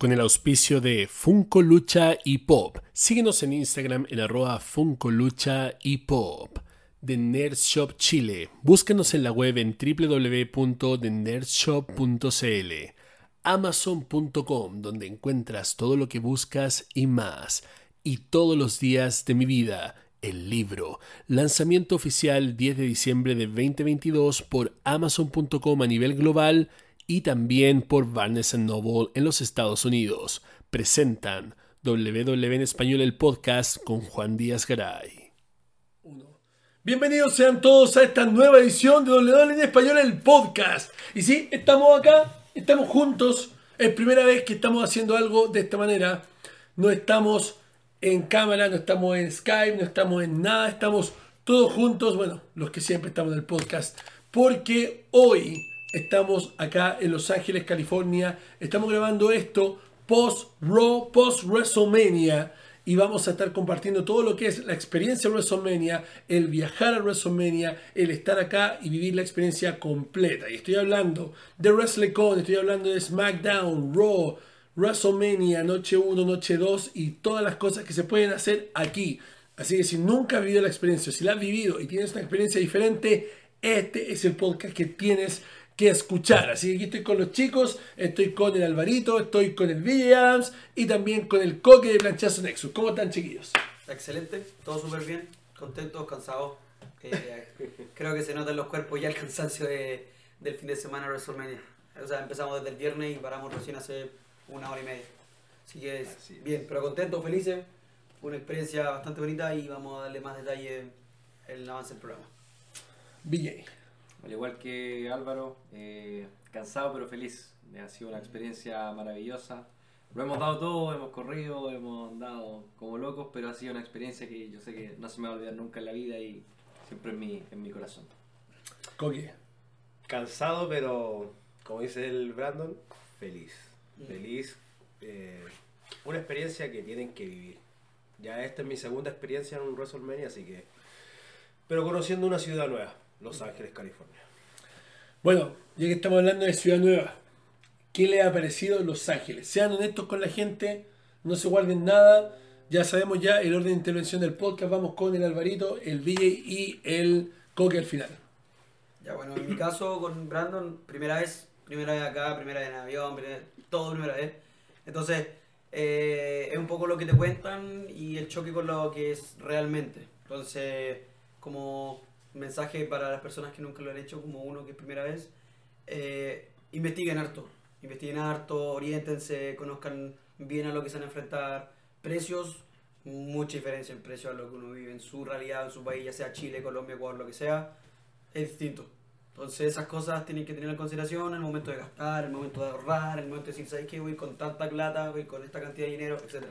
con el auspicio de Funko Lucha y Pop. Síguenos en Instagram en @Funko Lucha y Pop. The Nerd Shop Chile. Búscanos en la web en www.thenerdshop.cl. Amazon.com, donde encuentras todo lo que buscas y más. Y todos los días de mi vida, el libro. Lanzamiento oficial 10 de diciembre de 2022 por Amazon.com a nivel global y también por Barnes & Noble en los Estados Unidos. Presentan WW en Español, el podcast con Juan Díaz Garay. Bienvenidos sean todos a esta nueva edición de WW en Español, el podcast. Y sí, estamos acá, estamos juntos. Es primera vez que estamos haciendo algo de esta manera. No estamos en cámara, no estamos en Skype, no estamos en nada. Estamos todos juntos, bueno, los que siempre estamos en el podcast. Porque hoy estamos acá en Los Ángeles, California. Estamos grabando esto post-Raw, post-WrestleMania. Y vamos a estar compartiendo todo lo que es la experiencia de WrestleMania, el viajar a WrestleMania, el estar acá y vivir la experiencia completa. Y estoy hablando de WrestleCon, estoy hablando de SmackDown, Raw, WrestleMania, Noche 1, Noche 2 y todas las cosas que se pueden hacer aquí. Así que si nunca has vivido la experiencia, si la has vivido y tienes una experiencia diferente, este es el podcast que tienes que escuchar. Así que aquí estoy con los chicos, estoy con el Alvarito, estoy con el Ville Adams y también con el Coque de Planchazo Nexus. ¿Cómo están, chiquillos? Excelente, todo súper bien, contentos, cansados. Creo que se nota en los cuerpos ya el cansancio del fin de semana de WrestleMania. O sea, empezamos desde el viernes y paramos recién hace 1 hora y media. Así que bien, pero contentos, felices. Una experiencia bastante bonita y vamos a darle más detalle en el avance del programa. BJ. Al igual que Álvaro, cansado pero feliz. Ha sido una experiencia maravillosa. Lo hemos dado todo, hemos corrido, hemos andado como locos, pero ha sido una experiencia que yo sé que no se me va a olvidar nunca en la vida y siempre en mi corazón. Coque. Cansado, pero como dice el Brandon, feliz. Feliz. Una experiencia que tienen que vivir. Ya esta es mi segunda experiencia en un WrestleMania, así que... Pero conociendo una ciudad nueva, Los Ángeles, California. Bueno, ya que estamos hablando de Ciudad Nueva, ¿qué les ha parecido Los Ángeles? Sean honestos con la gente, no se guarden nada. Ya sabemos ya el orden de intervención del podcast. Vamos con el Alvarito, el Ville y el Coque al final. Ya bueno, en mi caso con Brandon, primera vez acá, primera vez en avión, todo primera vez. Entonces, es un poco lo que te cuentan y el choque con lo que es realmente. Entonces, como mensaje para las personas que nunca lo han hecho, como uno que es primera vez, investiguen harto, oriéntense, conozcan bien a lo que se van a enfrentar. Precios, mucha diferencia en precio a lo que uno vive en su realidad, en su país, ya sea Chile, Colombia, Ecuador, lo que sea, es distinto. Entonces esas cosas tienen que tener en consideración en el momento de gastar, en el momento de ahorrar, en el momento de decir, ¿sabes qué? Voy con tanta plata, voy con esta cantidad de dinero, etc.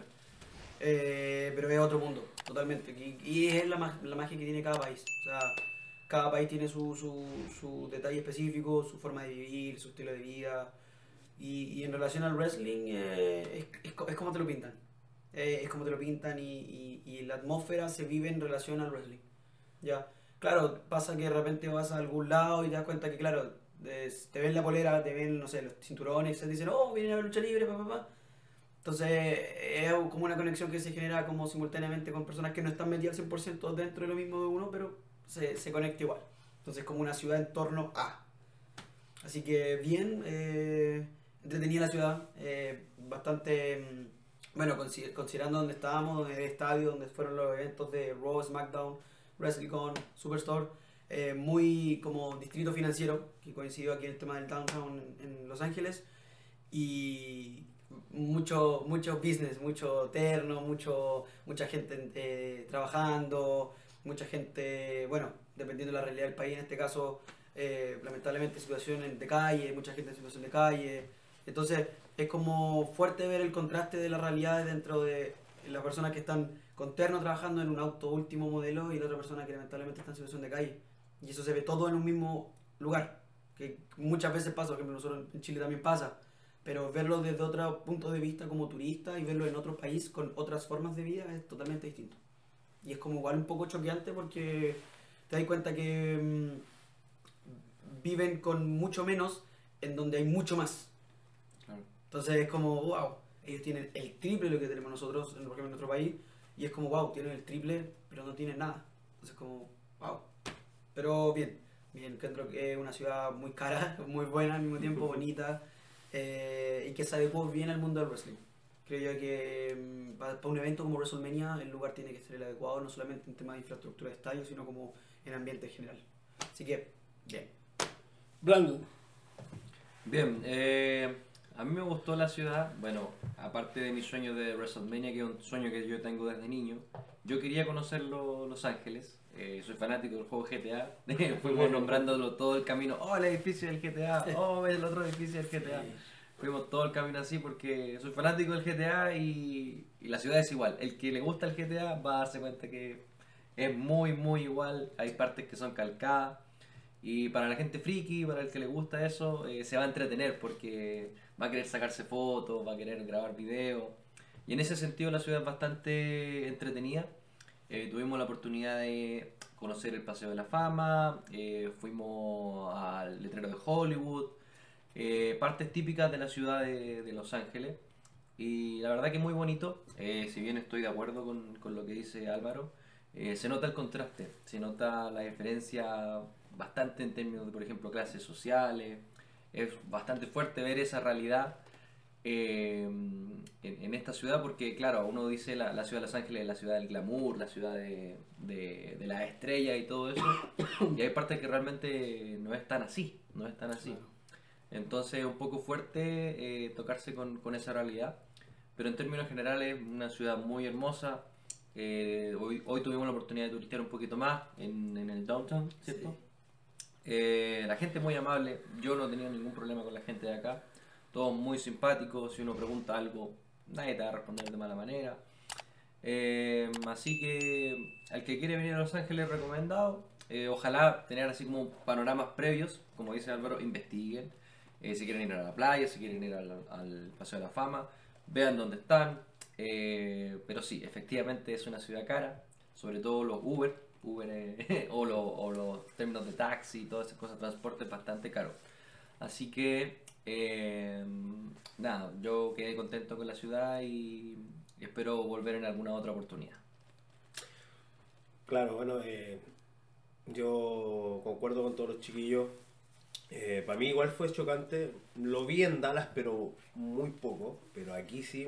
Pero es otro mundo, totalmente. Y es la magia que tiene cada país. O sea, cada país tiene su detalle específico, su forma de vivir, su estilo de vida. Y en relación al wrestling, es como te lo pintan. Es como te lo pintan y la atmósfera se vive en relación al wrestling. ¿Ya? Claro, pasa que de repente vas a algún lado y te das cuenta que, claro, te ven la polera, te ven, no sé, los cinturones, y te dicen, oh, vienen a ver lucha libre, papá. Entonces, es como una conexión que se genera como simultáneamente con personas que no están metidas al 100% dentro de lo mismo de uno, pero se conecta igual. Entonces, como una ciudad en torno a. Así que, bien, entretenida la ciudad, bastante, bueno, considerando donde estábamos, el estadio, donde fueron los eventos de Raw, SmackDown, WrestleCon, Superstore, muy como distrito financiero, que coincidió aquí en el tema del downtown en Los Ángeles, y mucho business, mucho terno, mucha gente trabajando, mucha gente, bueno, dependiendo de la realidad del país, en este caso, lamentablemente situaciones de calle, mucha gente en situación de calle. Entonces es como fuerte ver el contraste de las realidades dentro de las personas que están con terno trabajando en un auto último modelo y la otra persona que lamentablemente está en situación de calle. Y eso se ve todo en un mismo lugar, que muchas veces pasa, por ejemplo nosotros en Chile también pasa, pero verlo desde otro punto de vista como turista y verlo en otro país con otras formas de vida es totalmente distinto. Y es como igual un poco choqueante porque te das cuenta que viven con mucho menos en donde hay mucho más. Claro. Entonces es como, wow, ellos tienen el triple de lo que tenemos nosotros, por ejemplo, en nuestro país, y es como, wow, tienen el triple, pero no tienen nada. Entonces, como, wow. Pero bien, encuentro que es una ciudad muy cara, muy buena al mismo tiempo, bonita, y que se adecuó bien al mundo del wrestling. Creo yo que para un evento como WrestleMania el lugar tiene que ser el adecuado, no solamente en temas de infraestructura de estadio, sino como en ambiente general. Así que, bien. Brandon. Bien, a mí me gustó la ciudad, bueno, aparte de mi sueño de WrestleMania, que es un sueño que yo tengo desde niño, yo quería conocer Los Ángeles, soy fanático del juego GTA, fuimos nombrándolo todo el camino, oh, el edificio del GTA, oh, el otro edificio del GTA. Fuimos todo el camino así porque soy fanático del GTA y la ciudad es igual. El que le gusta el GTA va a darse cuenta que es muy, muy igual. Hay partes que son calcadas. Y para la gente friki, para el que le gusta eso, se va a entretener porque va a querer sacarse fotos, va a querer grabar videos. Y en ese sentido la ciudad es bastante entretenida. Tuvimos la oportunidad de conocer el Paseo de la Fama, fuimos al letrero de Hollywood, partes típicas de la ciudad de Los Ángeles. Y la verdad que muy bonito, si bien estoy de acuerdo con lo que dice Álvaro, se nota el contraste, se nota la diferencia bastante en términos de, por ejemplo, clases sociales. Es bastante fuerte ver esa realidad en esta ciudad porque, claro, uno dice la ciudad de Los Ángeles es la ciudad del glamour, la ciudad de las estrellas y todo eso, y hay partes que realmente no es tan así, no es tan así. Entonces es un poco fuerte tocarse con esa realidad, pero en términos generales una ciudad muy hermosa. Hoy tuvimos la oportunidad de turistear un poquito más en el downtown, ¿cierto? La gente muy amable, yo no he tenido ningún problema con la gente de acá, todos muy simpáticos, si uno pregunta algo nadie te va a responder de mala manera. Así que al que quiere venir a Los Ángeles recomendado, ojalá tener así como panoramas previos, como dice Álvaro, investiguen. Si quieren ir a la playa, si quieren ir al Paseo de la Fama, vean dónde están. Pero sí, efectivamente es una ciudad cara, sobre todo los Uber o los términos de taxi y todas esas cosas de transporte es bastante caro. Así que, nada, yo quedé contento con la ciudad y espero volver en alguna otra oportunidad. Claro, bueno, yo concuerdo con todos los chiquillos. Para mí igual fue chocante, lo vi en Dallas pero muy poco, pero aquí sí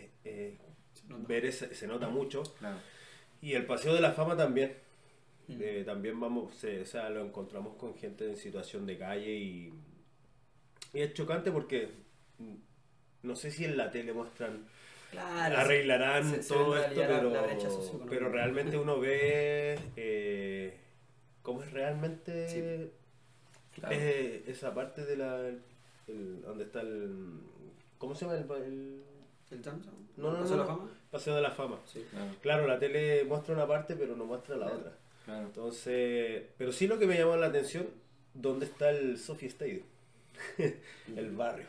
se nota mucho. Claro. Y el Paseo de la Fama también. También o sea, lo encontramos con gente en situación de calle y es chocante porque no sé si en la tele muestran, Claro, arreglarán se todo ve esto, la brecha socioeconómica. pero realmente uno ve cómo es realmente. Sí. Claro. Esa parte de donde está ¿cómo se llama? ¿El downtown? No, ¿Paseo de la Fama? Paseo de la Fama. Sí. Claro, Claro, la tele muestra una parte pero no muestra la otra. claro. Entonces, pero sí lo que me llamó la atención, ¿dónde está el Sophie Stadium? El barrio.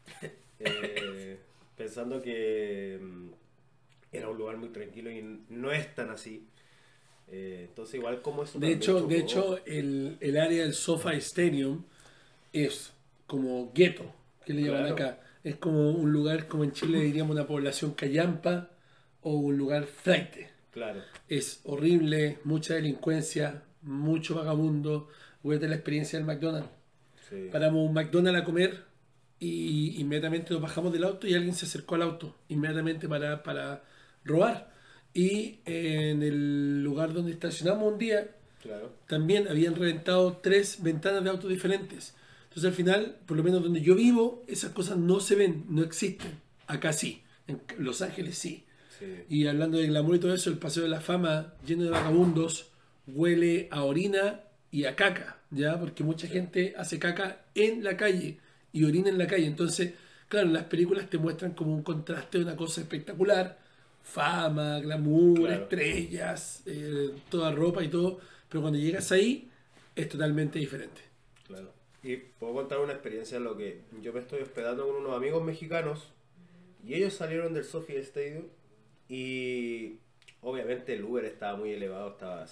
Pensando que era un lugar muy tranquilo y no es tan así. Entonces igual como eso De hecho, el área del SoFi Stadium es como gueto, que le llaman Claro. acá. Es como un lugar, como en Chile diríamos una población callampa o un lugar flaite. Claro. Es horrible, mucha delincuencia, mucho vagabundo. Acuérdate la experiencia del McDonald's. Sí. Paramos un McDonald's a comer y inmediatamente nos bajamos del auto y alguien se acercó al auto inmediatamente para robar. Y en el lugar donde estacionamos un día Claro. también habían reventado 3 ventanas de autos diferentes. Entonces al final, por lo menos donde yo vivo, esas cosas no se ven, no existen. Acá sí, en Los Ángeles sí. Sí. Y hablando de glamour y todo eso, el Paseo de la Fama lleno de vagabundos huele a orina y a caca, ¿ya? Porque mucha gente hace caca en la calle y orina en la calle. Entonces, claro, las películas te muestran como un contraste de una cosa espectacular, fama, glamour, Claro. estrellas, toda ropa y todo, pero cuando llegas ahí es totalmente diferente. Claro. Y puedo contar una experiencia en lo que yo me estoy hospedando con unos amigos mexicanos y ellos salieron del Sophie Stadium y obviamente el Uber estaba muy elevado, estaba a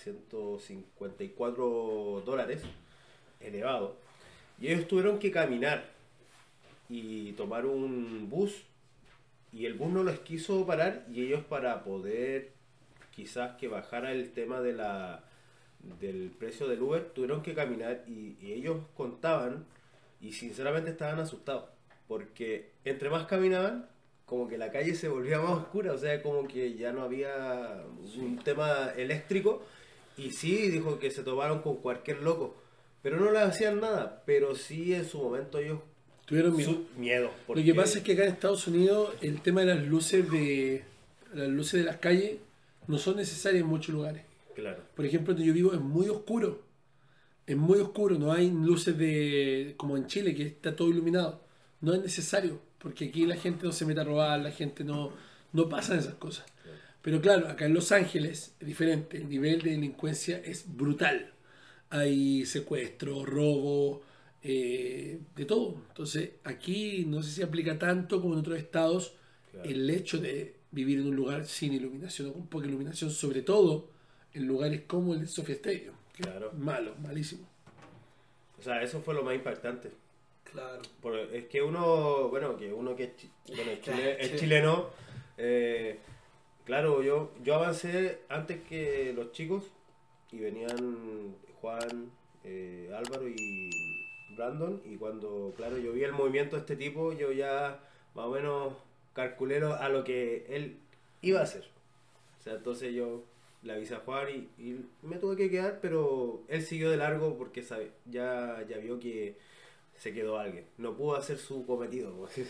$154 elevado y ellos tuvieron que caminar y tomar un bus y el bus no los quiso parar y ellos para poder quizás que bajara el tema del precio del Uber tuvieron que caminar y ellos contaban y sinceramente estaban asustados porque entre más caminaban como que la calle se volvía más oscura, o sea, como que ya no había un tema eléctrico y sí dijo que se toparon con cualquier loco, pero no le hacían nada, pero sí en su momento ellos Tuvieron miedo. miedo. Lo Porque, que pasa es que acá en Estados Unidos el tema de las luces de las calles no son necesarias en muchos lugares. claro, Por ejemplo, donde yo vivo es muy oscuro. Es muy oscuro, no hay luces como en Chile, que está todo iluminado. No es necesario, porque aquí la gente no se mete a robar, la gente no pasa esas cosas. Pero claro, acá en Los Ángeles es diferente, el nivel de delincuencia es brutal. Hay secuestro, robo, de todo. Entonces, aquí no sé si aplica tanto como en otros estados Claro. el hecho de vivir en un lugar sin iluminación o con poca iluminación, sobre todo en lugares como el de Sophia Stadium. que Claro. Malo, malísimo. o sea, eso fue lo más impactante. Claro. Es que uno que es, es chileno, claro, yo avancé antes que los chicos y venían Juan, Álvaro y Brandon y cuando, claro, yo vi el movimiento de este tipo, yo ya más o menos calculé a lo que él iba a hacer. O sea, entonces yo le avisé a Juan y me tuve que quedar, pero él siguió de largo porque ya vio que se quedó alguien. No pudo hacer su cometido. Pues.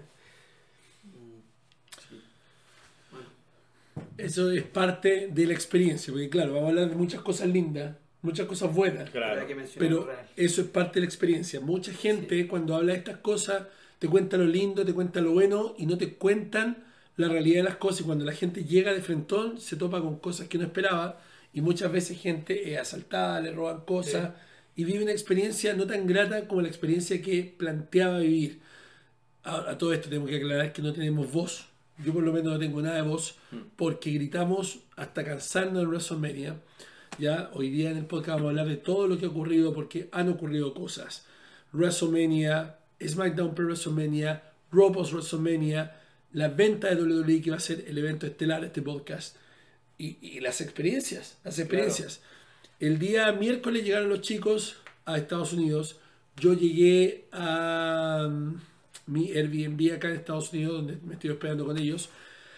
Eso es parte de la experiencia, porque claro, vamos a hablar de muchas cosas lindas, muchas cosas buenas, Claro. Hay que mencionar pero lo real. eso es parte de la experiencia. Mucha gente cuando habla de estas cosas te cuenta lo lindo, te cuenta lo bueno y no te cuentan la realidad de las cosas. Y cuando la gente llega de frentón se topa con cosas que no esperaba y muchas veces gente es asaltada, le roban cosas y vive una experiencia no tan grata como la experiencia que planteaba vivir. A todo esto tenemos que aclarar que no tenemos voz. Yo por lo menos no tengo nada de voz porque gritamos hasta cansarnos en WrestleMania. Ya hoy día en el podcast vamos a hablar de todo lo que ha ocurrido porque han ocurrido cosas. WrestleMania, SmackDown pre-WrestleMania, Raw post-WrestleMania, la venta de WWE que va a ser el evento estelar de este podcast y las experiencias, El día miércoles llegaron los chicos a Estados Unidos. Yo llegué a mi Airbnb acá en Estados Unidos, donde me estoy hospedando con ellos.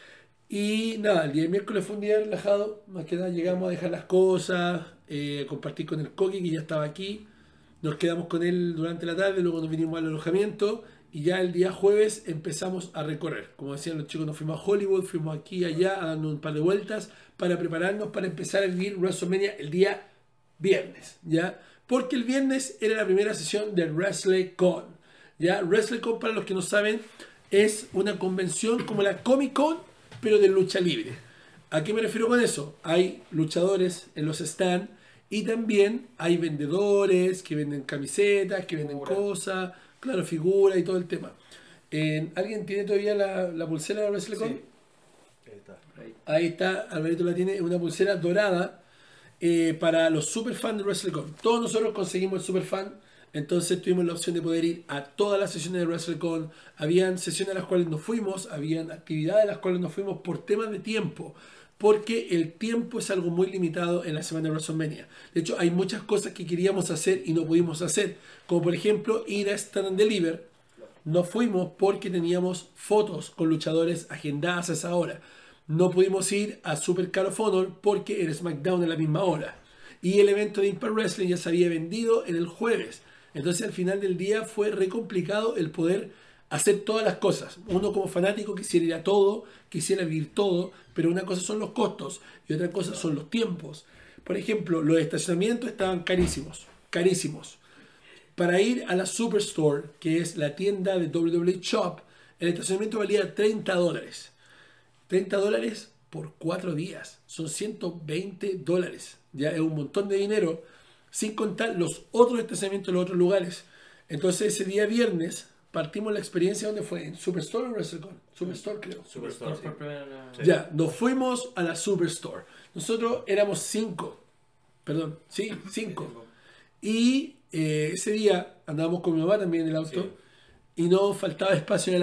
Y nada, el día de miércoles fue un día relajado. Más que nada llegamos a dejar las cosas, a compartir con el Coqui, que ya estaba aquí. Nos quedamos con él durante la tarde, luego nos vinimos al alojamiento. Y ya el día jueves empezamos a recorrer. Como decían los chicos, nos fuimos a Hollywood, fuimos aquí y allá a darnos un par de vueltas para prepararnos para empezar a vivir WrestleMania el día viernes, ¿ya? Porque el viernes era la primera sesión del WrestleCon, ¿ya? WrestleCon, para los que no saben, es una convención como la Comic Con, pero de lucha libre. ¿A qué me refiero con eso? Hay luchadores en los stands y también hay vendedores que venden camisetas, que venden cosas, claro, figuras y todo el tema. ¿Alguien tiene todavía la pulsera de WrestleCon? Sí. Ahí está. Ahí está, Alvarito la tiene, una pulsera dorada para los superfans de WrestleCon. Todos nosotros conseguimos el superfan, entonces tuvimos la opción de poder ir a todas las sesiones de WrestleCon. Habían sesiones a las cuales nos fuimos, habían actividades a las cuales nos fuimos por temas de tiempo, porque el tiempo es algo muy limitado en la semana de WrestleMania. De hecho, hay muchas cosas que queríamos hacer y no pudimos hacer, como por ejemplo ir a Stand and Deliver. No fuimos porque teníamos fotos con luchadores agendadas a esa hora. No pudimos ir a Super Card of Honor porque era SmackDown a la misma hora. Y el evento de Impact Wrestling ya se había vendido en el jueves. Entonces al final del día fue re complicado el poder hacer todas las cosas. Uno como fanático quisiera ir a todo, quisiera vivir todo, pero una cosa son los costos y otra cosa son los tiempos. Por ejemplo, los estacionamientos estaban carísimos, carísimos. Para ir a la Superstore, que es la tienda de WWE Shop, el estacionamiento valía $30. $30 por 4 días. Son $120. Ya es un montón de dinero, sin contar los otros estacionamientos en los otros lugares. Entonces ese día viernes partimos la experiencia donde fue en Superstore o WrestleCon. Superstore creo. Superstore, sí. Sí. Ya, nos fuimos a la Superstore. Nosotros éramos 5. Perdón, sí, 5. Y ese día andábamos con mi mamá también en el auto y no faltaba espacio en el auto.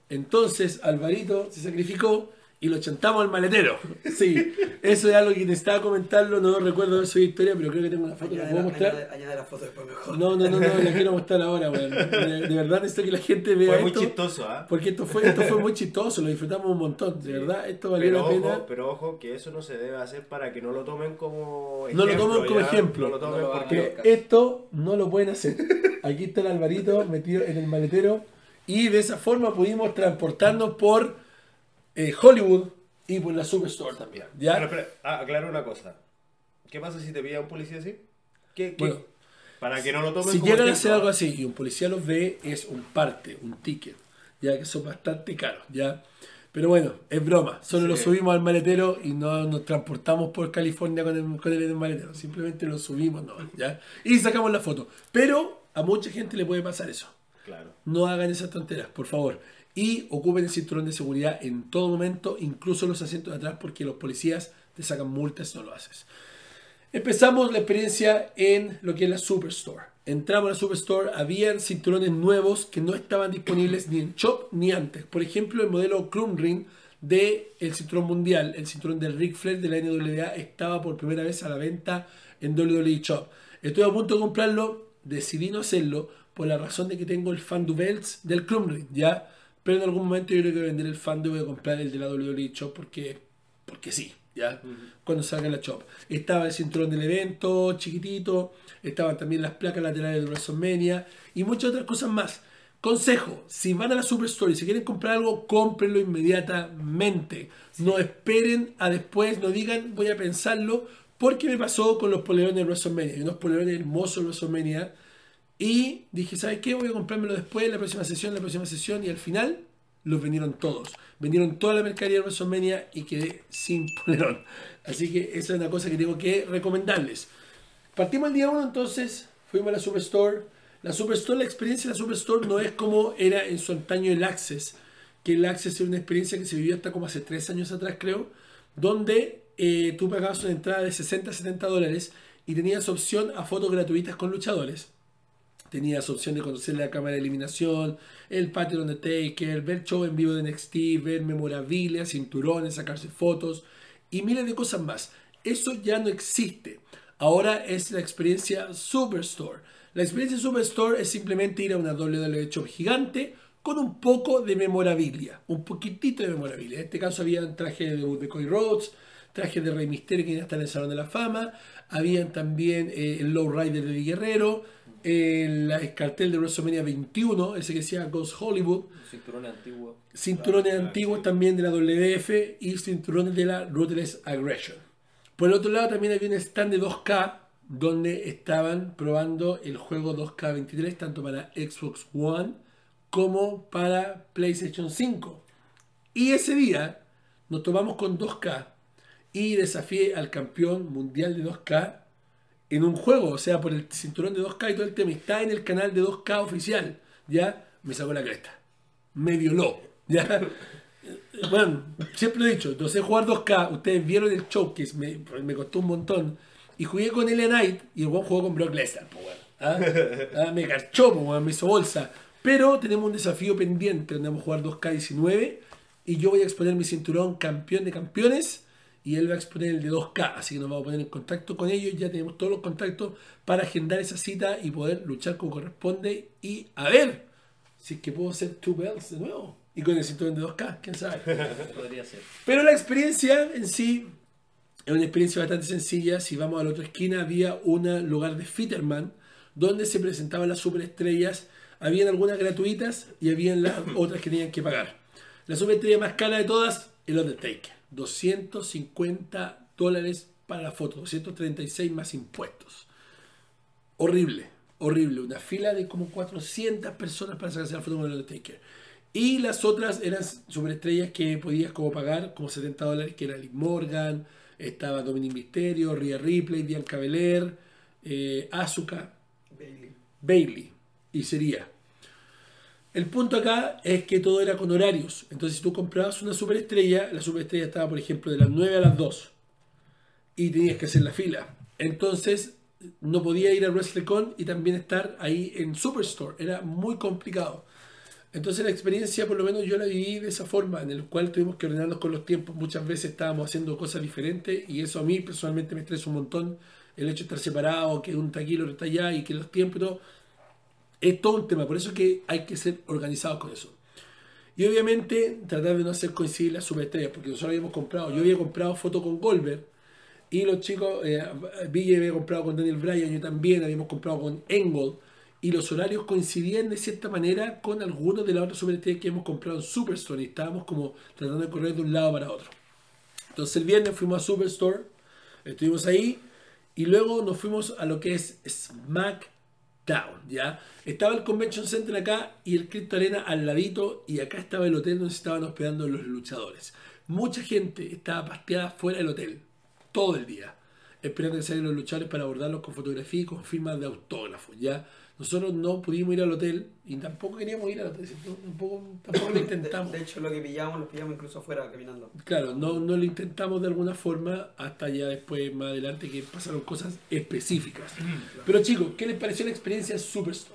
Entonces Alvarito se sacrificó y lo chantamos al maletero. Sí, eso es algo que necesitaba comentarlo, no recuerdo haber subido historia, pero creo que tengo una foto, ¿la puedo mostrar? Añade la foto después mejor. No, la quiero mostrar ahora, weón. De verdad necesito que la gente vea Fue muy esto, chistoso, ¿ah? porque esto fue muy chistoso, lo disfrutamos un montón, de verdad, esto valió Pero la pena. ojo, pero ojo, que eso no se debe hacer para que no lo tomen como No lo tomen como ¿ya? ejemplo. No lo tomen No lo porque... Pero esto no lo pueden hacer. Aquí está el Alvarito metido en el maletero y de esa forma pudimos transportarnos por Hollywood y por la Superstore también. ¿Ya? Pero espera, aclaro una cosa. ¿Qué pasa si te pilla un policía así? ¿Qué? Bueno, Para que no lo tomen si como llegan a ejemplo. hacer algo así y un policía los ve, es un parte, un ticket, ya que son bastante caros, ¿ya? Pero bueno, es broma, solo Sí. lo subimos al maletero y no nos transportamos por California con el maletero, simplemente lo subimos, ¿no? ¿Ya? Y sacamos la foto. Pero a mucha gente le puede pasar eso. Claro. No hagan esas tonteras, por favor. Y ocupen el cinturón de seguridad en todo momento, incluso los asientos de atrás, porque los policías te sacan multas si no lo haces. Empezamos la experiencia en lo que es la Superstore. Entramos a la Superstore, habían cinturones nuevos que no estaban disponibles ni en Shop ni antes. Por ejemplo, el modelo Krumrin del cinturón mundial, el cinturón del Ric Flair de la NWA, estaba por primera vez a la venta en WWE Shop. Estoy a punto de comprarlo, decidí no hacerlo por la razón de que tengo el Fan Belts del Krumrin, ¿ya? Pero en algún momento yo creo que voy a vender el Fan y voy a comprar el de la WWE Shop porque sí. ¿Ya? Cuando salga la Shop. Estaba el cinturón del evento, chiquitito, estaban también las placas laterales de WrestleMania y muchas otras cosas más. Consejo, si van a la Superstore y si quieren comprar algo, cómprenlo inmediatamente. No esperen a después, no digan voy a pensarlo, porque me pasó con los polerones de WrestleMania. Hay unos polerones hermosos de WrestleMania y dije, ¿sabes qué? Voy a comprármelo después, la próxima sesión y al final los vendieron todos. Vendieron toda la mercadería de WrestleMania y quedé sin polerón. Así que esa es una cosa que tengo que recomendarles. Partimos el día 1 entonces, fuimos a la Superstore. La experiencia de la Superstore no es como era en su antaño el Access, que el Access es una experiencia que se vivió hasta como hace 3 años atrás creo, donde tú pagabas una entrada de $60-70 y tenías opción a fotos gratuitas con luchadores. Tenías opción de conocer la cámara de eliminación, el patio de Undertaker, ver show en vivo de NXT, ver memorabilia, cinturones, sacarse fotos y miles de cosas más. Eso ya no existe. Ahora es la experiencia Superstore. La experiencia Superstore es simplemente ir a una WWE Shop gigante con un poco de memorabilia, un poquitito de memorabilia. En este caso había trajes de debut de Cody Rhodes, trajes de Rey Mysterio que ya está en el Salón de la Fama, habían también el Lowrider de Eddie Guerrero, el cartel de WrestleMania 21, ese que decía Ghost Hollywood, Cinturones antiguos. cinturones antiguos también de la WF y cinturones de la Ruthless Aggression. Por el otro lado también había un stand de 2K donde estaban probando el juego 2K23 tanto para Xbox One como para PlayStation 5. Y ese día nos tomamos con 2K y desafié al campeón mundial de 2K en un juego, o sea, por el cinturón de 2K y todo el tema. Está en el canal de 2K oficial, ¿ya? Me sacó la cresta. Me violó, ¿ya? Bueno, siempre lo he dicho, no sé jugar 2K. Ustedes vieron el showcase, me costó un montón. Y jugué con LA Knight y el buen jugó con Brock Lesnar, pues bueno. ¿Ah? Me garchó, pues bueno, me hizo bolsa. Pero tenemos un desafío pendiente donde vamos a jugar 2K19 y yo voy a exponer mi cinturón campeón de campeones y él va a exponer el de 2K, así que nos vamos a poner en contacto con ellos, ya tenemos todos los contactos para agendar esa cita y poder luchar como corresponde y a ver si es que puedo hacer 2 belts de nuevo y con el cinturón de 2K, quién sabe. Podría ser. Pero la experiencia en sí es una experiencia bastante sencilla. Si vamos a la otra esquina había un lugar de Fitterman donde se presentaban las superestrellas, habían algunas gratuitas y habían las otras que tenían que pagar. La superestrella más cara de todas, el Undertaker. $250 para la foto, 236 más impuestos. Horrible, horrible. Una fila de como 400 personas para sacarse la foto con el Undertaker. Y las otras eran superestrellas que podías como pagar, como $70, que era Liv Morgan, estaba Dominic Mysterio, Rhea Ripley, Bianca Belair, Asuka, Bayley. Y sería. El punto acá es que todo era con horarios. Entonces, si tú comprabas una superestrella, la superestrella estaba, por ejemplo, de las 9 a las 2. Y tenías que hacer la fila. Entonces, no podía ir a WrestleCon y también estar ahí en Superstore. Era muy complicado. Entonces la experiencia, por lo menos yo la viví de esa forma, en el cual tuvimos que ordenarnos con los tiempos. Muchas veces estábamos haciendo cosas diferentes y eso a mí personalmente me estresa un montón. El hecho de estar separado, que un taquilo está allá y que los tiempos y todo, es todo un tema. Por eso que hay que ser organizados con eso. Y obviamente tratar de no hacer coincidir las superestrellas, porque nosotros habíamos comprado, yo había comprado foto con Goldberg y los chicos, Ville había comprado con Daniel Bryan, yo también habíamos comprado con Engel y los horarios coincidían de cierta manera con algunos de las otras superestrellas que hemos comprado en Superstore y estábamos como tratando de correr de un lado para otro. Entonces el viernes fuimos a Superstore, estuvimos ahí y luego nos fuimos a lo que es SmackDown, ¿ya? Estaba el Convention Center acá y el Crypto Arena al ladito y acá estaba el hotel donde se estaban hospedando los luchadores. Mucha gente estaba pasteada fuera del hotel, todo el día, esperando que salieran los luchadores para abordarlos con fotografía y con firmas de autógrafos, ¿ya? Nosotros no pudimos ir al hotel y tampoco queríamos ir al hotel, ¿cierto? Tampoco lo intentamos. De hecho, lo pillamos incluso afuera caminando. Claro, no lo intentamos de alguna forma hasta ya después, más adelante, que pasaron cosas específicas. Pero chicos, ¿qué les pareció la experiencia en Superstore?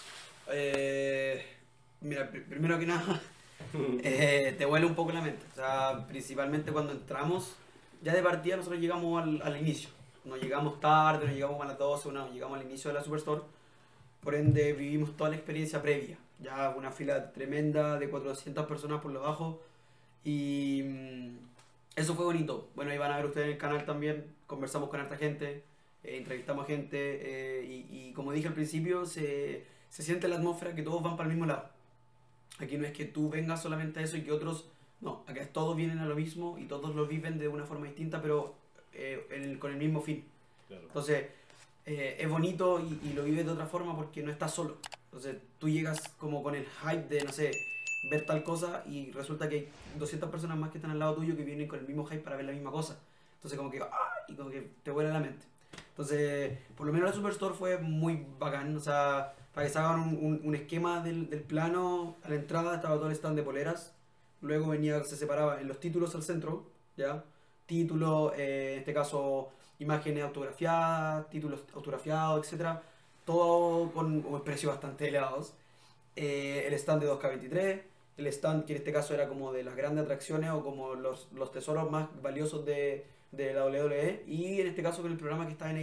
Mira, primero que nada, te huele un poco la mente. O sea, principalmente cuando entramos, ya de partida nosotros llegamos al inicio. No llegamos tarde, no llegamos a las 12, no, llegamos al inicio de la Superstore. Por ende, vivimos toda la experiencia previa. Ya una fila tremenda de 400 personas por lo bajo. Y eso fue bonito. Bueno, ahí van a ver ustedes en el canal también. Conversamos con harta gente, entrevistamos a gente. Y como dije al principio, se siente la atmósfera que todos van para el mismo lado. Aquí no es que tú vengas solamente a eso y que otros... No, acá todos vienen a lo mismo y todos lo viven de una forma distinta, pero con el mismo fin. Claro. Entonces... es bonito y lo vives de otra forma porque no estás solo. Entonces tú llegas como con el hype de, no sé, ver tal cosa y resulta que hay 200 personas más que están al lado tuyo que vienen con el mismo hype para ver la misma cosa. Entonces como que, y como que te vuela la mente. Entonces, por lo menos la Superstore fue muy bacán. O sea, para que se hagan un esquema del plano, a la entrada estaba todo el stand de poleras. Luego se separaba en los títulos al centro, ¿ya? Títulos, en este caso... imágenes autografiadas, títulos autografiados, etc. Todo con precios bastante elevados. El stand de 2K23, el stand que en este caso era como de las grandes atracciones o como los tesoros más valiosos de la WWE. Y en este caso con el programa que está en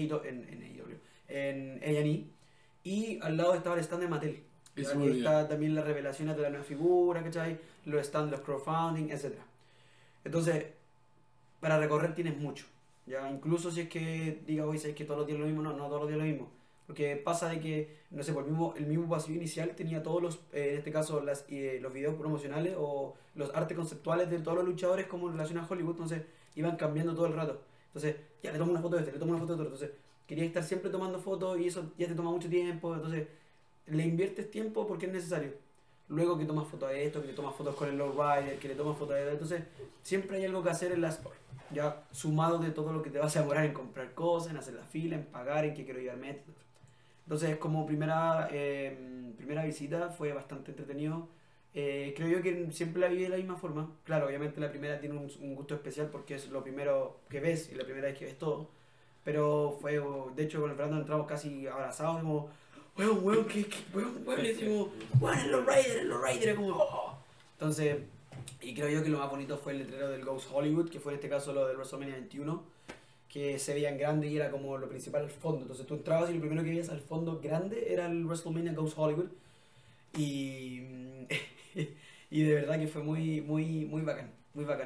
A&E. Y al lado estaba el stand de Mattel. Aquí está también las revelaciones de la nueva figura, ¿cachai? Los stands, los crowdfunding, etc. Entonces, para recorrer tienes mucho. Ya, incluso si es que diga, oye, ¿sabes que todos los días lo mismo? No, todos los días lo mismo. Porque pasa de que, no sé, por el mismo pasillo inicial tenía todos los, en este caso, los videos promocionales o los artes conceptuales de todos los luchadores como en relación a Hollywood, entonces iban cambiando todo el rato. Entonces, ya le tomo una foto de este, le tomo una foto de otro. Entonces, quería estar siempre tomando fotos y eso ya te toma mucho tiempo. Entonces, le inviertes tiempo porque es necesario. Luego que tomas fotos de esto, que le tomas fotos con el lowrider, que le tomas fotos de esto. Entonces, siempre hay algo que hacer en la Store. Ya sumado de todo lo que te vas a demorar en comprar cosas, en hacer la fila, en pagar, en que quiero llevarme, etc. Entonces, como primera visita fue bastante entretenido. Creo yo que siempre la viví de la misma forma. Claro, obviamente la primera tiene un gusto especial porque es lo primero que ves y la primera vez que ves todo. Pero fue, de hecho, con el Fernando entramos casi abrazados, como, weón, y decimos, weón, en los Raiders, como, oh. Entonces, y creo yo que lo más bonito fue el letrero del Ghost Hollywood, que fue en este caso lo del WrestleMania 21, que se veía en grande y era como lo principal al fondo. Entonces tú entrabas y lo primero que veías al fondo grande era el WrestleMania Ghost Hollywood. Y, y de verdad que fue muy bacán, muy bacán.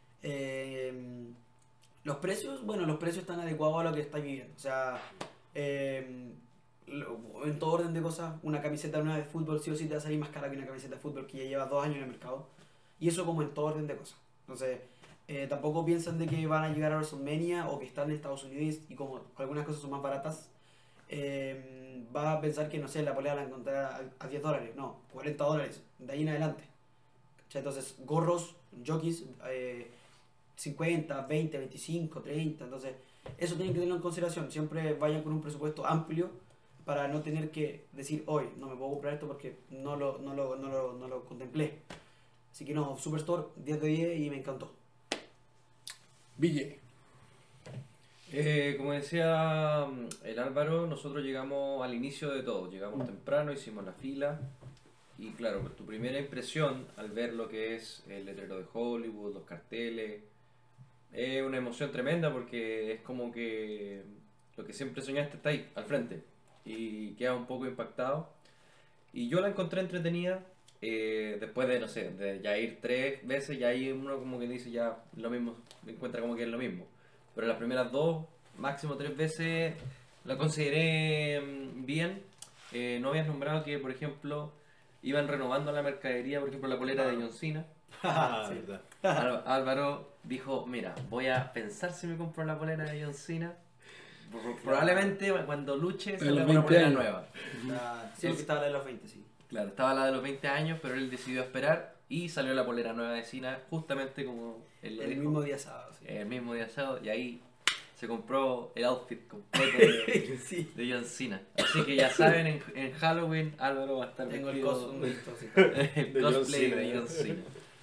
Los precios, bueno, los precios están adecuados a lo que estáis viviendo. O sea, en todo orden de cosas, una camiseta nueva de fútbol sí o sí te va a salir más cara que una camiseta de fútbol que ya lleva 2 años en el mercado. Y eso como en todo orden de cosas. Entonces, tampoco piensan de que van a llegar a WrestleMania o que están en Estados Unidos y como algunas cosas son más baratas, vas a pensar que, no sé, la polera la encontrar a $10. No, $40, de ahí en adelante. Entonces, gorros, jockeys, 50, 20, 25, 30. Entonces, eso tienen que tenerlo en consideración. Siempre vayan con un presupuesto amplio para no tener que decir, hoy no me puedo comprar esto porque no lo contemplé. Así que no, Superstore, 10 de 10 y me encantó. Ville. Como decía el Álvaro, nosotros llegamos al inicio de todo. Llegamos temprano, hicimos la fila. Y claro, pues, tu primera impresión al ver lo que es el letrero de Hollywood, los carteles, es una emoción tremenda porque es como que lo que siempre soñaste está ahí, al frente. Y quedas un poco impactado. Y yo la encontré entretenida. Después de, no sé, de ya ir 3 veces, ya ahí uno como que dice ya lo mismo, encuentra como que es lo mismo. Pero las primeras 2, máximo 3 veces, la consideré bien. No habías nombrado que, por ejemplo, iban renovando la mercadería, por ejemplo, la polera de John Cena. Ah, Sí. verdad. Álvaro dijo, mira, voy a pensar si me compro la polera de John Cena. Probablemente cuando luche Pero salga los una 20 polera años. nueva. Sí, que estaba la de los 20, sí. Claro, estaba la de los 20 años, pero él decidió esperar y salió la polera nueva de Cena, justamente como él lo El dijo. mismo día sábado, sí. El mismo día sábado, y ahí se compró el outfit completo de, Sí. de John Cena. Así que ya saben, en Halloween Álvaro va a estar Tengo el vestido costume listo, sí. el De John cosplay Cena. de John Cena.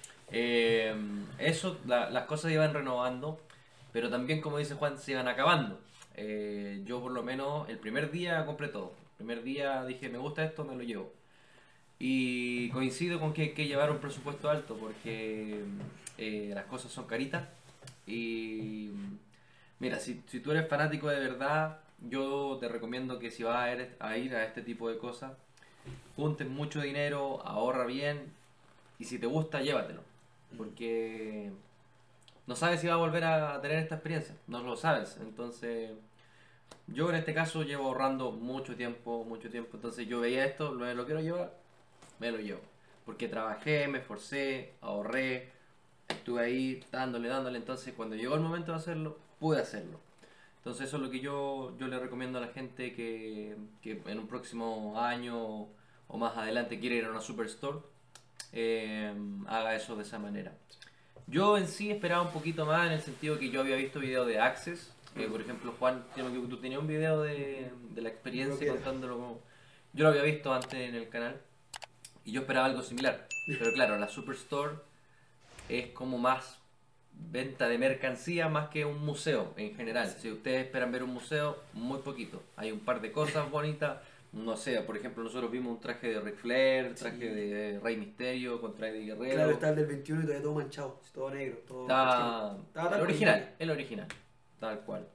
Eso, las cosas iban renovando, pero también, como dice Juan, se iban acabando. Yo por lo menos el primer día compré todo. El primer día dije, me gusta esto, me lo llevo. Y coincido con que hay que llevar un presupuesto alto porque las cosas son caritas. Y mira, si tú eres fanático de verdad, yo te recomiendo que si vas a ir a este tipo de cosas, juntes mucho dinero, ahorra bien y si te gusta, llévatelo. Porque no sabes si vas a volver a tener esta experiencia, no lo sabes. Entonces, yo en este caso llevo ahorrando mucho tiempo, entonces yo veía esto, lo quiero llevar, me lo llevo. Porque trabajé, me esforcé, ahorré, estuve ahí dándole, entonces cuando llegó el momento de hacerlo, pude hacerlo. Entonces eso es lo que yo le recomiendo a la gente que en un próximo año o más adelante quiere ir a una superstore, haga eso de esa manera. Yo en sí esperaba un poquito más en el sentido que yo había visto videos de Access. Por ejemplo, Juan, creo que tú tenías un video de la experiencia contándolo como... Yo lo había visto antes en el canal y yo esperaba algo similar. Pero claro, la Superstore es como más venta de mercancía más que un museo en general. Si ustedes esperan ver un museo, muy poquito. Hay un par de cosas bonitas. No sé, por ejemplo, nosotros vimos un traje de Ric Flair, traje de Rey Mysterio contra Eddie Guerrero. Claro, está el del 21 y todavía todo manchado, todo negro, todo Está Estaba el tal original, el original, tal cual.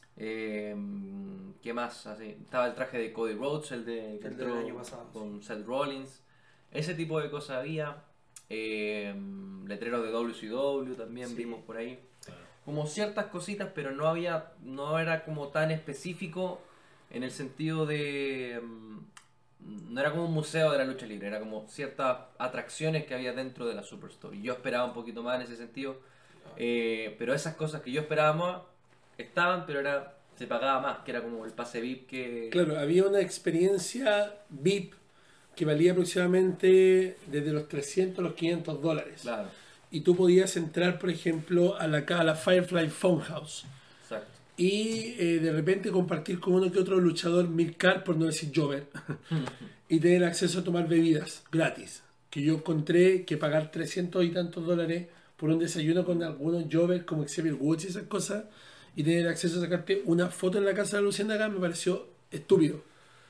¿Qué más? Así, estaba el traje de Cody Rhodes, el que del entró año pasado, con Seth Rollins. Ese tipo de cosas había. Letreros de WCW también Sí. vimos por ahí. Claro. Como ciertas cositas, pero no era como tan específico en el sentido de... no era como un museo de la lucha libre, era como ciertas atracciones que había dentro de la Superstore. Y yo esperaba un poquito más en ese sentido. Pero esas cosas que yo esperaba más estaban, pero se pagaba más, que era como el pase VIP que... Claro, había una experiencia VIP que valía aproximadamente desde los 300 a los $500. Claro, Y tú podías entrar, por ejemplo, a la Firefly Funhouse. exacto. Y de repente compartir con uno que otro luchador mid-card, por no decir Jover, y tener acceso a tomar bebidas gratis. Que yo encontré que pagar 300 y tantos dólares por un desayuno con algunos Jover como Xavier Woods y esas cosas, y tener acceso a sacarte una foto en la casa de Luciana me pareció estúpido.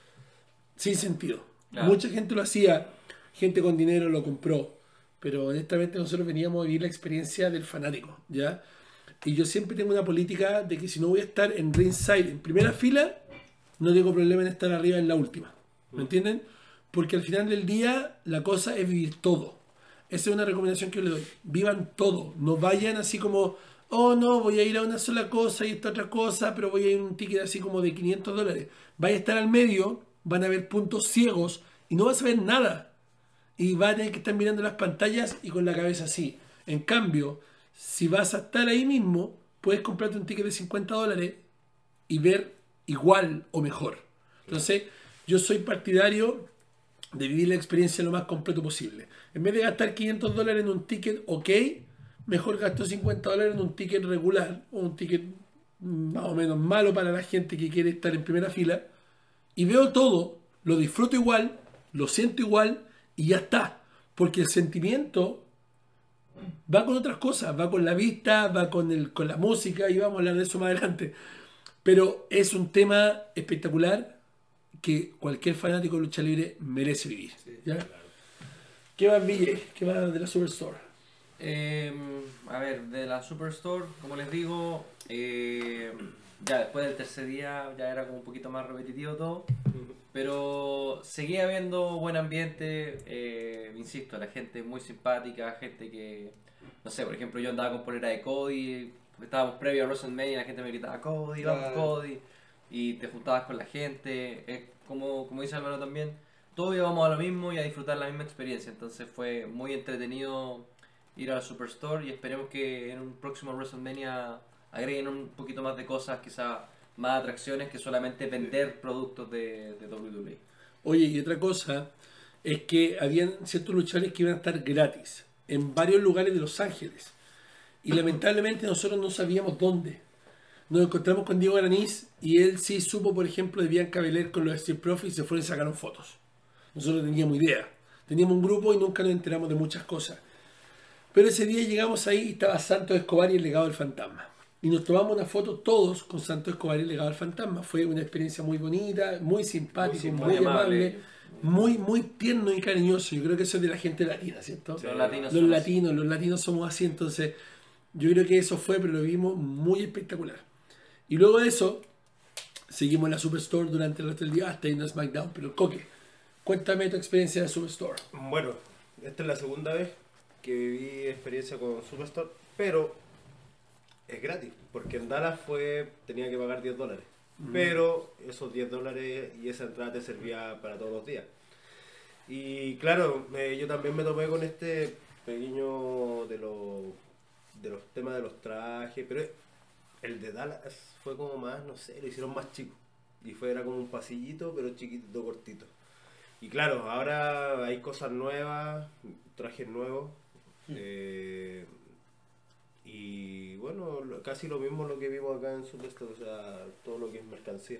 Sin sentido. Claro. Mucha gente lo hacía, gente con dinero lo compró, pero honestamente nosotros veníamos a vivir la experiencia del fanático, ¿ya? Y yo siempre tengo una política de que si no voy a estar en ringside en primera fila, no tengo problema en estar arriba en la última. ¿Me entienden? Porque al final del día la cosa es vivir todo. Esa es una recomendación que yo le doy. Vivan todo. No vayan así como, oh no, voy a ir a una sola cosa y esta otra cosa, pero voy a ir a un ticket así como de $500. Vaya a estar al medio, van a ver puntos ciegos y no vas a ver nada. Y vas a tener que estar mirando las pantallas y con la cabeza así. En cambio, si vas a estar ahí mismo, puedes comprarte un ticket de $50 y ver igual o mejor. Entonces, yo soy partidario de vivir la experiencia lo más completo posible. En vez de gastar $500 en un ticket ok, mejor gasto $50 en un ticket regular o un ticket más o menos malo para la gente que quiere estar en primera fila y veo todo, lo disfruto igual, lo siento igual y ya está. Porque el sentimiento va con otras cosas, va con la vista, va con la música y vamos a hablar de eso más adelante. Pero es un tema espectacular que cualquier fanático de lucha libre merece vivir. Sí, ¿ya? Claro. ¿Qué más, Ville? ¿Qué más de la Superstore? A ver, de la Superstore, como les digo, ya después del tercer día ya era como un poquito más repetitivo todo, pero seguía habiendo buen ambiente, insisto, la gente es muy simpática, gente que, no sé, por ejemplo yo andaba con polera de Cody, estábamos previo a WrestleMania, la gente me gritaba Cody, vamos Claro. Cody, y te juntabas con la gente, como dice Álvaro también, todos íbamos a lo mismo y a disfrutar la misma experiencia, entonces fue muy entretenido ir a la Superstore y esperemos que en un próximo WrestleMania agreguen un poquito más de cosas, quizá más atracciones que solamente vender productos de WWE. Oye, y otra cosa es que habían ciertos luchadores que iban a estar gratis en varios lugares de Los Ángeles. Y lamentablemente nosotros no sabíamos dónde. Nos encontramos con Diego Aranís y él sí supo, por ejemplo, de Bianca Belair con los Street Profits y se fueron y sacaron fotos. Nosotros no teníamos idea. Teníamos un grupo y nunca nos enteramos de muchas cosas. Pero ese día llegamos ahí y estaba Santos Escobar y el legado del fantasma. Y nos tomamos una foto todos con Santos Escobar y el legado del fantasma. Fue una experiencia muy bonita, muy simpática, muy amable, muy tierno y cariñoso. Yo creo que eso es de la gente latina, ¿cierto? Sí, los Los latinos somos así, entonces yo creo que eso fue, pero lo vimos muy espectacular. Y luego de eso, seguimos en la Superstore durante el resto del día hasta irnos a SmackDown. Pero Coque, cuéntame tu experiencia de Superstore. Bueno, esta es la segunda vez que viví experiencia con Superstore, pero es gratis, porque en Dallas tenía que pagar $10, pero esos $10 y esa entrada te servía para todos los días. Y claro, yo también me topé con este pequeño de los temas de los trajes, pero el de Dallas fue como más, no sé, lo hicieron más chico. Y era como un pasillito, pero chiquitito, cortito. Y claro, ahora hay cosas nuevas, trajes nuevos. Y bueno, casi lo mismo lo que vimos acá en Superstore, o sea, todo lo que es mercancía.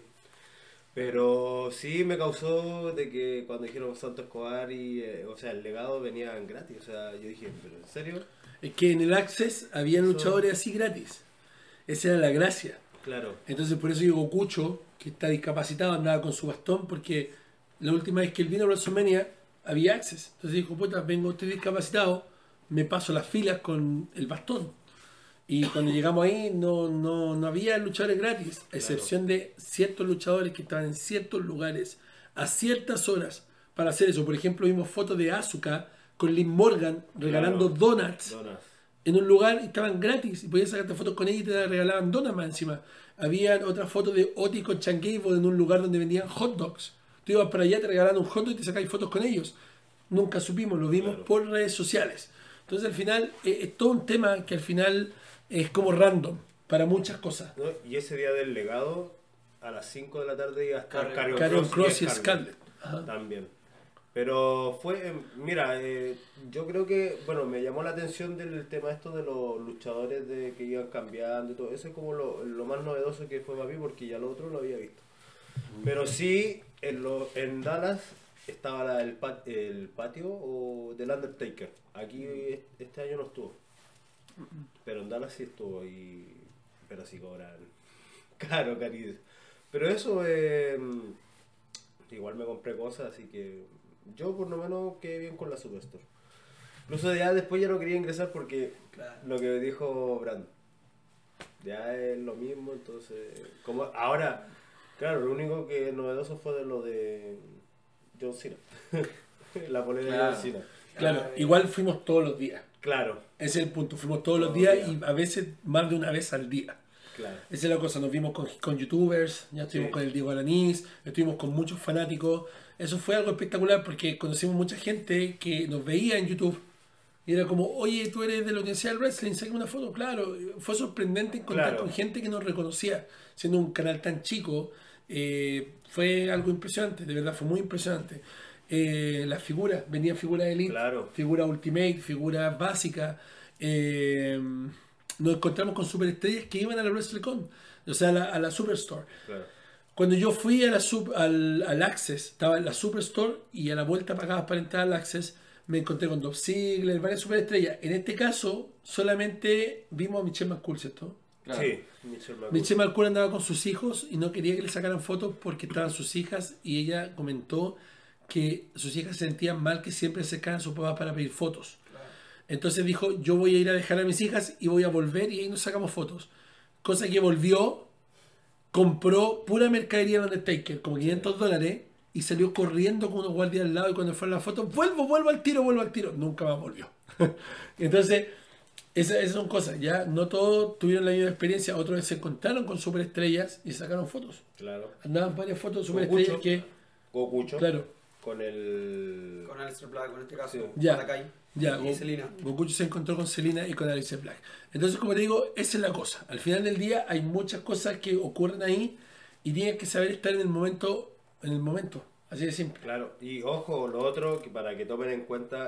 Pero sí me causó de que cuando dijeron Santos Escobar o sea, el legado venían gratis, o sea, yo dije, ¿pero en serio? Es que en el Access habían Eso- luchadores así gratis. Esa era la gracia. Claro, Entonces por eso digo Cucho, que está discapacitado, andaba con su bastón, porque la última vez que él vino a WrestleMania había Access. Entonces dijo, puta, vengo, estoy discapacitado, me paso las filas con el bastón. Y cuando llegamos ahí no había luchadores gratis, a excepción de ciertos luchadores que estaban en ciertos lugares a ciertas horas para hacer eso. Por ejemplo, vimos fotos de Asuka con Liv Morgan regalando donuts en un lugar y estaban gratis y podías sacarte fotos con ella y te regalaban donuts más encima. Había otra foto de Otis con Chan Gable en un lugar donde vendían hot dogs. Tú ibas para allá, te regalaban un hot dog y te sacáis fotos con ellos. Nunca supimos, lo vimos por redes sociales. Entonces al final es todo un tema que al final es como random para muchas cosas. ¿no? Y ese día del legado, a las 5 de la tarde iba a estar Karrion Kross y Scarlett. Ajá. también. Pero mira, yo creo que, bueno, me llamó la atención del tema esto de los luchadores que iban cambiando y todo. Eso es como lo más novedoso que fue para mí, porque ya lo otro lo había visto. Pero sí, en Dallas estaba el patio del Undertaker. Aquí este año no estuvo. Pero en Dallas sí estuvo, pero sí cobran caro, cariño. Pero eso, igual me compré cosas, así que yo por lo menos quedé bien con la Superstore. Incluso ya después ya no quería ingresar porque lo que dijo Brand, ya es lo mismo, entonces, como ahora, claro, lo único que es novedoso fue de lo de John Cena, la polera de John Cena. Claro, igual fuimos todos los días. Claro, Ese es el punto, fuimos todos los días y a veces más de una vez al día. claro. Esa es la cosa, nos vimos con youtubers, ya estuvimos Sí. con el Diego Alanís, estuvimos con muchos fanáticos. Eso fue algo espectacular porque conocimos mucha gente que nos veía en YouTube y era como, oye, tú eres de la Universidad del Wrestling, saca una foto. Claro, fue sorprendente encontrar Claro. con gente que nos reconocía, siendo un canal tan chico. Fue algo impresionante, de verdad, fue muy impresionante. Las figuras, venían figuras Elite, Claro. figuras Ultimate, figuras básicas. Nos encontramos con superestrellas que iban a la WrestleCon, o sea, a la Superstore. Claro. Cuando yo fui al Access, estaba en la Superstore y a la vuelta pagabas para entrar al Access, me encontré con Dolph Ziggler, varias superestrellas. En este caso, solamente vimos a Michelle McCool, ¿cierto? Claro. Sí, Michelle McCool. Michelle McCool andaba con sus hijos y no quería que le sacaran fotos porque estaban sus hijas y ella comentó que sus hijas se sentían mal que siempre se acercaban a sus papás para pedir fotos. Entonces dijo, yo voy a ir a dejar a mis hijas y voy a volver y ahí nos sacamos fotos. Cosa que volvió, compró pura mercadería en Undertaker, como $500, y salió corriendo con unos guardias al lado, y cuando fue a la foto, vuelvo al tiro. Nunca más volvió. Entonces, esas son cosas, ya no todos tuvieron la misma experiencia, otros se encontraron con superestrellas y sacaron fotos. Claro. Andaban varias fotos de superestrellas que... Gokucho. Claro. Con el... Con Aleister Black, en este caso. Sí. Ya. Nakai. Ya, Y Selina. Gokucho se encontró con Selina y con Aleister Black. Entonces, como te digo, esa es la cosa. Al final del día hay muchas cosas que ocurren ahí y tienes que saber estar en el momento, así de simple. Claro, y ojo, lo otro, que para que tomen en cuenta,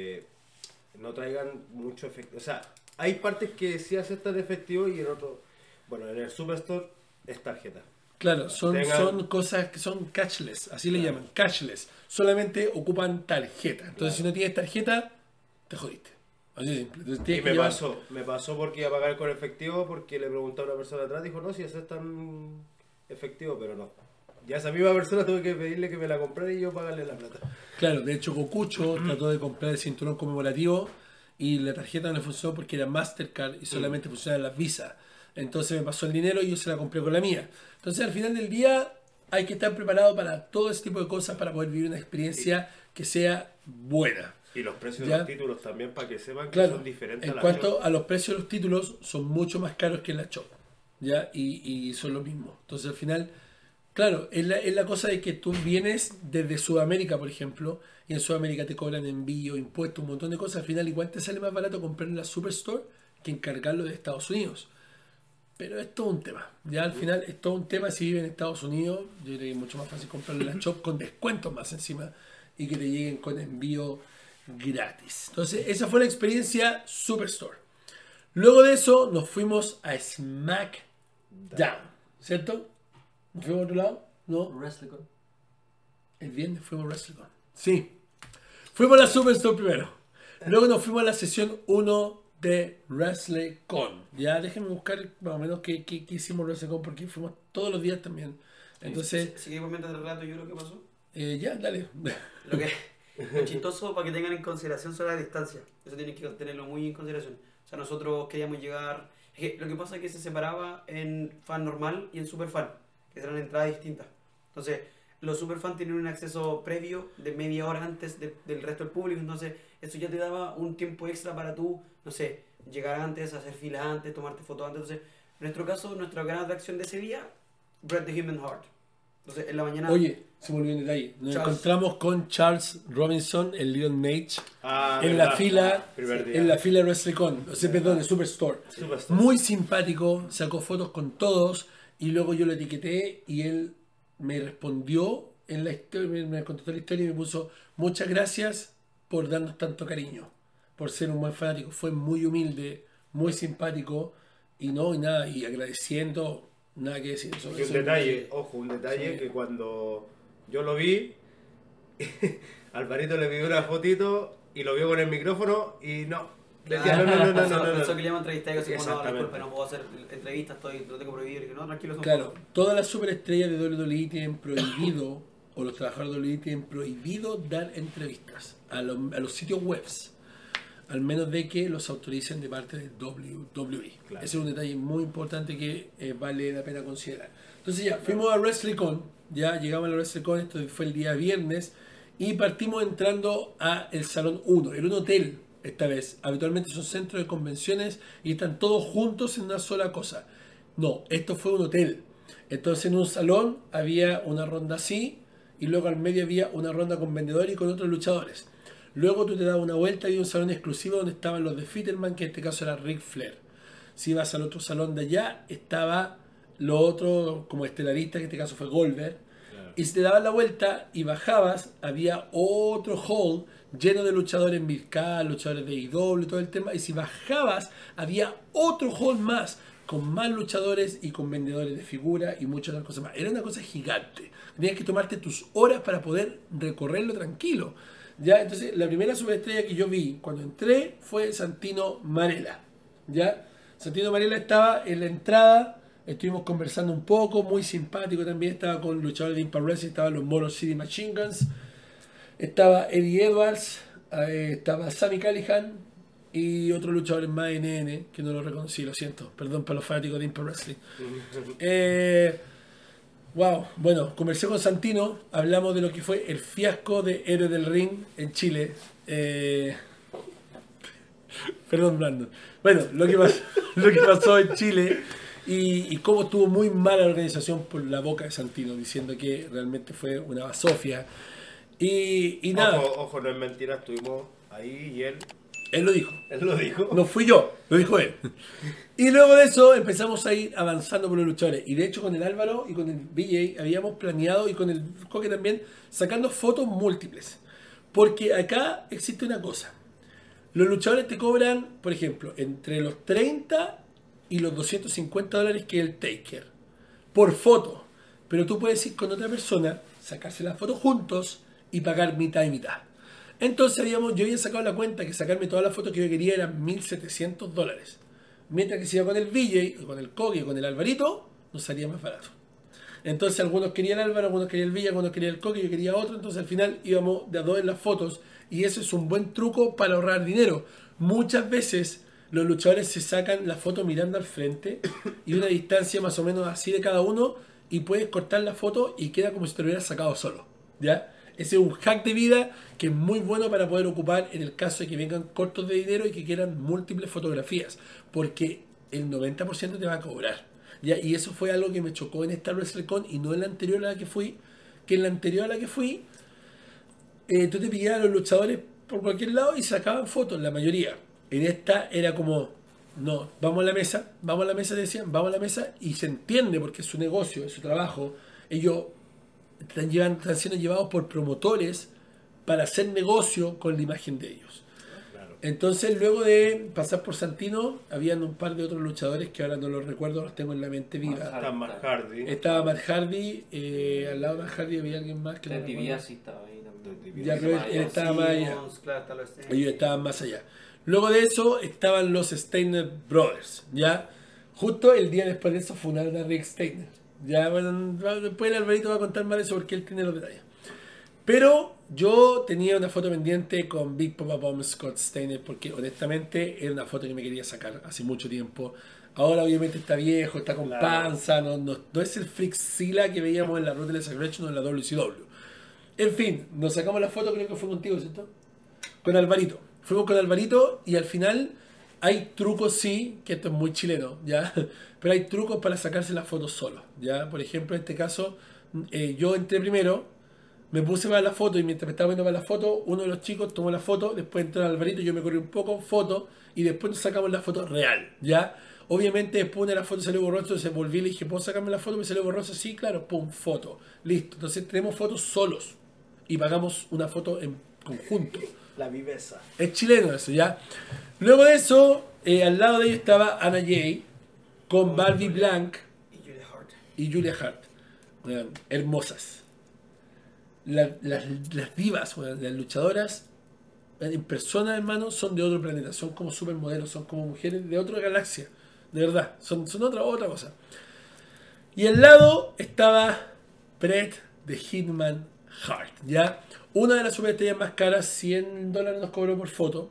no traigan mucho efectivo. O sea, hay partes que sí aceptan efectivo y en otro, bueno, en el Superstore es tarjeta. Claro, son Tengan- cosas que son cashless, así le Claro. llaman, cashless. Solamente ocupan tarjeta. Entonces, Claro. si no tienes tarjeta, te jodiste. Así de simple. Entonces, Y tienes que me llevar- pasó porque iba a pagar con efectivo porque le pregunté a una persona atrás, dijo, no, si aceptan efectivo, pero no. Ya esa misma persona tuve que pedirle que me la comprara y yo pagarle la plata. Claro, de hecho Gokucho trató de comprar el cinturón conmemorativo y la tarjeta no le funcionó porque era Mastercard y solamente funcionaban las Visa. Entonces me pasó el dinero y yo se la compré con la mía. Entonces al final del día hay que estar preparado para todo ese tipo de cosas para poder vivir una experiencia que sea buena. Y los precios Ya. de los títulos también para que sepan que Claro, son diferentes en a la cuanto shop. a los precios de los títulos, son mucho más caros que en la shop. ¿Ya? Y son lo mismo. Entonces al final, claro, es la cosa de que tú vienes desde Sudamérica, por ejemplo, y en Sudamérica te cobran envío, impuestos, un montón de cosas. Al final igual te sale más barato comprar en la Superstore que encargarlo de Estados Unidos. Pero es todo un tema. Ya al final es todo un tema si vives en Estados Unidos. Yo creo que es mucho más fácil comprarlo en la shop con descuentos más encima y que te lleguen con envío gratis. Entonces esa fue la experiencia Superstore. Luego de eso nos fuimos a SmackDown, ¿cierto? ¿Nos fuimos a otro lado? No. WrestleCon. El viernes fuimos a WrestleCon. Sí. Fuimos a la Superstore primero. Luego nos fuimos a la sesión 1 de WrestleCon. Ya déjenme buscar más o menos qué hicimos en WrestleCon porque fuimos todos los días también. Entonces, Seguimos mientras el relato yo lo que pasó. ya, dale. Lo que lo chistoso para que tengan en consideración son la distancia. Eso tienen que tenerlo muy en consideración. O sea, nosotros queríamos llegar... Es que lo que pasa es que se separaba en fan normal y en super fan, que eran entradas distintas. Entonces, los super fan tienen un acceso previo de media hora antes del resto del público. Entonces, eso ya te daba un tiempo extra para tú, no sé, llegar antes, hacer filas antes, tomarte fotos antes. Entonces, en nuestro caso, nuestra gran atracción de ese día, Bret the Human Heart. Entonces, en la mañana... Oye, se me olvidó un detalle. Nos Charles. encontramos con Charles Robinson, el Little Nate, Ah, en verdad. la fila Primer día. en la fila de WrestleCon, o sea, perdón, de Superstore. Superstore. Muy simpático, sacó fotos con todos y luego yo lo etiqueté y él me respondió en la historia, me contestó la historia y me puso muchas gracias por darnos tanto cariño, por ser un buen fanático. Fue muy humilde, muy simpático y nada, y agradeciendo, nada que decir. Y un detalle, ojo, un detalle Sí. que cuando yo lo vi, Alvarito le pidió una fotito y lo vio con el micrófono y no. Le decía, Pensó que le iba a entrevistar y yo así como, no, Exactamente. disculpe, no puedo hacer entrevistas, lo tengo prohibido. Y dije, no, tranquilo, son Claro, fotos. todas las superestrellas de WWE tienen prohibido, o los trabajadores de WWE tienen prohibido dar entrevistas a los sitios webs, al menos de que los autoricen de parte de WWE. Claro. Ese es un detalle muy importante que vale la pena considerar. Entonces ya, fuimos a WrestleCon, ya llegamos a la WrestleCon, esto fue el día viernes, y partimos entrando a el Salón 1, era un hotel esta vez. Habitualmente son centros de convenciones y están todos juntos en una sola cosa. No, esto fue un hotel. Entonces en un salón había una ronda así y luego al medio había una ronda con vendedores y con otros luchadores. Luego tú te dabas una vuelta y había un salón exclusivo donde estaban los de Fitterman, que en este caso era Ric Flair. Si ibas al otro salón de allá, estaba lo otro como estelarista, que en este caso fue Goldberg. Y si te dabas la vuelta y bajabas, había otro hall lleno de luchadores Mircal, luchadores de IW, todo el tema. Y si bajabas, había otro hall más, con más luchadores y con vendedores de figuras y muchas otras cosas más. Era una cosa gigante. Tenías que tomarte tus horas para poder recorrerlo tranquilo. ¿Ya? Entonces, la primera superestrella que yo vi cuando entré fue Santino Marella. ¿Ya? Santino Marella estaba en la entrada. Estuvimos conversando un poco, muy simpático también, estaba con luchadores de Impact Wrestling, estaban los Motor City Machine Guns. estaba Eddie Edwards, estaba Sami Callihan y otros luchadores más NN, que no lo reconocí, lo siento. Perdón para los fanáticos de Impact Wrestling. Wow, bueno, conversé con Santino, hablamos de lo que fue el fiasco de Héroes del Ring en Chile. Perdón, Brandon. Bueno, lo que pasó en Chile y cómo estuvo muy mala la organización por la boca de Santino, diciendo que realmente fue una basofia. Y nada. Ojo, no es mentira, estuvimos ahí y Él lo dijo. él lo dijo. No fui yo, lo dijo él. Y luego de eso empezamos a ir avanzando por los luchadores. Y de hecho con el Álvaro y con el BJ habíamos planeado, y con el Coque también, sacando fotos múltiples. Porque acá existe una cosa. Los luchadores te cobran, por ejemplo, entre los 30 y los $250 que es el taker. Por foto. Pero tú puedes ir con otra persona, sacarse las fotos juntos y pagar mitad y mitad. Entonces yo había sacado la cuenta que sacarme todas las fotos que yo quería eran $1.700. Mientras que si iba con el VJ, con el Coque y con el Alvarito, nos salía más barato. Entonces algunos querían el Álvaro, algunos querían el Villa, algunos querían el Coque, yo quería otro. Entonces al final íbamos de a dos en las fotos. Y eso es un buen truco para ahorrar dinero. Muchas veces los luchadores se sacan la foto mirando al frente y una distancia más o menos así de cada uno, y puedes cortar la foto y queda como si te lo hubieras sacado solo. ¿Ya? Ese es un hack de vida que es muy bueno para poder ocupar en el caso de que vengan cortos de dinero y que quieran múltiples fotografías, porque el 90% te va a cobrar. ¿Ya? Y eso fue algo que me chocó en esta WrestleCon y no en la anterior a la que fui, que en la anterior a la que fui tú te pillabas a los luchadores por cualquier lado y sacaban fotos, la mayoría. En esta era como, no, vamos a la mesa, decían, vamos a la mesa, y se entiende porque es su negocio, es su trabajo. Ellos están siendo llevados por promotores para hacer negocio con la imagen de ellos. Claro. Entonces, luego de pasar por Santino, habían un par de otros luchadores que ahora no los recuerdo, los tengo en la mente viva. Está Matt Hardy. Estaba Matt Hardy, al lado de Matt Hardy había alguien más que no Ted recuerdo. DiBiase estaba ahí también. Ya, pero él estaba más allá. Claro, está los Steiner. Ellos estaban más allá. Luego de eso estaban los Steiner Brothers, ¿ya? Justo el día después de eso funaron a Rick Steiner. Ya, bueno, después el Alvarito va a contar más de eso porque él tiene los detalles. Pero yo tenía una foto pendiente con Big Papa Bomb Scott Steiner porque honestamente era una foto que me quería sacar hace mucho tiempo. Ahora obviamente está viejo, está con panza, no es el Fritzilla que veíamos en la Ruthless Aggression o en la WCW. En fin, nos sacamos la foto, creo que fue contigo, ¿cierto? Con Alvarito. Fuimos con Alvarito y al final hay trucos, sí, que esto es muy chileno, ¿ya? Pero hay trucos para sacarse las fotos solo, ¿ya? Por ejemplo, en este caso, yo entré primero, me puse para la foto y mientras me estaba viendo para la foto, uno de los chicos tomó la foto, después entró Alvarito, yo me corrí un poco, foto, y después nos sacamos la foto real, ¿ya? Obviamente después una de las fotos salió borrosa, entonces volví y le dije, ¿puedo sacarme la foto? Me salió borrosa, sí, claro, pum, foto, listo. Entonces tenemos fotos solos y pagamos una foto en conjunto. La viveza. Es chileno eso, ¿ya? Luego de eso, al lado de ellos estaba Anna Jay con Barbie Blank Y Julia Hart. y Julia Hart. Weón, hermosas. Las divas, weón, las luchadoras en persona, hermano, son de otro planeta. Son como supermodelos, son como mujeres de otra galaxia. De verdad, son otra cosa. Y al lado estaba Bret de Hitman Hart, ¿ya? Una de las superestrellas más caras, $100 nos cobró por foto.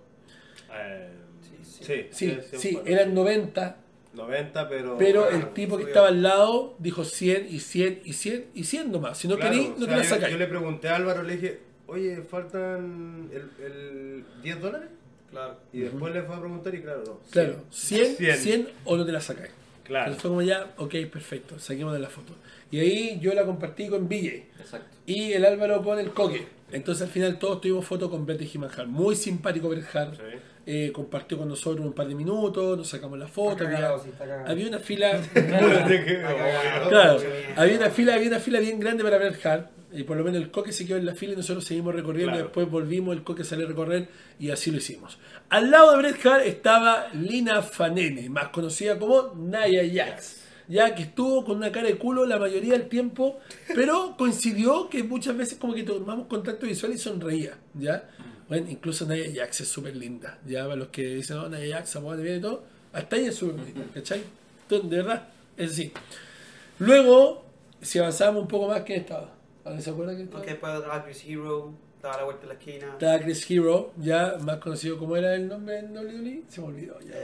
Sí, eran 90. 90, Pero el tipo que estaba al lado dijo 100 y 100 y 100 y 100 nomás. Si no claro, querí, no te la sacáis. Yo le pregunté a Álvaro, le dije, oye, faltan el $10. Claro. Y después le fue a preguntar y claro, no. Claro, 100 o no te la sacáis. Claro. Entonces fue como ya, ok, perfecto, saquemos de la foto. Y ahí yo la compartí con BJ. Exacto. Y el Álvaro con el Coque. Entonces al final todos tuvimos foto con Bret de Hitman Hart. Muy simpático Bret Hart. Sí. Compartió con nosotros un par de minutos, nos sacamos la foto. Está cagado, sí, está cagado. Había una fila. Está cagado. Claro, había una fila bien grande para Bret Hart. Y por lo menos el Coque se quedó en la fila y nosotros seguimos recorriendo. Claro. Después volvimos, el Coque salió a recorrer y así lo hicimos. Al lado de Bret Hart estaba Lina Fanene, más conocida como Nia Jax. Ya que estuvo con una cara de culo la mayoría del tiempo, pero coincidió que muchas veces como que tomamos contacto visual y sonreía, ¿ya? Bueno, incluso Nia Jax es súper linda, ya para los que dicen, no, Nia Jax, amor, bien y todo, hasta ella es súper bonita, ¿cachai? Entonces, de verdad, es así. Luego, si avanzábamos un poco más, ¿quién estaba? ¿Alguien se acuerda quién estaba? Ok, después estaba Chris Hero, estaba a la vuelta de la esquina. Estaba Chris Hero, ya más conocido como era el nombre en WWE, se me olvidó ya.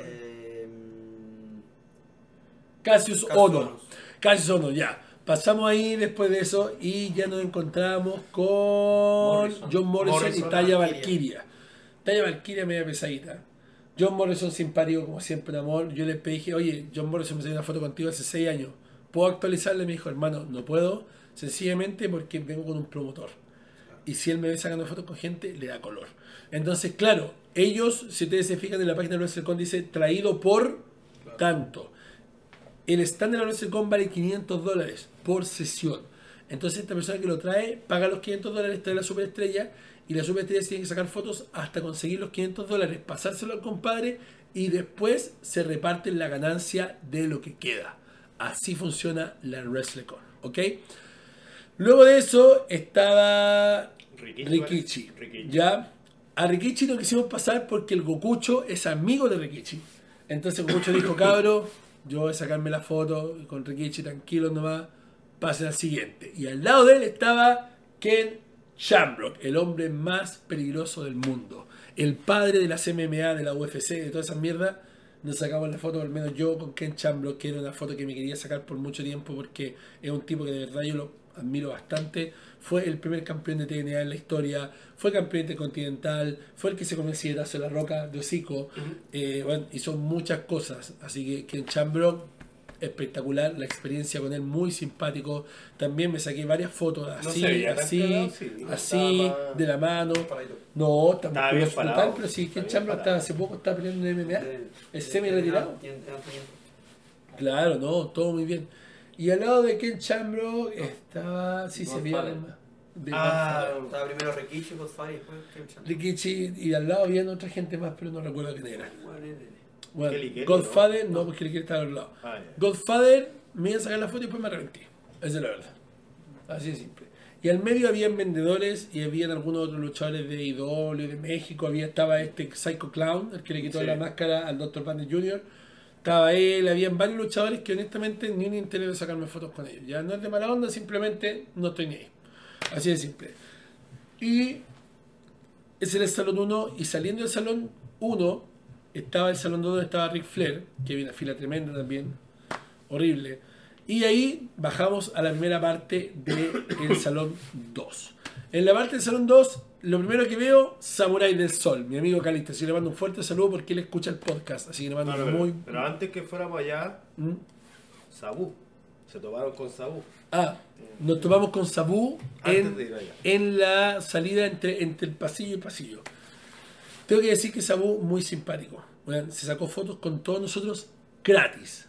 Cassius Ohno. Cassius Ohno, ya. Pasamos ahí después de eso y ya nos encontramos con John Morrison y Taya Valkyria. Taya Valkyria media pesadita. John Morrison simpático como siempre, amor. Yo le dije, oye, John Morrison me salió una foto contigo hace 6 años. ¿Puedo actualizarle? Me dijo, hermano, no puedo, sencillamente porque vengo con un promotor. Y si él me ve sacando fotos con gente, le da color. Entonces, claro, ellos, si ustedes se fijan en la página de WrestleCon, dice traído por tanto. El stand de la WrestleCon vale $500 por sesión. Entonces esta persona que lo trae paga los $500, trae la superestrella y la superestrella tiene que sacar fotos hasta conseguir los $500, pasárselo al compadre y después se reparten la ganancia de lo que queda. Así funciona la WrestleCon, ¿ok? Luego de eso estaba Rikichi. ¿Ya? A Rikichi lo quisimos pasar porque el Gokucho es amigo de Rikichi. Entonces Gokucho dijo, cabro, yo voy a sacarme la foto con Rikichi, tranquilo nomás, pasen al siguiente. Y al lado de él estaba Ken Shamrock, el hombre más peligroso del mundo. El padre de las MMA, de la UFC, de todas esas mierdas. Nos sacamos la foto, al menos yo, con Ken Shamrock, que era una foto que me quería sacar por mucho tiempo porque es un tipo que de verdad yo lo admiro bastante. Fue el primer campeón de TNA en la historia, fue campeón intercontinental, fue el que se comió el silletazo de la roca de hocico, bueno, hizo muchas cosas. Así que Ken Shamrock, espectacular, la experiencia con él, muy simpático. También me saqué varias fotos así, así, de la mano. No, estaba bien brutal, pero sí, Ken Shamrock estaba, hace poco estaba peleando en MMA, es semi-retirado. Claro, no, todo muy bien. Y al lado de Ken Shamrock estaba, sí, se veía estaba primero Rikichi, Godfather y después Ken Shamrock. Rikichi, y al lado había otra gente más, pero no recuerdo quién era. Bueno, Kelly, Godfather, no, porque Kelly estaba al lado. Godfather, me iba a sacar la foto y después me arrepentí. Esa es la verdad. Así de simple. Y al medio habían vendedores y habían algunos otros luchadores de IW, de México. Estaba este Psycho Clown, el que le quitó la máscara al Dr. Bandit Jr. Estaba él, habían varios luchadores que honestamente ni un interés de sacarme fotos con ellos. Ya no es de mala onda, simplemente no estoy ni ahí. Así de simple. Y ese era el salón 1 y saliendo del salón 1 estaba el salón 2 donde estaba Ric Flair, que había una fila tremenda también, horrible. Y ahí bajamos a la primera parte del salón 2. En la parte del salón 2, lo primero que veo, Samurai del Sol, mi amigo Calista. Así le mando un fuerte saludo porque él escucha el podcast. Así que le mando Pero antes que fuéramos allá, Sabu. Se tomaron con Sabu. Nos tomamos con Sabu en la salida entre el pasillo y el pasillo. Tengo que decir que Sabu muy simpático. Bueno, se sacó fotos con todos nosotros gratis.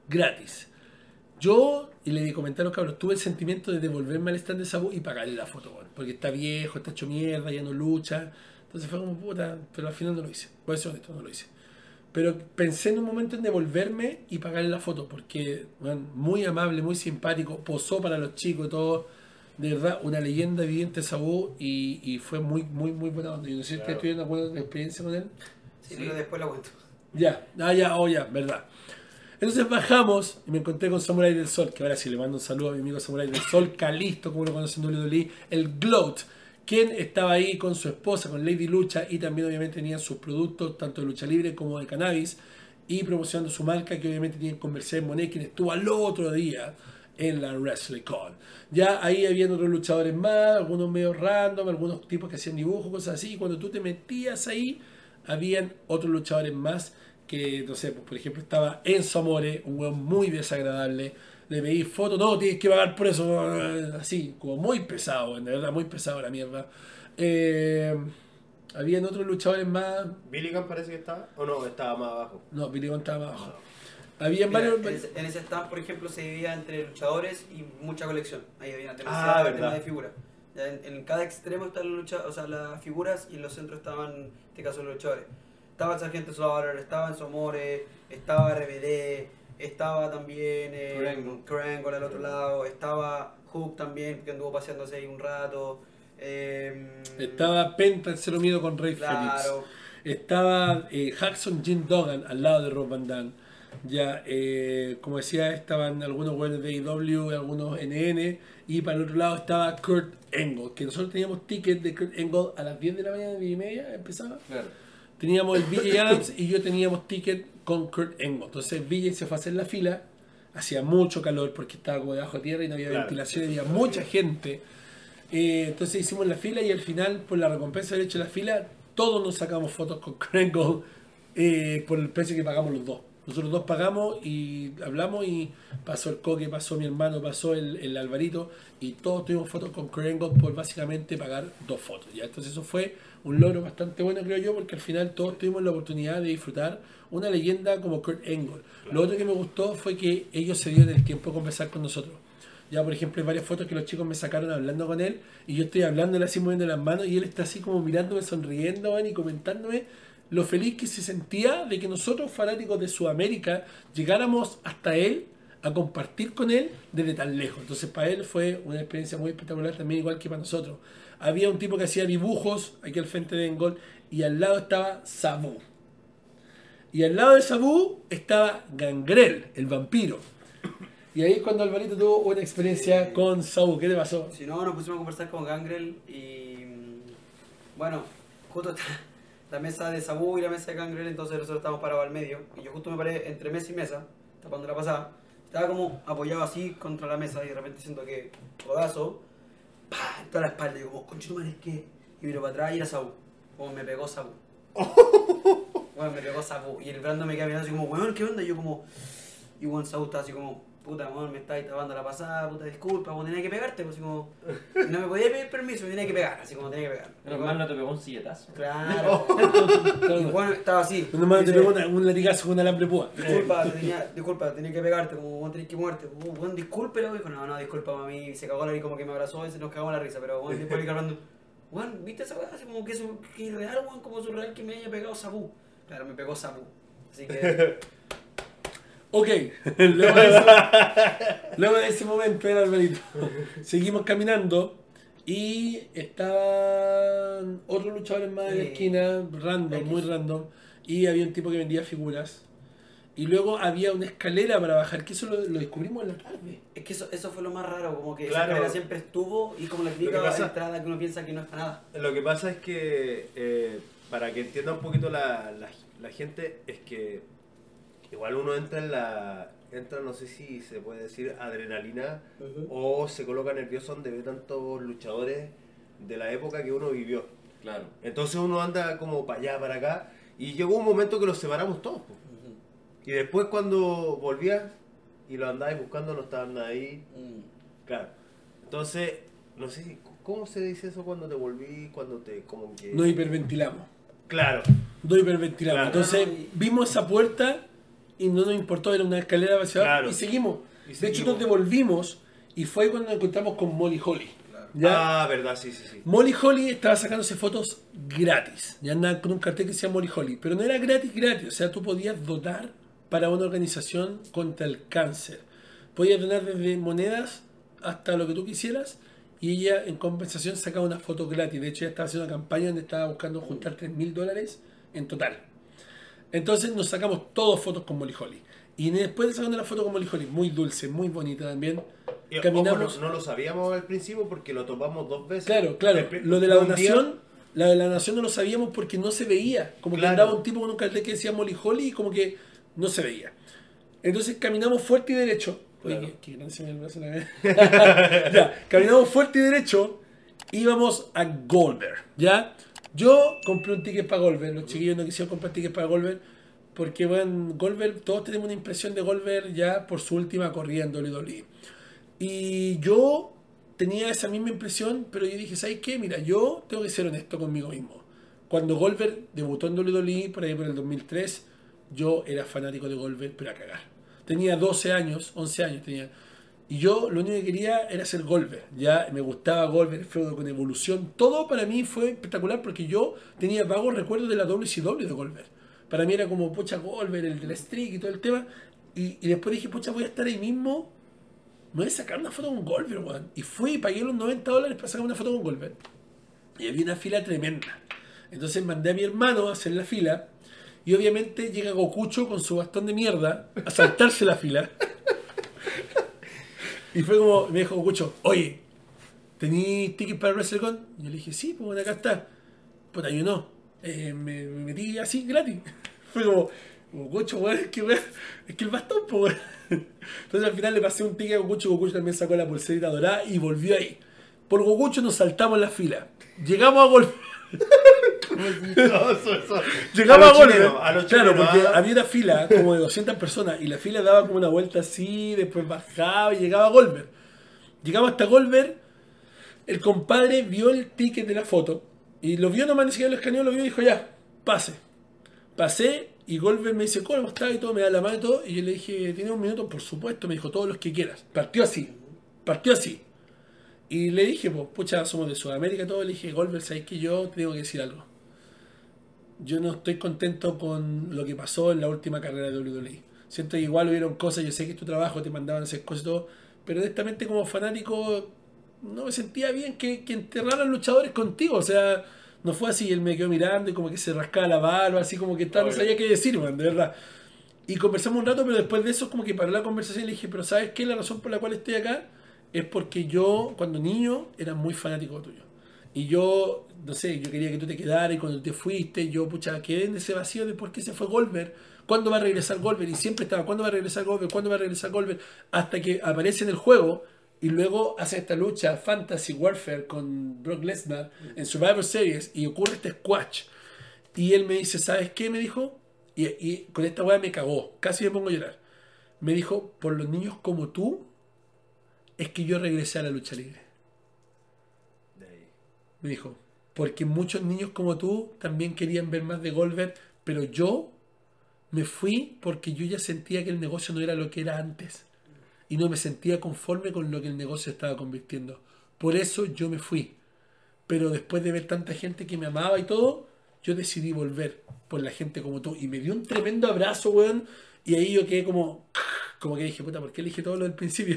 Yo, y le comentaron, cabros, tuve el sentimiento de devolverme al stand de Sabu y pagarle la foto, bueno, porque está viejo, está hecho mierda, ya no lucha. Entonces fue como puta, pero al final no lo hice. Por eso honesto, no lo hice. Pero pensé en un momento en devolverme y pagarle la foto, porque bueno, muy amable, muy simpático, posó para los chicos y todo. De verdad, una leyenda viviente Sabu y fue muy buena onda. Yo no sé si ustedes tuvieron alguna experiencia con él. Sí, pero después la cuento. Ya, verdad. Entonces bajamos y me encontré con Samurai del Sol, que ahora sí le mando un saludo a mi amigo Samurai del Sol, Calisto, como lo conocen en WWE, el Gloat, quien estaba ahí con su esposa, con Lady Lucha, y también obviamente tenían sus productos, tanto de lucha libre como de cannabis, y promocionando su marca, que obviamente tienen con Mercedes Monet, quien estuvo al otro día en la WrestleCon. Ya ahí habían otros luchadores más, algunos medio random, algunos tipos que hacían dibujos, cosas así, y cuando tú te metías ahí, habían otros luchadores más, que no sé, pues, por ejemplo estaba Enzo Amore, un weón muy desagradable, le pedí fotos, no, tienes que pagar por eso, así, como muy pesado, de verdad, muy pesado la mierda. Habían otros luchadores más. ¿Billy Gunn parece que estaba? ¿O no? Estaba más abajo. No, Billy Gunn estaba más abajo. Habían varios. En ese stand, por ejemplo, se dividía entre luchadores y mucha colección. Ahí había demasiada tema de figuras. En cada extremo están las figuras y en los centros estaban, en este caso, los luchadores. Estaba el Sargento Slaughter, estaba Enzo Amore, estaba RBD, estaba también Krangle al otro lado, estaba Hook también, que anduvo paseándose ahí un rato. Estaba Penta en Cero Miedo con Rey Félix. Estaba Jackson Jim Duggan al lado de Rob Van Dam. Ya, como decía, estaban algunos buenos de AEW, algunos NN, y para el otro lado estaba Kurt Angle, que nosotros teníamos ticket de Kurt Angle a las 10 de la mañana, 10 y media, empezaba. Claro. Teníamos el BJ Adams y yo teníamos ticket con Kurt Angle. Entonces BJ se fue a hacer la fila, hacía mucho calor porque estaba como debajo de tierra y no había ventilación, había mucha gente. Entonces hicimos la fila y al final, por la recompensa de haber hecho la fila, todos nos sacamos fotos con Kurt Angle por el precio que pagamos los dos. Nosotros dos pagamos y hablamos y pasó el Coque, pasó mi hermano, pasó el Alvarito y todos tuvimos fotos con Kurt Angle por básicamente pagar 2 fotos. ¿Ya? Entonces eso fue un logro bastante bueno, creo yo, porque al final todos tuvimos la oportunidad de disfrutar una leyenda como Kurt Angle. Claro. Lo otro que me gustó fue que ellos se dieron el tiempo de conversar con nosotros. Ya, por ejemplo, hay varias fotos que los chicos me sacaron hablando con él y yo estoy hablándole así, moviendo las manos y él está así como mirándome, sonriendo, y comentándome lo feliz que se sentía de que nosotros, fanáticos de Sudamérica, llegáramos hasta él a compartir con él desde tan lejos. Entonces para él fue una experiencia muy espectacular también, igual que para nosotros. Había un tipo que hacía dibujos aquí al frente de Engol y al lado estaba Sabu. Y al lado de Sabu estaba Gangrel, el vampiro. Y ahí es cuando Alvarito tuvo una experiencia con Sabu. ¿Qué te pasó? Si no, nos pusimos a conversar con Gangrel y bueno, justo está la mesa de Sabu y la mesa de Gangrel, entonces nosotros estábamos parados al medio y yo justo me paré entre mesa y mesa, tapando la pasada, estaba como apoyado así contra la mesa y de repente siento que codazo, ¡pah! En toda la espalda y como, conchetumare, ¿es qué? Y miro para atrás y era Sabu, como me pegó Sabu. Bueno, me pegó Sabu y el Brando me queda mirando así como, weón, ¿qué onda? Y yo como, y bueno, Sabu estaba así como, puta, weón, me estáis tapando la pasada, puta, disculpa, como tenía que pegarte, pues así como, no me podía pedir permiso, me tenía que pegar, así como tenía que pegar. Pero mal no te pegó un silletazo. Claro. Y bueno, estaba así. No más te pegó un latigazo con un alambre púa. Disculpa, tenía que pegarte, como vos tenés que muerte. Bueno, discúlpelo, dijo, no, disculpa mami, se cagó la risa, como que me abrazó y se nos cagó la risa, pero bueno, después le hablando, bueno, ¿viste esa weá? Así como que es real, weón, como surreal que me haya pegado Sabu. Claro, me pegó Sabu. Así que. Ok, luego de ese momento era Alvarito. Seguimos caminando y estaban otros luchadores más en la esquina, random, muy random, y había un tipo que vendía figuras. Y luego había una escalera para bajar, que eso lo descubrimos en la tarde. Es que eso fue lo más raro, como que Claro. esa escalera siempre estuvo y como la típica entrada que uno piensa que no es para nada. Lo que pasa es que, para que entienda un poquito la gente, es que igual uno entra no sé si se puede decir adrenalina, o se coloca nervioso donde ve tantos luchadores de la época que uno vivió. Claro. Entonces uno anda como para allá, para acá, y llegó un momento que los separamos todos. Po. Y después cuando volvías y lo andabas buscando, no estaban ahí. Claro. Entonces, no sé si, ¿cómo se dice eso cuando te volví, cuando te como que... No hiperventilamos. Claro. No hiperventilamos. Claro. Entonces vimos esa puerta y no nos importó, era una escalera hacia abajo, Claro. y seguimos. Y De hecho nos devolvimos y fue cuando nos encontramos con Molly Holly. ¿Ya? Ah, verdad, sí. Molly Holly estaba sacándose fotos gratis. Ya andaba con un cartel que decía Molly Holly. Pero no era gratis. O sea, tú podías donar para una organización contra el cáncer. Podías donar desde monedas hasta lo que tú quisieras. Y ella, en compensación, sacaba una foto gratis. De hecho, ella estaba haciendo una campaña donde estaba buscando juntar $3,000 en total. Entonces nos sacamos todas fotos con Molly Holly. Y después de sacar la foto con Molly Holly, muy dulce, muy bonita también, caminamos... Ojo, no lo sabíamos al principio porque lo topamos 2 veces. Claro. Lo de la donación, la de la donación no lo sabíamos porque no se veía. Como que andaba un tipo con un cartel que decía Molly Holly y como que no se veía. Entonces caminamos fuerte y derecho. Claro. Oye, qué grande se me el brazo la vez. Ya, caminamos fuerte y derecho. Íbamos a Goldberg, ¿ya? Yo compré un ticket para Goldberg. Los chiquillos no quisieron comprar tickets para Goldberg porque, bueno, Goldberg, todos tenemos una impresión de Goldberg ya por su última corrida en WWE. Y yo tenía esa misma impresión, pero yo dije, ¿sabes qué? Mira, yo tengo que ser honesto conmigo mismo. Cuando Goldberg debutó en WWE, por ahí por el 2003, yo era fanático de Goldberg, pero a cagar. Tenía 12 años, 11 años tenía. Y yo lo único que quería era ser Goldberg. Ya me gustaba Goldberg, el feudo con Evolución. Todo para mí fue espectacular porque yo tenía vagos recuerdos de la WCW de Goldberg. Para mí era como, pucha, Goldberg, el del streak y todo el tema. Y después dije, pucha, voy a estar ahí mismo. Me voy a sacar una foto con Goldberg, weón. Y fui y pagué los $90 para sacar una foto con Goldberg. Y había una fila tremenda. Entonces mandé a mi hermano a hacer la fila. Y obviamente llega Gokucho con su bastón de mierda a saltarse la fila. Y fue como, me dijo Gokucho, oye, ¿tení ticket para WrestleCon? Y yo le dije, sí, pues bueno, acá está. Puta, yo no. Me metí así, gratis. Fue como, Gokucho, weón, es que el bastón, pues weón. Entonces al final le pasé un ticket a Gokucho. Gokucho también sacó la pulserita dorada y volvió ahí. Por Gokucho nos saltamos la fila. Llegamos a golpe. Llegamos a golpe. Claro, porque había una fila como de 200 personas y la fila daba como una vuelta así, después bajaba y llegaba a Goldberg. Llegamos hasta Goldberg, el compadre vio el ticket de la foto y lo vio nomás, ni siquiera lo escaneó, lo vio y dijo ya, pase. Pasé y Goldberg me dice, ¿cómo está? Y todo, me da la mano y todo. Y yo le dije, ¿tiene un minuto? Por supuesto, me dijo, todos los que quieras. Partió así. Y le dije, pues, pucha, somos de Sudamérica y todo. Le dije, Goldberg, ¿sabes que yo te tengo que decir algo? Yo no estoy contento con lo que pasó en la última carrera de WWE. Siento que igual hubieron cosas, yo sé que es tu trabajo, te mandaban a hacer cosas y todo, pero honestamente como fanático no me sentía bien que enterraran luchadores contigo. O sea, no fue así, él me quedó mirando y como que se rascaba la barba, así como que tal, no sabía qué decir, man, de verdad. Y conversamos un rato, pero después de eso como que paró la conversación y le dije, pero ¿sabes qué? La razón por la cual estoy acá es porque yo, cuando niño, era muy fanático tuyo. Y yo, no sé, yo quería que tú te quedaras y cuando te fuiste, yo, pucha, quedé en ese vacío de por qué se fue Goldberg. ¿Cuándo va a regresar Goldberg? Y siempre estaba, ¿cuándo va a regresar Goldberg? ¿Cuándo va a regresar Goldberg? Hasta que aparece en el juego y luego hace esta lucha Fantasy Warfare con Brock Lesnar en Survivor Series y ocurre este squash. Y él me dice, ¿sabes qué? Me dijo, y con esta weá me cagó, casi me pongo a llorar. Me dijo, por los niños como tú, es que yo regresé a la lucha libre. Me dijo, porque muchos niños como tú también querían ver más de Goldberg, pero yo me fui porque yo ya sentía que el negocio no era lo que era antes y no me sentía conforme con lo que el negocio estaba convirtiendo. Por eso yo me fui. Pero después de ver tanta gente que me amaba y todo, yo decidí volver por la gente como tú. Y me dio un tremendo abrazo, weón. Y ahí yo quedé como que dije, puta, ¿por qué elige todo lo del principio?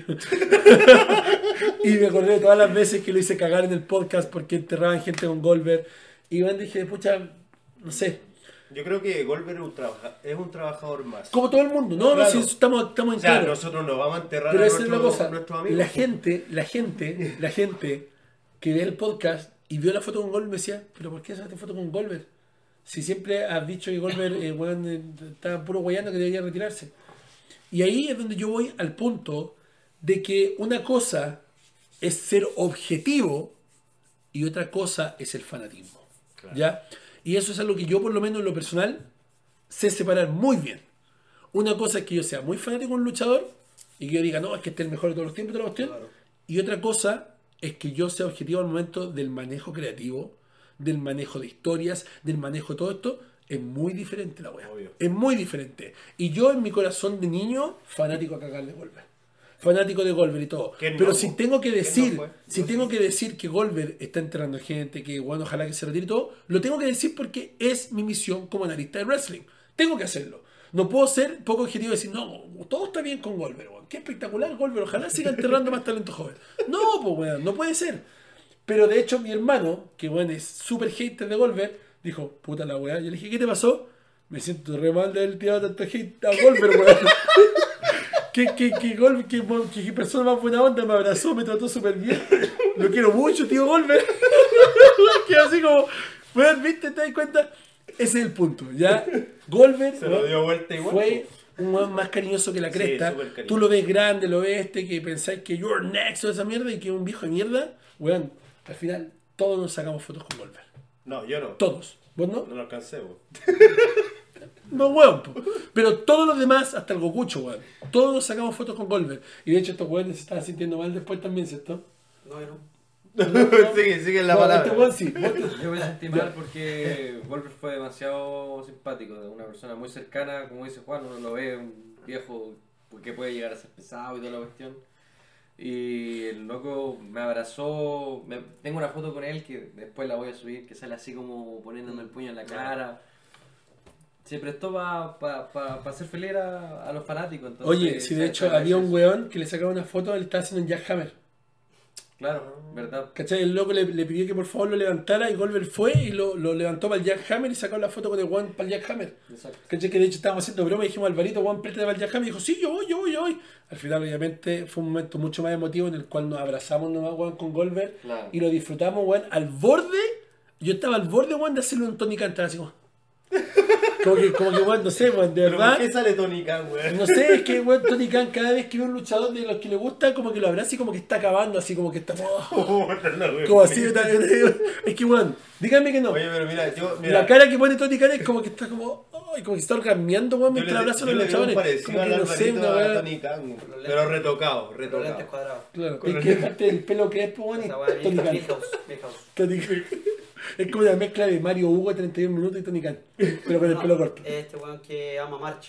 Y me acordé de todas las veces que lo hice cagar en el podcast porque enterraban gente con Goldberg. Y bueno, dije, pucha, no sé. Yo creo que Goldberg es un trabajador más. Como todo el mundo, no, claro. Si estamos en o sea, claro. Nosotros nos vamos a enterrar pero a esa es la cosa. nuestros amigos. La gente que ve el podcast y vio la foto con Goldberg me decía, ¿pero por qué sacaste foto con Goldberg? Si siempre has dicho que Goldberg está puro guayando que debería retirarse. Y ahí es donde yo voy al punto de que una cosa es ser objetivo y otra cosa es el fanatismo. Claro. ¿Ya? Y eso es algo que yo, por lo menos en lo personal, sé separar muy bien. Una cosa es que yo sea muy fanático de un luchador y que yo diga, no, es que este es el mejor de todos los tiempos, toda la cuestión. Claro. Y otra cosa es que yo sea objetivo al momento del manejo creativo, del manejo de historias, del manejo de todo esto. Es muy diferente la wea. Obvio. Es muy diferente. Y yo en mi corazón de niño, fanático a cagar de Goldberg. Fanático de Goldberg y todo. Pero si tengo que decir, que decir que Goldberg está enterrando gente, que bueno, ojalá que se retire y todo, lo tengo que decir porque es mi misión como analista de wrestling. Tengo que hacerlo. No puedo ser poco objetivo y decir, no, todo está bien con Goldberg, weón. Qué espectacular Goldberg, ojalá siga enterrando más talento joven. No, pues weón, no puede ser. Pero de hecho mi hermano, que bueno, es súper hater de Goldberg, dijo, puta la weá. Yo le dije, ¿qué te pasó? Me siento re mal de haber tirado tanto hate a Goldberg, weón. ¿Qué persona más buena onda me abrazó, me trató súper bien. Lo quiero mucho, tío Goldberg. Quedó así como, weón, ¿viste? ¿Te das cuenta? Ese es el punto, ¿ya? Goldberg se lo dio vuelta igual. Fue un weón más cariñoso que la cresta. Sí, tú lo ves grande, lo ves que pensáis que you're next o esa mierda y que es un viejo de mierda. Weón, al final todos nos sacamos fotos con Goldberg. No, yo no. Todos. ¿Vos no? No lo alcancé, vos. No, weón. Pero todos los demás, hasta el Gokucho, weón. Todos nos sacamos fotos con Goldberg. Y de hecho estos weones se estaban sintiendo mal después también, ¿cierto? No, yo no. Sigue la palabra. Este weón sí. Yo me sentí mal porque Goldberg fue demasiado simpático. Una persona muy cercana, como dice Juan, uno lo ve, un viejo que puede llegar a ser pesado y toda la cuestión. Y el loco me abrazó, tengo una foto con él que después la voy a subir, que sale así como poniéndome el puño en la cara. Se prestó para hacer feliz a los fanáticos. Entonces, oye, si de hecho había un weón que le sacaba una foto, él estaba haciendo un jackhammer. Claro, verdad. ¿Cachai? El loco le pidió que por favor lo levantara y Goldberg fue y lo levantó para el Jackhammer y sacó la foto con el Juan para el Jackhammer. Exacto. ¿Cachai? Que de hecho estábamos haciendo broma y dijimos, Alvarito, Juan, préstame para el Jackhammer. Y dijo, sí, yo voy. Al final, obviamente, fue un momento mucho más emotivo en el cual nos abrazamos nomás, Juan, con Goldberg Claro. y lo disfrutamos, Juan, al borde. Yo estaba al borde, Juan, de hacerle un Tony Khan, estaba así como que, Juan, no sé, Juan, de ¿Pero verdad. por qué sale Tony Khan, weón? No sé, es que weón, Tony Khan cada vez que ve un luchador de los que le gusta, como que lo abraza y como que está acabando, así como que está. Como así, es que weón, díganme que no. Oye, pero mira, La cara que pone Tony Khan es como que está como. Ay, como que está orgasmeando, weón, mientras abraza a los yo le veo un luchadores. parecido Como que al no sé, Alvarito una a weá. Tony Khan, pero retocado. Los lentes cuadrados. Claro, es que dejaste el pelo crespo, weón, y Esa weá Tony Khan. Milhouse. Tony Khan. Es como una mezcla de Mario Hugo de 31 minutos y Tony Khan, pero con el pelo corto. Este weón que ama March.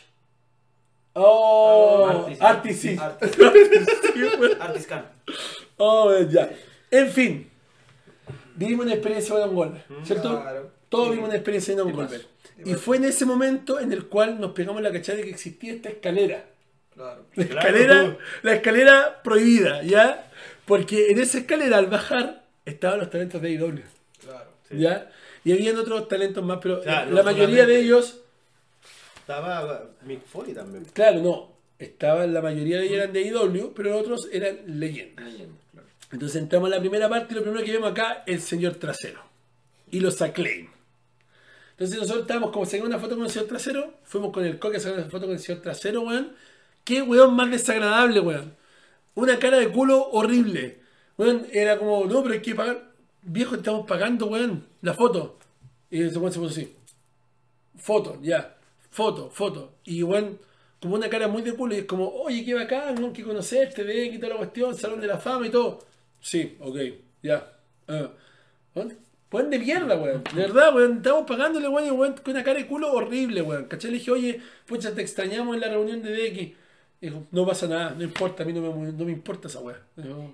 Oh, Artis. Artis, sí. Artis Khan. Oh, ya. En fin, vivimos una experiencia con Don Goldberg, ¿cierto? Claro. Todos vivimos una experiencia con Don Goldberg. Y fue en ese momento en el cual nos pegamos la cachada de que existía esta escalera. Claro. La escalera prohibida, ¿ya? Porque en esa escalera al bajar estaban los talentos de AEW, Claro. Sí. ¿ya? Y habían otros talentos más, pero O sea, no la mayoría solamente- de ellos, Estaba Mick Foley también. claro, no, la mayoría de ellos eran de AEW, pero otros eran leyendas. Leyenda, claro. Entonces entramos a la primera parte y lo primero que vemos acá es el señor Trasero y los Acclaim. Entonces nosotros estábamos como sacando una foto con el señor Trasero, fuimos con el Coque a sacar una foto con el señor Trasero, weón. Qué weón más desagradable, weón. Una cara de culo horrible. Weón, era como, no, pero hay que pagar. Viejo, estamos pagando, weón, la foto. Y ese weón se puso así. Foto, ya. Foto. Y weón, como una cara muy de culo y es como, oye, qué bacán, ¿no? Que conocerte, de que toda la cuestión, Salón de la Fama y todo. Sí, ok, ya. Weón de mierda, weón. De verdad, weón. Estamos pagándole, weón, y weón con una cara de culo horrible, weón. ¿Cachai? Le dije, oye, pucha, te extrañamos en la reunión de DX. Dijo, no pasa nada, no importa, a mí no me importa esa weón.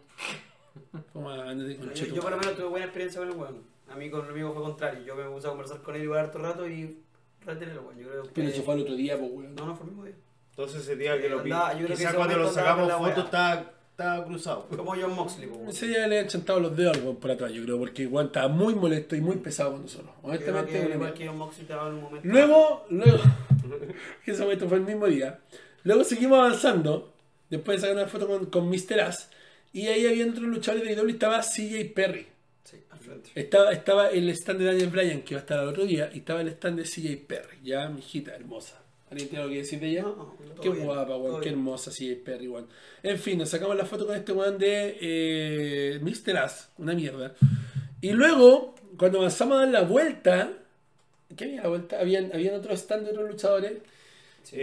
Yo por lo menos tuve buena experiencia con el weón. A mí con el amigo fue contrario. Yo me puse a conversar con él igual harto rato y retener el weón. Yo creo que. Pero eso fue el otro día, pues, weón. No, fue el mismo día. Entonces ese día que lo vi, Andaba- yo creo que quizás ese cuando lo momento sacamos andaba con la fotos estaba cruzado. Como John Moxley, po, weón. Ese día le han chantado los dedos al weón por atrás, yo creo, porque weón estaba muy molesto y muy pesado con nosotros. Yo creo Honestamente, que weón, igual que John Moxley te daba en un momento. Luego, que ese momento fue el mismo día. Luego seguimos avanzando, después de sacar una foto con Mr. Ass, y ahí había otros luchadores de IW y estaba CJ Perry. Sí, al frente. Estaba el stand de Daniel Bryan, que iba a estar al otro día, y estaba el stand de CJ Perry, ya, mi hijita hermosa. ¿Alguien tiene algo que decir de ella? No, Qué todo bien, guapa, weón, todo qué bien. hermosa CJ Perry, weón. En fin, nos sacamos la foto con este weón de Mr. Ass, una mierda. Y luego, cuando avanzamos a dar la vuelta, ¿qué había a la vuelta? Habían otros stand de otros luchadores. Sí.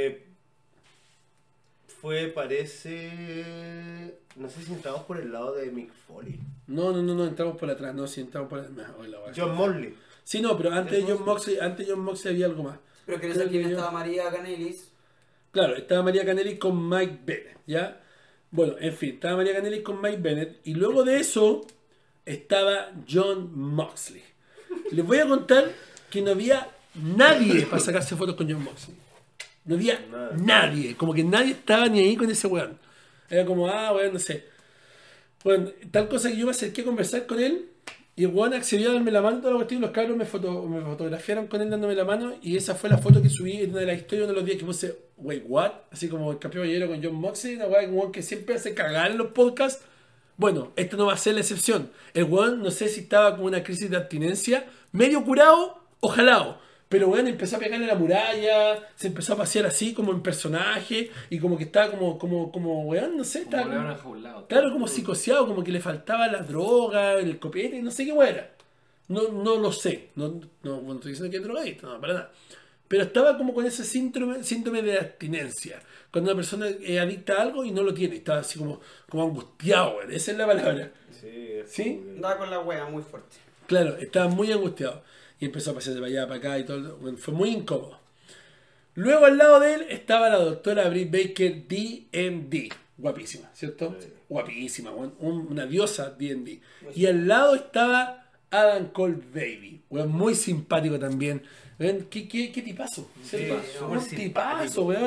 Parece. No sé si entramos por el lado de Mick Foley. No, entramos por atrás, no, sí, entramos por atrás. John Morley. Sí, no, pero antes de John Moxley había algo más. Pero que no Creo sé quién que yo- estaba María Canelis. Claro, estaba María Canelli con Mike Bennett, ¿ya? Bueno, en fin, estaba María Canelli con Mike Bennett y luego de eso estaba John Moxley. Les voy a contar que no había nadie para sacarse fotos con John Moxley. No había nadie, como que nadie estaba ni ahí con ese weón. Era como, weón, no sé. Bueno, tal cosa que yo me acerqué a conversar con él y el weón accedió a darme la mano, toda la cuestión, y los cabros me fotografiaron con él dándome la mano y esa fue la foto que subí en una de las historias, uno de los días que puse, wait, what? Así como el campeón ballero con John Moxley, una weón que siempre hace cagar en los podcasts. Bueno, esto no va a ser la excepción. El weón, no sé si estaba con una crisis de abstinencia, medio curado o jalado. Pero weón empezó a pegarle a la muralla, se empezó a pasear así como en personaje y como que estaba como weón, no sé, estaba Como león como, enjaulado. claro, como psicoseado, como que le faltaba la droga, el copete, no sé qué weón era. No lo sé, no estoy diciendo que es drogadicto, no, para nada. Pero estaba como con ese síndrome de abstinencia. Cuando una persona es adicta a algo y no lo tiene, estaba así como angustiado, weón, esa es la palabra. Sí, ¿Sí? Andaba con la wea muy fuerte. Claro, estaba muy angustiado. Y empezó a pasearse para allá, para acá y todo. Bueno, fue muy incómodo. Luego al lado de él estaba la doctora Britt Baker, DMD. Guapísima, ¿cierto? Sí. Guapísima, una diosa DMD. Y al lado estaba Adam Cole Baby. Weón, muy simpático también. Weón, ¿qué tipazo? ¿Cierto? súper Un tipazo, simpático. weón.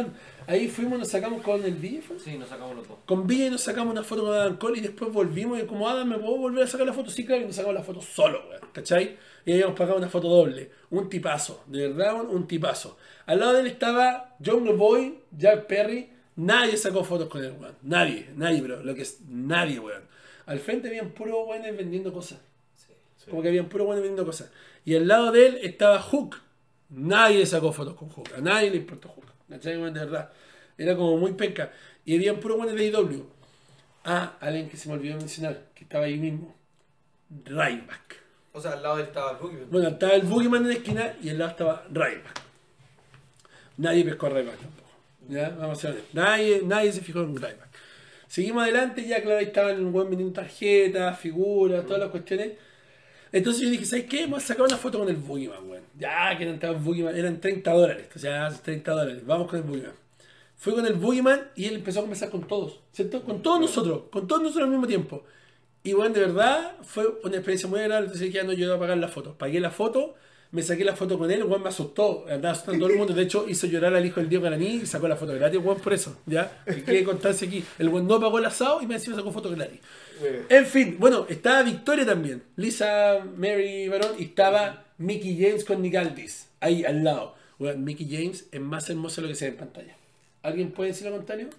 Ahí fuimos, nos sacamos con el DJ, ¿fue? Sí, nos sacamos los dos. Con Villa nos sacamos una foto con Adam Cole y después volvimos y como Adam, ¿me puedo volver a sacar la foto? Sí, claro, y nos sacamos la foto solo, weón, ¿cachai? Y habíamos pagado una foto doble. Un tipazo, de verdad, un tipazo. Al lado de él estaba John Boy, Jack Perry. Nadie sacó fotos con él, weón. Nadie, bro. Lo que es nadie, weón. Al frente habían puros weones vendiendo cosas. Sí. Como que habían puros weones vendiendo cosas. Y al lado de él estaba Hook. Nadie sacó fotos con Hook. A nadie le importó Hook. ¿Cachai, weón? De verdad. Era como muy penca. Y habían puros weones de IW. Ah, alguien que se me olvidó mencionar, que estaba ahí mismo. Ryback. O sea, al lado de él estaba el Boogeyman. Bueno, estaba el Boogeyman en la esquina y al lado estaba Ryback. Nadie pescó a Ryback tampoco. ¿Ya? Vamos a ser honestos. Nadie se fijó en Ryback. Seguimos adelante, ya claro, ahí estaban el buen vendiendo tarjetas, figuras, todas las cuestiones. Entonces yo dije, ¿sabes qué? Vamos a sacar una foto con el Boogeyman, weón. Ya que eran Boogeyman, eran $30. O sea, $30. Vamos con el Boogeyman. Fui con el Boogeyman y él empezó a conversar con todos, ¿cierto? Con todos nosotros al mismo tiempo. Y bueno, de verdad, fue una experiencia muy agradable. Entonces ya no ayudó a pagar la foto. Pagué la foto, me saqué la foto con él, el weón me asustó. Andaba asustando a todo el mundo. De hecho, hizo llorar al hijo del Diego Caraní y sacó la foto gratis, weón, por eso. ¿Ya? Que quede constancia aquí. El weón no pagó el asado y me encima sacó foto gratis. En fin, bueno, estaba Victoria también. Lisa Mary Barón y estaba Mickey James con Nick Aldis. Ahí al lado. Weón, Mickey James es más hermoso de lo que se ve en pantalla. ¿Alguien puede decir lo contrario?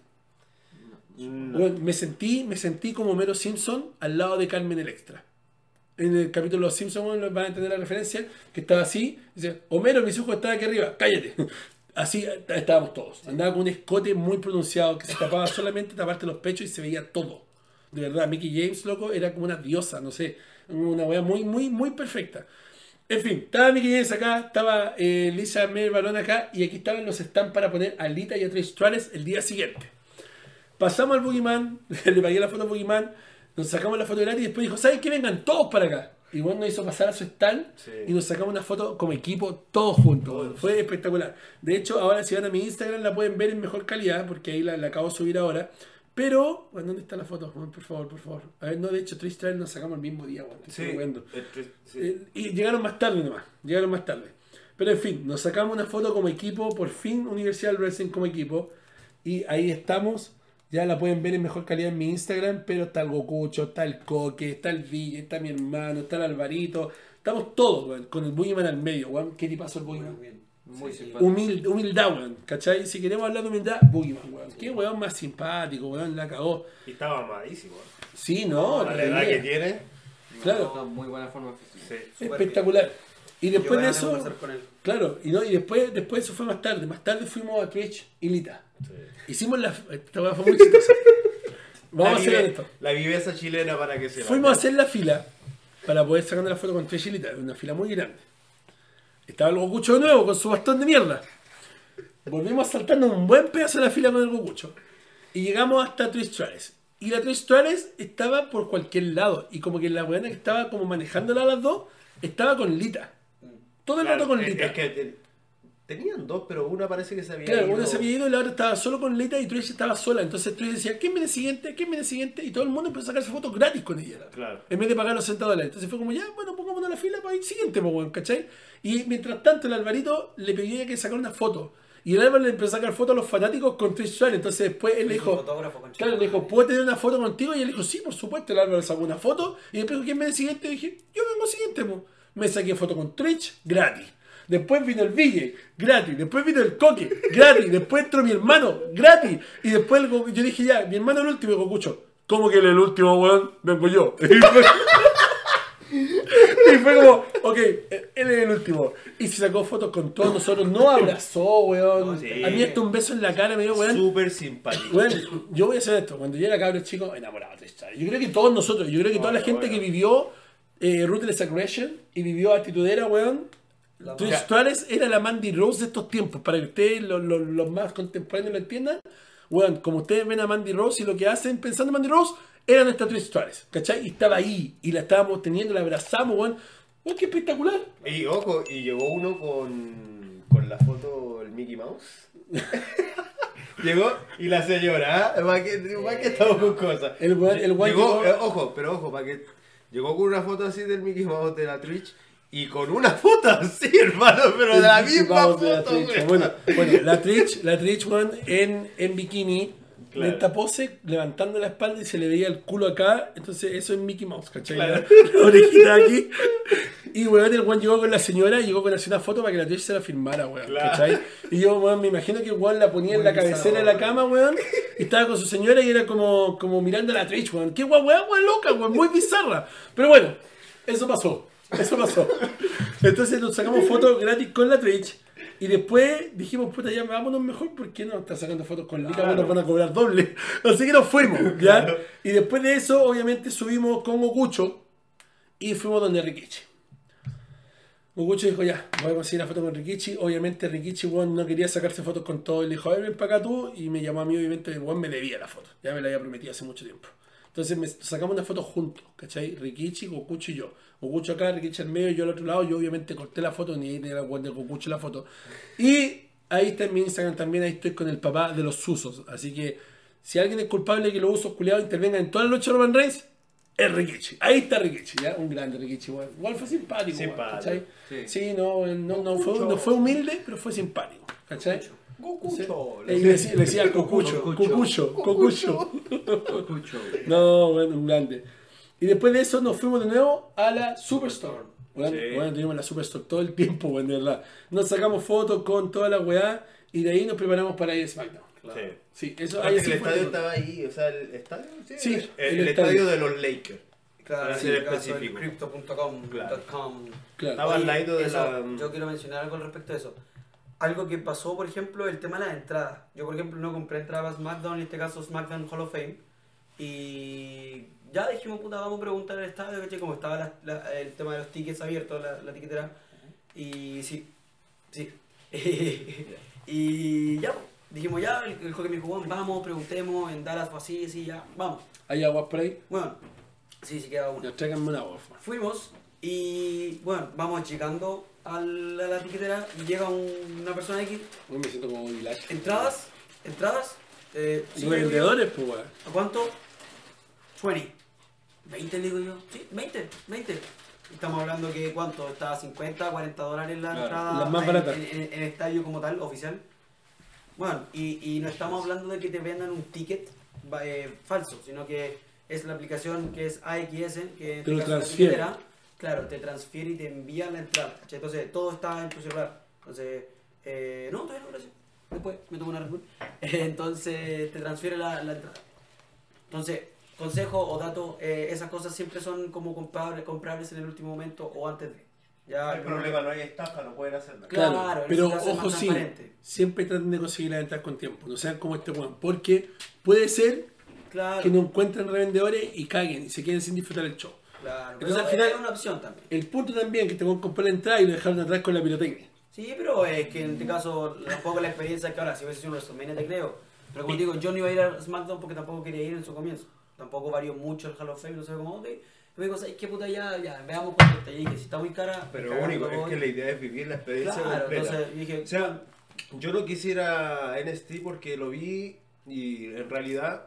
No. Bueno, me sentí como Homero Simpson al lado de Carmen el Extra. En el capítulo de Los Simpsons van a entender la referencia, que estaba así, dice, Homero, mis ojos están aquí arriba, cállate. Así estábamos todos. Andaba con un escote muy pronunciado que se tapaba solamente taparte los pechos y se veía todo. De verdad, Mickey James, loco, era como una diosa, no sé, una wea muy perfecta. En fin, estaba Mickey James acá, estaba Lisa Mary Barón acá, y aquí estaban los stands para poner a Lita y a Trish Stratus el día siguiente. Pasamos al Boogeyman, le pagué la foto al Boogeyman, nos sacamos la foto gratis y después dijo, ¿saben qué? Vengan todos para acá. Y bueno, nos hizo pasar a su stand y nos sacamos una foto como equipo todos juntos. Bueno, fue espectacular. De hecho, ahora si van a mi Instagram la pueden ver en mejor calidad porque ahí la acabo de subir ahora. Pero, bueno, ¿dónde está la foto? Bueno, por favor. A ver, no, de hecho, Trish Stratus nos sacamos el mismo día. Bueno, y llegaron más tarde nomás. Pero en fin, nos sacamos una foto como equipo, por fin Universal Wrestling como equipo. Y ahí estamos. Ya la pueden ver en mejor calidad en mi Instagram, pero está el Gokucho, está el Coque, está el Villa, está mi hermano, está el Alvarito. Estamos todos, weón, con el Boogeyman al medio, weón. ¿Qué tipazo el Boogeyman? Muy simpático. Humildad, weón, ¿cachai? Si queremos hablar de humildad, Boogeyman, weón. Qué weón más simpático, weón, la cagó. Y estaba amadísimo. Sí, no, A la edad que tiene. Claro. Está en muy buena forma física. Sí. Espectacular. Y después de eso, Con él. claro, y después de eso fue más tarde. Más tarde fuimos a Twitch y Lita. Sí. Hicimos esta weá fue muy chistosa. Vamos a hacer esto. La viveza chilena para que se Fuimos a hacer la fila para poder sacar la foto con Twitch y Lita. Una fila muy grande. Estaba el Gokucho de nuevo con su bastón de mierda. Volvimos saltando un buen pedazo de la fila con el Gokucho. Y llegamos hasta Trish Stratus. Y la Trish Stratus estaba por cualquier lado. Y como que la weá que estaba como manejándola a las dos, estaba con Lita. Todo el rato con Lita. Es que tenían dos, pero una parece que se había Claro, ido. una se había ido y la otra estaba solo con Lita y Trish estaba sola. Entonces Trish decía, ¿quién viene siguiente? ¿Quién viene siguiente? Y todo el mundo empezó a sacarse fotos gratis con ella. Claro. En vez de pagar los $60. Entonces fue como, ya, bueno, pongámonos a la fila para ir siguiente, pues, bueno, ¿cachai? Y mientras tanto el Alvarito le pidió que sacara una foto. Y el Álvaro le empezó a sacar fotos a los fanáticos con Trish Stratus. Entonces después él le dijo, Fotógrafo con claro, le dijo, ¿puedo tener una foto contigo? Y él dijo, sí, por supuesto. El Álvaro sacó una foto. Y después dijo, ¿quién viene siguiente? Y dije, yo vengo siguiente, pues. Me saqué foto con Trish, gratis. Después vino el Ville, gratis. Después vino el Coque, gratis. Después entró mi hermano, gratis. Y después yo dije, ya, mi hermano el último, Gokucho. ¿Cómo que él el último, weón? Vengo yo. Y fue como, ok, él es el último. Y se sacó fotos con todos nosotros. No abrazó, weón. No, sí. A mí hasta un beso en la cara me dio, weón. Súper simpático. Weón, yo voy a hacer esto. Cuando yo era cabro chico, enamorado de Trish. Yo creo que todos nosotros, yo creo que toda la gente que vivió Ruthless Aggression y vivió Actitudera, weón. Trish Stratus era la Mandy Rose de estos tiempos. Para que ustedes, los más contemporáneos, lo entiendan. Weón, como ustedes ven a Mandy Rose y lo que hacen pensando en Mandy Rose, era nuestra Trish Stratus, ¿cachai? Y estaba ahí, y la estábamos teniendo, la abrazamos, weón. Weón, qué espectacular. Y ojo, y llegó uno con la foto del Mickey Mouse. Llegó y la señora, ¿para qué estamos con cosas? El weón llegó, llegó- ojo, para que llegó con una foto así del Mickey Mouse de la Twitch Y con una foto así, hermano, pero de la misma Vamos de la foto, Twitch. güey. Bueno, la Twitch, weón, en bikini, Claro. en esta pose, levantando la espalda y se le veía el culo acá. Entonces, eso es Mickey Mouse, ¿cachai? Claro. La orejita aquí. Y, weón, el weón llegó con la señora y llegó con hacer una foto para que la Twitch se la firmara, weón, Claro. ¿cachai? Y yo, weón, me imagino que el weón la ponía en Muy la cabecera de la bizarro, cama, weón, y estaba con su señora y era como mirando a la Twitch, weón. Qué weón loca, weón, muy bizarra. Pero bueno, eso pasó. Entonces nos sacamos fotos gratis con la Twitch. Y después dijimos, puta, ya vámonos mejor, porque no está sacando fotos con Lica, Claro. nos van a cobrar doble. Así que nos fuimos, ¿ya? Claro. Y después de eso, obviamente, subimos con Gokucho y fuimos donde Rikichi. Gokucho dijo, ya, voy a conseguir la foto con Rikichi. Obviamente Rikichi, weón, no quería sacarse fotos con todo. Y le dijo, a ver, ven para acá tú. Y me llamó a mí, obviamente, el weón me debía la foto. Ya me la había prometido hace mucho tiempo. Entonces sacamos una foto juntos, ¿cachai? Rikichi, Gokucho y yo. Gokucho acá, Rikichi al medio y yo al otro lado. Yo obviamente corté la foto, ni ahí tenía el weón de Gokucho la foto. Y ahí está en mi Instagram también, ahí estoy con el papá de los usos. Así que si alguien es culpable de que los usos culiados intervengan en toda la lucha de Roman Reigns, es Rikichi. Ahí está Rikichi, ¿ya? Un grande Rikichi, weón. Igual fue simpático, weón, Simpático. ¿cachai? Sí. Sí, no fue humilde, pero fue simpático, ¿cachai? Gokucho. Y le decía Cocucho. Escucho. No, bueno, un grande. Y después de eso nos fuimos de nuevo a la Superstore. Bueno, Sí. bueno, tuvimos la Superstore todo el tiempo, bueno, de verdad. Nos sacamos fotos con toda la weá y de ahí nos preparamos para ir a SmackDown. Sí. Sí, eso Aparte ahí que sí el fue. estadio estaba ahí, o sea, el estadio. Sí, el el estadio estadio. de los Lakers. Claro, Para en ser este caso, el específico. Crypto.com. Claro. Claro. Estaba al lado de Eso, la. Yo quiero mencionar algo al respecto de eso. Algo que pasó, por ejemplo, el tema de las entradas. Yo, por ejemplo, no compré entradas a SmackDown, en este caso SmackDown Hall of Fame. Y ya dijimos, puta, vamos a preguntar al estadio, ¿cachai? Como estaba el tema de los tickets abiertos, la tiquetera. Y sí. Y ya, pues, dijimos, ya, el Hockey me jugó, vamos, preguntemos, en Dallas fue así, ya, vamos. ¿Hay agua por ahí? Bueno, sí, queda una. Ya, tráiganme un agua, por favor. Fuimos y bueno, vamos llegando a la tiquetera y llega una persona aquí. Hoy me siento como village. Entradas. Sí, Vendedores, pues, weón. ¿A cuánto? 20. 20 le digo yo. Sí, 20. Estamos hablando que cuánto, estaba 50, 40 dólares la Claro, entrada las más baratas. en estadio como tal, oficial. Bueno, y no estamos hablando de que te vendan un ticket falso, sino que es la aplicación que es AXS, que en Te lo este caso es la transfiere. tiquetera. Claro, te transfiere y te envía la entrada. ¿Cachai? Entonces todo está en tu celular. Entonces, no, todavía no, gracias. Después me tomo una Red Bull. Entonces te transfiere la entrada. Entonces, consejo o dato, esas cosas siempre son como comprables en el último momento o antes de. Ya, No hay problema, no hay estafa, no pueden hacer nada. Claro, en pero ese caso es ojo más sí, transparente. siempre traten de conseguir las entradas con tiempo, no sean como este weón, porque puede ser Claro, que no encuentren revendedores y caguen y se queden sin disfrutar el show. claro. Entonces, Pero al final- es una opción también. El punto también que te van a comprar la entrada y lo dejaron atrás con la pirotecnia. Sí, pero es que en este caso tampoco la experiencia que ahora, si hubiese sido un WrestleMania te creo. Pero como digo, yo no iba a ir a SmackDown porque tampoco quería ir en su comienzo. Tampoco varió mucho el Hall of Fame, no sé cómo, ok. Y me digo, ¿sabes qué puta? Ya, veamos cuánto está. Y dije, si está muy cara, Pero cagando único, es voy. que la idea es vivir la experiencia Claro, completa. entonces dije, O sea, yo no quisiera NXT porque lo vi y en realidad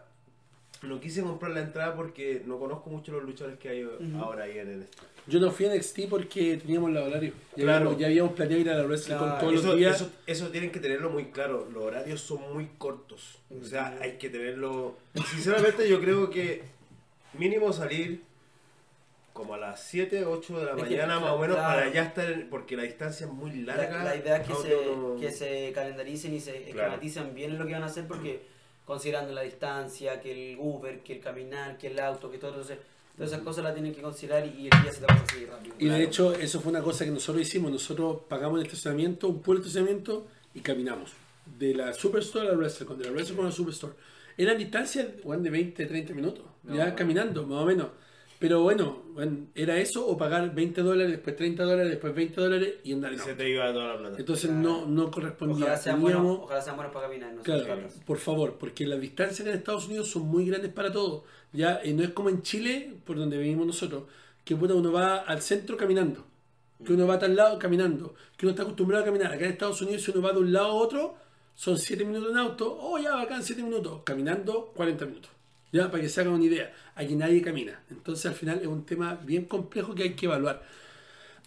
no quise comprar la entrada porque no conozco mucho los luchadores que hay ahora ahí en NXT. Yo no fui a NXT porque teníamos el horario. Claro. Ya habíamos planeado ir a la wrestling Claro. con todos los Eso, días. eso tienen que tenerlo muy claro. Los horarios son muy cortos. O sea, hay que tenerlo. Sinceramente, yo creo que mínimo salir como a las 7, 8 de la Es que, mañana, más o menos, claro. para ya estar. Porque la distancia es muy larga. La idea es que, aunque uno- que se calendaricen y se Claro. esquematicen bien en lo que van a hacer porque considerando la distancia, que el Uber, que el caminar, que el auto, que todo, entonces, todas esas cosas las tienen que considerar y el día se te pasa así rápido. Y de hecho, eso fue una cosa que nosotros hicimos. Nosotros pagamos el estacionamiento, un puro estacionamiento, y caminamos. De la Superstore a la WrestleCon, de la WrestleCon a la Superstore. Eran distancias de 20, 30 minutos, No, ya bueno. caminando, más o menos. Pero bueno, era eso o pagar $20, después $30, después $20 y andar Y en se auto. te iba toda la plata. Entonces Claro. no correspondía. Ojalá sean Teníamos- buenos para caminar, no Claro, sean patas. por favor, porque las distancias en Estados Unidos son muy grandes para todos. Ya no es como en Chile, por donde vivimos nosotros, que puta, uno va al centro caminando, que uno va a tal lado caminando, que uno está acostumbrado a caminar. Acá en Estados Unidos, si uno va de un lado a otro, son 7 minutos en auto, ya acá en 7 minutos, caminando 40 minutos. Ya, para que se hagan una idea, aquí nadie camina. Entonces al final es un tema bien complejo que hay que evaluar.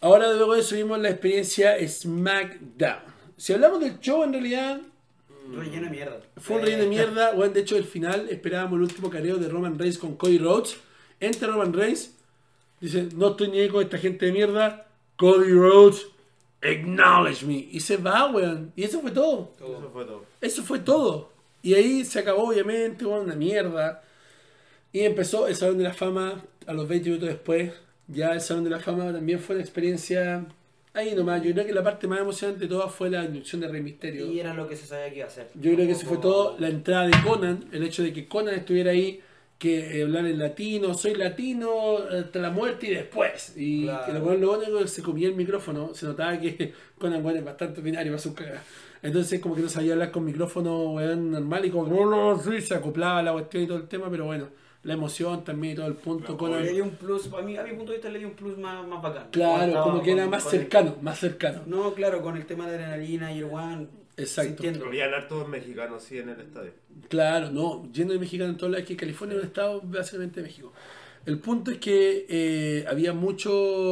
Ahora luego de eso vimos la experiencia SmackDown. Si hablamos del show, en realidad Relleno de mierda. fue un relleno de mierda. Bueno, de hecho, el final esperábamos el último careo de Roman Reigns con Cody Rhodes. Entra Roman Reigns, dice, no estoy ni ahí con esta gente de mierda. Cody Rhodes, acknowledge me. Y se va, weón. Y eso fue todo. Eso fue todo. Eso fue todo. Y ahí se acabó, obviamente, weón, una mierda. Y empezó el Salón de la Fama a los 20 minutos después. Ya el Salón de la Fama también fue una experiencia ahí nomás. Yo creo que la parte más emocionante de todas fue la inducción de Rey Mysterio. Y era lo que se sabía que iba a hacer. Yo creo que eso fue todo. La entrada de Conan, el hecho de que Conan estuviera ahí, que hablar en latino, soy latino hasta la muerte y después. Y Claro. que lo único que se comía el micrófono, se notaba que Conan, bueno, es bastante ordinario, va a su caga. Entonces como que no sabía hablar con micrófono, weón, normal, y como que sí, se acoplaba la cuestión y todo el tema, pero bueno, la emoción también y todo el punto. Conan, Le dio un plus, a mi punto de vista le dio un plus más bacán. claro, Estaba como que era con- más con el- cercano, más cercano. No, claro, con el tema de adrenalina y el one. Exacto. Sintiendo. Habían hartos mexicanos, sí, en el estadio. Claro, no, lleno de mexicanos en todos lados, que California es un estado básicamente de México. El punto es que había mucha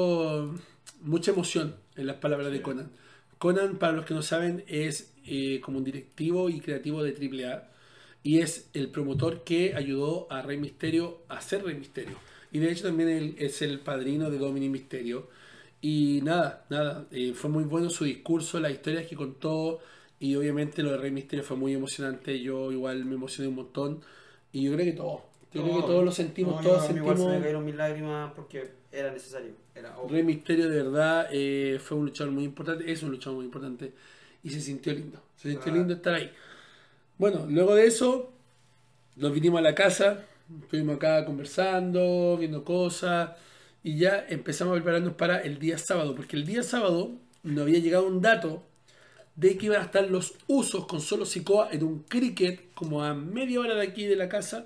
emoción en las palabras de Conan. Conan, para los que no saben, es como un directivo y creativo de AAA y es el promotor que ayudó a Rey Mysterio a ser Rey Mysterio. Y de hecho también él es el padrino de Dominic Mysterio. Y nada, fue muy bueno su discurso, las historias que contó. Y obviamente lo de Rey Mysterio fue muy emocionante. Yo igual me emocioné un montón. Y yo creo que todos. Yo creo que todos lo sentimos, No, todos a mí igual se me sentimos. cayeron mis lágrimas porque era necesario. Era obvio. Rey Mysterio de verdad fue un luchador muy importante. Es un luchador muy importante. Y se sintió lindo. Se sintió Ah. lindo estar ahí. Bueno, luego de eso, nos vinimos a la casa. Estuvimos acá conversando, viendo cosas. Y ya empezamos a prepararnos para el día sábado. Porque el día sábado nos había llegado un dato de que iban a estar los Usos con Solo Sikoa en un cricket como a media hora de aquí de la casa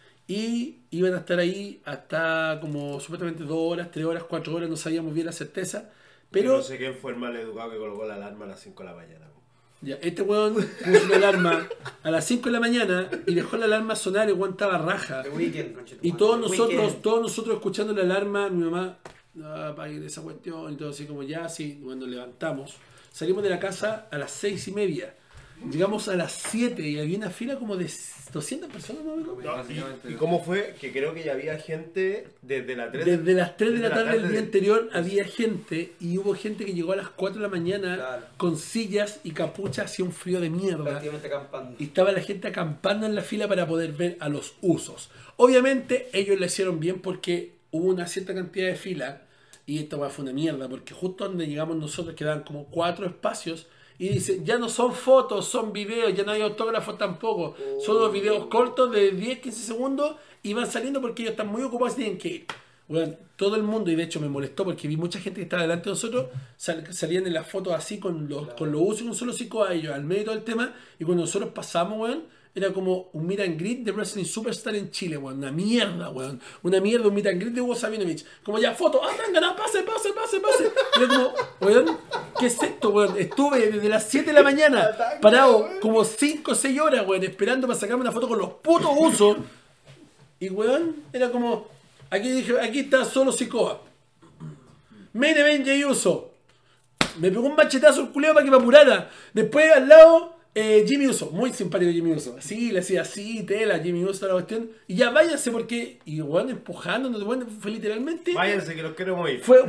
y iban a estar ahí hasta como supuestamente 2 horas, 3 horas, 4 horas, no sabíamos bien la certeza, Pero pero no sé quién fue el mal educado que colocó la alarma a las 5 de la mañana. Po. ya, este weón puso una alarma a las 5 de la mañana y dejó la alarma sonar y el weón estaba raja. The Weeknd, conchetumare. Y todos The nosotros, Weeknd. escuchando la alarma, mi mamá, apaguen esa cuestión y todo así como ya, así, cuando levantamos. Salimos de la casa a las 6:30. Llegamos a las 7 y había una fila como de 200 personas, ¿no, amigo? No, Básicamente. ¿Y cómo fue? Que creo que ya había gente desde la 3 Desde las 3 de la tarde del día de- anterior había gente y hubo gente que llegó a las 4 de la mañana Claro. con sillas y capuchas, hacía un frío de mierda. Prácticamente acampando. Y estaba la gente acampando en la fila para poder ver a los Usos. Obviamente ellos lo hicieron bien porque hubo una cierta cantidad de fila y esta weá fue una mierda porque justo donde llegamos nosotros quedaban como 4 espacios y dice, ya no son fotos, son videos, ya no hay autógrafos tampoco. Son los videos cortos de 10-15 segundos y van saliendo porque ellos están muy ocupados y tienen que ir. Bueno, todo el mundo, y de hecho me molestó porque vi mucha gente que estaba delante de nosotros, salían en las fotos así con los Usos y con Solo Sikoa a ellos, al medio de todo el tema, y cuando nosotros pasamos, weón, era como un meet and greet de Wrestling Superstar en Chile, weón, una mierda, weón, una mierda, un meet and greet de Hugo Sabinovich, como ya, foto, tangana, pase, y era como, weón, ¿qué es esto, weón? Estuve desde las 7 de la mañana parado como 5 o 6 horas, weón, esperando para sacarme una foto con los putos Usos, y weón, era como, aquí dije, aquí está Solo Sikoa. Main event Jey Uso. Me pegó un machetazo el culeo para que me apurara. Después al lado, Jimmy Uso. Muy simpático Jimmy Uso. Así, le hacía así, tela, Jimmy Uso, la cuestión. Y ya váyanse porque, y bueno, empujando, bueno, fue literalmente. Váyanse que los queremos ir. Fue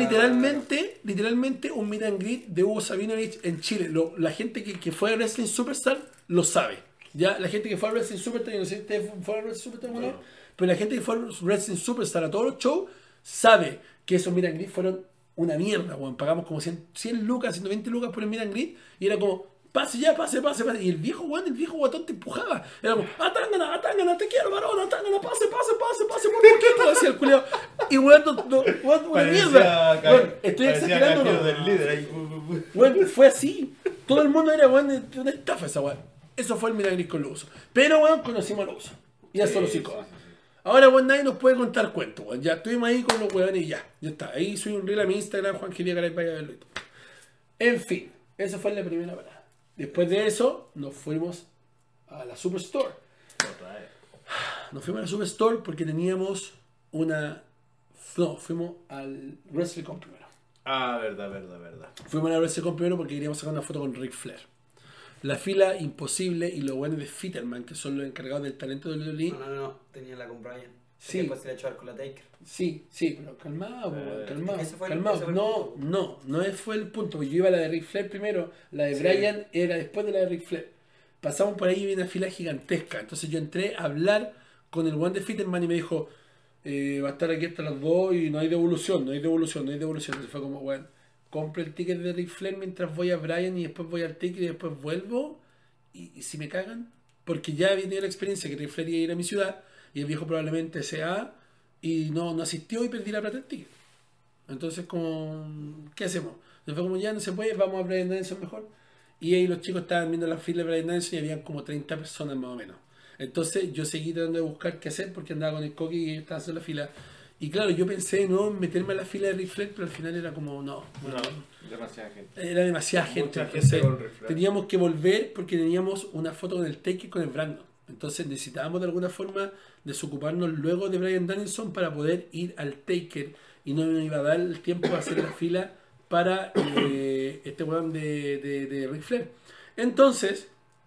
literalmente un meet and greet de Hugo Sabinovich en Chile. La gente que fue a Wrestling Superstar lo sabe. Ya, la gente que fue a Wrestling Superstar, yo no sé si ustedes fueron a Wrestling Superstar o no, pero la gente que fue a Wrestling Superstar a todos los shows sabe que esos meet and greet fueron una mierda, weón. Pagamos como 100 lucas, 120 lucas por el meet and greet y era como, pase ya, pase. Y el viejo guatón te empujaba. Era como, atángana, te quiero, varón, atángana, pase, por poquito, decía el culiao. Y weón, una mierda. Weón, estoy exagerando, ¿no? Del líder ahí. Bueno, fue así. Todo el mundo era, weón, una estafa esa weón. Eso fue el meet and greet con los Usos. Pero, weón, conocimos a los Usos. Y a Solo Sikoa. Ahora, weón, nadie nos puede contar cuentos, weón. Ya estuvimos ahí con los weones y ya está. Ahí subí un reel a mi Instagram, Juan Quería Garay, vaya a verlo y todo. En fin, esa fue la primera parada. Después de eso, nos fuimos a la Superstore. Otra vez. Nos fuimos a la Superstore porque teníamos una... No, fuimos al WrestleCon primero. Ah, verdad. Fuimos a la WrestleCon primero porque queríamos sacar una foto con Ric Flair. La fila imposible y los buenos de Fitterman, que son los encargados del talento de WWE. No. Tenía la con Brian. Sí. Después se le echó con la Taker. Sí, pero calmado. ese fue el No fue el punto. Porque yo iba a la de Ric Flair primero, la de Brian era después de la de Ric Flair. Pasamos por ahí y había una fila gigantesca. Entonces yo entré a hablar con el one de Fitterman y me dijo, va a estar aquí hasta las 2 y no hay devolución. Entonces fue como, bueno, compro el ticket de Ric Flair mientras voy a Brian y después voy al ticket y después vuelvo. Y si me cagan, porque ya había tenido la experiencia que Ric Flair iba a ir a mi ciudad y el viejo probablemente sea y no asistió y perdí la plata del ticket. Entonces como, ¿qué hacemos? Entonces fue como, ya no se puede, vamos a Brian Danielson mejor. Y ahí los chicos estaban viendo la fila de Brian Danielson y habían como 30 personas más o menos. Entonces yo seguí tratando de buscar qué hacer porque andaba con el Coqui y estaba haciendo la fila. Y claro, yo pensé en meterme a la fila de Ric Flair, pero al final era como, Demasiada gente. Era demasiada gente. Mucha gente con Ric Flair. Teníamos que volver porque teníamos una foto con el Taker y con el Brandon. Entonces necesitábamos de alguna forma desocuparnos luego de Brian Danielson para poder ir al Taker y no me iba a dar el tiempo de hacer la fila para este weón de Ric Flair. Entonces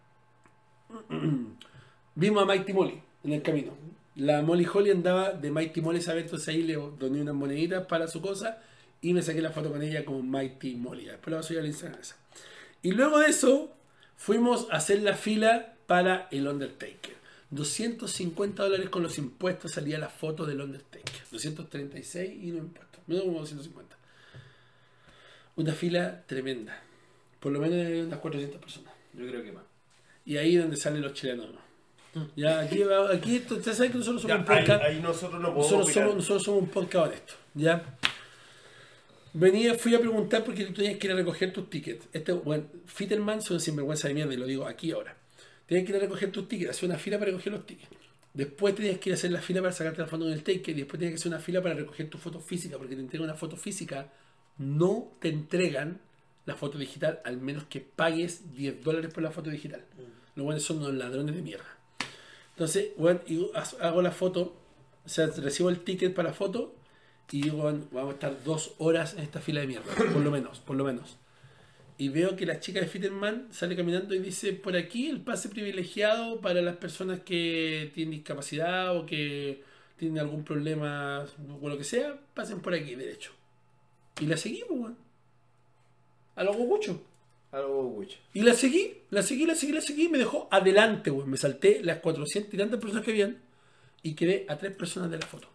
vimos a Mighty Molly en el camino. La Molly Holly andaba de Mighty Molly, ¿sabes? Entonces ahí le doné unas moneditas para su cosa y me saqué la foto con ella como Mighty Molly. Después la voy a subir al Instagram esa. Y luego de eso fuimos a hacer la fila para el Undertaker. $250 con los impuestos salía la foto del Undertaker. 236 y no impuestos. Menos como 250. Una fila tremenda. Por lo menos de unas 400 personas. Yo creo que más. Y ahí es donde salen los chilenos, ¿no? Ya, aquí usted sabe que nosotros somos un podcast. Ahí nosotros no podemos nosotros somos un podcast honesto. ¿Ya? Fui a preguntar porque tú tenías que ir a recoger tus tickets. Fitterman son sinvergüenza de mierda y lo digo aquí ahora. Tenías que ir a recoger tus tickets, hacer una fila para recoger los tickets. Después tenías que ir a hacer la fila para sacarte la foto en el Taker y después tenías que hacer una fila para recoger tu foto física porque te entregan una foto física. No te entregan la foto digital al menos que pagues $10 por la foto digital. Los buenos son unos ladrones de mierda. Entonces, bueno, hago la foto, o sea, recibo el ticket para la foto y digo, bueno, vamos a estar 2 horas en esta fila de mierda, por lo menos. Y veo que la chica de Fitterman sale caminando y dice, por aquí el pase privilegiado para las personas que tienen discapacidad o que tienen algún problema o lo que sea, pasen por aquí, derecho. Y la seguimos, weón. A lo gogucho. Y la seguí, me dejó adelante, weón. Me salté las 400 y tantas personas que habían y quedé a 3 personas de la foto.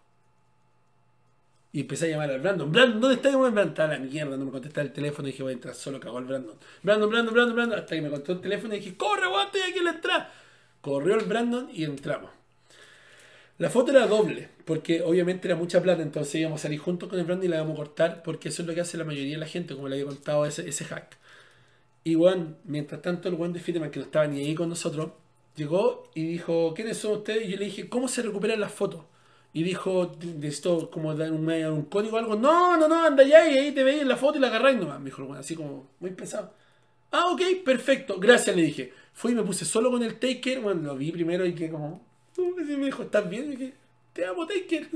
Y empecé a llamar al Brandon. Brandon, ¿dónde está? Brandon, estaba la mierda, no me contestaba el teléfono y dije, voy a entrar solo, cagó el Brandon. Brandon, hasta que me contestó el teléfono y dije, corre, weón, estoy aquí en la entrada. Corrió el Brandon y entramos. La foto era doble, porque obviamente era mucha plata, entonces íbamos a salir juntos con el Brandon y la íbamos a cortar, porque eso es lo que hace la mayoría de la gente, como le había contado ese hack. Y bueno, mientras tanto el buen de Fitterman, que no estaba ni ahí con nosotros, llegó y dijo, ¿quiénes son ustedes? Y yo le dije, ¿cómo se recuperan las fotos? Y dijo, necesito como dar un código o algo. No, anda allá y ahí te veis en la foto y la agarráis nomás. Me dijo, bueno, así como muy pesado. Ah, ok, perfecto, gracias, le dije. Fui y me puse solo con el Taker, bueno, lo vi primero y que como... Y me dijo, ¿estás bien? Y dije, te amo, Taker.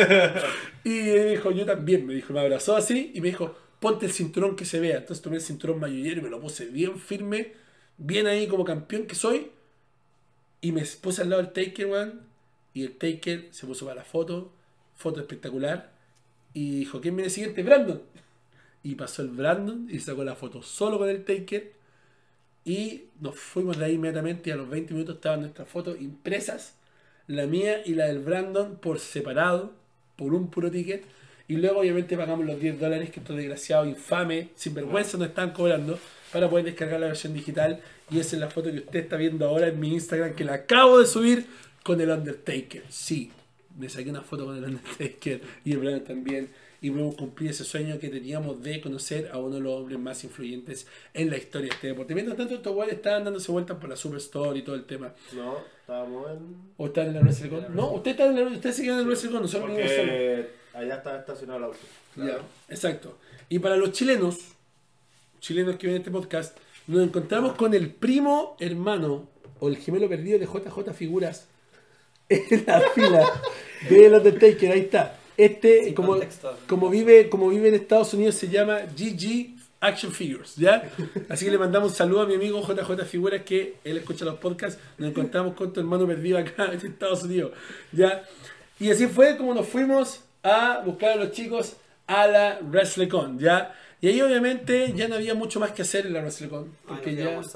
Y me dijo, yo también, me dijo, me abrazó así y me dijo, ponte el cinturón que se vea. Entonces tomé el cinturón mayollero y me lo puse bien firme, bien ahí como campeón que soy. Y me puse al lado del Taker, weón. Y el Taker se puso para la foto espectacular. Y dijo, ¿quién viene siguiente? Brandon. Y pasó el Brandon y sacó la foto solo con el Taker. Y nos fuimos de ahí inmediatamente y a los 20 minutos estaban nuestras fotos impresas. La mía y la del Brandon por separado, por un puro ticket. Y luego obviamente pagamos los $10 que estos desgraciados infames, sin vergüenza, nos estaban cobrando para poder descargar la versión digital. Y esa es la foto que usted está viendo ahora en mi Instagram, que la acabo de subir con el Undertaker. Sí, me saqué una foto con el Undertaker y el Brandon también. Y podemos cumplir ese sueño que teníamos de conocer a uno de los hombres más influyentes en la historia de este deporte. Mientras tanto, estos güeyes estaban dándose vueltas por la Superstore y todo el tema. No, estábamos en... ¿O están en la WrestleCon? No, usted se queda en la WrestleCon, nosotros porque no solo. Allá estaba estacionado el auto. Claro. Ya, exacto. Y para los chilenos que ven este podcast, nos encontramos con el primo hermano o el gemelo perdido de JJ Figuras en la fila del Undertaker. Ahí está. Este, Sin como contexto. vive en Estados Unidos, se llama GG Action Figures, ¿ya? Así que le mandamos un saludo a mi amigo JJ Figuras, que él escucha los podcasts. Nos encontramos con tu hermano perdido acá en Estados Unidos, ¿ya? Y así fue como nos fuimos a buscar a los chicos a la WrestleCon, ¿ya? Y ahí obviamente ya no había mucho más que hacer en la WrestleCon, porque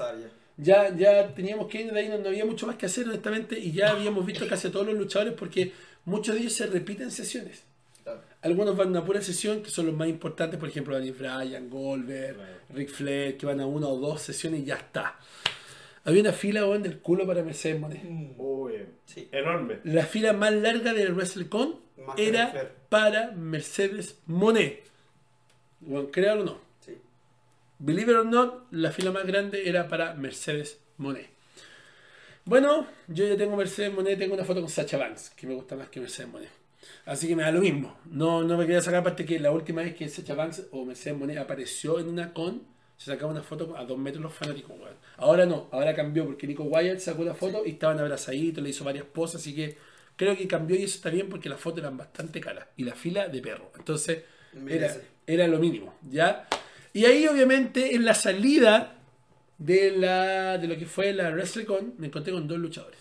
ya teníamos que ir de ahí, no había mucho más que hacer honestamente, y ya habíamos visto casi a todos los luchadores porque muchos de ellos se repiten sesiones. Claro. Algunos van a una pura sesión, que son los más importantes, por ejemplo Daniel Bryan, Goldberg, Ric Flair, que van a una o dos sesiones y ya está. Había una fila del culo para Mercedes Moné. Uy, Sí. enorme. La fila más larga del WrestleCon Más que Ric era Flair. para Mercedes Moné. Bueno, créalo o no. Sí. Believe it or not, la fila más grande era para Mercedes Moné. Bueno, yo ya tengo Mercedes Moné, tengo una foto con Sasha Banks, que me gusta más que Mercedes Moné. Así que me da lo mismo. No me quería sacar, aparte que la última vez que Sasha Banks o Mercedes Moné apareció en una con, se sacaba una foto a 2 metros los fanáticos, weón. Ahora no, ahora cambió, porque Nico Wyatt sacó la foto y estaban abrazaditos, le hizo varias poses, así que creo que cambió y eso está bien porque las fotos eran bastante caras. Y la fila de perro. Entonces, era lo mínimo, ¿ya? Y ahí obviamente en la salida de lo que fue la WrestleCon me encontré con 2 luchadores.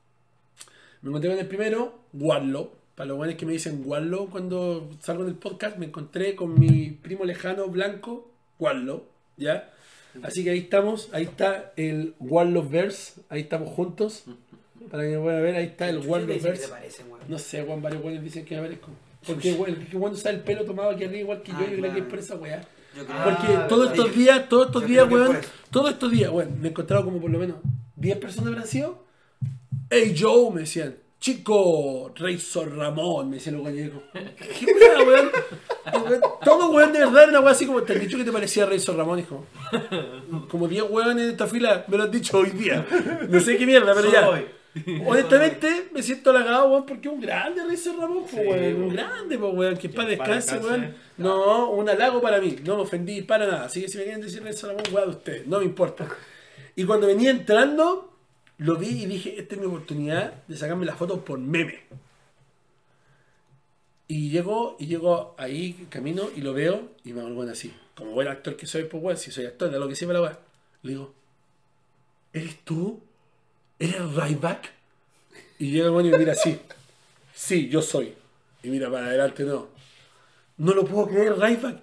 Me encontré con el primero, Wardlow. Para los buenos que me dicen Wardlow cuando salgo del podcast, me encontré con mi primo lejano blanco, Wardlow, ¿ya? Así que ahí estamos, ahí está el Wardlowverse, ahí estamos juntos. Para que me puedan ver, ahí está el Wardlowverse. No sé, Juan, varios buenos dicen que me parezco. Porque cuando usa el pelo tomado aquí arriba igual que yo creo que es por esa weá. Porque todos estos días, bueno, me he encontrado como por lo menos 10 personas habrán sido. Hey Joe, me decían, chico, Razor Ramón, me decían los gallegos. ¿Qué weá, weón? Todo weón de verdad era una weá así como, ¿te has dicho que te parecía Razor Ramón? Y como 10 weones en esta fila me lo han dicho hoy día. No sé qué mierda, pero ya. Honestamente me siento halagado, weón, porque es un grande Razor Ramón, pues, weón, un grande, pues, weón, que para descanse, weón. No, un halago para mí, no me ofendí para nada. Así que si me quieren decir Razor Ramón, weón, de ustedes, no me importa. Y cuando venía entrando, lo vi y dije, esta es mi oportunidad de sacarme las fotos por meme. Y llego ahí, camino y lo veo y me hago bueno así. Como buen actor que soy, pues, weón, si soy actor, de lo que siempre la weón. Le digo, ¿eres tú? ¿Eres Ryback? Y llega el bueno y me mira así. Sí, yo soy. Y mira para adelante, no. No lo puedo creer, Ryback.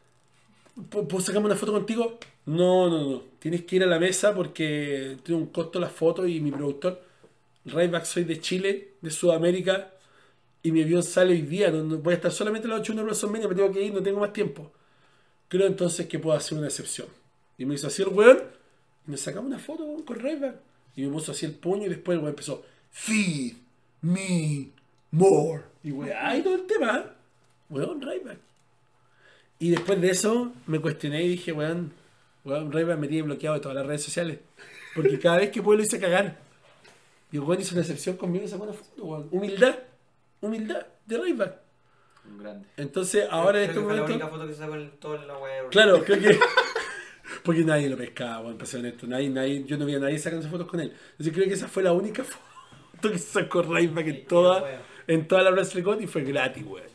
¿Puedo sacarme una foto contigo? No. Tienes que ir a la mesa porque tiene un costo la foto y mi productor. Ryback, soy de Chile, de Sudamérica. Y mi avión sale hoy día. No voy a estar solamente a las 8 de WrestleMania, me tengo que ir, no tengo más tiempo. Creo entonces que puedo hacer una excepción. Y me hizo así el weón. Y me sacaba una foto con Ryback. Y me puso así el puño y después el weón empezó, Feed me more. Y weón, y todo el tema. Weón, Ryback. Y después de eso me cuestioné y dije, weón, Ryback me tiene bloqueado de todas las redes sociales. Porque cada vez que puedo lo hice cagar. Y el weón hizo una excepción conmigo y sacó una foto, weón. Humildad de Ryback. Un grande. Entonces ahora en este fue la momento... única foto que se sacó en toda la web. Claro, creo que... Porque nadie lo pescaba, bueno, empezó en esto. Yo no vi a nadie sacándose fotos con él. Entonces creo que esa fue la única foto que sacó Ryback en toda la WrestleCon y fue gratis, weón.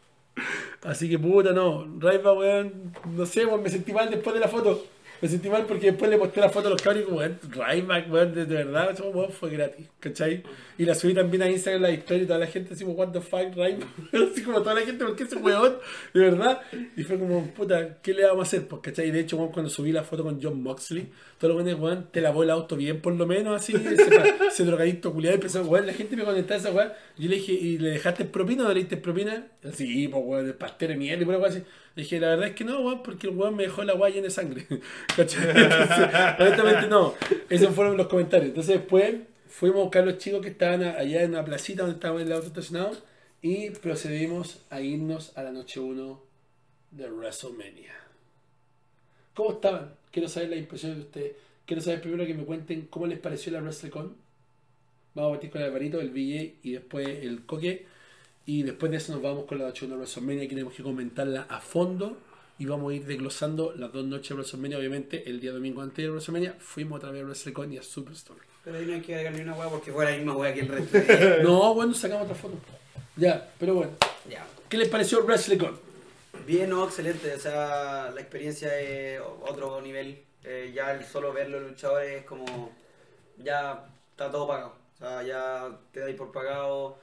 Así que puta, no. Ryback, weón, no sé, weón, me sentí mal después de la foto. Me sentí mal porque después le posté la foto a los cabros y como, weón, Ryback, weón, de verdad, eso, weón, fue gratis, ¿cachai? Y la subí también a Instagram la historia y toda la gente así como, what the fuck, Ryback. Así como toda la gente, ¿por qué ese weón? De verdad. Y fue como, puta, ¿qué le vamos a hacer? Pues, ¿cachai? Y de hecho, weón, cuando subí la foto con John Moxley, todos los weones, weón, te lavó el auto bien, por lo menos, así, ese drogadicto culiado, y empezó, weón, la gente me contestaba esa weón. Yo le dije, ¿y le dejaste propina o le diste propina? Así, pues, weón, el pastel de mierda y por algo así. Le dije, la verdad es que no, weón, porque el weón me dejó la guaya llena de sangre. ¿Cachai? Entonces, honestamente no. Esos fueron los comentarios. Entonces después fuimos a buscar a los chicos que estaban allá en la placita donde estábamos en el auto estacionado y procedimos a irnos a la noche 1 de WrestleMania. ¿Cómo estaban? Quiero saber las impresiones de ustedes. Quiero saber primero que me cuenten cómo les pareció la WrestleCon. Vamos a partir con el Alvarito, el VJ y después el Coque. Y después de eso nos vamos con la noche 1 de WrestleMania, que tenemos que comentarla a fondo. Y vamos a ir desglosando las 2 noches de WrestleMania. Obviamente, el día domingo antes de WrestleMania fuimos otra vez a WrestleCon y a Superstore. Pero ahí no hay que agregar ni una hueá porque fue la misma hueá que el resto. No, bueno, sacamos otra foto. Ya, pero bueno. Ya. ¿Qué les pareció WrestleCon? Bien, no, excelente. O sea, la experiencia es otro nivel. Ya el solo ver los luchadores es como. Ya está todo pagado. O sea, ya te dais por pagado.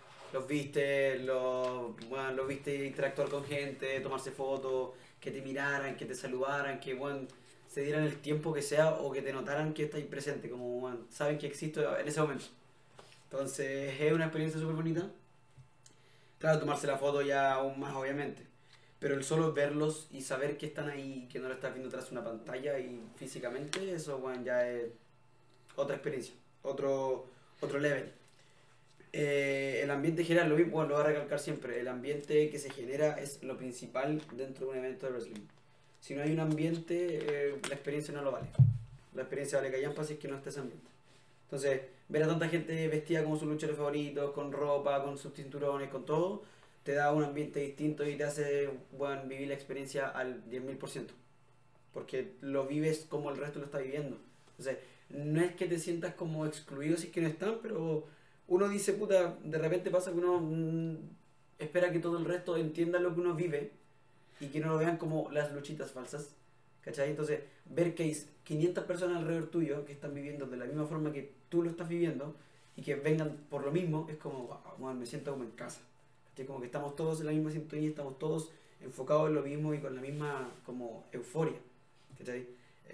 Bueno, los viste interactuar con gente, tomarse fotos, que te miraran, que te saludaran, que bueno, se dieran el tiempo que sea o que te notaran que estáis presente. Como bueno, saben que existo en ese momento. Entonces, es una experiencia súper bonita. Claro, tomarse la foto ya aún más, obviamente. Pero el solo verlos y saber que están ahí, que no lo estás viendo tras una pantalla y físicamente, eso bueno, ya es otra experiencia, otro level. El ambiente general, lo mismo, bueno, lo voy a recalcar siempre, el ambiente que se genera es lo principal dentro de un evento de wrestling. Si no hay un ambiente, la experiencia no lo vale. La experiencia vale callampa si es que no está ese ambiente. Entonces, ver a tanta gente vestida como sus luchadores favoritos, con ropa, con sus cinturones, con todo, te da un ambiente distinto y te hace bueno, vivir la experiencia al 10.000%. Porque lo vives como el resto lo está viviendo. Entonces, no es que te sientas como excluido si es que no están, pero uno dice, puta, de repente pasa que uno espera que todo el resto entienda lo que uno vive y que no lo vean como las luchitas falsas. ¿Cachai? Entonces, ver que hay 500 personas alrededor tuyo que están viviendo de la misma forma que tú lo estás viviendo y que vengan por lo mismo, es como, wow, bueno, me siento como en casa. ¿Cachai? Como que estamos todos en la misma sintonía, estamos todos enfocados en lo mismo y con la misma como euforia. ¿Cachai?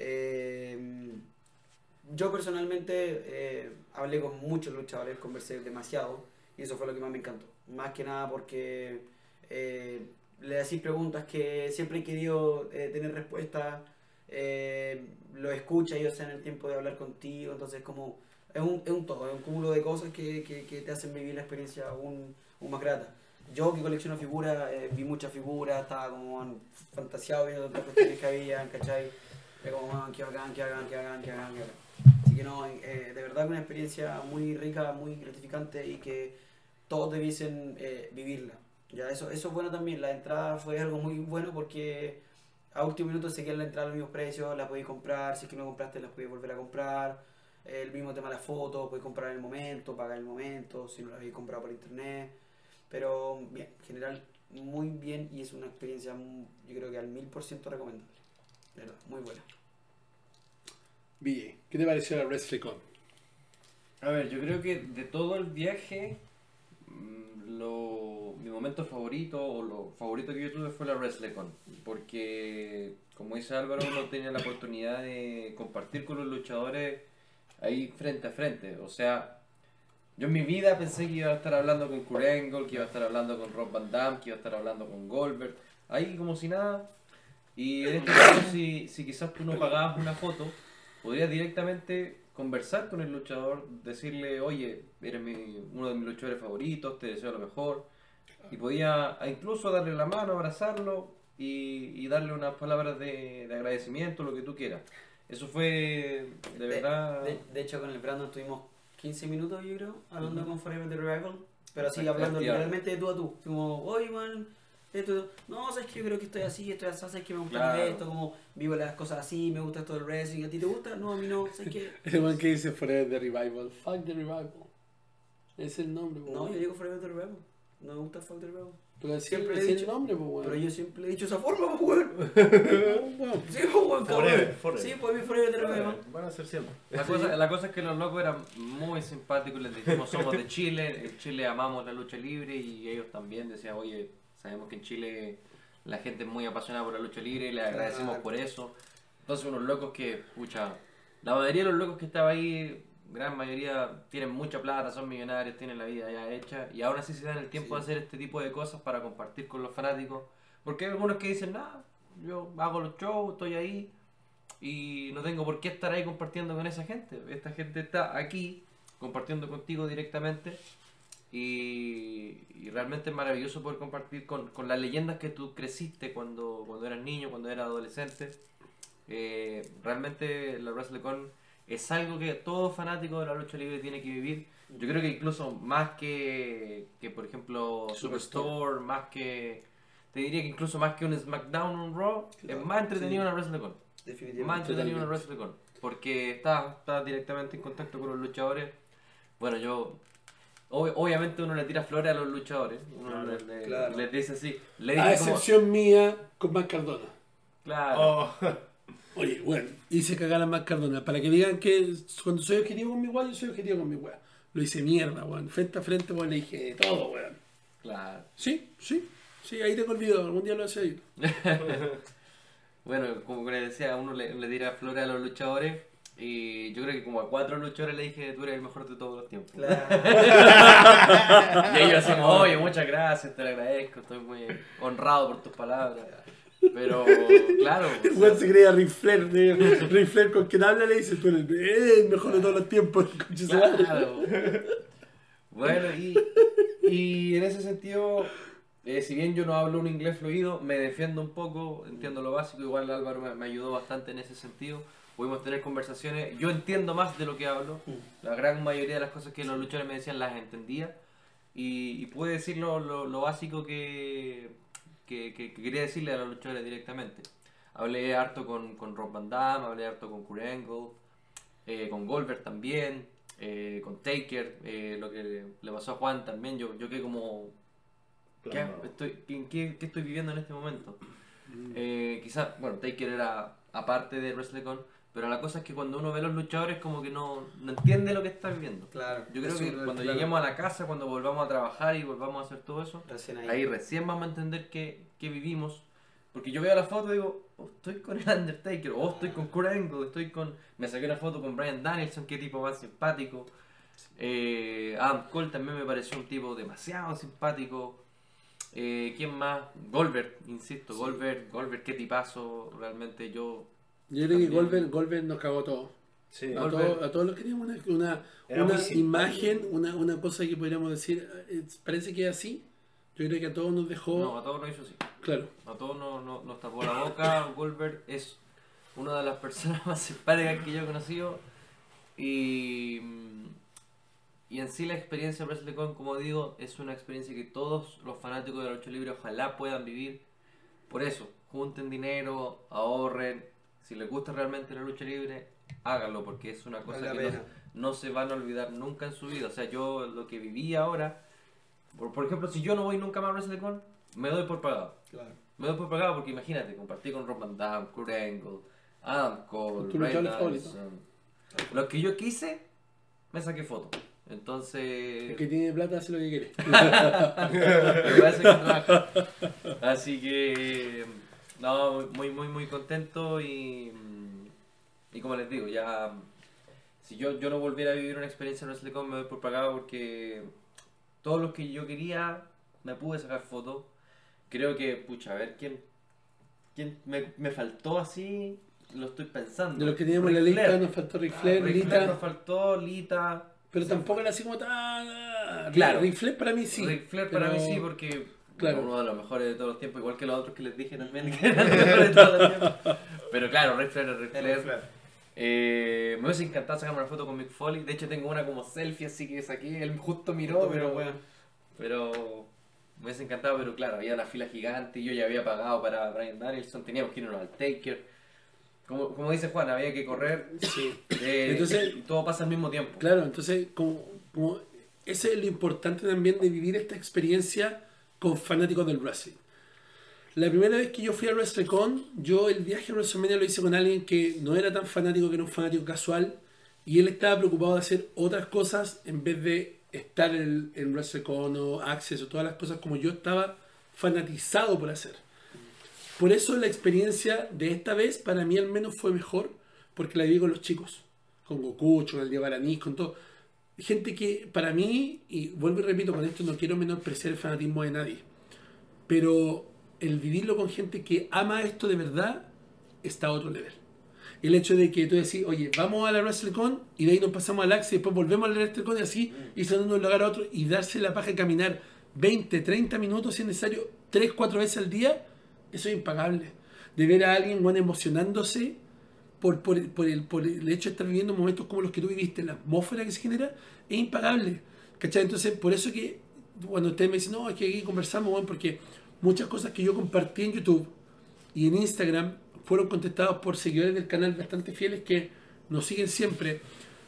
Yo personalmente hablé con muchos luchadores, conversé demasiado y eso fue lo que más me encantó. Más que nada porque le hacís preguntas que siempre he querido tener respuestas, lo escucha ellos en el tiempo de hablar contigo, entonces como es un todo, es un cúmulo de cosas que te hacen vivir la experiencia aún más grata. Yo que colecciono figuras, vi muchas figuras, estaba como fantasiado viendo otras cuestiones que había, ¿cachai? Era como, qué bacán, qué bacán, qué bacán, qué bacán, qué bacán. Así que no, de verdad una experiencia muy rica, muy gratificante y que todos debiesen vivirla. Ya, eso es bueno también. La entrada fue algo muy bueno porque a último minuto se quedan la entrada a los mismos precios, la podéis comprar, si es que no compraste las podéis volver a comprar. El mismo tema de la foto, podéis comprar en el momento, pagar en el momento, si no la habéis comprado por internet. Pero bien, en general muy bien y es una experiencia yo creo que al 1000% recomendable. De verdad, muy buena. BJ, ¿qué te pareció la WrestleCon? A ver, yo creo que de todo el viaje, mi momento favorito o lo favorito que yo tuve fue la WrestleCon, porque como dice Álvaro, uno tenía la oportunidad de compartir con los luchadores ahí frente a frente. O sea, yo en mi vida pensé que iba a estar hablando con Kurt Angle, que iba a estar hablando con Rob Van Dam, que iba a estar hablando con Goldberg, ahí como si nada. Y en este caso, si quizás tú no pagabas una foto, podrías directamente conversar con el luchador, decirle, oye, eres uno de mis luchadores favoritos, te deseo lo mejor. Y podía incluso darle la mano, abrazarlo y darle unas palabras de agradecimiento, lo que tú quieras. Eso fue de verdad... De hecho, con el Brandon estuvimos 15 minutos, yo creo, hablando con Forever the Revival, pero así hablando literalmente de tú a tú. Como, oye, man, esto, no, sabes que yo creo que estoy así, sabes que me gusta esto, como vivo las cosas así, me gusta todo el wrestling, ¿a ti te gusta? No, a mí no, sabes que... El man que dice Forever the Revival, fuck the Revival. Es el nombre, po. No, yo digo Forever the Revival, no me gusta fuck the Revival. Pero siempre es he el dicho, nombre, pues, weón. Pero yo siempre he dicho esa forma, pues, weón. Sí, pues, weón, Forever. Sí, pues mi Forever the Revival. Van a ser siempre. La cosa es que los locos eran muy simpáticos, les dijimos somos de Chile, en Chile amamos la lucha libre y ellos también decían, oye, sabemos que en Chile la gente es muy apasionada por la lucha libre y les agradecemos por eso. Entonces unos locos que, pucha, la mayoría de los locos que estaban ahí, gran mayoría tienen mucha plata, son millonarios, tienen la vida ya hecha y aún así se dan el tiempo de hacer este tipo de cosas para compartir con los fanáticos. Porque hay algunos que dicen, nada, yo hago los shows, estoy ahí y no tengo por qué estar ahí compartiendo con esa gente. Esta gente está aquí compartiendo contigo directamente y realmente es maravilloso poder compartir con las leyendas que tú creciste cuando eras niño, cuando eras adolescente. Realmente la WrestleCon es algo que todo fanático de la lucha libre tiene que vivir. Yo creo que incluso más que por ejemplo Superstore, más que... Te diría que incluso más que un SmackDown o un Raw, es más entretenido una WrestleCon. Definitivamente. Más entretenido una WrestleCon. Porque estás directamente en contacto con los luchadores. Bueno, yo Obviamente uno le tira flores a los luchadores. Uno Claro. les dice así. Le A dije como... excepción mía con Matt Cardona. Claro. Oh, Oye, bueno, hice cagar a Matt Cardona. Para que digan que cuando soy objetivo con mi weá, yo soy objetivo con mi weá. Lo hice mierda, weón. Frente a frente, weón, le dije todo, weón. Claro. Sí, ahí tengo el video. Algún día lo hace ahí. Bueno, como les decía, uno le tira flores a los luchadores. Y yo creo que como a 4 luchadores le dije, tú eres el mejor de todos los tiempos. Claro. Y ellos así, oye, muchas gracias, te lo agradezco, estoy muy honrado por tus palabras. Pero, claro. El weón se creía Ric Flair. Ric Flair con quien habla le dice, tú eres el mejor de todos los tiempos. Concha su madre. Claro. Bueno, y en ese sentido, si bien yo no hablo un inglés fluido, me defiendo un poco, entiendo lo básico, igual Álvaro me ayudó bastante en ese sentido. Pudimos tener conversaciones, yo entiendo más de lo que hablo, la gran mayoría de las cosas que los luchadores me decían las entendía y pude decir lo básico que quería decirle a los luchadores directamente. Hablé harto con Rob Van Dam, hablé harto con Kurt Angle, con Goldberg también, con Taker, lo que le pasó a Juan también, yo quedé como... ¿Qué estoy viviendo en este momento? Quizás, bueno, Taker era aparte de WrestleCon, pero la cosa es que cuando uno ve a los luchadores como que no entiende lo que está viviendo. Claro. Yo creo Eso que es cuando claro. lleguemos a la casa, cuando volvamos a trabajar y volvamos a hacer todo eso, Recién ahí recién vamos a entender qué vivimos. Porque yo veo la foto y digo, oh, estoy con el Undertaker, o estoy con Kurt Angle, me saqué una foto con Bryan Danielson, qué tipo más simpático. Adam Cole también me pareció un tipo demasiado simpático. ¿Quién más? Goldberg, insisto, Sí. Goldberg, qué tipazo, realmente yo Yo creo que también. Goldberg nos cagó todo. sí. A todos los que teníamos Era muy una simpático. imagen, una cosa que podríamos decir, parece que es así. Yo creo que a todos nos dejó, No, a todos nos hizo así. claro. A todos nos tapó la boca. Goldberg es una de las personas más simpáticas que yo he conocido. Y en sí la experiencia de WrestleCon, como digo, es una experiencia que todos los fanáticos de la lucha libre ojalá puedan vivir. Por eso, junten dinero, ahorren. Si les gusta realmente la lucha libre, háganlo, porque es una cosa Vale la que pena. no se van a olvidar nunca en su vida. O sea, yo lo que viví ahora, por ejemplo, si yo no voy nunca más a WrestleCon, me doy por pagado. Claro. Me doy por pagado porque imagínate, compartí con Rob Van Dam, Kurt Angle, Adam Cole, Tu Bryan luchador favorito. Danielson. Los que yo quise, me saqué fotos. Entonces, El que tiene plata hace lo que quiere. me parece que trabaja. Así que, no, muy contento y como les digo, ya, si yo no volviera a vivir una experiencia en WrestleCon, me doy por pagado porque todos los que yo quería, me pude sacar fotos. Creo que, pucha, a ver, ¿quién me faltó así? Lo estoy pensando. De los que teníamos en la Ric lista Flair. nos faltó Ric Flair, Ric Lita, Flair nos faltó, Lita. pero tampoco era así como tan... Claro. Ric Flair para mí sí. Ric Flair para pero- mí sí, porque Claro. uno de los mejores de todos los tiempos, igual que los otros que les dije también que eran los mejores de todos los tiempos. Pero claro, Ric Flair es Ric Flair. Me hubiese encantado sacarme una foto con Mick Foley. De hecho, tengo una como selfie así que saqué. Él justo miró, pero me hubiese encantado. Pero claro, había una fila gigante y yo ya había pagado para Bryan Danielson. Teníamos que irnos al Taker. Como dice Juan, había que correr. Sí. Entonces- y todo pasa al mismo tiempo. Claro, entonces, como ese es lo importante también de vivir esta experiencia con fanáticos del wrestling. La primera vez que yo fui a WrestleCon, yo el viaje a WrestleMania lo hice con alguien que no era tan fanático, que era un fanático casual, y él estaba preocupado de hacer otras cosas en vez de estar en WrestleCon o Access o todas las cosas como yo estaba fanatizado por hacer. Por eso la experiencia de esta vez para mí al menos fue mejor, porque la viví con los chicos, con Gokucho, con el Diego Aranis, con todo. Gente que para mí, y vuelvo y repito, con esto no quiero menospreciar el fanatismo de nadie, pero el vivirlo con gente que ama esto de verdad está a otro nivel. El hecho de que tú decís, oye, vamos a la WrestleCon y de ahí nos pasamos al Axe y después volvemos a la WrestleCon y así, y de un lugar a otro y darse la paja de caminar 20, 30 minutos si es necesario, 3, 4 veces al día, eso es impagable. De ver a alguien bueno, emocionándose por el hecho de estar viviendo momentos como los que tú viviste, la atmósfera que se genera, es impagable. ¿Cachai? Entonces, por eso que cuando ustedes me dicen, no, es que aquí conversamos, bueno, porque muchas cosas que yo compartí en YouTube y en Instagram fueron contestadas por seguidores del canal bastante fieles que nos siguen siempre.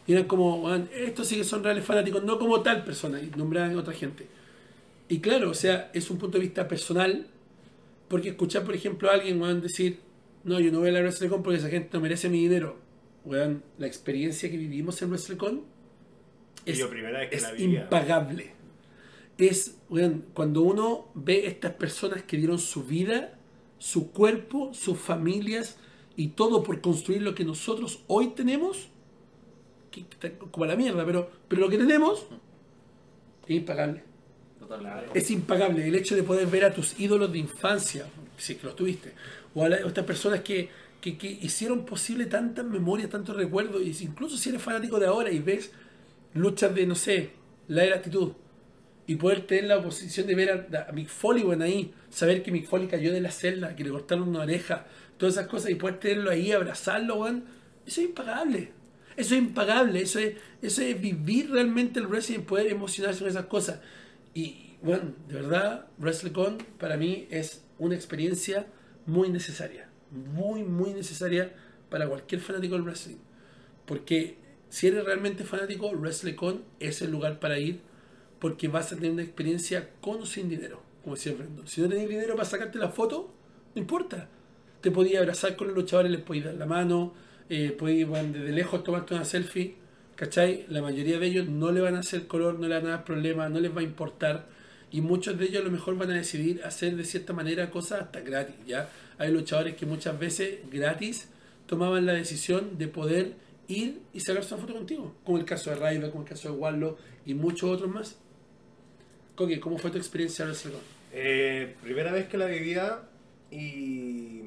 Y eran como, weón, estos sí que son reales fanáticos, no como tal persona, y nombraban a otra gente. Y claro, o sea, es un punto de vista personal, porque escuchar, por ejemplo, a alguien, weón, decir, no, yo no voy a la WrestleCon porque esa gente no merece mi dinero. Weón, la experiencia que vivimos en WrestleCon Y yo primera vez que es la vivía. impagable. Es, weón, cuando uno ve estas personas que dieron su vida, su cuerpo, sus familias y todo por construir lo que nosotros hoy tenemos, que está como a la mierda, pero lo que tenemos es impagable. Totalmente. Es impagable el hecho de poder ver a tus ídolos de infancia, si es que los tuviste, o a estas personas que hicieron posible tantas memorias, tantos recuerdos, y incluso si eres fanático de ahora y ves luchas de, no sé, la era actitud, y poder tener la posición de ver a Mick Foley, bueno, ahí, saber que Mick Foley cayó de la celda, que le cortaron una oreja, todas esas cosas, y poder tenerlo ahí, abrazarlo, bueno, eso es impagable. Eso es impagable, eso es vivir realmente el wrestling, poder emocionarse con esas cosas. Y bueno, de verdad, WrestleCon para mí es una experiencia muy necesaria, muy, muy necesaria para cualquier fanático del wrestling. Porque si eres realmente fanático, WrestleCon es el lugar para ir, porque vas a tener una experiencia con o sin dinero, como decía Brandon. Si no tenés dinero para sacarte la foto, no importa. Te podías abrazar con los luchadores, les podías dar la mano, podías, bueno, desde lejos tomarte una selfie, ¿cachai? La mayoría de ellos no le van a hacer color, no le van a dar problemas, no les va a importar. Y muchos de ellos a lo mejor van a decidir hacer de cierta manera cosas hasta gratis, ¿ya? Hay luchadores que muchas veces gratis tomaban la decisión de poder ir y sacarse una foto contigo, como el caso de Ryback, como el caso de Wallow y muchos otros más. Coque, ¿cómo fue tu experiencia en WrestleCon? Primera vez que la vivía y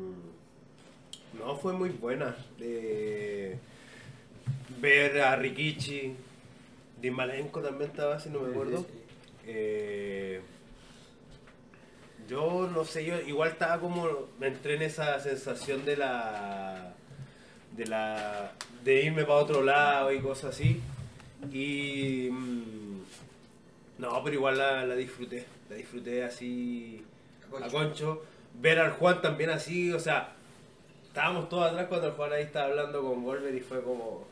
no fue muy buena. Ver a Rikichi, Dean Malenko también estaba, si no me acuerdo. Yo no sé, yo igual estaba como, me entré en esa sensación de irme para otro lado y cosas así. Y no, pero igual la disfruté así a concho. Ver al Juan también así, o sea, estábamos todos atrás cuando el Juan ahí estaba hablando con Wolver y fue como,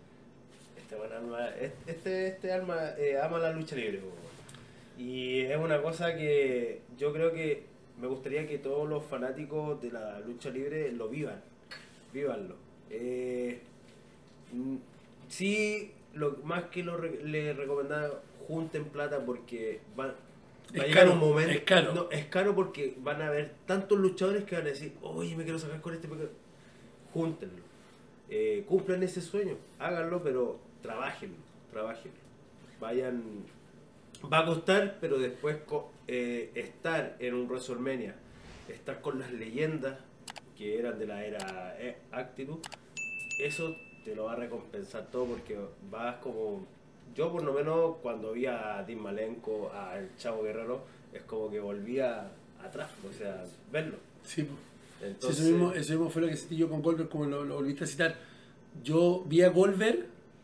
este alma ama la lucha libre. Y es una cosa que yo creo que me gustaría que todos los fanáticos de la lucha libre lo vívanlo. Sí, más que le recomendaba, junten plata porque va a llegar un momento. Es caro. No, es caro porque van a haber tantos luchadores que van a decir, oye, me quiero sacar con este. Júntenlo. Cumplan ese sueño, háganlo, pero trabajenlo. Vayan. Va a costar, pero después estar en un WrestleMania, estar con las leyendas que eran de la era Actitud, eso te lo va a recompensar todo porque vas como... Yo por lo menos cuando vi a Dean Malenko, al Chavo Guerrero, es como que volvía atrás, o sea, verlo. Sí, Entonces, sí, eso mismo fue lo que sentí yo con Goldberg, como lo volviste a citar. Yo vi a Goldberg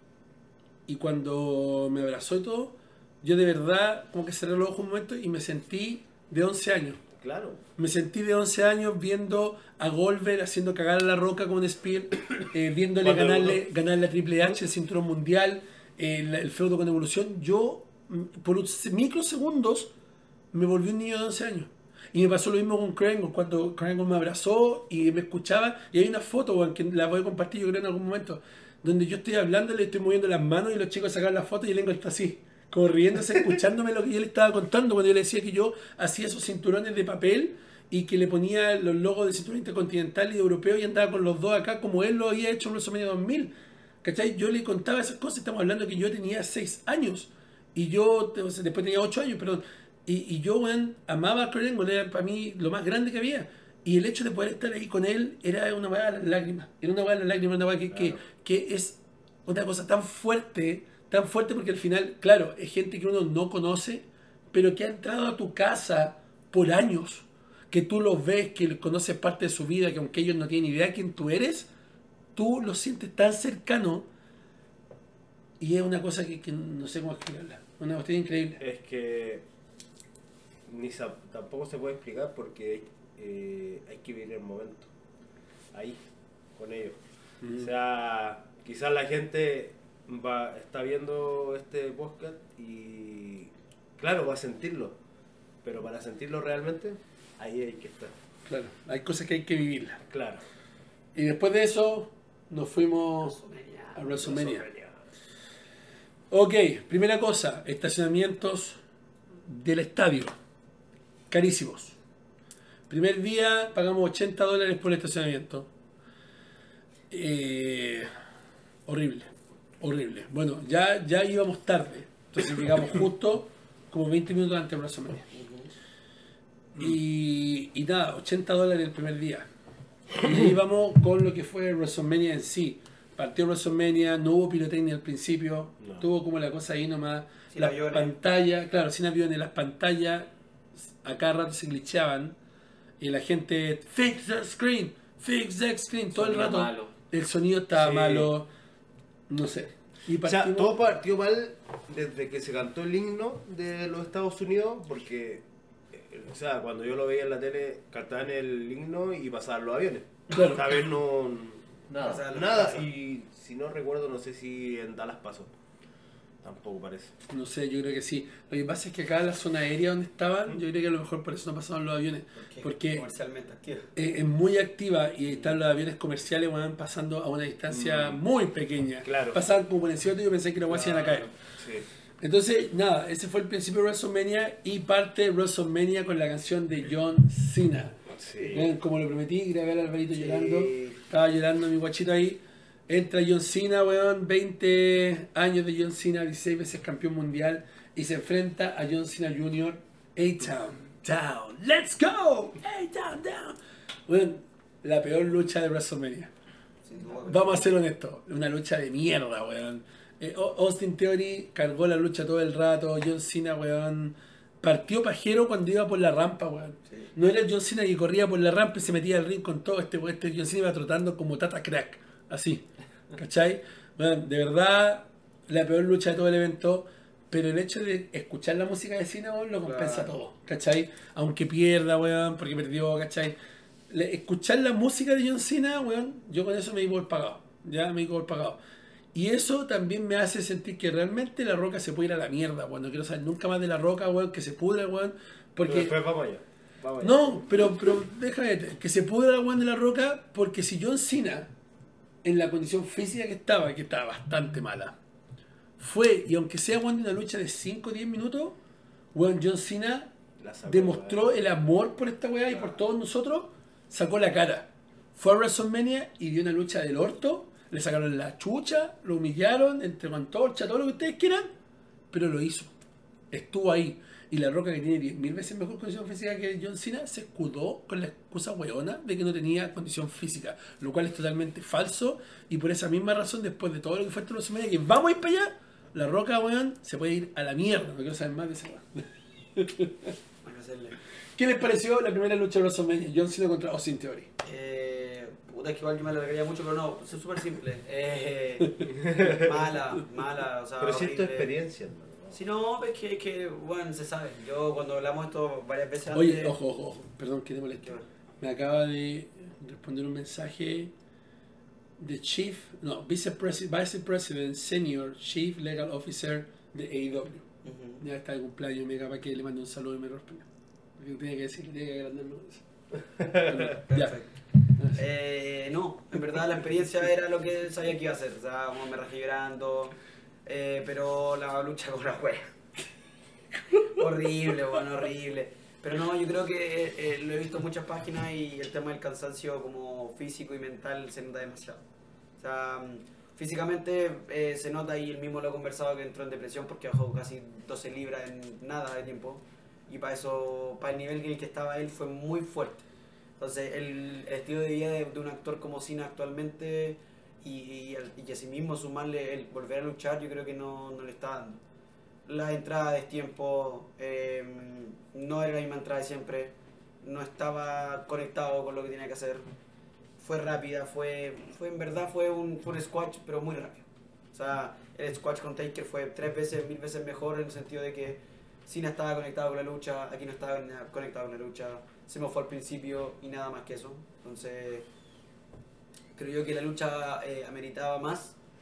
y cuando me abrazó y todo, yo de verdad como que cerré los ojos un momento y me sentí de 11 años. claro. Me sentí de 11 años viendo a Goldberg haciendo cagar a La Roca con un Spear, viéndole ganarle a Triple H el cinturón mundial, el feudo con Evolución. Yo, por microsegundos, me volví un niño de 11 años. Y me pasó lo mismo con Krangle, cuando Krangle me abrazó y me escuchaba. Y hay una foto, bueno, que la voy a compartir yo creo en algún momento, donde yo estoy hablando, le estoy moviendo las manos y los chicos sacan la foto y el Engel está así, como riéndose, escuchándome lo que yo le estaba contando cuando yo le decía que yo hacía esos cinturones de papel y que le ponía los logos de cinturón intercontinental y de europeo y andaba con los dos acá como él lo había hecho en WrestleMania 2000. ¿Cachai? Yo le contaba esas cosas, estamos hablando que yo tenía 6 años y yo después tenía 8 años, perdón. Y yo, weón, amaba a Kurt Angle, era para mí lo más grande que había. Y el hecho de poder estar ahí con él era una weá de las lágrimas. Era una weá de las lágrimas, una weá que es una cosa tan fuerte porque al final, claro, es gente que uno no conoce, pero que ha entrado a tu casa por años, que tú los ves, que conoces parte de su vida, que aunque ellos no tienen idea de quién tú eres, tú los sientes tan cercano y es una cosa que no sé cómo explicarla. Una cuestión increíble. Es que tampoco se puede explicar porque hay que vivir el momento ahí, con ellos. O sea, quizás la gente está viendo este podcast y claro, va a sentirlo, pero para sentirlo realmente, ahí hay que estar. Claro, hay cosas que hay que vivirlas. Claro. Y después de eso, nos fuimos a WrestleMania. Ok, primera cosa, estacionamientos del estadio. Carísimos. Primer día pagamos $80 por el estacionamiento. Horrible, horrible. Bueno, ya íbamos tarde. Entonces llegamos justo como 20 minutos antes de WrestleMania. Y nada, $80 el primer día. Y ahí vamos con lo que fue WrestleMania en sí. Partió WrestleMania, no hubo pirotecnia al principio, No. tuvo como la cosa ahí nomás. Sin Las aviones. pantallas, claro, sin aviones, las pantallas a cada rato se glitchaban y la gente, fix the screen, todo el Sonido rato. malo. El sonido estaba Sí. malo, no sé. Y O sea, partimos- todo partió mal desde que se cantó el himno de los Estados Unidos, porque, o sea, cuando yo lo veía en la tele, cantaban el himno y pasaban los aviones. Claro. Esta vez no... Nada. O sea, Nada, pasa. y si no recuerdo, no sé si en Dallas pasó. Tampoco parece. No sé, yo creo que sí. Lo que pasa es que acá en la zona aérea donde estaban, yo creo que a lo mejor por eso no pasaban los aviones. Porque comercialmente activa. es muy activa y están los aviones comerciales van pasando a una distancia muy pequeña. Claro. Pasaban como por encima y yo pensé que los guays iban a caer. Sí. Entonces, nada, ese fue el principio de WrestleMania y parte WrestleMania con la canción de John Cena. Sí. Como lo prometí, grabé al Alvarito Sí. llorando. Estaba llorando mi guachito ahí. Entra John Cena, weón, 20 años de John Cena, 16 veces campeón mundial. Y se enfrenta a John Cena Jr. A-Town, down, let's go, A-Town, down. Weón, la peor lucha de WrestleMania. Sin duda. Vamos a ser honestos, una lucha de mierda, weón. Austin Theory cargó la lucha todo el rato. John Cena, weón, partió pajero cuando iba por la rampa, weón. Sí. No era el John Cena que corría por la rampa y se metía al ring con todo este John Cena iba trotando como Tata Crack, así, ¿cachai? Bueno, de verdad, la peor lucha de todo el evento, pero el hecho de escuchar la música de Cena, weón, lo compensa Claro. todo, ¿cachai? Aunque pierda, weón, porque perdió, ¿cachai? Escuchar la música de John Cena, weón, yo con eso me di por pagado, ya me di por pagado. Y eso también me hace sentir que realmente La Roca se puede ir a la mierda, weón. No quiero saber nunca más de La Roca, weón, que se pudra, weón. Pero Porque después vamos allá. Vamos allá. no, pero déjame que se pudra la weón de La Roca, porque si John Cena, en la condición física que estaba bastante mala, fue, y aunque sea weón de una lucha de 5 o 10 minutos, weón, John Cena La sacó, demostró el amor por esta weá y por todos nosotros, sacó la cara. Fue a WrestleMania y dio una lucha del orto, le sacaron la chucha, lo humillaron, entregó antorcha, todo lo que ustedes quieran, pero lo hizo. Estuvo ahí. Y La Roca, que tiene 10.000 veces mejor condición física que John Cena, se escudó con la excusa weona de que no tenía condición física, lo cual es totalmente falso. Y por esa misma razón, después de todo lo que fue esta WrestleMania, que vamos a ir para allá, La Roca, weón, se puede ir a la mierda. No quiero saber más de ese weón. Hay que hacerle. ¿Qué les pareció la primera lucha de WrestleMania? John Cena contra Austin Theory. Puta, es que igual yo me alargaría mucho, pero no, es súper simple. Mala, o sea. Pero si es tu horrible. experiencia, hermano. Si no, es que, bueno, se sabe. Yo cuando hablamos de esto varias veces Oye, antes. ojo, perdón que te moleste. ¿Qué va? Me acaba de responder un mensaje de Vice President Senior Chief Legal Officer de AEW. Ujú. Ya está de cumpleaños, me capaz que le mando un saludo y me responde. Porque tenía que decirle, tenía que agrandarlo. Ya. Perfecto. No, en verdad la experiencia era lo que sabía que iba a hacer. O sea, como me rajé llorando. Pero la lucha con la wea. Horrible, bueno, horrible. Pero no, yo creo que lo he visto en muchas páginas y el tema del cansancio como físico y mental se nota demasiado. O sea, físicamente se nota y él mismo lo ha conversado que entró en depresión porque bajó casi 12 libras en nada de tiempo. Y para eso, para el nivel en el que estaba él fue muy fuerte. Entonces el estilo de vida de un actor como Cena actualmente y asimismo sumarle el volver a luchar, yo creo que no le está dando. La entrada de tiempo no era la misma entrada de siempre, no estaba conectado con lo que tenía que hacer, fue rápida, en verdad fue un squash pero muy rápido. O sea, el squash con Taker fue 3 veces, 1000 veces mejor en el sentido de que Cena estaba conectado con la lucha, aquí no estaba conectado con la lucha, se me fue al principio y nada más que eso. Entonces creo yo que la lucha ameritaba más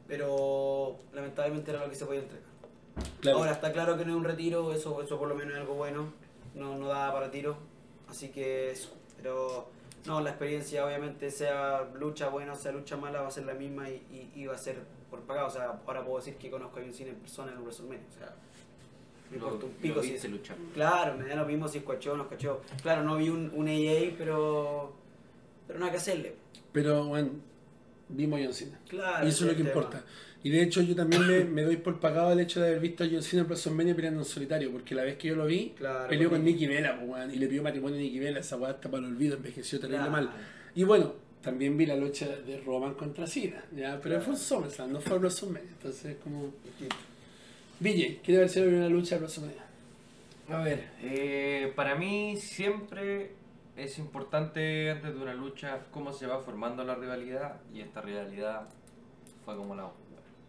pero lamentablemente era lo que se podía entregar. Claro. Ahora está claro que no es un retiro, eso por lo menos es algo bueno, no da para tiro, así que eso. Pero no, la experiencia obviamente sea lucha buena o sea lucha mala va a ser la misma y va a ser por pagado. O sea, ahora puedo decir que conozco a John Cena en persona en un WrestleMania, o sea, me importa un pico si viste es. luchar. Claro, me da lo mismo si escuachó o no escuachó. Claro, no vi un AA, pero nada que hacerle. Pero bueno, vimos a John Cena. Claro, Y eso es lo ese que es el tema. importa. Y de hecho yo también me doy por pagado el hecho de haber visto a John Cena en WrestleMania peleando en solitario, porque la vez que yo lo vi, Claro, peleó con con Nikki Bella, pues, weón, y le pidió matrimonio a Nikki Bella, esa weá está para el olvido, envejeció terrible Claro. mal. Y bueno, también vi la lucha de Roman contra Cena, ¿ya? Pero Claro. fue en SummerSlam, no fue en WrestleMania, entonces como... Distinto. Ville, ¿quiere ver si hay una lucha de WrestleMania? A ver, para mí siempre es importante antes de una lucha cómo se va formando la rivalidad y esta rivalidad fue como la...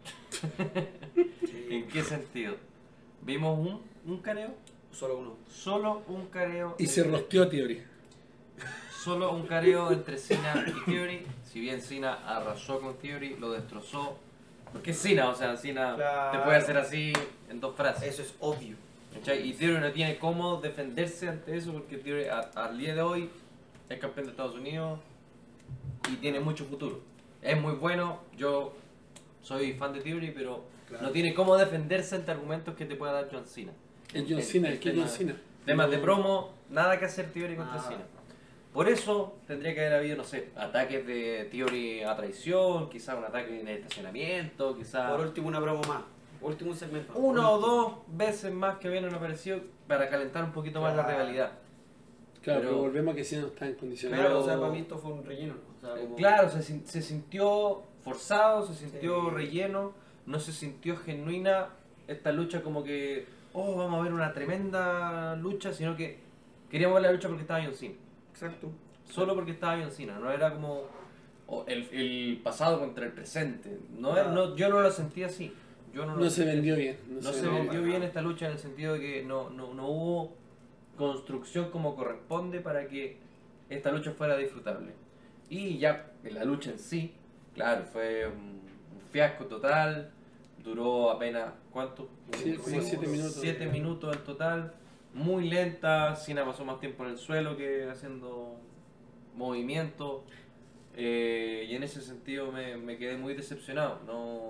Sí. ¿En qué sentido? Vimos un careo, Solo uno. solo un careo. Y se entre- rosteó a Theory. Solo un careo entre Cena y Theory. Si bien Cena arrasó con Theory, lo destrozó. Porque es Cena, o sea, Cena Claro. te puede hacer así en 2 frases. Eso es obvio. ¿Cachai? Y Theory no tiene cómo defenderse ante eso porque Theory al día de hoy es campeón de Estados Unidos y tiene mucho futuro. Es muy bueno, yo soy fan de Theory, pero Claro. no tiene cómo defenderse ante argumentos que te pueda dar John Cena. El John Cena, el que tema- John Cena. Temas de No- promo, nada que hacer Theory contra Nada. Cena. Por eso tendría que haber habido, no sé, ataques de Theory a traición, quizás un ataque en el estacionamiento, quizás Por último, una broma más. Último segmento. una o Último. dos veces más que habían aparecido para calentar un poquito más la Claro. rivalidad. Claro, Pero- pero volvemos a que Cena no está en condiciones. Claro, Pero- o sea, para mí esto fue un relleno. ¿No? O sea, como- Claro, se sintió forzado, se sintió Sí. relleno, no se sintió genuina esta lucha como que, oh, vamos a ver una tremenda lucha, sino que queríamos ver la lucha porque estaba John Cena. Exacto. Solo porque estaba John Cena, no era como el pasado contra el presente. No, Claro. yo no lo sentí así. Yo no, lo No se sentí vendió así. bien. No se vendió bien esta lucha en el sentido de que no hubo construcción como corresponde para que esta lucha fuera disfrutable. Y ya en la lucha en sí, claro, fue un fiasco total, duró apenas, ¿cuánto? Sí, como 7 minutos. 7 minutos en total, muy lenta, Cena pasó más tiempo en el suelo que haciendo movimiento. Y en ese sentido me quedé muy decepcionado.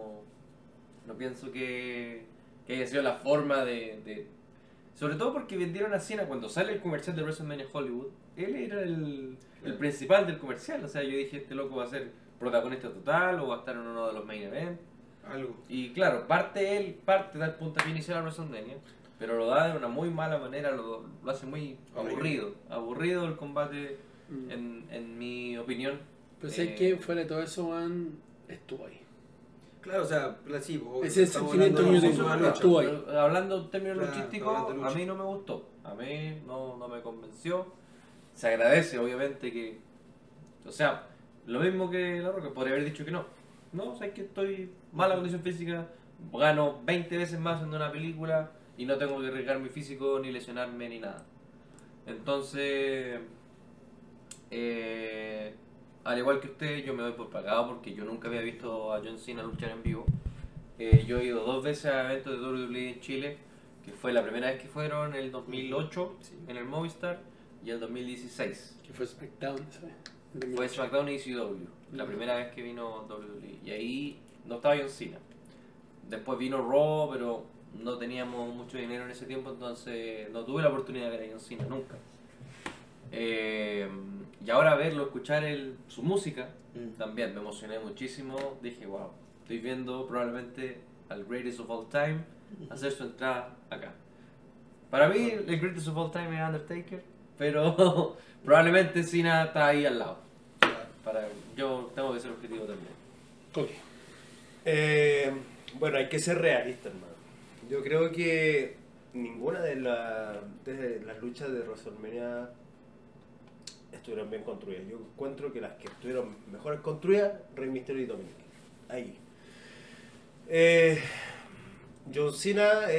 No pienso que haya sido la forma sobre todo porque vendieron a Cena cuando sale el comercial de WrestleMania Hollywood. Él era el principal del comercial. O sea, yo dije, este loco va a ser protagonista total o va a estar en uno de los main events. Algo. Y claro, parte da el puntapié inicial a WrestleMania, pero lo da de una muy mala manera, lo hace muy aburrido. Aburrido el combate, Mm. en mi opinión. Pero ¿sabes qué? Fuera de todo eso, Juan, estuvo ahí. Claro, o sea, sí, pues, Ese estamos sentimiento hablando que yo de tengo, una Pablo, lucha. estuvo ahí. Pero hablando en términos Claro, luchísticos, hablando de a lucha. mí no me gustó. A mí no me convenció. Se agradece, obviamente, que. O sea, lo mismo que La Roca, podría haber dicho que no. No, o sea, que estoy en mala condición física, gano 20 veces más en una película y no tengo que arriesgar mi físico, ni lesionarme, ni nada. Entonces. Al igual que usted, yo me doy por pagado porque yo nunca había visto a John Cena luchar en vivo. Yo he ido 2 veces a eventos de WWE en Chile, que fue la primera vez que fueron en el 2008 en el Movistar y el 2016. Que fue SmackDown, ¿sabes? Fue SmackDown y ECW, la primera vez que vino WWE. Y ahí no estaba John Cena. Después vino Raw, pero no teníamos mucho dinero en ese tiempo, entonces no tuve la oportunidad de ver a John Cena nunca. Y ahora verlo, escuchar su música, también me emocioné muchísimo. Dije, wow, estoy viendo probablemente al Greatest of All Time hacer su entrada acá. Para mí, el Greatest of All Time es Undertaker, pero probablemente Cena está ahí al lado. Yo tengo que ser objetivo también. Ok. Bueno, hay que ser realista, hermano. Yo creo que ninguna de las luchas de WrestleMania estuvieron bien construidas. Yo encuentro que las que estuvieron mejor construidas, Rey Mysterio y Dominic. Ahí. John Cena,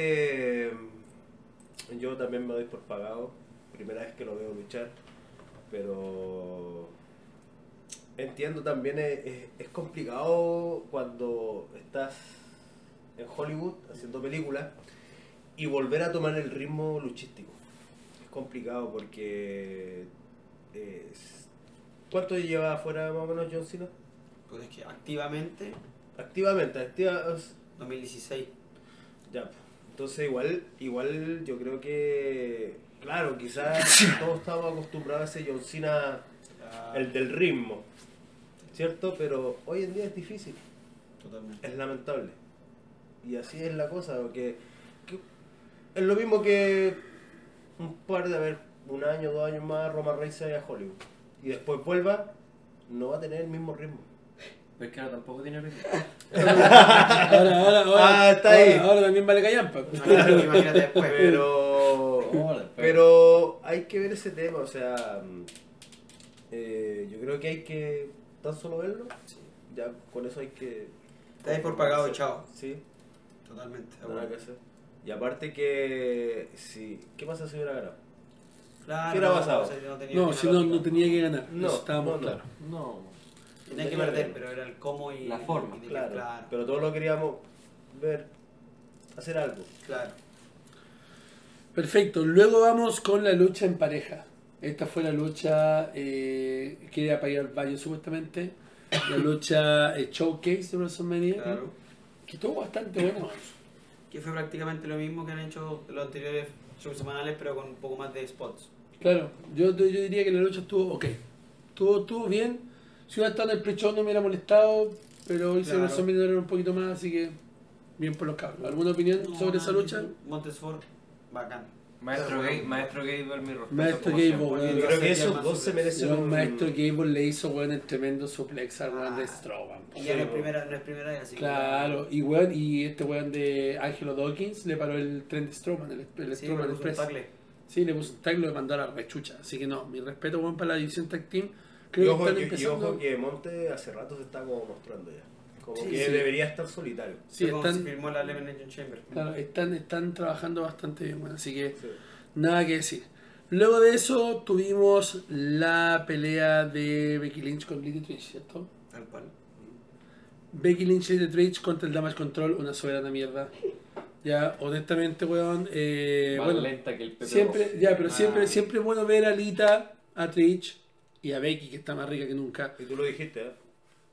yo también me doy por pagado. Primera vez que lo veo luchar. Pero entiendo también, es complicado cuando estás en Hollywood haciendo películas y volver a tomar el ritmo luchístico. Es complicado porque... ¿cuánto lleva afuera más o menos John Cena? Pues es que activamente, Activamente, 2016. ya. Entonces igual yo creo que... Claro, quizás todos estamos acostumbrados a ese John Cena, el del ritmo, ¿cierto? Pero hoy en día es difícil, Totalmente. es lamentable. Y así es la cosa, porque es lo mismo que un año, 2 años más Roman Reigns se vaya a Hollywood y después vuelva, no va a tener el mismo ritmo. Pero es que ahora tampoco tiene ritmo. Ah, está ahí. Ahora también vale callampa. Imagínate después. Pero hay que ver ese tema, o sea, yo creo que hay que tan solo verlo, Sí. ya con eso hay que... Te dais por pagado y chao. Sí, Totalmente. nada que hacer. Y aparte que, sí, ¿qué pasa si hubiera ganado? Claro, ¿Qué hubiera pasado? o sea, no tenía No, ninguna si no, lógica. no tenía que ganar. No, Eso estábamos no. claros. No. Tenía que perder, pero era el cómo y La forma, y de- Claro, claro. pero todos lo queríamos ver, hacer algo. Claro. Perfecto, luego vamos con la lucha en pareja. Esta fue la lucha que era para ir al baño supuestamente. La lucha showcase de WrestleMania. Claro. Que estuvo bastante bueno. Que fue prácticamente lo mismo que han hecho los anteriores shows semanales, pero con un poco más de spots. Claro, yo diría que la lucha estuvo ok. Estuvo bien. Si hubiera estado en el pre-show no me hubiera molestado, pero hice Claro. WrestleMania era un poquito más, así que bien por los cabros. ¿Alguna opinión sobre esa lucha? Montesford, bacán. Maestro Gable, mi respeto. Maestro como Gable, siempre. weón. Yo creo que Sería esos más dos se merecen El un... maestro Gable le hizo weón el tremendo suplex al weón de Ah. Strowman. Y ya no es primera vez, así que- Claro, y este weón de Angelo Dawkins le paró el tren de Strowman, el Sí, Strowman pero puso un Express. tackle. Sí, le puso un tag y lo mandó a la rechucha. Así que no, mi respeto weón para la división tag team. Y Creo ojo, que están y empezando. ojo que Monte hace rato se está como mostrando ya. Como Sí, que sí. debería estar solitario. Sí, Fue como están, se firmó la Elimination Chamber. claro, están trabajando bastante bien, bueno, así que Sí. nada que decir. Luego de eso tuvimos la pelea de Becky Lynch con Lily Trish, ¿cierto? Tal cual. Becky Lynch y Lily Trish contra el Damage Control, una soberana mierda. Ya, honestamente, weón, Más bueno, lenta que el Pepe siempre, Ross. ya, pero Ah. siempre es bueno ver a Lita, a Trish y a Becky, que está más rica que nunca. Y tú lo dijiste, ¿eh?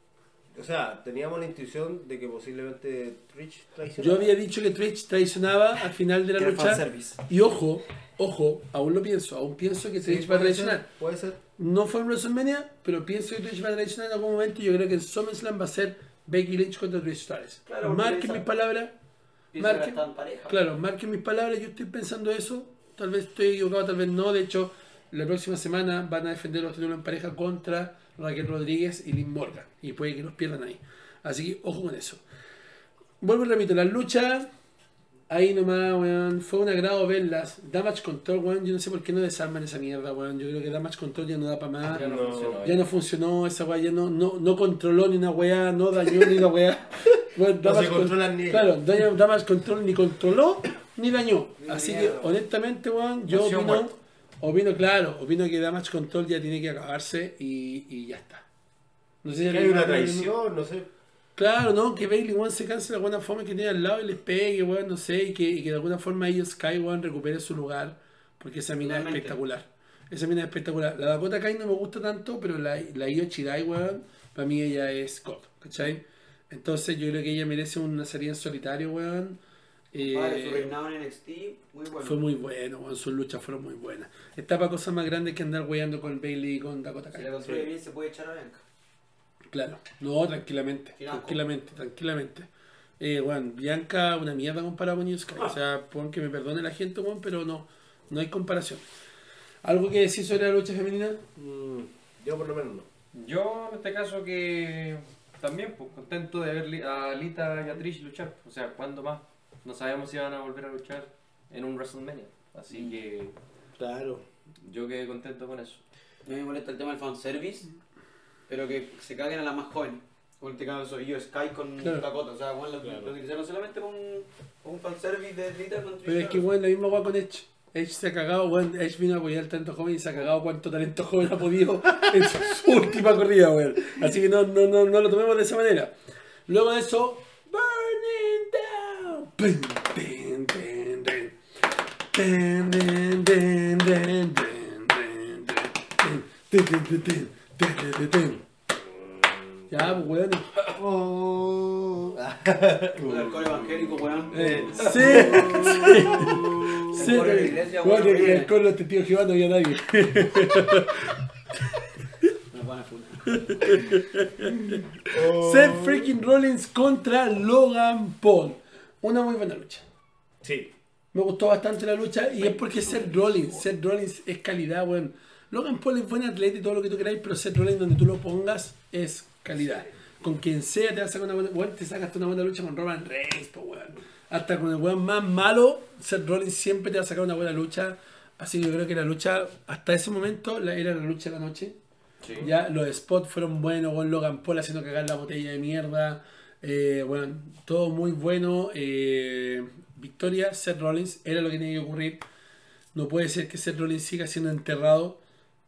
O sea, teníamos la intuición de que posiblemente Trish traicionara. Yo había dicho que Trish traicionaba al final de la Era lucha. fanservice. Y ojo, aún lo pienso, aún pienso que Sí, Trish va a puede ser, traicionar. Puede ser. No fue en WrestleMania, pero pienso que Trish va a traicionar en algún momento. Y yo creo que en SummerSlam va a ser Becky Lynch contra Trish Stratus. Claro, porque Marquen esa- mis palabras. Pienso que Marquen- están pareja. Claro, marquen mis palabras, yo estoy pensando eso. Tal vez estoy equivocado, tal vez no. De hecho, la próxima semana van a defender los títulos en pareja contra Raquel Rodríguez y Liv Morgan. Y puede que los pierdan ahí. Así que ojo con eso. Vuelvo y repito, la lucha, ahí nomás, weón, fue un agrado verlas. Damage Control, weón, yo no sé por qué no desarman esa mierda, weón. Yo creo que Damage Control ya no da para más. Ya no, No. funcionó. Ya no funcionó, esa weá ya no controló ni una weá, no dañó ni una weá. Bueno, No se controlan ni Claro, Damage Control ni controló ni dañó. Ni Así que mierda. honestamente, weón, yo Nació muerto. opino que Damage Control ya tiene que acabarse y ya está. No sé si Que hay una traición, no sé. Claro, ¿no? Que Bailey, weón, se canse de alguna forma que tiene al lado y les pegue, weón, no sé, y que de alguna forma ellos Sky, weón, recupere su lugar, porque esa mina Totalmente. es espectacular. Esa mina es espectacular. La Dakota Kai no me gusta tanto, pero la Io Shirai, weón, para mí ella es God, ¿cachai? Entonces yo creo que ella merece una serie en solitario, weón. Vale, su reinado en NXT, muy bueno. Fue muy bueno, weón, sus luchas fueron muy buenas. Está para cosas más grandes que andar weyando con Bailey y con Dakota Si Kai. la construye bien, se puede echar a Bianca. Claro, no, tranquilamente, Finaco. tranquilamente. Bueno, Bianca, una mierda comparado con Yusuke. O sea, pon que me perdone la gente, bueno, pero no hay comparación. ¿Algo que decir sobre la lucha femenina? Yo por lo menos no. Yo en este caso que también pues contento de ver a Lita y a Trish luchar. O sea, ¿cuándo más? No sabemos si van a volver a luchar en un WrestleMania. Así que Claro. yo quedé contento con eso. A mí me molesta el tema del fanservice, pero que se caguen a las más jóvenes. Como en este caso yo, Sky con Claro. Dakota. O sea, bueno, lo utilizaron solamente con un fanservice de Lita con Trish Pero es que, Stratus. bueno, la misma guay con Edge. Edge se ha cagado, weón. Edge vino a apoyar al talento joven y se ha cagado cuánto talento joven ha podido en su última corrida, weón. Así que no lo tomemos de esa manera. Luego de eso, Burning Down. Pin, tin, tin, tin. Tin, tin, tin, tin, tin, tin, tin, tin, tin, tin, tin, tin, tin. Ya, pues, weón. El alcohol evangélico, weón. Sí. Sí, coro de la iglesia, weón, weón, que el coro de este tío Jehová no había nadie. Me van a funar. Seth freaking Rollins contra Logan Paul. Una muy buena lucha. Sí. Me gustó bastante la lucha y es porque Seth Rollins es calidad, weón. Logan Paul es buen atleta y todo lo que tú queráis, pero Seth Rollins donde tú lo pongas es calidad. Con quien sea te vas a sacar una buena, weón, te sacaste una buena lucha con Roman Reigns, po, weón. Hasta con el weón más malo, Seth Rollins siempre te va a sacar una buena lucha. Así que yo creo que la lucha, hasta ese momento, era la lucha de la noche. Sí. Ya los spots fueron buenos, con Logan Paul haciendo cagar la botella de mierda. Bueno, todo muy bueno. Victoria, Seth Rollins, era lo que tenía que ocurrir. No puede ser que Seth Rollins siga siendo enterrado.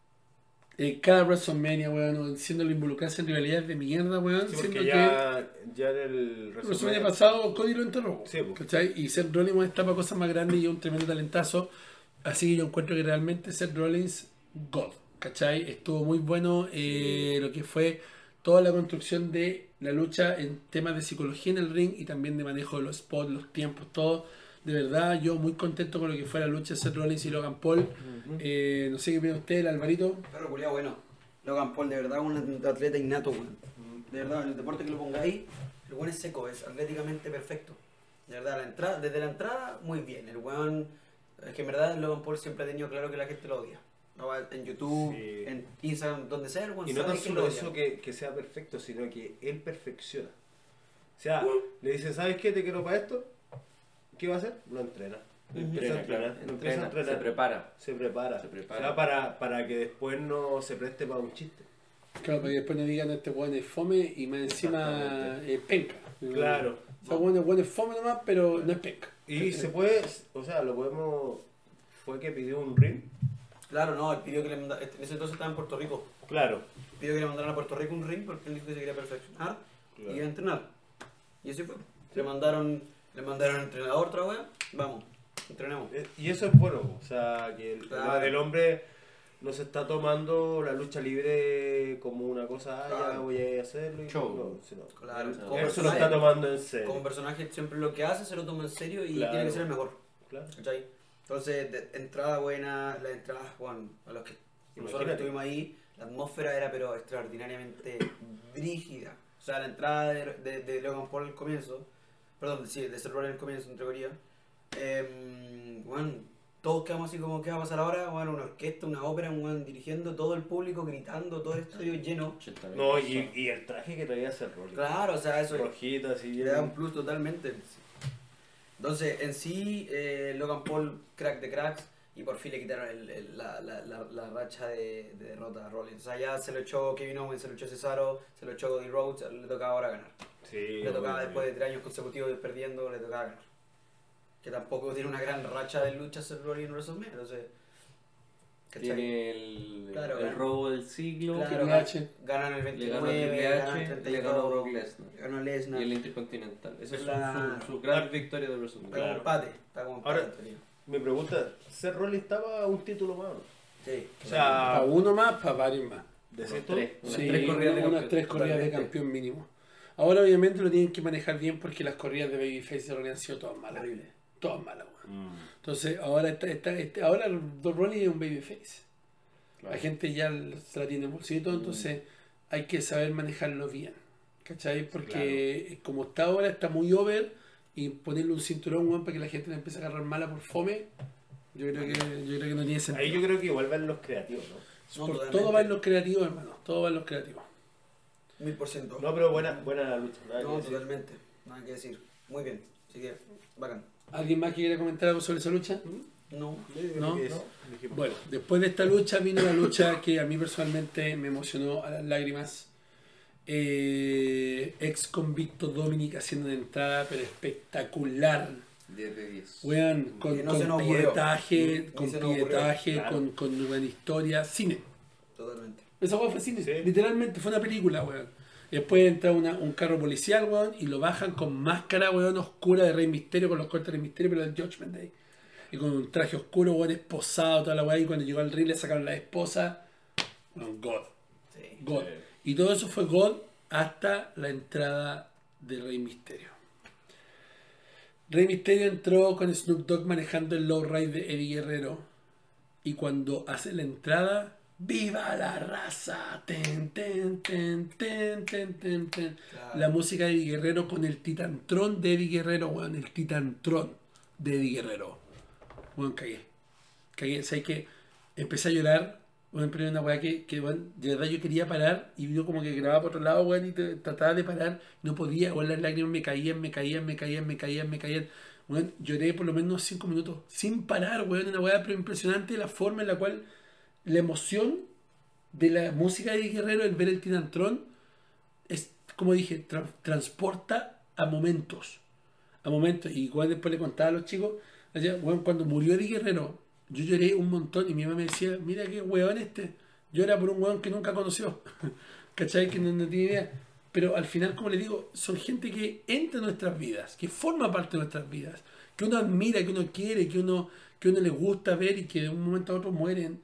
Cada WrestleMania, weón, siéndolo involucrarse en rivalidades de mierda, weón. Sí, Siendo porque ya en el WrestleMania pasado Cody lo enterró. Sí, pues. ¿Cachai? Y Seth Rollins está para cosas más grandes y es un tremendo talentazo. Así que yo encuentro que realmente Seth Rollins, God. ¿Cachai? Estuvo muy bueno lo que fue toda la construcción de la lucha en temas de psicología en el ring y también de manejo de los spots, los tiempos, todo. De verdad, yo muy contento con lo que fue la lucha de Seth Rollins y Logan Paul. No sé qué opina usted, el Alvarito. Perro culiao, bueno. Logan Paul, de verdad, un atleta innato, weón. De verdad, en el deporte que lo pongáis, el weón es seco, es atléticamente perfecto. De verdad, desde la entrada, muy bien. El weón, es que en verdad Logan Paul siempre ha tenido claro que la gente lo odia. No, en YouTube, Sí. en Instagram, donde sea, el weón Y no sabe tan que solo lo eso odia. que sea perfecto, sino que él perfecciona. O sea, le dicen, ¿sabes qué? Te quiero para esto. ¿Qué va a hacer? Lo entrena. Empieza a entrenar. Empieza a entrenar. se prepara. Se prepara. Se prepara. O sea, para que después no se preste para un chiste. Claro, para que después no digan este weón es fome y más encima penca. Claro. O sea, weón es fome nomás, pero no es penca. Y se puede, o sea, lo podemos... Fue que pidió un ring. Claro, no, él pidió que le mandara, en ese entonces estaba en Puerto Rico. Claro. Pidió que le mandaran a Puerto Rico un ring porque él dijo que se quería perfeccionar Claro. y iba a entrenar. Y así fue. Le mandaron entrenador otra vez, vamos, entrenemos. Y eso es bueno, o sea, que Claro. el hombre no se está tomando la lucha libre como una cosa, ya Claro. voy a hacerlo y Show. no, sino, Claro, él como se lo personaje. está tomando en serio. Como personaje siempre lo que hace se lo toma en serio y Claro. tiene que ser el mejor. Claro. ¿Cachai? Entonces, entrada buena, las entradas, Juan, a los que nosotros que Imagínate. estuvimos ahí, la atmósfera era pero extraordinariamente brígida. O sea, la entrada de Logan Paul al comienzo, perdón, sí, de Seth Rollins al comienzo, en teoría, Juan, todos quedamos así como, ¿qué va a pasar ahora? Juan, una orquesta, una ópera, un Juan dirigiendo, todo el público gritando, todo el estadio lleno. 80.000 No, personas. y el traje que traía ese rol. Claro, o sea, eso Rojita, así le da un bien. plus totalmente. Entonces, en sí, Logan Paul, crack de cracks, y por fin le quitaron la racha de derrota a Rollins. O sea, ya se lo echó Kevin Owens, se lo echó Cesaro, se lo echó Cody Rhodes, le tocaba ahora ganar. Sí, Le tocaba obvio. después de 3 años consecutivos perdiendo, le tocaba ganar. Que tampoco tiene una gran racha de luchas en Rollins en WrestleMania, entonces... ¿cachai? Tiene el, Claro, el claro. robo del siglo. Claro, Triple H. ganan el Le ganó a 29, Triple ganan el H, 32, le ganó a Brock Lesnar. ganó a Lesnar. Y el Intercontinental. Esas Claro. son sus grandes victorias de WrestleMania. Está como empate, está como empate. Ahora- en teoría. Mi pregunta, ¿Seth Rollins estaba a un título más? ¿No? Sí. O Para sea, uno más, para varios más. ¿decís Unos tú? tres. Unas Sí, tres corridas de unas campeón. 3 corridas de Totalmente. campeón mínimo. Ahora obviamente lo tienen que manejar bien porque las corridas de Babyface de Rollins han sido todas malas. Horrible. Todas malas, weón. Mm. Entonces ahora ahora Don Rollins es un Babyface. Claro. La gente ya se la tiene en bolsito, entonces hay que saber manejarlo bien. ¿Cachai? Porque como está ahora, está muy over y ponerle un cinturón, weón, para que la gente le empiece a agarrar mala por fome, yo creo que no tiene sentido. Ahí yo creo que igual van los creativos, ¿no? No, Por totalmente. todo va en los creativos, hermano. Todo va en los creativos. 1000%. No, pero buena la lucha. nada que No, decir. totalmente. Nada que decir. Muy bien. Así que, bacán. ¿Alguien más que quiera comentar algo sobre esa lucha? No. ¿No? Dijimos. Bueno, después de esta lucha vino la lucha que a mí personalmente me emocionó a las lágrimas. Ex convicto Dominic haciendo una entrada pero espectacular. 10 de 10. Weón, Y con, no se con nos ocurrió. pietaje, Ni con se nos ocurrió, pietaje, claro. con buena historia, cine. Totalmente. Esa weón fue cine, Sí. literalmente fue una película, weón. Después entra un carro policial, weón, y lo bajan con máscara, weón, oscura de Rey Misterio, con los cortes de Rey Misterio, pero del Judgment Day. Y con un traje oscuro, weón, esposado, toda la weá, y cuando llegó al ring le sacaron la esposa. Weón, God. Sí. God. Sí. Y todo eso fue God hasta la entrada de Rey Misterio. Rey Misterio entró con Snoop Dogg manejando el lowride de Eddie Guerrero. Y cuando hace la entrada, ¡viva la raza! Ten, ten, ten, ten, ten, ten, ten. Claro. La música de Eddie Guerrero con el Titantron de Eddie Guerrero, weón. El Titantron de Eddie Guerrero. Weón, cagué. Cagué. ¿Sabes qué? Empecé a llorar. Weón, pero era una weá que weón, de verdad yo quería parar. Y yo como que grababa por otro lado, weón, y trataba de parar. No podía, weón, las lágrimas me caían. Weón, lloré por lo menos 5 minutos. Sin parar, weón. Una weá pero impresionante la forma en la cual la emoción de la música de Eddie Guerrero, el ver el Titantron, es, como dije, transporta a momentos. A momentos. Y igual después le contaba a los chicos, allá, weón, cuando murió Eddie Guerrero, yo lloré un montón y mi mamá me decía, mira qué weón este, llora por un weón que nunca conoció. ¿Cachai? Que no tiene idea. Pero al final, como les digo, son gente que entra en nuestras vidas, que forma parte de nuestras vidas, que uno admira, que uno quiere, que uno le gusta ver y que de un momento a otro mueren.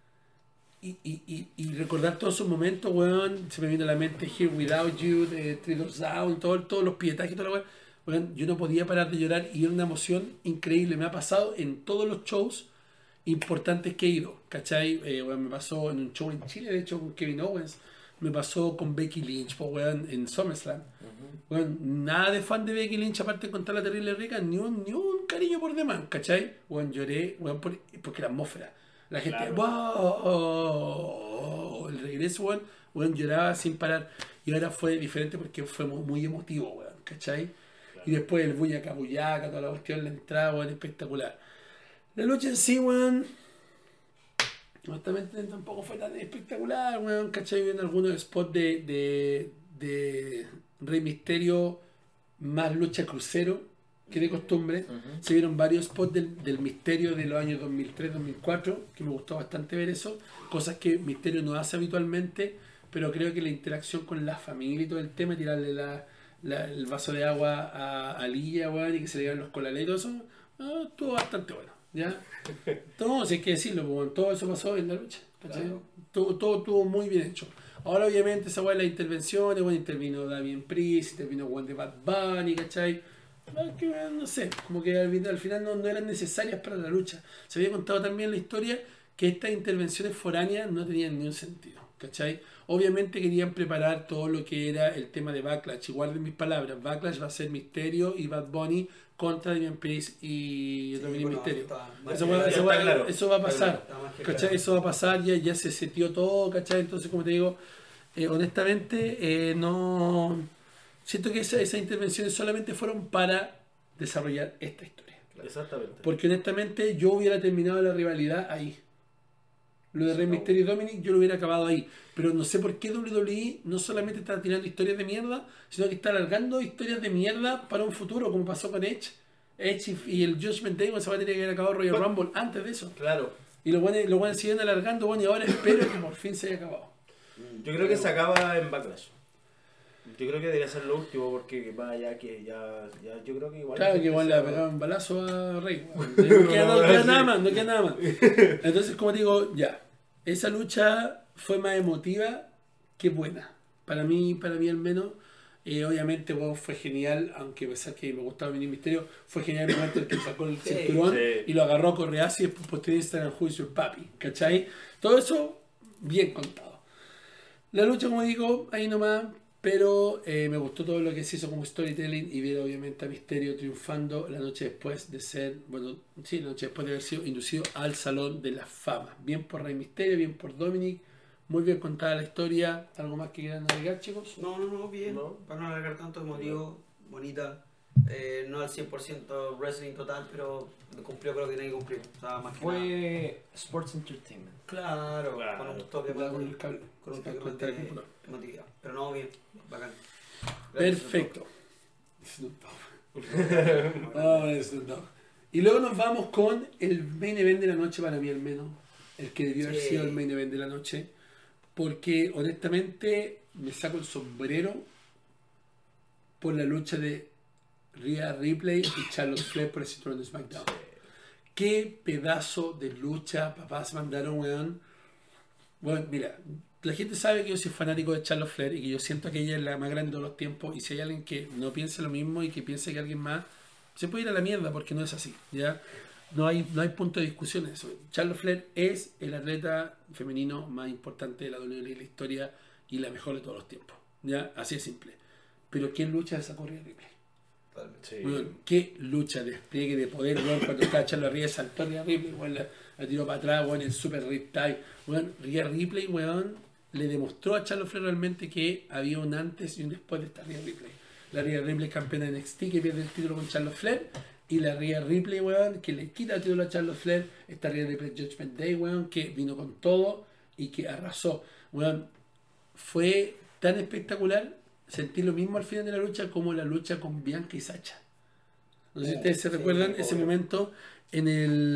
Y recordar todos esos momentos, weón, se me viene a la mente Here Without You, de Three Doors Down, todos los pietajes, toda la weón. Weón, yo no podía parar de llorar y era una emoción increíble. Me ha pasado en todos los shows importantes que he ido, ¿cachai? Weón, me pasó en un show en Chile, de hecho, con Kevin Owens. Me pasó con Becky Lynch, pues, weón, en SummerSlam. Weón, nada de fan de Becky Lynch, aparte de contar la terrible rica, ni un cariño por demás, ¿cachai? Weón, lloré, weón, porque la atmósfera. La gente, Claro. wow, el regreso, weón, lloraba sin parar. Y ahora fue diferente porque fue muy emotivo, weón, ¿cachai? Y después el bullaca, toda la cuestión, la entrada, weón, espectacular. La lucha en sí, weón, honestamente tampoco fue tan espectacular, weón, ¿cachai? Viendo algunos spots de Rey Misterio más lucha crucero que de costumbre. Se vieron varios spots del Misterio de los años 2003-2004, que me gustó bastante ver eso, cosas que Misterio no hace habitualmente, pero creo que la interacción con la familia y todo el tema, tirarle el vaso de agua a Lilla, weón, y que se le dieran los colaleros, eso estuvo bastante bueno, ¿ya? No, si hay que decirlo, weón, todo eso pasó en la lucha, ¿cachai? Claro. Todo estuvo muy bien hecho. Ahora obviamente esa weá de las intervenciones, bueno, intervino Damien Priest, intervino Juan de Bad Bunny, ¿cachai? No sé, como que al final no eran necesarias para la lucha. Se había contado también la historia que estas intervenciones foráneas no tenían ni un sentido, ¿cachai? Obviamente querían preparar todo lo que era el tema de Backlash, y guarden mis palabras, Backlash va a ser Misterio y Bad Bunny contra Damien Priest y Dominic bueno, Misterio. está más Eso que va, claro. eso va- Está claro. eso va a pasar, Está más que ¿cachai? claro. Eso va a pasar, ya se setió todo, ¿cachai? Entonces, como te digo, honestamente, no... Siento que esas intervenciones solamente fueron para desarrollar esta historia. Exactamente. Porque honestamente yo hubiera terminado la rivalidad ahí. Lo de Rey Mysterio y Dominic yo lo hubiera acabado ahí. Pero no sé por qué WWE no solamente está tirando historias de mierda, sino que está alargando historias de mierda para un futuro, como pasó con Edge. Edge y el Judgment Day, se va a tener que haber acabado Royal Rumble antes de eso. Claro. Y los buenos siguen alargando, bueno, y ahora espero que por fin se haya acabado. Yo creo que se acaba en Backlash. Yo creo que debería ser lo último porque vaya que ya yo creo que igual. Claro que igual le ha pegado un balazo a Rey. No queda nada más, no queda nada más. Entonces, como digo, ya. Esa lucha fue más emotiva que buena. Para mí al menos. Obviamente, bueno, fue genial, aunque a pesar que me gustaba Dominic Misterio, fue genial el momento en que sacó el cinturón sí. y lo agarró a correazo y después posterior Instagram Who is your papi, ¿cachai? Todo eso bien contado. La lucha, como digo, ahí nomás, pero me gustó todo lo que se hizo como storytelling y ver obviamente a Misterio triunfando la noche después de ser, bueno, sí, la noche después de haber sido inducido al Salón de la Fama. Bien por Rey Misterio, bien por Dominic. Muy bien contada la historia. ¿Algo más que quieran agregar, chicos? No, bien. No. Para no alargar tanto, como digo, bonita. No al 100% wrestling total, pero cumplió con lo que tenía que cumplir. O sea, más que nada. Fue Sports Entertainment. Claro, Claro. con un toque Cuidado más con el cable. con un Se va a toque más conectar el de computador. emotividad. Pero no, bien, bacán. Perfecto. No, eso no. Y luego nos vamos con el main event de la noche, para mí al menos. El que debió haber Sí. sido el main event de la noche. Porque honestamente me saco el sombrero por la lucha de Rhea Ripley y Charlotte Flair por el cinturón de SmackDown. Qué pedazo de lucha, papás mandaron, weón. Bueno, mira, la gente sabe que yo soy fanático de Charlotte Flair y que yo siento que ella es la más grande de los tiempos. Y si hay alguien que no piense lo mismo y que piense que alguien más, se puede ir a la mierda porque no es así, ¿ya? No hay punto de discusión en eso. Charlotte Flair es el atleta femenino más importante de la WWE de la historia y la mejor de todos los tiempos, ¿ya? Así de simple. Pero ¿quién lucha esa Rhea Ripley? Sí. Bueno, qué lucha, despliegue de poder, weón, cuando estaba Charlotte Rhea saltó a Rhea Ripley, weón, la tiró para atrás, weón, el super riptide, weón, Rhea Ripley, weón, le demostró a Charlotte Flair realmente que había un antes y un después de esta Rhea Ripley. La Rhea Ripley campeona de NXT que pierde el título con Charlotte Flair, y la Rhea Ripley, weón, que le quita el título a Charlotte Flair, esta Rhea Ripley Judgment Day, weón, que vino con todo y que arrasó, weón, fue tan espectacular. Sentí lo mismo al final de la lucha como la lucha con Bianca y Sacha. No sé si ustedes se Sí, recuerdan ese obvio. momento en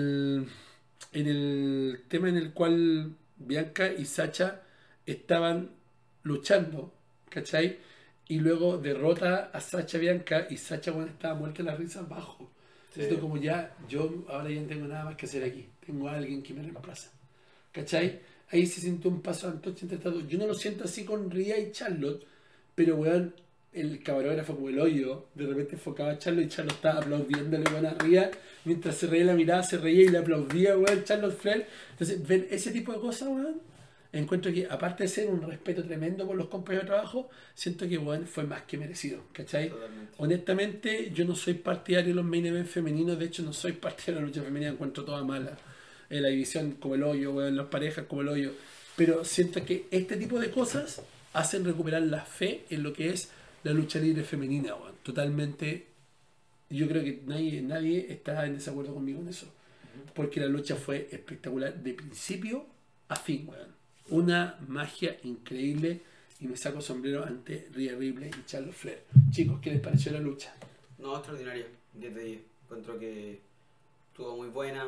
el tema en el cual Bianca y Sacha estaban luchando, ¿cachai? Y luego derrota a Sacha Bianca y Sacha, bueno, estaba muerta de la risa abajo. Sí. Esto como ya, yo ahora ya no tengo nada más que hacer aquí. Tengo a alguien que me reemplaza. ¿Cachai? Ahí se sintió un paso antorcha entre estas dos. Yo no lo siento así con Rhea y Charlotte, pero weón, el camarógrafo como el hoyo, de repente enfocaba a Charlotte y Charlotte estaba aplaudiéndole, weón, a Rhea, mientras se reía la mirada, se reía y le aplaudía, weón, Charlotte Flair. Entonces, ver ese tipo de cosas, weón, encuentro que aparte de ser un respeto tremendo por los compañeros de trabajo, siento que, weón, fue más que merecido, ¿cachai? Totalmente. Honestamente, yo no soy partidario de los main events femeninos, de hecho no soy partidario de la lucha femenina, encuentro toda mala. La división como el hoyo, weón, las parejas como el hoyo. Pero siento que este tipo de cosas hacen recuperar la fe en lo que es la lucha libre femenina, weón. Totalmente, yo creo que nadie está en desacuerdo conmigo en eso. Porque la lucha fue espectacular de principio a fin, weón. Una magia increíble y me saco sombrero ante Rhea Ripley y Charlotte Flair. Chicos, ¿qué les pareció la lucha? No, extraordinaria, 10 de 10. Encuentro que estuvo muy buena.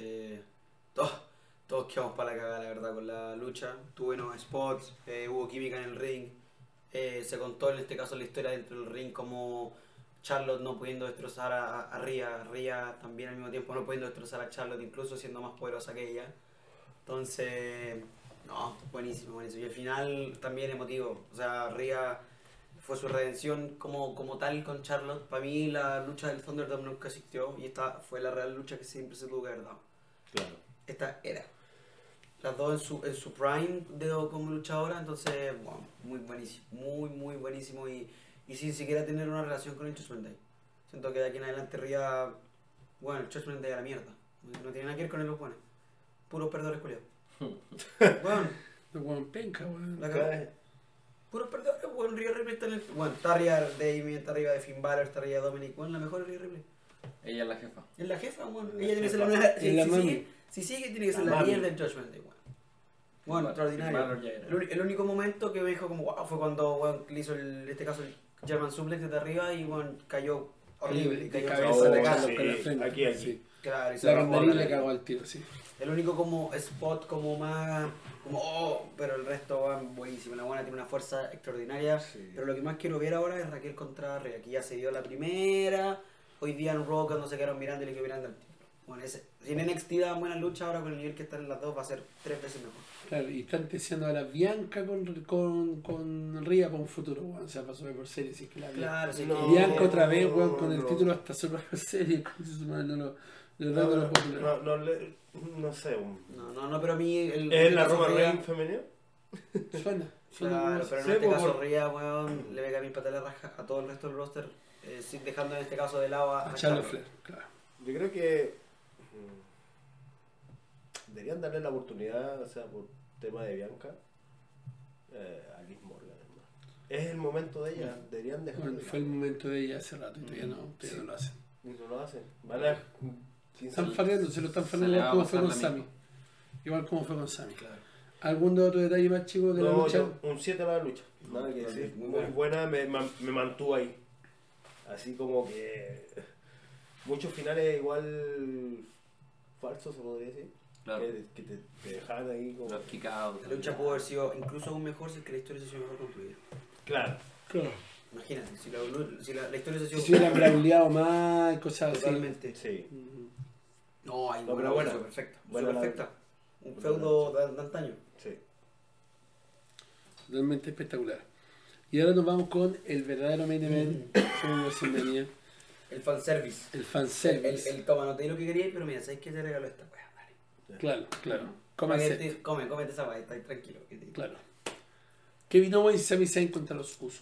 Todos quedamos para la cagada, la verdad, con la lucha. Tuvo buenos spots, hubo química en el ring. Se contó en este caso la historia dentro del ring, como Charlotte no pudiendo destrozar a Rhea, Rhea también al mismo tiempo no pudiendo destrozar a Charlotte, incluso siendo más poderosa que ella. Entonces, no, buenísimo, buenísimo. Y al final también emotivo. O sea, Rhea fue su redención como tal con Charlotte. Para mí la lucha del Thunderdome nunca existió y esta fue la real lucha que siempre se tuvo que haber dado. Claro. Esta era. Las dos en su prime como luchadora, entonces, wow, muy buenísimo, muy buenísimo y sin siquiera tener una relación con el Judgment Day. Siento que de aquí en adelante Rhea, bueno, el Judgment Day a la mierda. No tiene nada que ver con los buenos. Puros perdedores culiados. Bueno, El weón penca, weón. la cagó. Puros perdedores, bueno, Rhea Ripley está en el... Bueno, está arriba de Damien, está arriba de Finn Balor, está arriba de Dominic, bueno, la mejor es Rhea Ripley. Ella es la jefa. Es la jefa, bueno. La Ella tiene que ser la jefa. nueva... Es la mami. Si sigue, tiene que ser La la mami. líder del Judgment Day, bueno. Bueno, extraordinario. Balor ya era. El único momento que me dijo como wow fue cuando bueno, le hizo en este caso el German Suplex desde arriba y bueno, cayó horrible. Y De cayó cabeza Oh, le sí. cagó con la frente. Aquí. Sí. Claro, y se La bajó candarín la- le cagó al tiro, sí. El único como spot como más como oh, pero el resto va buenísimo. La buena tiene una fuerza extraordinaria. Sí. Pero lo que más quiero ver ahora es Raquel contra Rhea, que ya se dio la primera. Hoy día en Raw cuando se quedaron mirando y le quedó mirando al título. Bueno, si en NXT daban buena lucha, ahora con el nivel que están en las dos va a ser 3 veces mejor. Claro, y están deseando a la Bianca con Rhea para un futuro, weón. O sea, pasó por serie, si es que la Claro, sí No. que... Bianca otra vez, weón, con el no. título hasta Survivor Series. De verdad no lo puedo creer. No sé. No, pero a mí... ¿Es la caso Roman Rhea- Reigns femenina? Suena. Claro, pero en Sí, este pues, caso por- Rhea, weón, le pega mil patas a la raja a todo el resto del roster, sin dejando en este caso de lado A Charlotte Flair, claro. Yo creo que deberían darle la oportunidad, o sea, por tema de Bianca, a Liv Morgan. Hermano. Es el momento de ella, deberían dejarlo. Bueno, fue el momento de ella hace rato y todavía no lo hacen. Y no lo hacen. Van a... Están farreando, se lo están farreando le va igual a como fue con pasar la Sammy. Igual como fue con Sammy. Claro. ¿Algún otro detalle más chico de la No, lucha? yo, un 7 a la lucha. Nada que decir. Muy Muy bueno. buena, me mantuvo ahí. Así como que muchos finales igual falsos, se podría decir. Claro. Que te dejaban ahí como... Los kick-outs. La lucha pudo haber sido incluso aún mejor si es que la historia se hizo mejor construida. Claro. Claro. Imagínate, si la historia se hizo Si hubieran brauleado más y cosas así. totalmente. Sí. Ujú. No, hay No, una pero buena, bueno. perfecta. Buena la- perfecta. Un buena feudo de antaño. Sí. Realmente espectacular. Y ahora nos vamos con el verdadero main event de WrestleMania, El fanservice. el fanservice. El toma, no te di lo que querías, pero mira, ¿sabes qué te regaló esta weá? Dale. Claro, claro. Cómete esa weá, está tranquilo. Claro. Kevin Owens y Sami Zayn contra los Usos.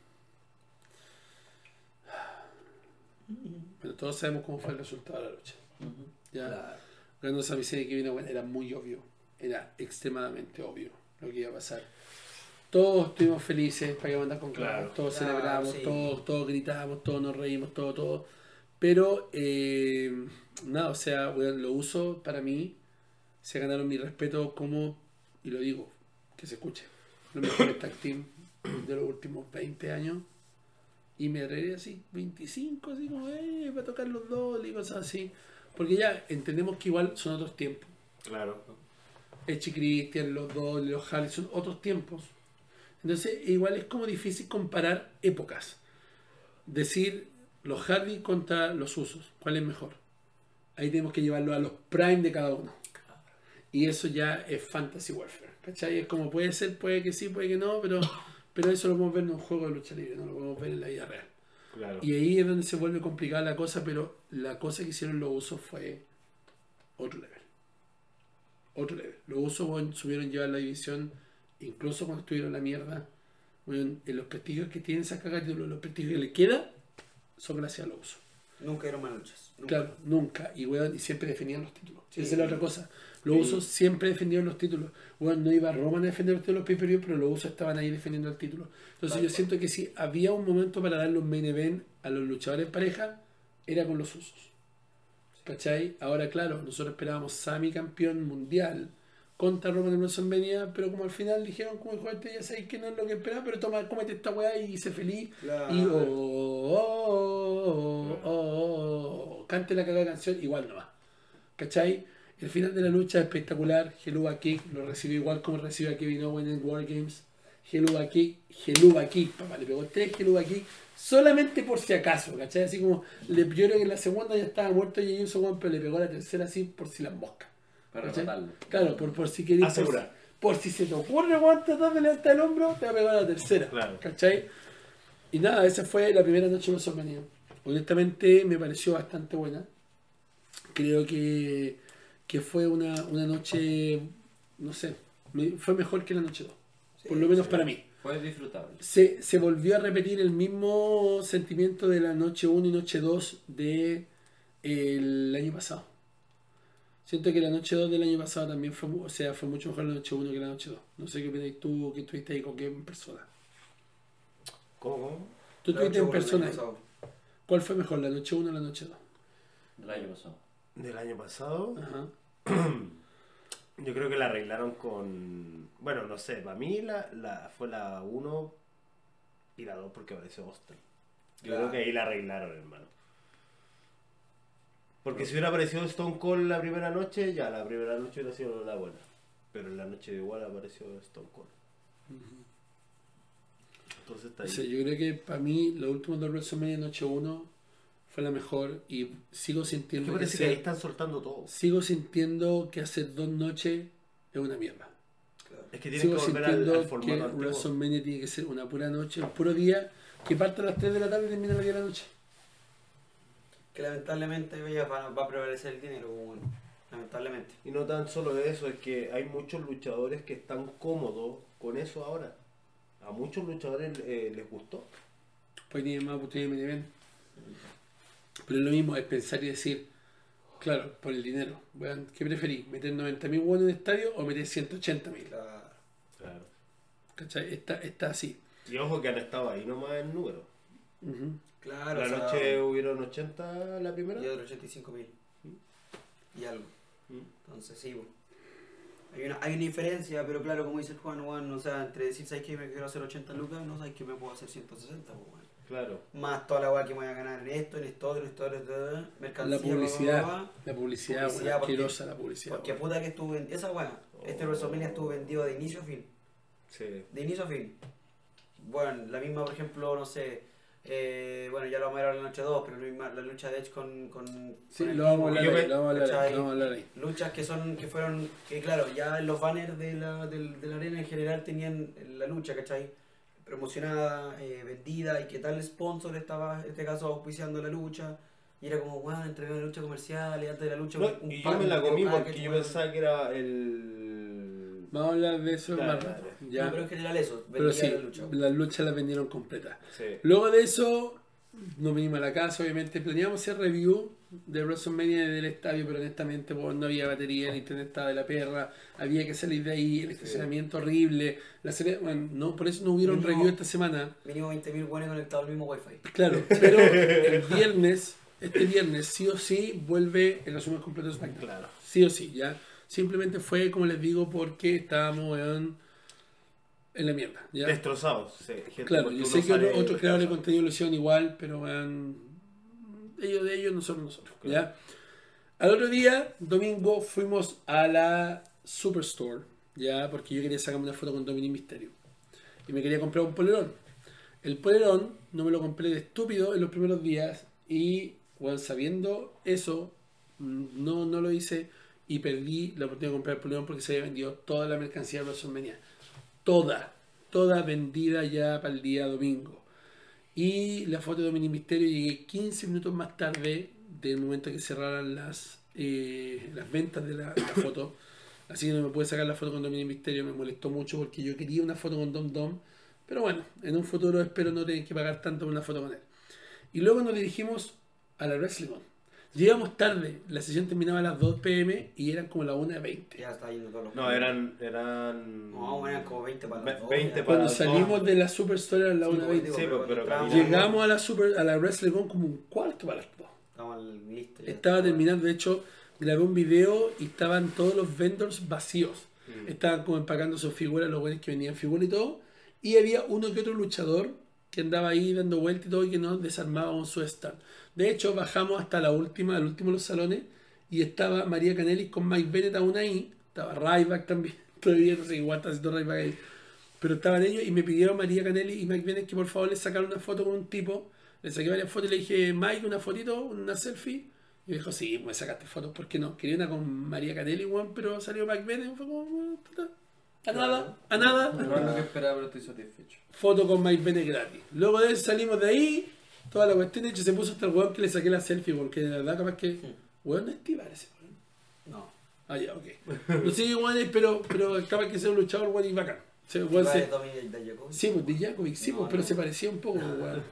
Bueno, todos sabemos cómo fue el resultado de la lucha. Ya. Claro. Ganó Sami Zayn y Kevin Owens, era muy obvio. Era extremadamente obvio lo que iba a pasar. Todos estuvimos felices para que mandar con claro. Claro. Todos Claro, celebramos, sí. todos gritamos, todos nos reímos, todo. Pero, nada, o sea, bueno, lo uso para mí. Se ganaron mi respeto como, y lo digo, que se escuche, los mejores tag team de los últimos 20 años. Y me atrevería así, 25, así como, para tocar los dos y cosas así. Porque ya entendemos que igual son otros tiempos. Claro. Edge y Christian, los dos, los Hardy, son otros tiempos. Entonces, igual es como difícil comparar épocas. Decir los Hardy contra los Usos, ¿cuál es mejor? Ahí tenemos que llevarlo a los prime de cada uno. Y eso ya es Fantasy Warfare. ¿Cachai? Es como puede ser, puede que sí, puede que no, pero eso lo podemos ver en un juego de lucha libre, no lo podemos ver en la vida real. Claro. Y ahí es donde se vuelve complicada la cosa, pero la cosa que hicieron los Usos fue otro level. Otro level. Los Usos bueno, supieron llevar la división, incluso cuando estuvieron en la mierda. Bueno, en los prestigios que tienen esa cagada, los prestigios que les queda, son gracias a los Usos. Nunca dieron más luchas. Nunca. Claro, nunca. Y, weón, y siempre defendían los títulos. Sí. Esa es la otra cosa. Los Sí. Usos siempre defendieron los títulos. Weón, no iba a Roman a defender los títulos pay-per-view, pero los Usos estaban ahí defendiendo el título. Entonces Tal yo cual. siento que si había un momento para darle un main event a los luchadores en pareja, era con los Usos. ¿Cachai? Ahora, claro, nosotros esperábamos Sami campeón mundial contra Roman en WrestleMania, pero como al final dijeron, como dijo este, ya sabéis que no es lo que esperaba, pero toma, cómete esta weá y sé feliz. Claro. Y cante la cagada canción, igual nomás. ¿Cachai? El final de la lucha es espectacular. Helluva Kick lo recibió igual como recibe a Kevin Owens en War Games. Helluva Kick, papá, le pegó 3 Helluva Kick solamente por si acaso, ¿cachai? Así como, yo creo que en la segunda ya estaba muerto y hizo One, pero le pegó la tercera así por si las moscas. Para ¿Cachai? rematarlo. Claro, por si queréis. Asegurar. Por si se te ocurre, weón, tratar de levantar el hombro, te va a pegar la tercera. Claro. ¿Cachai? Y nada, esa fue la primera noche de WrestleMania. Honestamente me pareció bastante buena. Creo que fue una noche, no sé, fue mejor que la noche 2. Por lo menos para mí. Fue disfrutable. Se volvió a repetir el mismo sentimiento de la noche 1 y noche 2 del año pasado. Siento que la noche 2 del año pasado también fue, o sea, fue mucho mejor la noche 1 que la noche 2. No sé qué opináis tú, que estuviste ahí con qué persona. ¿Cómo? Tú La estuviste lucha en por el persona año ahí. pasado. ¿Cuál fue mejor, la noche 1 o la noche 2? Del año pasado. Del año pasado. Ajá. Yo creo que la arreglaron con... Bueno, no sé, para mí fue la 1 y la 2 porque apareció Austin. Yo Claro. creo que ahí la arreglaron, hermano. Porque si hubiera aparecido Stone Cold la primera noche, ya la primera noche hubiera sido la buena. Pero en la noche igual apareció Stone Cold. Entonces está O ahí. sea, yo creo que para mí, los últimos dos WrestleMania noche 1 fue la mejor y sigo Es sintiendo que que, parece que ahí están soltando todo. sigo sintiendo que hacer 2 noches es una mierda. Claro. Es que tienen Sigo que volver al sintiendo que formato antiguo. WrestleMania tiene que ser una pura noche, un puro día, que parte a las 3 de la tarde y termina a las 10 de la noche. Que lamentablemente va a prevalecer el dinero, bueno, lamentablemente. Y no tan solo eso, es que hay muchos luchadores que están cómodos con eso ahora. A muchos luchadores les gustó. Pues tiene más oportunidad de main event. Pero es lo mismo, es pensar y decir, claro, por el dinero. Weón, ¿qué preferís? ¿Meter 90.000 buenos en el estadio o meter 180.000? Claro. Claro. ¿Cachai? Está así. Y ojo que han estado ahí nomás en número. Ujú. Claro, La o sea, noche hubieron 80 la primera. y otro 85.000. Y algo. Entonces, sí, bueno. Hay una diferencia, pero claro, como dice el Juan, o sea, entre decir, ¿sabes que me quiero hacer 80 lucas? No, ¿sabes que me puedo hacer 160? Pues, bueno. Claro. más toda la weá que me voy a ganar en esto, mercancía, La publicidad, bla, bla, bla. la publicidad, Publicidad, weón, porque- asquerosa la publicidad. Porque weón. puta que estuvo en esa weá. Este WrestleMania estuvo vendido de inicio a fin. Sí. De inicio a fin. Bueno, la misma, por ejemplo, no sé. Bueno, ya lo vamos a ver en la noche 2, pero la lucha de Edge con Sí, el lo vamos a hablar equipo, ahí, lo vamos a hablar ahí, ¿cachai? lo vamos a hablar ahí. Luchas que fueron, que claro, ya en los banners de la arena en general tenían la lucha, ¿cachai? Promocionada, vendida, y que tal sponsor estaba, en este caso, auspiciando la lucha. Y era como, bueno, entre la lucha comercial y antes de la lucha. No, un y yo pack, me la un comí package, porque yo weón. pensaba que era el... Vamos a hablar de eso Claro, más rato. claro. Ya. No, pero en general eso, Pero vendía sí, la lucha. las luchas las vendieron completas. Sí. Luego de eso, nos vinimos a la casa, obviamente. Planeamos hacer review de WrestleMania del estadio, pero honestamente pues, no había batería, el internet estaba de la perra, había que salir de ahí, el estacionamiento horrible. Bueno, no, por eso no hubieron Mínimo- review esta semana. Mínimo 20.000 buenos conectados al mismo wifi. Claro, pero el viernes, este viernes, sí o sí, vuelve el resumen completo de SmackDown. Claro. Sí o sí, ya. Simplemente fue, como les digo, porque estábamos, weón, en la mierda. ¿ya? Destrozados. Sí. Gente, Claro, porque yo uno sé que sale otros creadores de destrozado. contenido lo hicieron igual, pero weón, ellos de ellos, nosotros. ¿Ya? Al otro día, domingo, fuimos a la Superstore, ¿ya? Porque yo quería sacarme una foto con Dominic Mysterio. Y me quería comprar un polerón. El polerón no me lo compré de estúpido en los primeros días y, bueno, sabiendo eso, no lo hice y perdí la oportunidad de comprar el polerón porque se había vendido toda la mercancía de WrestleMania. Toda vendida ya para el día domingo. Y la foto de Dominic Mysterio llegué 15 minutos más tarde del momento que cerraran las ventas de la foto. Así que no me pude sacar la foto con Dominic Mysterio, me molestó mucho porque yo quería una foto con Dom. Pero bueno, en un futuro espero no tener que pagar tanto por una foto con él. Y luego nos dirigimos a la WrestleCon. Llegamos tarde, la sesión terminaba a las 2 p.m. y eran como las 1:20. Ya está yendo todos los. No, eran... No, eran como 20 para las 2. 20 para Cuando las salimos dos. de la Superstore a las Sí, 1:20. digo, Sí, pero entramos- Llegamos a la WrestleCon como un cuarto para las 2. Estamos listos. ya. Estaba terminando, de hecho, grabé un video y estaban todos los vendors vacíos. Estaban como empacando sus figuras, los güeyes que venían figuras y todo. Y había uno que otro luchador que andaba ahí dando vueltas y todo y que nos desarmaba con su stand. De hecho, bajamos hasta al último de los salones y estaba María Canelis con Mike Bennett aún ahí. Estaba Ryback también. Todavía no sé igual está haciendo Ryback ahí. Pero estaban ellos y me pidieron María Canelis y Mike Bennett que por favor les sacaran una foto con un tipo. Le saqué varias fotos y le dije, Mike, una fotito, una selfie. Y me dijo, sí, me sacaste fotos, ¿por qué no? Quería una con María Canelis, weón, pero salió Mike Bennett. Fue como, bueno, a nada. No es lo que esperaba, pero estoy satisfecho. Foto con Mike Bennett gratis. Luego de eso salimos de ahí, toda la cuestión, de hecho se puso hasta el weón que le saqué la selfie, porque de verdad capaz que, weón, no es Tibar ese weón. No. Ah, ya, ok. No sé qué weón es, pero capaz que sea un luchador weón y bacán. O sea, weón Igual se- es Dominic Dijakovic. Sí, pues Dijakovic, sí, No, pues, pero no. se parecía un poco, weón.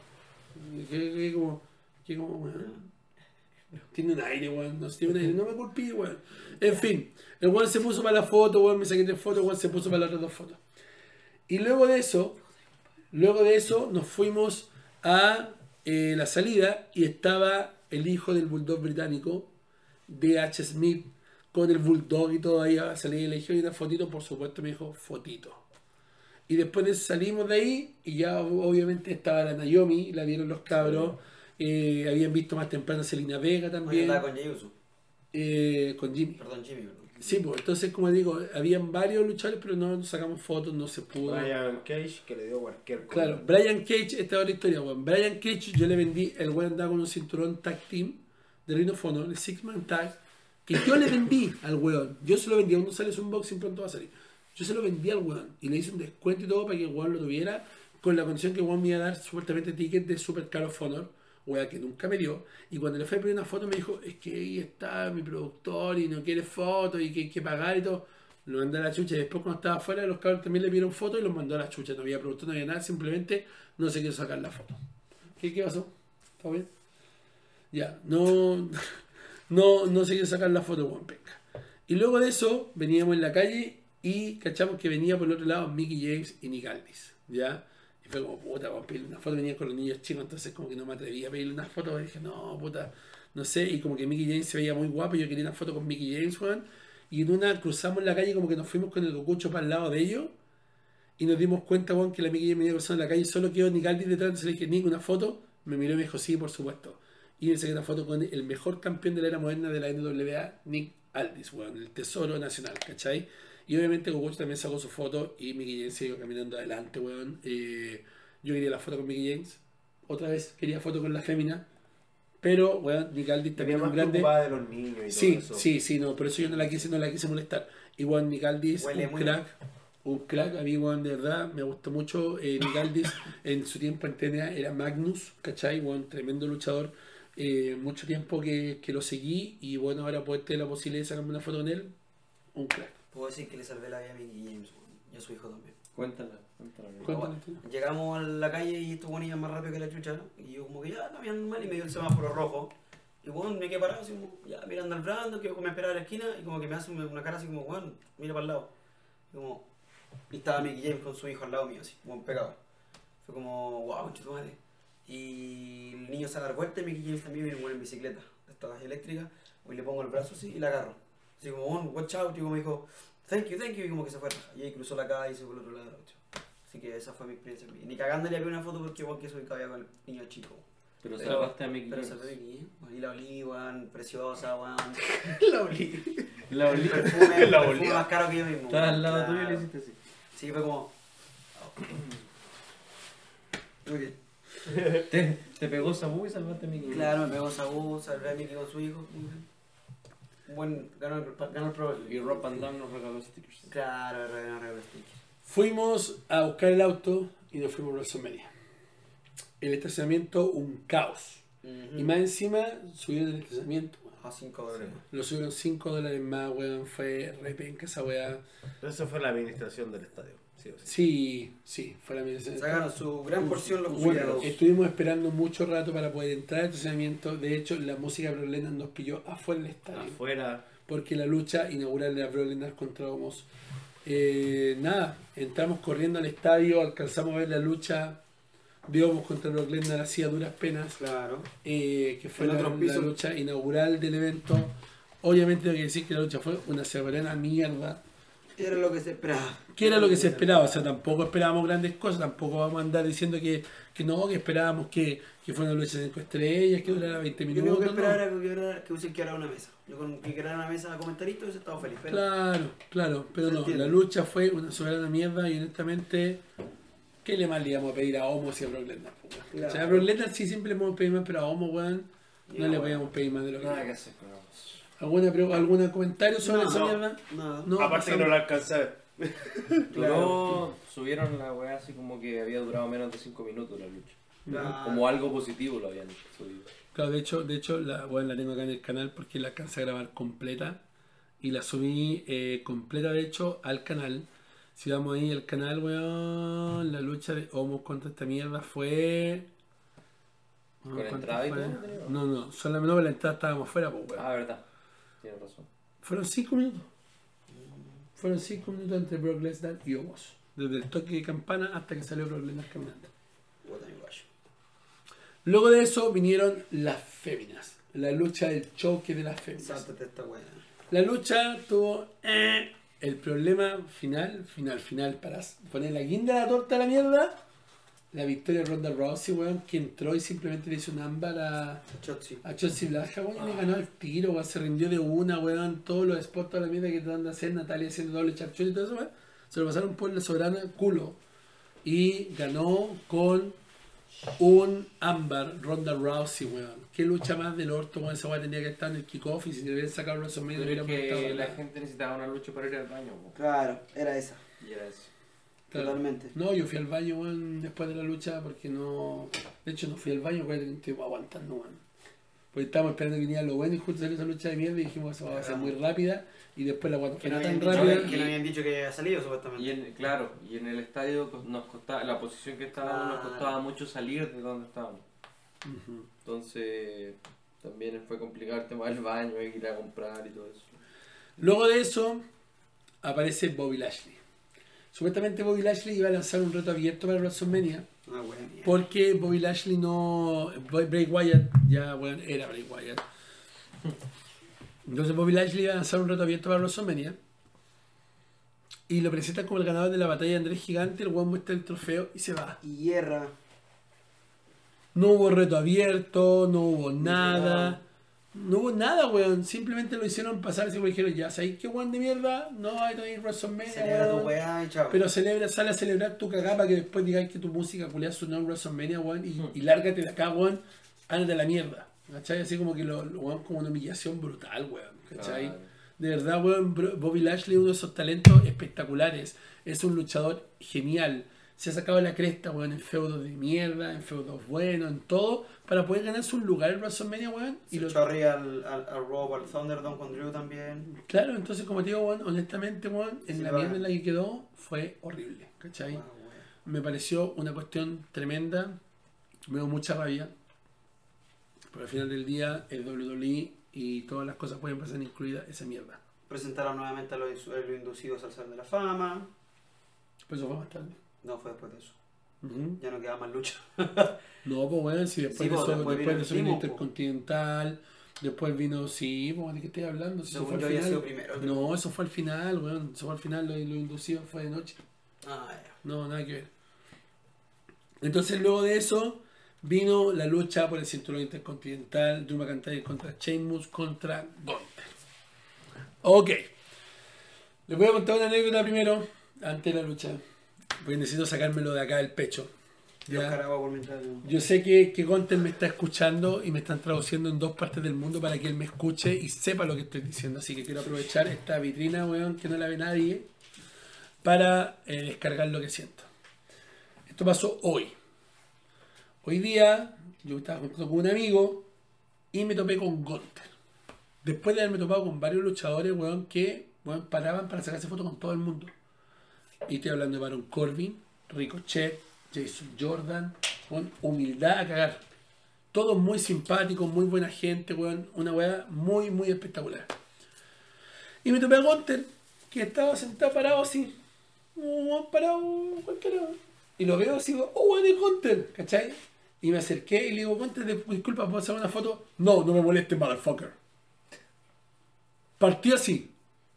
Que como, weón. Tiene un aire, weón. No sé, tiene un aire. No me culpé, weón. En fin, el weón se puso para la foto, weón. Me saqué 3 fotos, weón se puso para las otras 2 fotos. Y luego de eso nos fuimos a la salida y estaba el hijo del bulldog británico, D.H. Smith, con el bulldog y todo ahí a salir y le dije, "Oye, una fotito", por supuesto me dijo, fotito. Y después de eso salimos de ahí y ya obviamente estaba la Naomi, la vieron los cabros, habían visto más temprano a Selena Vega Oye, también, estaba con Jey Uso. con Jimmy. Perdón, Jimmy. perdón. Sí, pues entonces como digo, habían varios luchadores pero no sacamos fotos, no se pudo. Brian Cage que le dio cualquier cosa. Claro, Brian Cage, esta es otra historia, weón. Brian Cage yo le vendí, el weón andaba con un cinturón tag team de Ring of Honor, el Six Man Tag, que yo le vendí al weón. Yo se lo vendí, aún no sale su unboxing, pronto va a salir. Yo se lo vendí al weón y le hice un descuento y todo para que el weón lo tuviera, con la condición que el weón me iba a dar supuestamente ticket de Super Card of Honor, weón que nunca me dio. Y cuando le fui a pedir una foto me dijo, es que ahí está mi productor y no quiere fotos y que hay que pagar y todo. Lo mandé a la chucha y después cuando estaba afuera los cabros también le pidieron fotos y los mandó a la chucha. No había productor, no había nada, simplemente no se quiso sacar la foto. ¿Qué pasó? ¿Está bien? Ya, no se quiso sacar la foto, weón, penca. Y luego de eso veníamos en la calle y cachamos que venía por el otro lado Mickey James y Nick Aldis, ¿ya? Y fue como, puta, vamos a pedirle una foto, venía con los niños chicos, entonces como que no me atrevía a pedirle una foto, y dije, no, puta, no sé, y como que Mickey James se veía muy guapo, y yo quería una foto con Mickey James, weón, y en una cruzamos la calle como que nos fuimos con el cocucho para el lado de ellos, y nos dimos cuenta, weón, que la Mickey James venía cruzando la calle, solo quedó Nick Aldis detrás, entonces le dije, Nick, ¿una foto? Me miró y me dijo, sí, por supuesto. Y me saqué una foto con el mejor campeón de la era moderna de la NWA, Nick Aldis, weón, el tesoro nacional, ¿cachai? Y obviamente Goku también sacó su foto y Mickey James siguió caminando adelante, weón. Yo quería la foto con Mickey James, otra vez quería foto con la fémina, pero, weón, Nick Aldis También también más un grande. preocupada de los niños y Sí, todo eso. sí, no, por eso yo no la quise molestar. Igual Nick Aldis, Huele un muy crack, a mí, weón, de verdad, me gustó mucho. Nick Aldis en su tiempo en TNA era Magnus, ¿cachai? Weón, tremendo luchador. Mucho tiempo que lo seguí y bueno, ahora poder tener la posibilidad de sacarme una foto con él, un crack. Puedo decir que le salvé la vida a Mickey James, weón. Y a su hijo también. Cuéntala. Cuéntame tú. Llegamos a la calle y estos buenos iban más rápido que la chucha, ¿no? Y yo como que ya cambiando mal y me dio el semáforo rojo. Y bueno, me quedé parado así como, ya mirando al Brandon, que me esperaba en la esquina y como que me hace una cara así como, bueno, mira para el lado. Y estaba Mickey James con su hijo al lado mío, así, como pegado. Fue como, wow, concha tu madre. Y el niño se da la vuelta y Mickey James también viene en bicicleta, de estas eléctricas, y le pongo el brazo así y la agarro. Así como, watch out, y como me dijo, thank you, y como que se fue. Y ahí cruzó la calle y se fue al otro lado. Así que esa fue mi experiencia. Ni cagando le había una foto porque igual que soy cabía con el niño chico. Pero Pero- salvaste a Mickey Pero James. se ve aquí, ¿eh? Y la olí, weón, preciosa, weón. La olí. La olí. Perfume, La perfume olía. más caro que yo mismo. Estaba al lado Claro. tuyo y le hiciste así. Sí, fue como... Muy bien. Te pegó Sabu y salvaste a Mickey James. Claro, me pegó Sabu, salvé a Mickey con su hijo. Muy bien. Ganó el Pro Wrestling. Y Rob Van Damme nos regaló stickers. Claro, ganó el sticker. Fuimos a buscar el auto y nos fuimos a WrestleMania. El estacionamiento, un caos. Y más encima, subieron el estacionamiento. weón. A $5. Lo subieron $5 más, weón. Fue repenca esa weá. Pero eso fue la administración del estadio. Sí o sí. Sí, fue la misma. Sacaron su gran porción los Bueno, culiados. estuvimos esperando mucho rato para poder entrar al estacionamiento. De hecho, la música de Brock Lesnar nos pilló afuera del estadio. Afuera. Porque la lucha inaugural de Brock Lesnar contra Omos. Nada, entramos corriendo al estadio, alcanzamos a ver la lucha de Omos contra Brock Lesnar así a duras penas. Claro. Que fue En la otros pisos. lucha inaugural del evento. Obviamente tengo que decir que la lucha fue una soberana mierda. Era lo que se esperaba. Que era lo que se esperaba, o sea, tampoco esperábamos grandes cosas, tampoco vamos a andar diciendo que no, que esperábamos que fuera una lucha de 5 estrellas, que durara 20 Yo minutos. creo que esperaba no. era que hubiesen quedado una mesa. Yo con que quedara una mesa de comentaristas hubiese estado feliz. Pero Claro, pero Se no, entiende. la lucha fue una soberana mierda y honestamente, ¿qué le más le íbamos a pedir a Omos y a Brock Lesnar? Po, weón? Claro. O sea, a Brock Lesnar sí siempre le podemos pedir más, pero a Omos, weón, no Ya, le weón. podíamos pedir más de lo que Nada que hacer, pero vamos. ¿Algún comentario sobre esa No. mierda? nada. No, Aparte que no pasamos. lo alcancé a ver. Duró, subieron la weá así como que había durado menos de 5 minutos la lucha. Claro. Como algo positivo lo habían subido. Claro, de hecho la tengo acá en el canal porque la alcancé a grabar completa y la subí completa de hecho al canal. Si vamos ahí al canal, weón, la lucha de Omos contra esta mierda fue... ¿Con ¿cuánto entrada y fue? todo, creo? No, solamente no, la entrada estábamos fuera, pues, weón. Ah, verdad. Tienes razón. Fueron 5 minutos. Fueron 5 minutos entre Brock Lesnar y Omos. Desde el toque de campana hasta que salió Brock Lesnar caminando. Puta, mi guayo. Luego de eso vinieron las féminas. La lucha del choque de las féminas. Sáltate esta weá. La lucha tuvo el problema final, para poner la guinda de la torta a la mierda. La victoria de Ronda Rousey, weón, que entró y simplemente le hizo un ámbar a Chotzi. Chelsea Blanca, weón, y le ganó al tiro, weón, se rindió de una, weón, todos los spots, toda la mierda que tratan de hacer, Natalia haciendo doble charchón y todo eso, weón, se lo pasaron por la soberana culo. Y ganó con un ámbar Ronda Rousey, weón. Qué lucha más del orto, weón, esa weón tenía que estar en el kickoff y si le hubieran sacado los medios Pero no es hubieran que estado la nada. gente necesitaba una lucha para ir al baño. Po. Claro, era esa. Y era eso. Claro. Totalmente. No, yo fui al baño, weón, después de la lucha porque no... De hecho, no fui al baño porque estoy aguantando, weón. Porque estábamos esperando que viniera lo bueno y justo salió esa lucha de mierda y dijimos eso va a ser muy rápida y después la weón Que fue no tan habían dicho rápida. que no habían dicho que había salido supuestamente. Y claro, y en el estadio nos costaba, la posición que estábamos nos Claro. costaba mucho salir de donde estábamos. Ujú. Entonces también fue complicado el tema del baño, ir a comprar y todo eso. Luego de eso aparece Bobby Lashley. Supuestamente Bobby Lashley iba a lanzar un reto abierto para WrestleMania Ah, weá, mía. porque Bobby Lashley no... Bray Wyatt ya, bueno, era Bray Wyatt. Entonces Bobby Lashley iba a lanzar un reto abierto para WrestleMania y lo presentan como el ganador de la batalla de Andrés Gigante, el weón muestra el trofeo y se va. Y hierra. No hubo reto abierto, no hubo nada. nada. No hubo nada, weón. Simplemente lo hicieron pasar así, weón. Dijeron, ya, ¿sabes qué weón de mierda? No hay WrestleMania, Celebra tu weón. weá y chao. Pero sale a celebrar tu cagada para que después digáis que tu música culiada sonó en WrestleMania, weón. Y lárgate de acá, weón. Ándate a la mierda. ¿Cachai? Así como que weón, como una humillación brutal, weón. ¿Cachai? Claro. De verdad, weón, Bobby Lashley es uno de esos talentos espectaculares. Es un luchador genial. Se ha sacado la cresta, weón, en feudos de mierda, en feudos buenos, en todo, para poder ganarse un lugar en WrestleMania, weón. Se echó arriba al Raw, al Thunderdome con Drew también. Claro, entonces, como te digo, weón, honestamente, weón, en Sí, la va. mierda en la que quedó fue horrible, ¿cachai? Wow, weón. Me pareció una cuestión tremenda, me dio mucha rabia, pero al final del día, el WWE y todas las cosas pueden pasar incluida esa mierda. Presentaron nuevamente a los inducidos al Salón de la Fama. Pues eso fue más tarde. No fue después de eso. Ujú. Ya no quedaba más lucha. No, pues bueno, si después Sí, de pues, eso, después después vino de el eso vino primo, pues. Intercontinental, después vino, sí, pues, ¿de qué estoy hablando? Si eso Según fue yo al había final. sido primero. creo. No, eso fue al final, weón, eso fue al final, lo inducido fue de noche. Ah, ya. No, nada que ver. Entonces luego de eso vino la lucha por el cinturón intercontinental, Drew McIntyre contra Sheamus contra Gunther. Ok. Les voy a contar una anécdota primero, antes de la lucha, porque necesito sacármelo de acá del pecho. Los ¿Ya? caragua por mientras. Yo sé que Gunther me está escuchando y me están traduciendo en 2 partes del mundo para que él me escuche y sepa lo que estoy diciendo. Así que quiero aprovechar esta vitrina, weón, que no la ve nadie, para descargar lo que siento. Esto pasó hoy. Hoy día yo estaba juntando con un amigo y me topé con Gunther. Después de haberme topado con varios luchadores, weón, que weón, paraban para sacarse fotos con todo el mundo. Y estoy hablando de Baron Corbin, Ricochet, Jason Jordan, weón, humildad a cagar. Todos muy simpáticos, muy buena gente, weón, una weá muy, muy espectacular. Y me topé a Gunther, que estaba sentado parado así, parado, cualquiera. Y lo veo así, oh, weón, es Gunther, ¿cachai? Y me acerqué y le digo, Gunther, disculpa, ¿puedo hacer una foto? No, no me molestes, motherfucker. Partió así.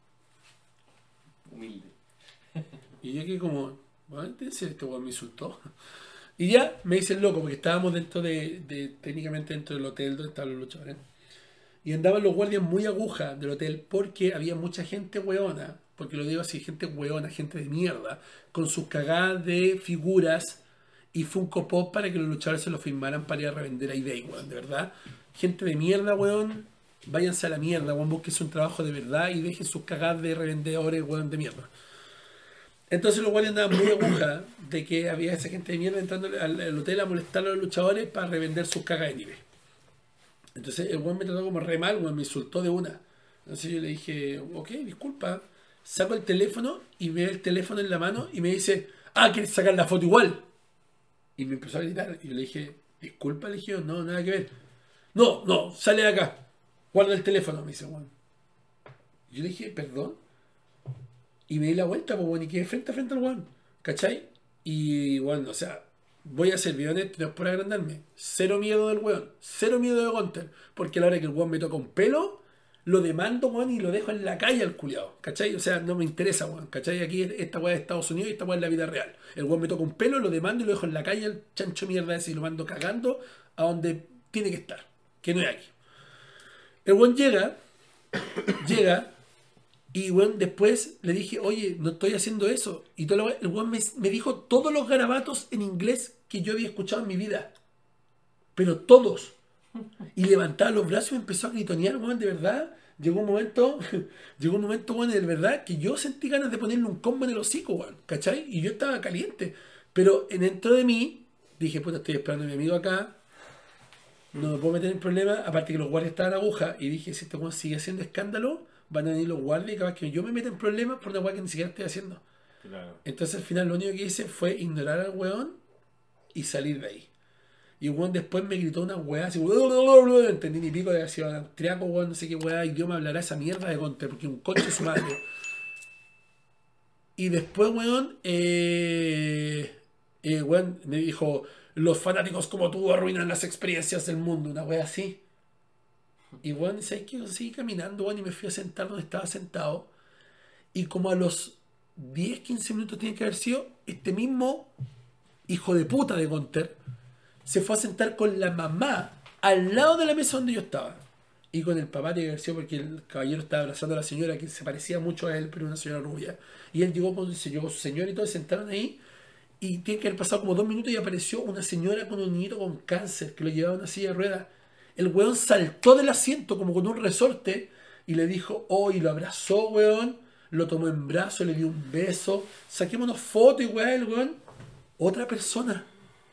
Humilde. Y yo que como, bueno, este weón me insultó. Y ya me hice el loco, porque estábamos dentro técnicamente dentro del hotel donde estaban los luchadores. Y andaban los guardias muy aguja del hotel porque había mucha gente weona, porque lo digo así, gente weona, gente de mierda, con sus cagadas de figuras y Funko Pop para que los luchadores se lo firmaran para ir a revender a eBay, weón, de verdad. Gente de mierda, weón, váyanse a la mierda, weón, busquen un trabajo de verdad y dejen sus cagadas de revendedores, weón, de mierda. Entonces los guardias andaban muy aguja de que había esa gente de mierda entrando al hotel a molestar a los luchadores para revender sus cagas de nivel. Entonces el weón me trató como re mal, weón, me insultó de una. Entonces yo le dije, ok, disculpa. Saco el teléfono y veo el teléfono en la mano y me dice, ¿quieres sacar la foto igual? Y me empezó a gritar. Y yo le dije, disculpa, le dije, no, nada que ver. No, sale de acá. Guarda el teléfono, me dice, weón. Y yo le dije, perdón. Y me di la vuelta, pues, weón, y quedé frente a frente al weón. ¿Cachai? Y, bueno, o sea, voy a ser bien honesto, no es por agrandarme. Cero miedo del weón. Cero miedo de Gunther. Porque a la hora que el weón me toca un pelo, lo demando, weón, y lo dejo en la calle al culiado. ¿Cachai? O sea, no me interesa, weón. ¿Cachai? Aquí esta weá de Estados Unidos y esta weá es la vida real. El weón me toca un pelo, lo demando y lo dejo en la calle al chancho mierda ese y lo mando cagando a donde tiene que estar. Que no es aquí. El weón llega y weón después le dije, oye, no estoy haciendo eso. Y todo el weón me dijo todos los garabatos en inglés que yo había escuchado en mi vida. Pero todos. Y levantaba los brazos y me empezó a gritonear, weón, de verdad. Llegó un momento, weón, de verdad, que yo sentí ganas de ponerle un combo en el hocico, weón, ¿cachai? Y yo estaba caliente. Pero dentro de mí, dije, puta, estoy esperando a mi amigo acá. No me puedo meter en problemas, aparte que los guardias estaban a aguja. Y dije, si este weón sigue haciendo escándalo, van a venir los guardias y capaz que yo me meta en problemas por una weá que ni siquiera estoy haciendo. Claro. Entonces al final lo único que hice fue ignorar al weón y salir de ahí. Y el weón después me gritó una weá así, no entendí ni pico de haber sido austriaco, weón, no sé qué weá, idioma hablará esa mierda de Gunther, porque un coche es su madre. Y después, weón, weón me dijo, los fanáticos como tú arruinan las experiencias del mundo, una weá así. Y weón, ¿sabes qué? Yo seguí caminando, weón, y me fui a sentar donde estaba sentado. Y como a los 10, 15 minutos tiene que haber sido, este mismo hijo de puta de Gunter se fue a sentar con la mamá al lado de la mesa donde yo estaba. Y con el papá tiene que haber sido porque el caballero estaba abrazando a la señora que se parecía mucho a él, pero una señora rubia. Y él llegó con su señora y todos se sentaron ahí. Y tiene que haber pasado como 2 minutos y apareció una señora con un niñito con cáncer que lo llevaba en una silla de ruedas. El weón saltó del asiento como con un resorte y le dijo, oh, y lo abrazó, weón. Lo tomó en brazos, le dio un beso. Saquémonos fotos y weón, el weón. Otra persona.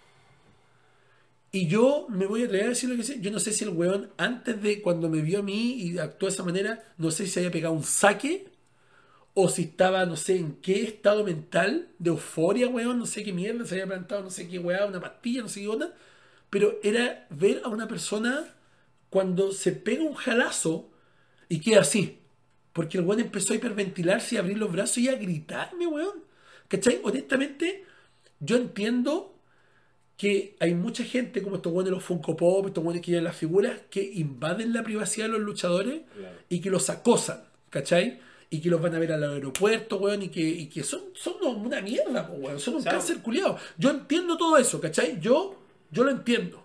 Y yo me voy a atrever a decir lo que sé. Yo no sé si el weón, antes de cuando me vio a mí y actuó de esa manera, no sé si se había pegado un saque o si estaba, no sé en qué estado mental de euforia, weón. No sé qué mierda, se había plantado, no sé qué weá, una pastilla, no sé qué onda. Pero era ver a una persona cuando se pega un jalazo y queda así. Porque el weón empezó a hiperventilarse y a abrir los brazos y a gritarme, weón. ¿Cachai? Honestamente, yo entiendo que hay mucha gente, como estos weones de los Funko Pop, estos weones que llevan las figuras, que invaden la privacidad de los luchadores Claro. y que los acosan, ¿cachai? Y que los van a ver al aeropuerto, weón, y que son una mierda, po, weón. Son un O sea, cáncer culiado. Yo entiendo todo eso, ¿cachai? Yo lo entiendo.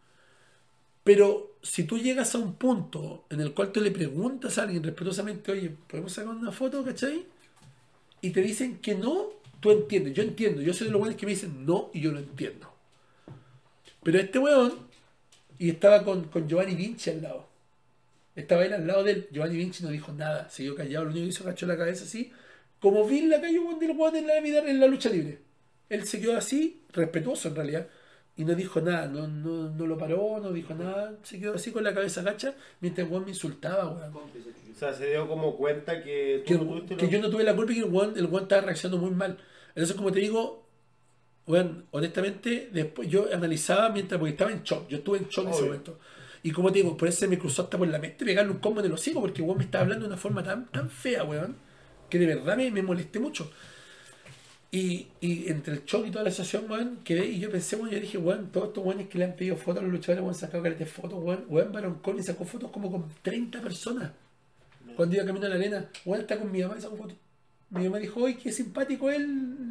Pero si tú llegas a un punto en el cual tú le preguntas a alguien respetuosamente, oye, ¿podemos sacar una foto, cachai? Y te dicen que no, tú entiendes. Yo entiendo. Yo soy de los buenos que me dicen no y yo lo entiendo. Pero este weón, y estaba con Giovanni Vinci al lado. Estaba él al lado de él. Giovanni Vinci no dijo nada. Siguió callado. Lo único que hizo, agachó la cabeza así. Como vi en la calle del weón en la vida en la lucha libre. Él se quedó así, respetuoso en realidad. Y no dijo nada. No lo paró, no dijo nada. Se quedó así con la cabeza agacha mientras el weón me insultaba, weón. Cómplice, Chuchu. O sea, se dio como cuenta que tú Que, no tuviste que yo no tuve la culpa y que el weón estaba reaccionando muy mal. Entonces, como te digo, weón, honestamente, después yo analizaba mientras, porque estaba en shock. Yo estuve en shock en ese Obvio. momento. Y como te digo, por eso se me cruzó hasta por la mente pegarle un combo en el hocico, porque weón me estaba hablando de una forma tan fea, weón, que de verdad me molesté mucho. Y entre el shock y toda la sensación, weón, quedé y yo pensé, weón, yo dije, weón, todos estos weones que le han pedido fotos a los luchadores, weón, sacado caretas de fotos, weón, Baron Corbin sacó fotos como con 30 personas. Cuando iba camino a la arena, weón, está con mi mamá y sacó fotos. Mi mamá dijo, ¡ay, qué simpático él!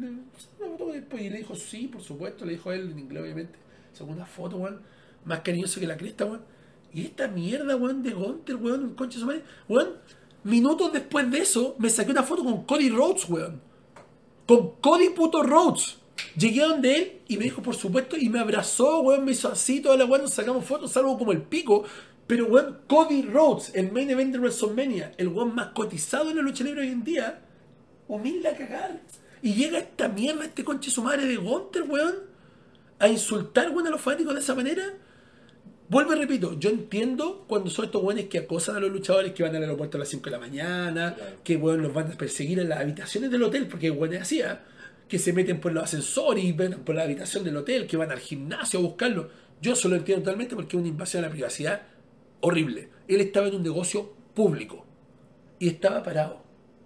Una foto después. Y le dijo, sí, por supuesto, le dijo él en inglés, obviamente. Sacó una foto, weón, más cariñoso que la cresta, weón. Y esta mierda, weón, de Gunter, weón, un concha de su madre, weón, minutos después de eso, me saqué una foto con Cody Rhodes, weón. Con Cody puto Rhodes. Llegué a donde él y me dijo, por supuesto, y me abrazó, weón, me hizo así, toda la weón, nos sacamos fotos, salvo como el pico. Pero, weón, Cody Rhodes, el main event de WrestleMania, el weón más cotizado en la lucha libre hoy en día, humilde a cagar. Y llega esta mierda, este conche su madre de Gunter, weón, a insultar, weón, a los fanáticos de esa manera. Vuelvo y repito, yo entiendo cuando son estos weones que acosan a los luchadores, que van al aeropuerto a las 5 de la mañana, Claro. que weón los van a perseguir en las habitaciones del hotel, porque weones así, ¿eh? Que se meten por los ascensores y ven por la habitación del hotel, que van al gimnasio a buscarlo. Yo eso lo entiendo totalmente porque es una invasión a la privacidad horrible. Él estaba en un negocio público y estaba parado.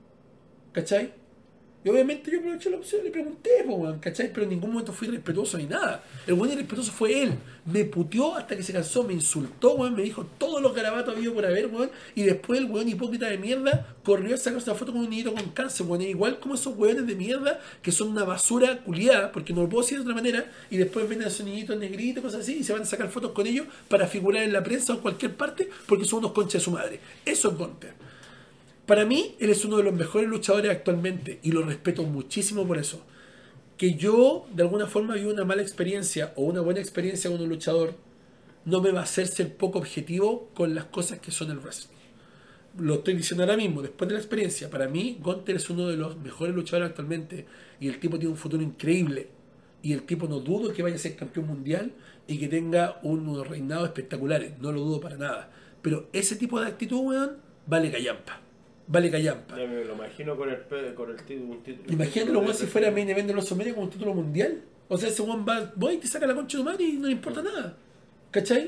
¿Cachai? Y obviamente yo aproveché la opción y le pregunté, po, weón, ¿cachai? Pero en ningún momento fui respetuoso ni nada. El buen irrespetuoso fue él. Me puteó hasta que se cansó, me insultó, weón, me dijo todos los garabatos habidos por haber, weón. Y después el weón hipócrita de mierda corrió a sacarse una foto con un niñito con cáncer, weón. Igual como esos weones de mierda que son una basura culiada, porque no lo puedo decir de otra manera, y después ven a esos niñitos negritos, cosas así, y se van a sacar fotos con ellos para figurar en la prensa o en cualquier parte, porque son unos conchas de su madre. Eso es Gunter. Para mí, él es uno de los mejores luchadores actualmente y lo respeto muchísimo por eso. Que yo, de alguna forma, viví una mala experiencia o una buena experiencia con un luchador, no me va a hacer ser poco objetivo con las cosas que son el wrestling. Lo estoy diciendo ahora mismo, después de la experiencia. Para mí, Gunter es uno de los mejores luchadores actualmente y el tipo tiene un futuro increíble. Y el tipo no dudo que vaya a ser campeón mundial y que tenga unos reinados espectaculares. No lo dudo para nada. Pero ese tipo de actitud, weón, vale callampa. Vale callampa. Ya me lo imagino con el título, un título. Imagínate lo weón si fuera main event de los WrestleMania con un título mundial. O sea, ese weón va y te saca la concha de tu madre y no le importa nada. ¿Cachai?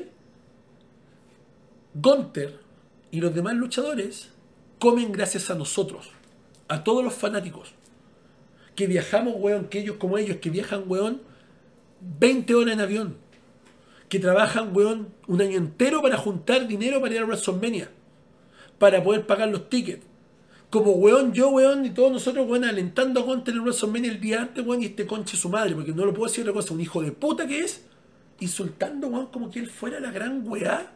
Gunter y los demás luchadores comen gracias a nosotros, a todos los fanáticos. Que viajamos, weón, que ellos como ellos, que viajan, weón, 20 horas en avión. Que trabajan, weón, un año entero para juntar dinero para ir a WrestleMania. Para poder pagar los tickets. Como weón, yo weón y todos nosotros weón alentando a Gunter en WrestleMania el día antes weón y este conche su madre, porque no lo puedo decir otra cosa, un hijo de puta que es, insultando weón como que él fuera la gran weá.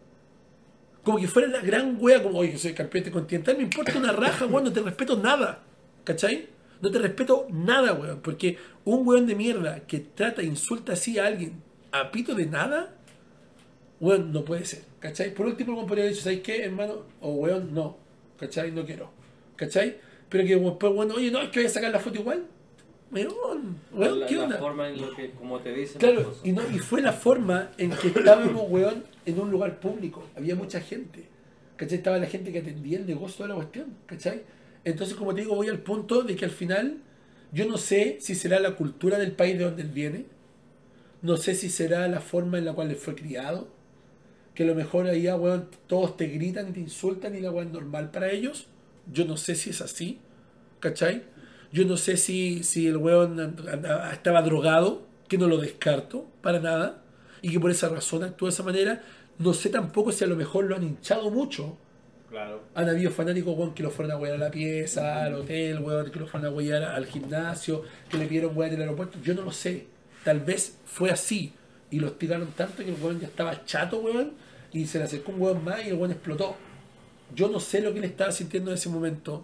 Como que fuera la gran wea, como, oye, que soy campeón continental, me importa una raja, weón, no te respeto nada. ¿Cachai? No te respeto nada, weón. Porque un weón de mierda que trata e insulta así a alguien a pito de nada, weón, no puede ser. ¿Cachai? Por último, el weón podría haber dicho, ¿sabes qué, hermano? O weón, no. ¿Cachai? No quiero. ¿Cachai? Pero que después, weón, oye, no, es que voy a sacar la foto igual. Weón, ¿qué onda? La forma en lo que, como te dicen. Claro, y fue la forma en que estábamos, weón, en un lugar público. Había mucha gente. ¿Cachai? Estaba la gente que atendía el negocio de la cuestión. ¿Cachai? Entonces, como te digo, voy al punto de que al final, yo no sé si será la cultura del país de donde él viene. No sé si será la forma en la cual él fue criado. Que a lo mejor ahí, weón, todos te gritan y te insultan y la weón es normal para ellos. Yo no sé si es así. ¿Cachai? Yo no sé si el weón estaba drogado, que no lo descarto para nada, y que por esa razón actúa de esa manera. No sé tampoco si a lo mejor lo han hinchado mucho. Claro. Han habido fanáticos, weón, que lo fueron a huear a la pieza, al hotel, weón, que lo fueron a huear al gimnasio, que le pidieron huear en el aeropuerto. Yo no lo sé. Tal vez fue así. Y los tiraron tanto que el weón ya estaba chato, weón, y se le acercó un weón más y el weón explotó. Yo no sé lo que él estaba sintiendo en ese momento.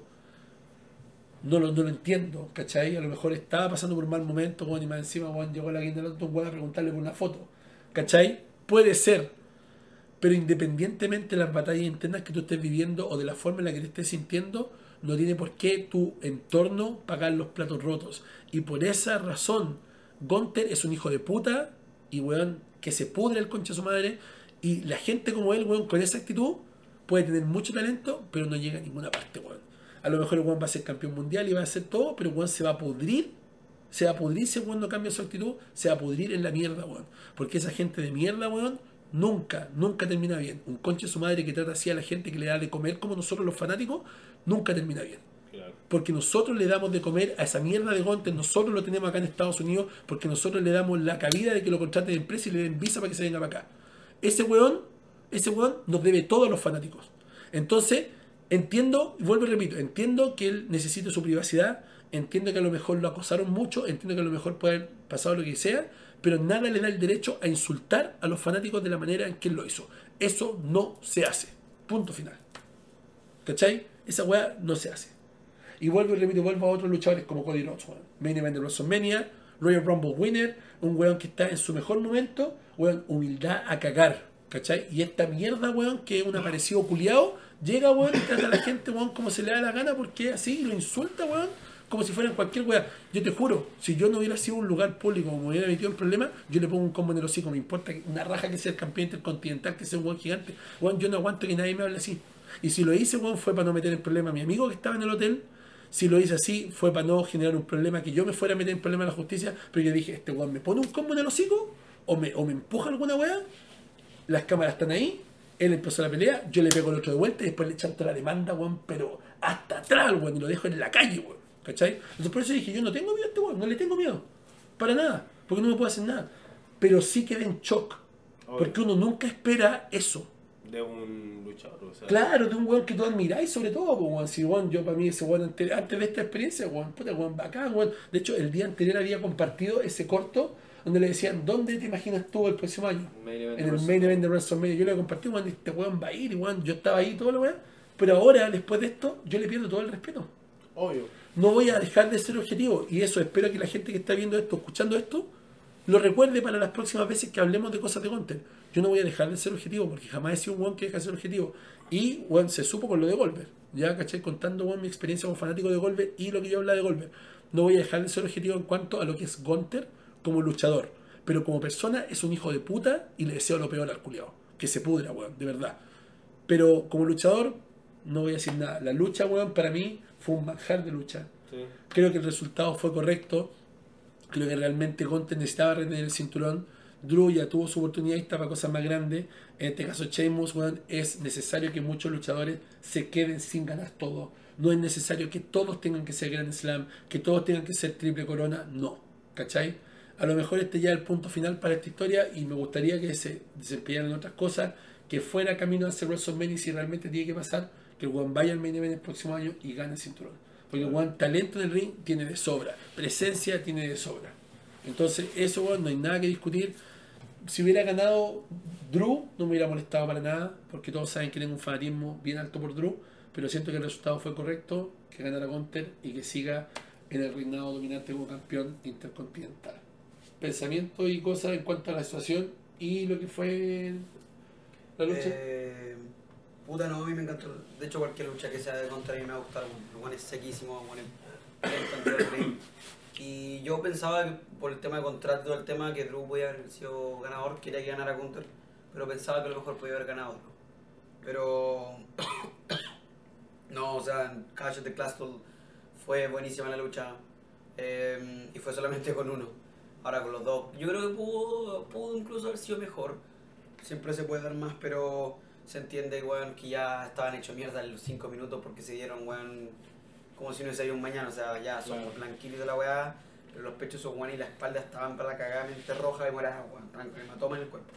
No lo entiendo, ¿cachai? A lo mejor estaba pasando por un mal momento, weón, y más encima, weón, llegó a la guinda del otro weón a preguntarle por una foto. ¿Cachai? Puede ser. Pero independientemente de las batallas internas que tú estés viviendo o de la forma en la que te estés sintiendo, no tiene por qué tu entorno pagar los platos rotos. Y por esa razón, Gunter es un hijo de puta y, weón, que se pudre el concha de su madre. Y la gente como él, weón, con esa actitud, puede tener mucho talento, pero no llega a ninguna parte, weón. A lo mejor el weón va a ser campeón mundial y va a hacer todo, pero el weón se va a pudrir. Se va a pudrir si el weón no cambia su actitud. Se va a pudrir en la mierda, weón. Porque esa gente de mierda, weón, nunca termina bien. Un conche de su madre que trata así a la gente, que le da de comer como nosotros los fanáticos, nunca termina bien. Claro. Porque nosotros le damos de comer a esa mierda de Gunter, nosotros lo tenemos acá en Estados Unidos, porque nosotros le damos la cabida de que lo contraten de empresa y le den visa para que se venga para acá. Ese weón nos debe todo a los fanáticos. Entonces, entiendo, y vuelvo y repito, entiendo que él necesita su privacidad, entiendo que a lo mejor lo acosaron mucho, entiendo que a lo mejor puede haber pasado lo que sea, pero nada le da el derecho a insultar a los fanáticos de la manera en que él lo hizo. Eso no se hace. Punto final. ¿Cachai? Esa weá no se hace. Y vuelvo y repito, vuelvo a otros luchadores como Cody Rhodes, weón. Main event de WrestleMania, Royal Rumble winner, un weón que está en su mejor momento, weón, humildad a cagar, ¿cachai? Y esta mierda, weón, que es un aparecido culiao, llega, weón, y trata a la gente, weón, como se le da la gana, porque así, y lo insulta, weón, como si fuera en cualquier weá. Yo te juro, si yo no hubiera sido un lugar público, como me hubiera metido en problemas, yo le pongo un combo en el hocico, me importa una raja que sea el campeón intercontinental, que sea un weón gigante, weón, yo no aguanto que nadie me hable así. Y si lo hice, weón, fue para no meter en problema a mi amigo que estaba en el hotel. Si lo hice así, fue para no generar un problema, que yo me fuera a meter en problema a la justicia, pero yo dije, este weón me pone un combo en el hocico, o me empuja alguna weá, las cámaras están ahí, él empezó la pelea, yo le pego el otro de vuelta y después le chanto la demanda, weón, pero hasta atrás, weón, y lo dejo en la calle, weón, ¿cachai? Entonces por eso dije, yo no tengo miedo a este weón, no le tengo miedo, para nada, porque no me puede hacer nada, pero sí quedé en shock, porque uno nunca espera eso. De un luchador, o sea. Claro, de un weón que tú admiráis sobre todo, pues, weón. Si, weón, yo para mí ese weón antes de esta experiencia, weón, puta, weón, bacán, weón. De hecho, el día anterior había compartido ese corto donde le decían, ¿dónde te imaginas tú el próximo año? En el main event de WrestleMania. Yo le compartí, weón, este weón va a ir, y weón, yo estaba ahí, todo lo weón. Pero ahora, después de esto, yo le pierdo todo el respeto. Obvio. No voy a dejar de ser objetivo. Y eso, espero que la gente que está viendo esto, escuchando esto, lo recuerde para las próximas veces que hablemos de cosas de Gunter. Yo no voy a dejar de ser objetivo, porque jamás he sido un weón que deja de ser objetivo. Y, weón, se supo con lo de Goldberg. Ya, ¿cachai? Contando, weón, mi experiencia como fanático de Goldberg y lo que yo hablaba de Goldberg. No voy a dejar de ser objetivo en cuanto a lo que es Gunter como luchador. Pero como persona es un hijo de puta y le deseo lo peor al culiao. Que se pudra, weón, de verdad. Pero como luchador, no voy a decir nada. La lucha, weón, para mí fue un manjar de lucha. Sí. Creo que el resultado fue correcto. Creo que realmente Gunter necesitaba retener el cinturón. Drew ya tuvo su oportunidad y está para cosas más grandes. En este caso, Sheamus, weón, es necesario que muchos luchadores se queden sin ganar todo. No es necesario que todos tengan que ser Grand Slam, que todos tengan que ser triple corona. No, ¿cachai? A lo mejor este ya es el punto final para esta historia y me gustaría que se desempeñaran en otras cosas, que fuera camino hacia WrestleMania y si realmente tiene que pasar, que el weón vaya al main event el próximo año y gane el cinturón. Porque el weón talento en el ring tiene de sobra, presencia tiene de sobra. Entonces, eso, weón, no hay nada que discutir. Si hubiera ganado Drew, no me hubiera molestado para nada, porque todos saben que tengo un fanatismo bien alto por Drew, pero siento que el resultado fue correcto, que ganara Gunter y que siga en el reinado dominante como campeón intercontinental. Pensamiento y cosas en cuanto a la situación y lo que fue la lucha. Puta, no, a mí me encantó. De hecho, cualquier lucha que sea de contra a mí me va a gustar. El weón es sequísimo, el weón es lento dentro del ring. Y yo pensaba que por el tema de contrato, todo el tema que Drew podía haber sido ganador, quería que ganara Gunter, pero pensaba que a lo mejor podía haber ganado Drew. Pero no, o sea, en Clash of the Castle fue buenísima la lucha y fue solamente con uno. Ahora con los dos, yo creo que pudo incluso haber sido mejor. Siempre se puede dar más, pero se entiende, weón, que ya estaban hechos mierda en los 5 minutos porque se dieron, weón, como si no hubiese habido un mañana. O sea, ya son blanquitos de la weá, pero los pechos son, weón, y la espalda estaban para la cagadamente roja y morada, weón, hematoma en el cuerpo.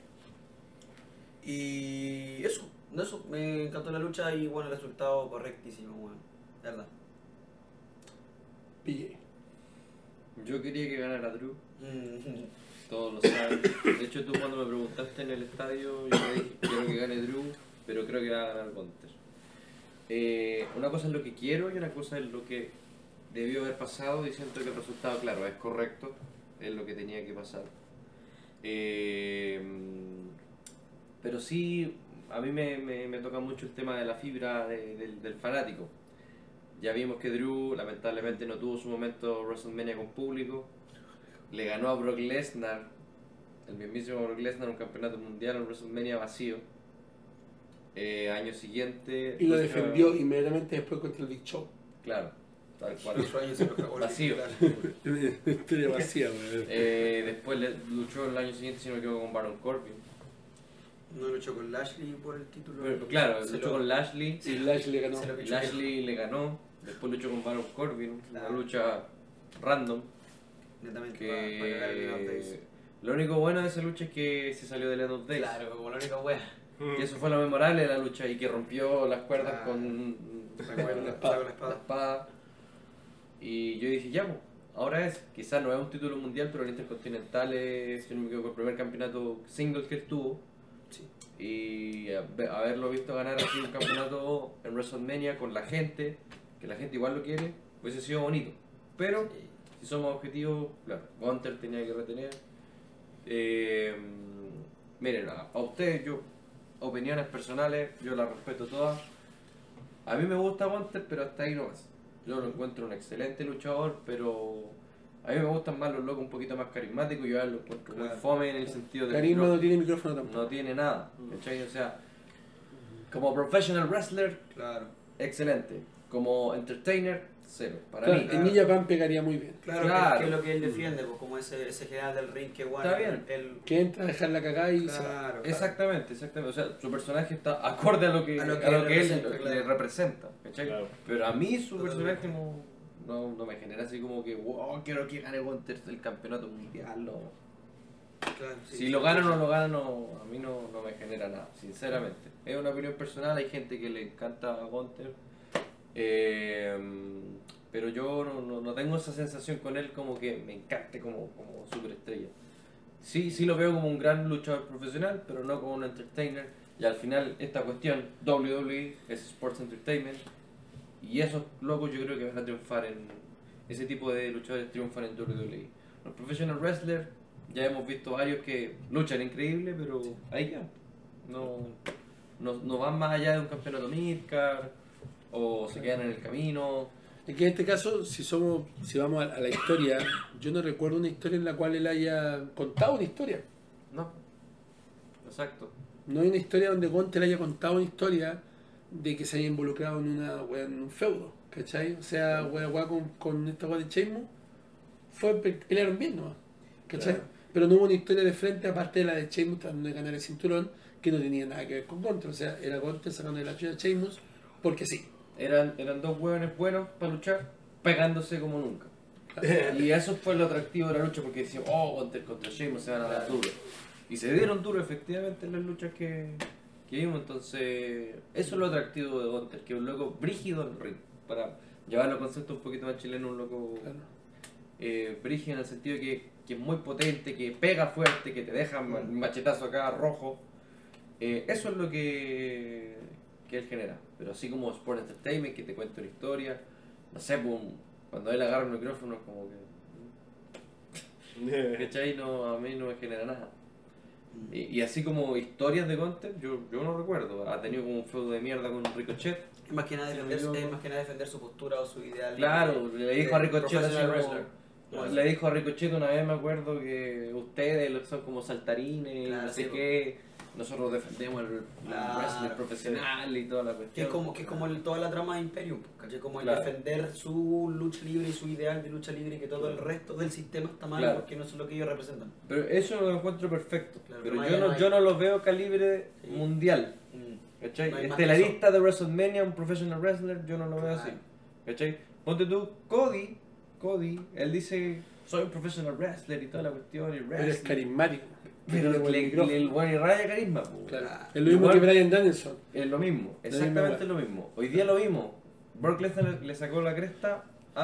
Y eso, me encantó la lucha y, bueno, el resultado correctísimo, weón, de verdad. PJ. Yo quería que ganara Drew. Todos lo saben. De hecho, tú cuando me preguntaste en el estadio, yo te dije, quiero que gane Drew, pero creo que va a ganar Gunter. Una cosa es lo que quiero y una cosa es lo que debió haber pasado, y siento que el resultado, claro, es correcto, es lo que tenía que pasar. Pero sí, a mí me toca mucho el tema de la fibra del fanático. Ya vimos que Drew lamentablemente no tuvo su momento WrestleMania con público. Le ganó a Brock Lesnar, el mismísimo Brock Lesnar, un campeonato mundial en WrestleMania vacío. Año siguiente... Y lo defendió inmediatamente después contra el Big Show. Claro, tal cual. Vacío. Historia vacía, weón. Después luchó el año siguiente, si no me equivoco, con Baron Corbin. No luchó con Lashley por el título. Pero, claro, luchó con Lashley. Sí, Lashley le ganó. Lashley le ganó. Después luchó con Baron Corbin. Claro. Una lucha random. Netamente para cagar el End of Days. Lo único bueno de esa lucha es que se salió del End of Days. Claro, como la única wea. Y eso fue lo memorable de la lucha, y que rompió las cuerdas Claro. con La espada. Y yo dije, ya, pues, ahora es. Quizás no es un título mundial, pero el Intercontinental es, si no me equivoco, el primer campeonato single que él tuvo. Sí. Y haberlo visto ganar así un campeonato en WrestleMania con la gente, que la gente igual lo quiere, hubiese sido bonito. Pero, si somos objetivos, claro, Gunter tenía que retener. Miren, a ustedes, opiniones personales, yo las respeto todas. A mí me gusta Gunter, pero hasta ahí no más. Yo lo encuentro un excelente luchador, pero a mí me gustan más los locos un poquito más carismáticos. Yo a él lo encuentro muy fome en el sentido de Carisma no tiene micrófono tampoco. no tiene nada, ¿cachai? O sea, como professional wrestler, Claro. excelente. Como entertainer, cero. Para Claro, mí. en Ninja Pan pegaría muy bien. Claro, Claro. que es lo que él defiende, pues, como ese general del ring que bueno, Está bien. él, Que entra a dejar la cagada y se va. claro, Exactamente. O sea, su personaje está acorde a lo que, A lo que él representa, le claro. representa, ¿cachai? Claro. Pero a mí su Totalmente. personaje no me genera así como que, wow, quiero que gane Gunter el campeonato mundial. No. claro, sí, Si sí, lo sí, gana o sí. no lo gana, a mí no me genera nada, sinceramente. Es una opinión personal, hay gente que le encanta a Gunter. Pero yo no tengo esa sensación con él como que me encante como superestrella. Sí lo veo como un gran luchador profesional, pero no como un entertainer. Y al final esta cuestión, WWE es Sports Entertainment, y esos locos yo creo que van a triunfar ese tipo de luchadores triunfan en WWE. Los professional wrestlers, ya hemos visto varios que luchan increíble, pero ahí ya. No van más allá de un campeonato midcard, o se quedan en el camino. Es que en este caso, si vamos a la historia, yo no recuerdo una historia en la cual él haya contado una historia. No, exacto. No hay una historia donde Gunter haya contado una historia de que se haya involucrado en en un feudo, ¿cachai? O sea, wea con esta wea de Sheamus, pelearon bien nomás, ¿cachai? Claro. Pero no hubo una historia de frente, aparte de la de Sheamus tratando de ganar el cinturón, que no tenía nada que ver con Gunter. O sea, era Gunter sacando de la chucha a Sheamus, porque sí. Eran dos hueones buenos para luchar, pegándose como nunca. Y eso fue lo atractivo de la lucha, porque decían, oh, Gunter contra Sheamus se van a dar duro. Y se dieron duro efectivamente en las luchas que que vimos. Entonces, eso es lo atractivo de Gunter, que es un loco brígido en el ring. Para llevar los conceptos un poquito más chilenos, un loco brígido en el sentido que es muy potente, que pega fuerte, que te deja un machetazo acá rojo. Eso es lo que él genera. Pero así como Sport Entertainment, que te cuenta una historia, no sé, pues, cuando él agarra el micrófono es como que... ¿Cachai? No, a mí no me genera nada. Y así como historias de Gunter, yo no recuerdo. Ha tenido como un feudo de mierda con Ricochet. Es más que nada defender su postura o su ideal. Claro, le dijo a Ricochet professional así wrestler. como- le dijo a Ricochet una vez, me acuerdo, que ustedes son como saltarines, Claro, no sé sí, qué, nosotros defendemos el Claro, wrestling profesional y toda la Que cuestión. es como toda la trama de Imperium, ¿cachai? Como el Claro. defender su lucha libre y su ideal de lucha libre y que todo el resto del sistema está mal Claro. porque no es lo que ellos representan. Pero eso lo encuentro perfecto. Claro, pero no hay- yo no hay- yo no lo veo calibre Sí. mundial. ¿Cachai? No hay más Estelarista de WrestleMania, un professional wrestler, yo no lo veo así. Claro. ¿Cachai? Ponte tú, Cody, él dice, soy un professional wrestler y toda la cuestión, y Pero es wrestling. carismático. Pero Tiene buen micrófono. el buen irradia carisma, po. Claro. Claro. Es lo mismo Igual- que Bryan Danielson. Es lo mismo, La exactamente misma lo mismo. Hoy día lo vimos. Brock Lesnar le sacó la cresta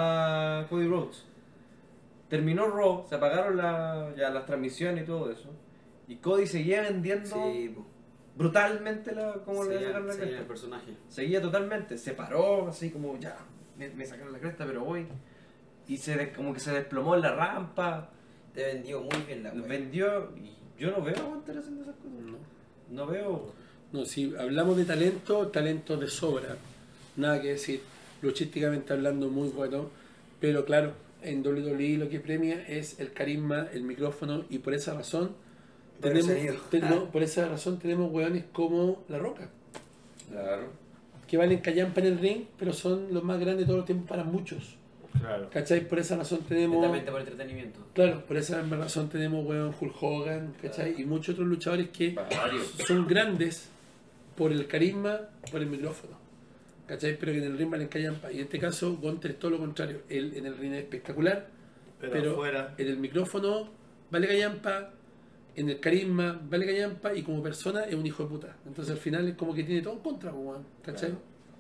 a Cody Rhodes. Terminó Raw, se apagaron ya las transmisiones y todo eso. Y Cody seguía vendiendo Sí, po. brutalmente como le Seguía- sacaron la seguía cresta. el personaje. Seguía totalmente, se paró así como ya, me sacaron la cresta pero voy. Y como que se desplomó en la rampa, Te vendió muy bien la wea. vendió. Y yo no veo a Gunter haciendo esas cosas. No. No veo. No, si hablamos de talento de sobra. Nada que decir. Luchísticamente hablando, muy bueno. Pero claro, en WWE lo que premia es el carisma, el micrófono, y por esa razón Pero serio. por esa razón tenemos hueones como La Roca, Claro. que valen callampa en el ring, pero son los más grandes de todos los tiempos para muchos. Claro. ¿Cachai? Por esa razón tenemos... Netamente por entretenimiento. Claro, por esa misma razón tenemos hueón Hulk Hogan, ¿cachai? Y muchos otros luchadores que Varios. son grandes por el carisma, por el micrófono, ¿cachai? Pero que en el ring valen callampa. Y en este caso, Gunter es todo lo contrario. Él en el ring es espectacular, pero afuera. en el micrófono vale callampa, en el carisma vale callampa, y como persona es un hijo de puta. Entonces al final es como que tiene todo en contra, pues, weón, ¿cachai?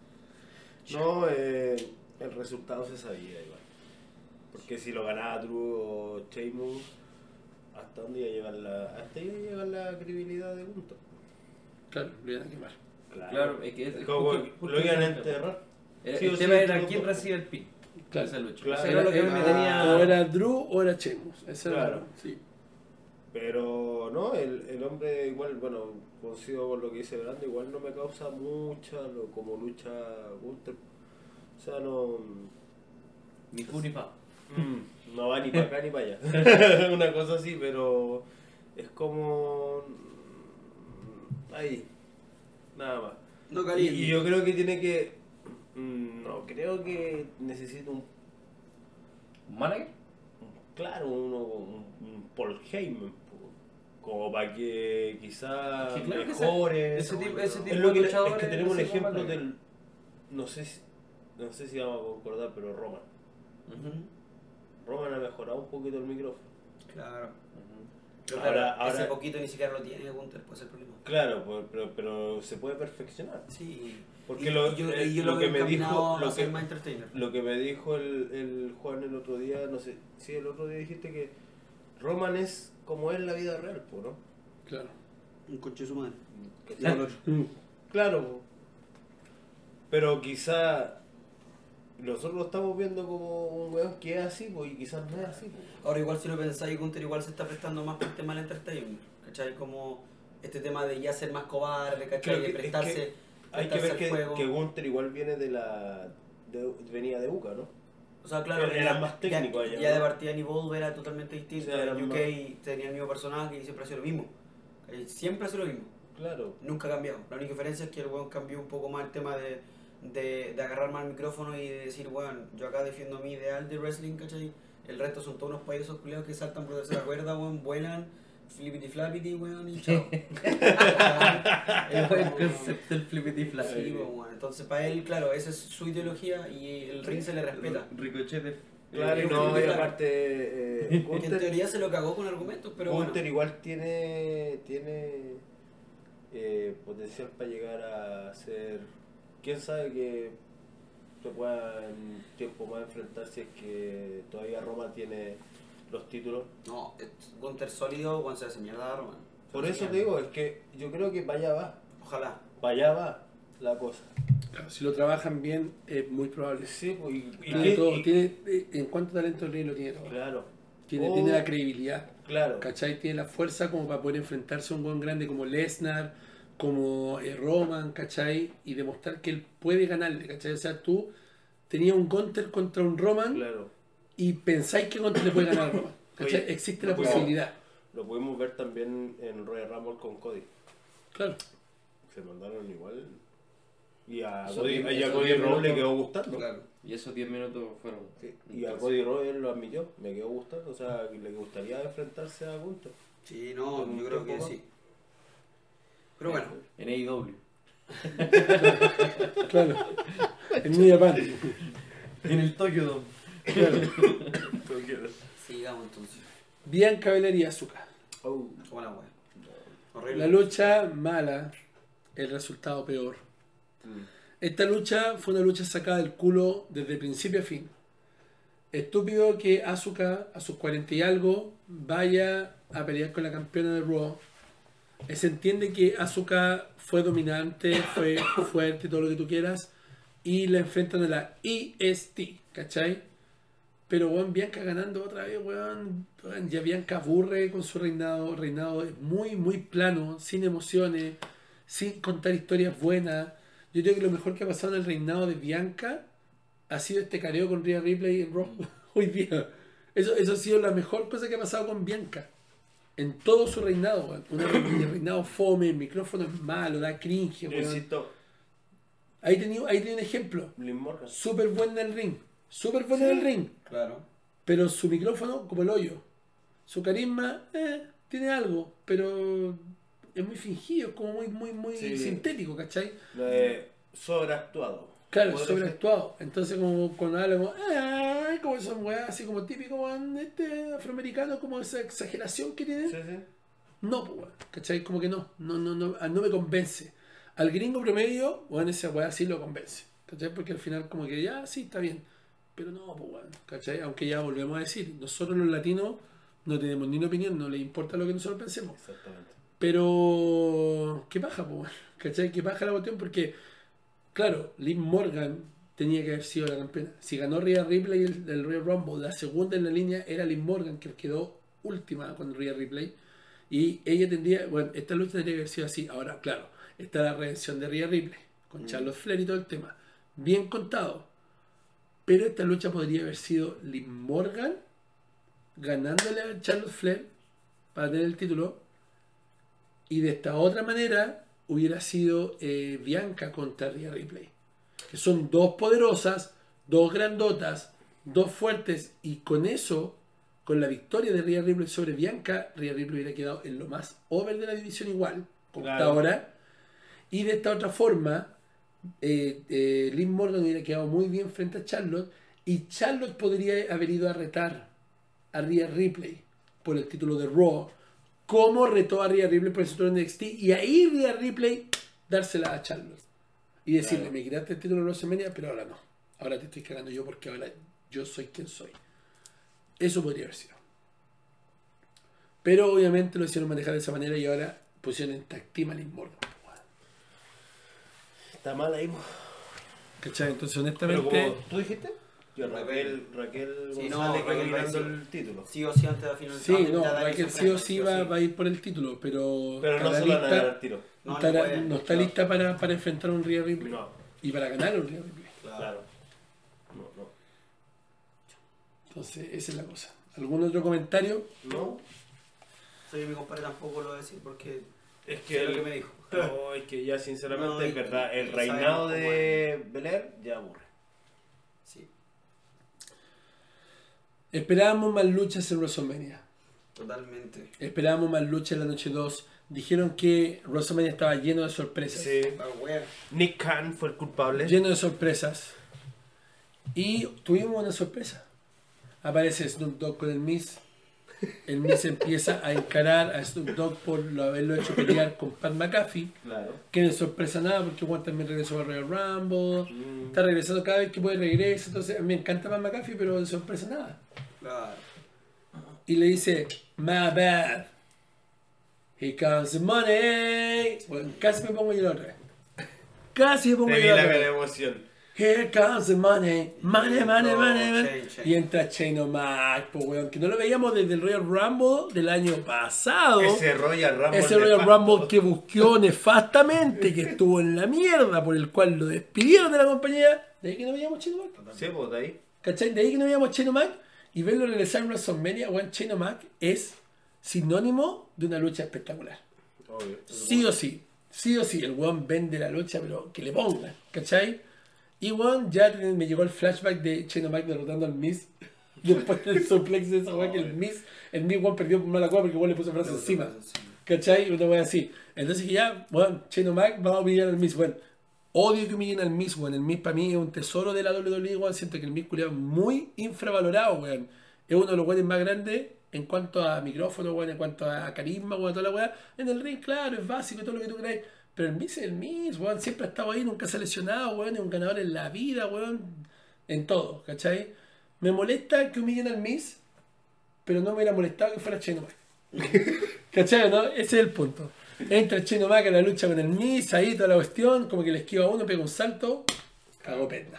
Claro. No, el resultado se sabía igual. Porque si lo ganaba Drew o Sheamus, ¿hasta dónde iba a llegar la credibilidad de Gunter? Claro, lo iban a quemar. Claro, es que es Como justo lo iban a el tema. enterrar. El Sí o tema sí, era todo quién poco. recibe el pin. Claro. Esa lucha. Claro. Eso era lo que a mí me tenía. O era Drew o era Sheamus. Ese era, Claro. sí. Pero no, el hombre igual, bueno, coincido con lo que dice Brando, igual no me causa mucha como lucha Gunter. O sea, no. Ni fu ni fa. No va ni para acá ni para allá. Una cosa así, pero es como. Ahí. Nada más. No Y caliente. yo creo que tiene que. No, creo que necesita ¿Un manager? Claro, un Paul Heyman, po, como para que quizá Es que claro que mejore. ese tipo es de lo que es luchadores que tenemos un necesitan ejemplo manager. del. No sé si vamos a concordar, pero Roman. Roman ha mejorado un poquito el micrófono. Claro. Ujú. Pero Ahora- claro, ese ahora- poquito ni siquiera lo tiene Gunter, pues es el problema. Claro, pero se puede perfeccionar. Sí. Porque Y lo yo lo que veo me encaminado dijo. a Lo ser que, más entertainer. Lo que me dijo el Juan el otro día, no sé, sí, el otro día dijiste que Roman es como es la vida real, po, ¿no? Claro. Un coche de su madre. Claro, po. Pero quizá nosotros lo estamos viendo como un weón que es así, pues, y quizás no es así. Pues. Ahora igual si lo pensáis, Gunter igual se está prestando más por el tema del entertainment, ¿cachai? Como este tema de ya ser más cobarde, ¿cachai? Creo De que- es prestarse, Hay que prestarse ver al juego. que Gunther igual viene venía de UCA, ¿no? O sea, claro, era más técnico ya, allá, ya ¿no? de partida en Evolve era totalmente distinto. O sea, era en UK más- tenía el mismo personaje y siempre ha sido lo mismo. Siempre ha sido lo mismo. Claro. Nunca ha cambiado. La única diferencia es que el weón cambió un poco más el tema de agarrar más el micrófono y de decir, weón, yo acá defiendo mi ideal de wrestling, ¿cachai? El resto son todos unos payasos culiados que saltan por tercera cuerda, weón, vuelan, flippity flappity, weón, y chao. Es buen concepto el flippity flap. Sí, weón. Entonces para él, claro, esa es su ideología y el ring se le respeta. Ricochet de. Claro, y un no, y flippity flap. aparte, Que en Gunther, teoría se lo cagó con argumentos, pero Gunther bueno. igual tiene potencial para llegar a ser. Quién sabe que se pueda en tiempo más enfrentar si es que todavía Roma tiene los títulos. No, Gunter sólido cuando se hace mierda a Roman. Por eso te digo, es que yo creo que para allá va. Ojalá. Para allá va la cosa. Claro, si lo trabajan bien, es muy probable. Sí, pues, Tiene todo, en cuanto a talento el Ring lo tiene todo. Claro. Tiene la credibilidad. Claro. ¿Cachai? Tiene la fuerza como para poder enfrentarse a un buen grande como Lesnar, como Roman, ¿cachai? Y demostrar que él puede ganarle, ¿cachai? O sea, tú tenías un Gunter contra un Roman Claro. y pensáis que Gunter le puede ganar a Roman, ¿cachai? Oye, existe la lo pudimos- posibilidad. Lo pudimos ver también en Royal Rumble con Cody. Claro. Se mandaron igual. Y a Eso Cody, bien- y a eso Cody bien Rhodes le minutos. quedó gustando. Claro. Y esos 10 minutos fueron. Sí, y a intensos. Cody Rhodes lo admitió, me quedó gustando, o sea, le gustaría enfrentarse a Gunther. Sí, no, Con yo un creo que tiempo sí. Pero bueno, En AEW. Claro. En New Japan. En el Tokyo Dome. Claro. sigamos entonces. Bianca Belair y Asuka. Oh, Buena wea. Horrible. La lucha mala, el resultado peor. mm. Esta lucha fue una lucha sacada del culo desde principio a fin. Estúpido que Asuka, a sus 40 y algo, vaya a pelear con la campeona de Raw. Se entiende que Asuka fue dominante, fue fuerte, todo lo que tú quieras, y la enfrentan a la EST, ¿cachai? Pero, weón, Bianca ganando otra vez, weón. Ya Bianca aburre con su reinado. Reinado es muy, muy plano, sin emociones, sin contar historias buenas. Yo creo que lo mejor que ha pasado en el reinado de Bianca ha sido este careo con Rhea Ripley en Raw hoy día. Eso ha sido la mejor cosa que ha pasado con Bianca. En todo su reinado, weón. Un reinado fome, el micrófono es malo, da cringe, Yo weón. insisto, Ahí tenía un ejemplo. Liv Morgan. Súper buena en el ring. Súper buena en el ring. Claro. Pero su micrófono como el hoyo. Su carisma, tiene algo, pero es muy fingido, es como muy Sí. sintético, ¿cachai? Sobreactuado. Claro, Podría sobreactuado. Entonces como cuando habla como son weas así como típico afroamericano, como esa exageración que tiene. ser. Sí, sí. No, pues, weón, ¿cachai? Como que no me convence. Al gringo promedio, weón, esa weá sí lo convence, ¿cachai? Porque al final como que ya, sí, está bien. Pero no, pues, weón, ¿cachai? Aunque ya volvemos a decir, nosotros los latinos no tenemos ni una opinión, no les importa lo que nosotros pensemos. Exactamente. Pero, ¿qué paja, pues, weón? ¿Cachai? ¿Qué paja la cuestión? Porque, claro, Liv Morgan tenía que haber sido la campeona. Si ganó Rhea Ripley el Royal Rumble, la segunda en la línea era Liv Morgan, que quedó última con Rhea Ripley. Y ella tendría, bueno, esta lucha tendría que haber sido así. Ahora, claro, está la redención de Rhea Ripley, con Charlotte Flair y todo el tema. Bien contado. Pero esta lucha podría haber sido Liv Morgan ganándole a Charlotte Flair para tener el título. Y de esta otra manera hubiera sido Bianca contra Rhea Ripley. Que son dos poderosas, dos grandotas, dos fuertes. Y con eso, con la victoria de Rhea Ripley sobre Bianca, Rhea Ripley hubiera quedado en lo más over de la división igual, como está Claro. ahora. Y de esta otra forma, Liv Morgan hubiera quedado muy bien frente a Charlotte. Y Charlotte podría haber ido a retar a Rhea Ripley por el título de Raw, como retó a Rhea Ripley por el título de NXT. Y ahí Rhea Ripley dársela a Charlotte. Y decirle, Claro. me quitaste el título de WrestleMania, pero ahora no. Ahora te estoy cagando yo porque ahora yo soy quien soy. Eso podría haber sido. Pero obviamente lo hicieron manejar de esa manera y ahora pusieron en tag team a Liv Morgan. Está mal ahí. ¿Cachai? Entonces Pero honestamente... como tú dijiste, yo Raquel Sí, González no, va Raquel ganando va a el título. Sí o sí antes de la final. Sí, no, Raquel sí o sí va a ir por el título, pero Pero no está se lo van a lista- ganar al tiro. No, está- no puede. no está lista para enfrentar a un Rhea Ripley. No, Y para ganar a un Rhea Ripley. claro. No. Entonces, esa es la cosa. ¿Algún otro comentario? No, Sí, mi compadre tampoco lo voy a decir porque es sé que lo que me dijo. No, es que ya sinceramente No, es verdad, el y reinado sabemos de Belair ya aburre. Sí, Esperábamos más luchas en WrestleMania. totalmente. Esperábamos más luchas en la noche 2. Dijeron que WrestleMania estaba lleno de sorpresas. Sí. La wea. Nick Khan fue el culpable. Lleno de sorpresas. Y tuvimos una sorpresa. Aparece Snoop Dogg con el Miz. el Miz empieza a encarar a Snoop Dogg por haberlo hecho pelear con Pat McAfee, Claro. que no es sorpresa nada porque Juan también regresó a Royal Rumble, está regresando cada vez que puede regresar, entonces a mí me encanta Pat McAfee, pero de sorpresa nada. Claro. Y le dice, my bad, here comes the money. Bueno, casi me pongo yo la otra vez. Casi me pongo Te vi yo la la otra cara de vez. emoción. Here comes the money, money, money, money, money. Shane. Y entra Shane O'Mac, pues weón, que no lo veíamos desde el Royal Rumble del año pasado. Ese Royal Rumble. Ese Royal nefasto. Rumble que buscó nefastamente, que estuvo en la mierda, por el cual lo despidieron de la compañía. De ahí que no veíamos Shane O'Mac. Sí, pues de ahí. ¿Cachai? De ahí que no veíamos Shane O'Mac y verlo regresar en WrestleMania, weón, Shane O'Mac es sinónimo de una lucha espectacular. Obvio. Sí o sí, sí o sí, el weón vende la lucha, pero que le pongan, ¿cachai? Y weón, ya me llegó el flashback de Shane O'Mac derrotando al Miz. Después del suplex de esa weón, que el Miz weón perdió por mala cueva porque weón le puso el brazo encima. ¿Cachai? Una weón así. Entonces que ya, weón, Shane O'Mac va a humillar al Miz, weón. Odio que humillen al Miz, weón. El Miz para mí es un tesoro de la WWE, weón. Siento que el Miz culiao es muy infravalorado, weón. Es uno de los weones más grandes en cuanto a micrófono, weón, en cuanto a carisma, weón, toda la weá. En el ring, claro, es básico, todo lo que tú queráis. Pero el Miz es el Miz, weón. Siempre ha estado ahí, nunca se ha lesionado, weón. Es un ganador en la vida, weón. En todo, ¿cachai? Me molesta que humillen al Miz, pero no me hubiera molestado que fuera Shane O'Mac. ¿Cachai, no? Ese es el punto. Entra Shane O'Mac a la lucha con el Miz, ahí toda la cuestión, como que le esquiva a uno, pega un salto, cagó perna.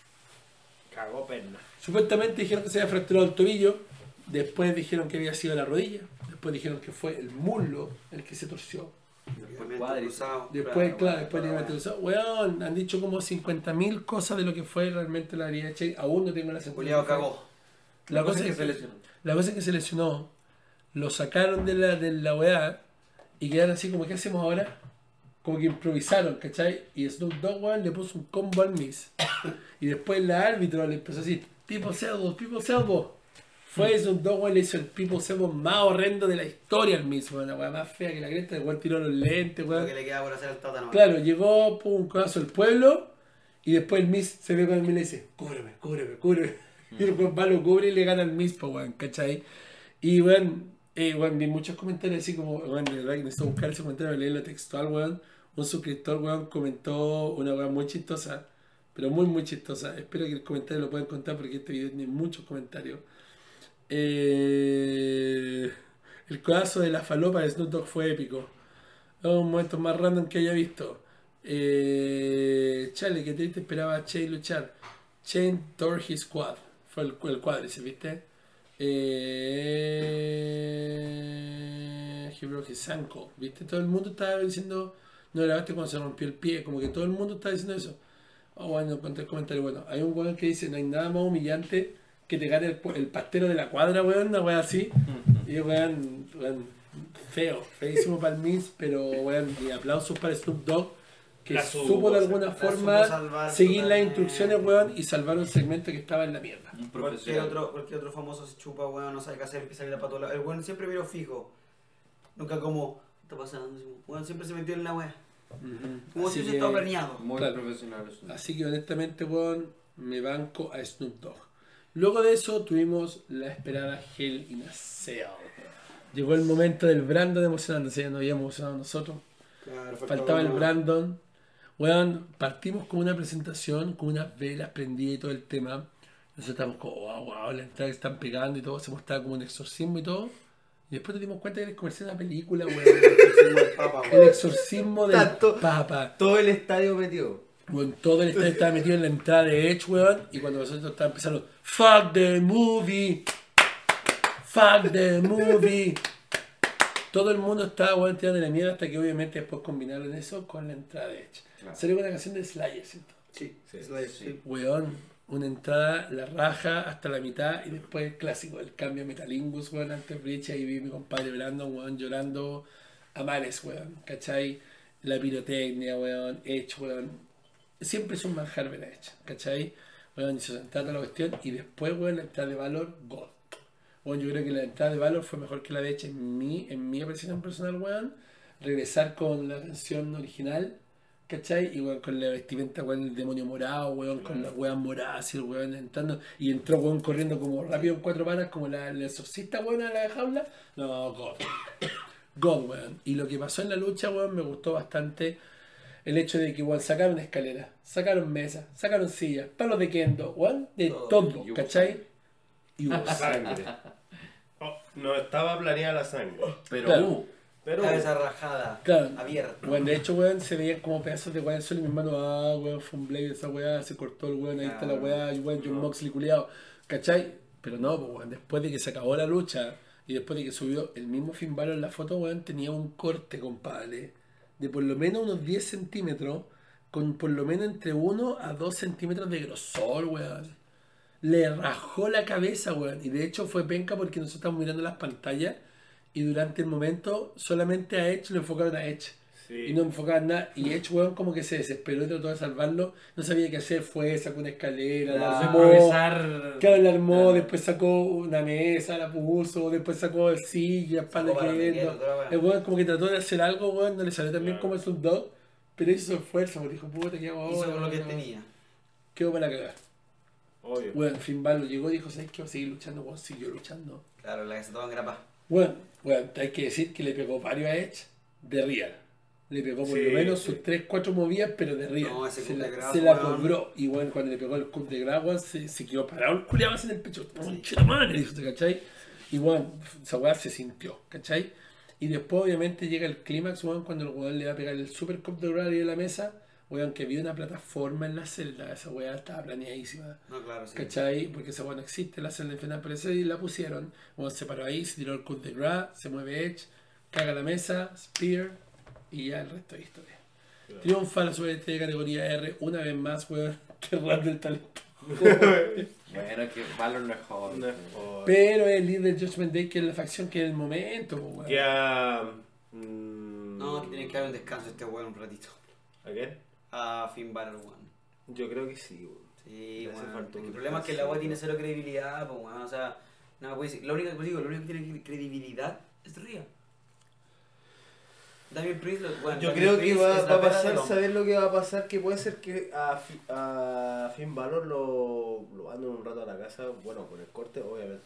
Cagó perna. Supuestamente dijeron que se había fracturado el tobillo, después dijeron que había sido la rodilla, después dijeron que fue el muslo el que se torció. Después cuádriceps. Después, claro, después ligamento cruzado. Weón, han dicho como 50.000 cosas de lo que fue realmente la herida de Shane. Aún no tengo la sensación. Juliado cagó. La cosa es que se lesionó. La cosa es que se lesionó, lo sacaron de la weá y quedaron así como, ¿qué hacemos ahora? Como que improvisaron, ¿cachai? Y Snoop Dogg, weón, le puso un combo al Miz. Y después la árbitro le empezó a decir, People's Elbow. Fue Snoop Dogg, weón, le hizo el People's Elbow más horrendo de la historia al Miz, weón, la weá más fea que la cresta, el weón tiró los lentes, Lo weón. que le queda por hacer el tata, ¿no? Claro, llegó, pum, un codazo al pueblo y después el Miz se ve con el Miz y le dice, cúbreme. Y el weón va, lo cubre y le gana al Miz, weón, ¿cachai? Y weón, vi muchos comentarios así como, weón, de verdad que necesito buscar ese comentario, leerlo textual, weón. Un suscriptor, weón, comentó una weón muy chistosa, pero muy chistosa. Espero que el comentario lo puedan contar porque este video tiene muchos comentarios. El codazo de la falopa de Snoop Dogg fue épico. Es un momento más random que haya visto. Chale, que triste esperaba a Shane luchar. Shane tore his quad. Fue el cuádriceps, ¿viste? He broke his ankle, ¿viste? Todo el mundo estaba diciendo, no grabaste cuando se rompió el pie, como que todo el mundo estaba diciendo eso. Oh, bueno, conté el comentario, bueno, hay un weón que dice, no hay nada más humillante que te gane el pastero de la cuadra, weón, una weón así. Y weón, feísimo para el Miz, pero weón, y aplausos para Snoop Dogg, que La supo de alguna la forma supo salvar seguir las totalmente. instrucciones, weón, y salvar un segmento que estaba en la mierda. Un Cualquier profesional. otro famoso se chupa, weón, no sabe qué hacer, empieza a mirar para todos lados. El weón siempre miró fijo. Nunca como, ¿qué está pasando? Weón siempre se metió en la weá. Como Así si hubiese que- estado perneado. Muy Claro. profesional eso. Así que honestamente, weón, me banco a Snoop Dogg. Luego de eso tuvimos la esperada Hell in a Cell. Llegó el momento del Brandon emocionándose, ya nos habíamos emocionado nosotros. Claro, Faltaba el Brandon. Weón, partimos con una presentación, con unas velas prendidas y todo el tema. Nosotros estábamos como, wow, la entrada que están pegando y todo, se mostraba como un exorcismo y todo. Y después nos dimos cuenta que era el comercial de una película, weón. El exorcismo del Tanto- Papa. Todo el estadio metió. Bueno, todo el estadio estaba metido en la entrada de Edge, weón. Y cuando nosotros estábamos empezando, fuck the movie. Todo el mundo estaba, weón, tirando la mierda hasta que obviamente después combinaron eso con la entrada de Edge. Claro. Salió con una canción de Slayer, ¿cierto? Sí, Sí, es la sí. Weón, una entrada, la raja hasta la mitad y después el clásico, el cambio a Metalingus, weón, antes Breach, ahí vi a mi compadre Brandon, weón, llorando a mares, weón, ¿cachai? La pirotecnia, weón, Edge, weón. Siempre es un manjar ver a Edge, ¿cachai? Weón, hizo entrada a la cuestión y después, weón, la entrada de Valor, God. Bueno, yo creo que la entrada de Valor fue mejor que la de Edge en mi apreciación personal, weón. Regresar con la canción original, ¿cachai? Y weón, con la vestimenta, weón, el demonio morado, weón, con las weas moradas y el weón entrando, y entró weón corriendo como rápido en 4 patas, como el exorcista, weón, a la jaula. No, God, weón. Y lo que pasó en la lucha, weón, me gustó bastante el hecho de que, weón, sacaron escaleras, sacaron mesas, sacaron sillas, palos de kendo, weón, de todo, Y hubo ¿cachai? Y hubo Sangre. Oh, no estaba planeada la sangre. Pero Claro. Pero Cabeza rajada, Claro. abierta. Bueno, de hecho, weón, se veían como pedazos de weá del sol y mi hermano, weón, fue un blade esa weá, se cortó el weón, ahí está la weá, y weón, John Moxley culiado, ¿cachai? Pero no, pues weón, después de que se acabó la lucha y después de que subió el mismo Finn Balor en la foto, weón, tenía un corte, compadre, de por lo menos unos 10 centímetros, con por lo menos entre 1 a 2 centímetros de grosor, weón. Le rajó la cabeza, weón. Y de hecho fue penca porque nosotros estábamos mirando las pantallas y durante el momento solamente a Edge lo enfocaron a Edge. sí. Y no enfocaban nada. Y Edge, weón, como que se desesperó y trató de salvarlo. No sabía qué hacer, fue, sacó una escalera, la Empezó a armó. improvisar. Claro, la armó, Claro. después sacó una mesa, la puso, después sacó sillas, para Sacó para que meter, otra weá. el weón como que trató de hacer algo, weón, no le salió tan bien Claro. como el Dog, pero hizo su esfuerzo, porque dijo, puta, ¿qué hago Hizo ahora? con lo que weón? tenía. Quedó para cagar. Obvio. Bueno, Finn Balor llegó y dijo, ¿sabes qué? Voy a seguir luchando, weón, siguió luchando. Claro, la que se toma en grapa. Bueno, hay que decir que le pegó varios a Edge de real. Le pegó por Sí, lo menos sí. sus 3-4 movidas, pero de real. No, ese se coup la, de grasa, se la weón. cobró. Y bueno, cuando le pegó el coup de gragua, se quedó parado el culiado en el pecho. ¡Concha madre! Dijo, ¿cachai? Y bueno, esa weá se sintió, ¿cachai? Y después, obviamente, llega el clímax, weón, cuando el weón le va a pegar el super cup de Rally de la mesa. Weón, que había una plataforma en la celda. Esa weá estaba planeadísima. No, claro, sí. ¿Cachai? Porque esa weá no existe, la celda infernal, pero esa y la pusieron. Bueno, se paró ahí, se tiró el coup de Gras, se mueve Edge, caga la mesa, Spear, y ya el resto de historia. Triunfa la suerte de categoría R, una vez más, weón, que rap del talento. Bueno, que Valor no es joven. No es por- Pero el líder de Judgment Day, que es la facción que en el momento, weón. Queda. No, que tiene que dar un descanso este weón un ratito. ¿A qué? A Finn Balor, weón. Yo creo que sí, weón. Sí, Le hace weón. falta un El problema es que el descanso, agua tiene weón. cero credibilidad, pues, weón. O sea, nada, pues, lo único que tiene credibilidad es Rhea. Damien Priest, bueno, Yo Damien creo que Priest va es la a pera pasar, del hombre. ¿sabes lo que va a pasar? Que puede ser que a Finn Balor lo manden un rato a la casa, bueno, con el corte, obviamente.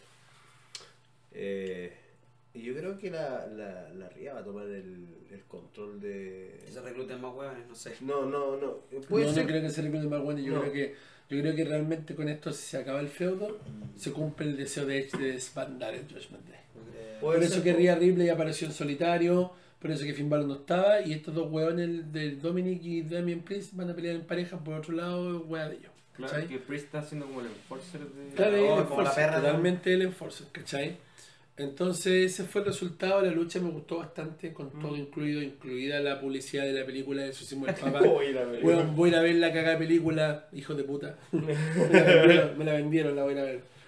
Y yo creo que la Rhea va a tomar el control de... Que se recluten más huevones, no sé. No. No creo que se repita más bueno. Yo No. creo que realmente con esto, si se acaba el feudo, se cumple el deseo de Edge de desbandar el Judgment Day. Por Puede eso ser, que po. Rhea Ripley apareció en solitario, por eso que Finn Balor no estaba, y estos dos hueones de Dominic y Damien Priest van a pelear en pareja por otro lado, hueá de ellos. Claro, ¿Cachai? que Priest está haciendo como el enforcer de. Claro, Claro, el como la enforcer, perra, ¿no? totalmente el enforcer, ¿cachai? Entonces ese fue el resultado, la lucha me gustó bastante, con todo incluido, incluida la publicidad de la película de Exorcismo del Papa. Uy, la película. Weón, voy a ir a ver la cagada película, hijo de puta. Me la vendieron, la voy a ir a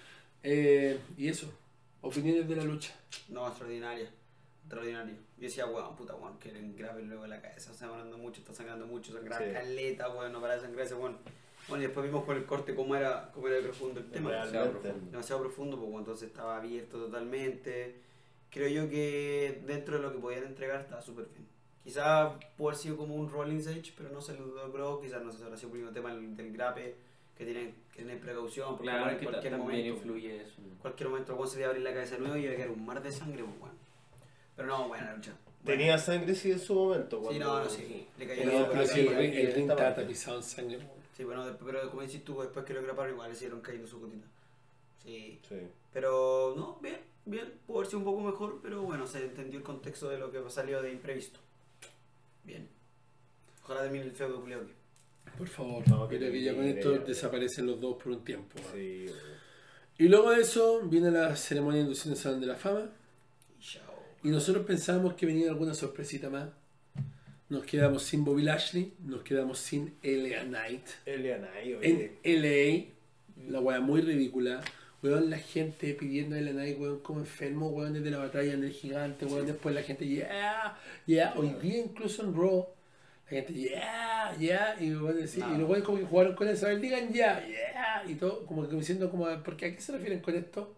ver. Y eso, opiniones de la lucha. No, extraordinaria. Extraordinaria. Yo decía, weón, puta, weón, que le graben luego la cabeza, está sangrando mucho, sangrando Sí. caleta, weón, no para de sangrarse, weón. Bueno, y después vimos con el corte cómo era de profundo el tema. Realmente. Demasiado profundo, pues bueno, entonces estaba abierto totalmente. Creo yo que dentro de lo que podían entregar estaba súper bien. Quizás pudo haber sido como un Rollins Edge, pero no se lo logró. Quizás no sé si habrá sido el último tema del grape, que tienen que tener precaución, porque Claro, bueno, en que cualquier también momento, influye eso. cualquier momento el weón se le iba a abrir la cabeza de nuevo y iba a quedar un mar de sangre, pues bueno. Pero no, buena lucha. Buena. Tenía sangre sí en su momento. Sí, Cuando... no, sí. Le cayó Pero, la pero boca, sí, sí, el ring esta está parte. tapizado en sangre. weón. Sí, bueno, pero como dices tú, después que lo graparon igual le siguieron cayendo su gotita. Sí. Sí. Pero no, bien, pudo haber sido un poco mejor, pero bueno, se entendió el contexto de lo que salió de imprevisto. Bien. Ojalá termine el feudo culiao aquí. Por favor, No, que creo que ya con termine, esto ya. desaparecen los dos por un tiempo. weón. Sí, weón. Y luego de eso viene la ceremonia de inducción del Salón de la Fama. Y chao. Y nosotros pensábamos que venía alguna sorpresita más. Nos quedamos sin Bobby Lashley, nos quedamos sin LA Knight. Elianay, En oye. LA, la wea muy ridícula. Weón, la gente pidiendo a LA Knight, weón, como enfermo, weón, desde la batalla en el gigante, weón. Después la gente, yeah. Hoy día incluso en Raw, la gente, yeah. Y, weón, decía, y los weones como que jugaron con eso, a ver, digan yeah. Y todo, como que diciendo, como, ¿por qué a qué se refieren con esto?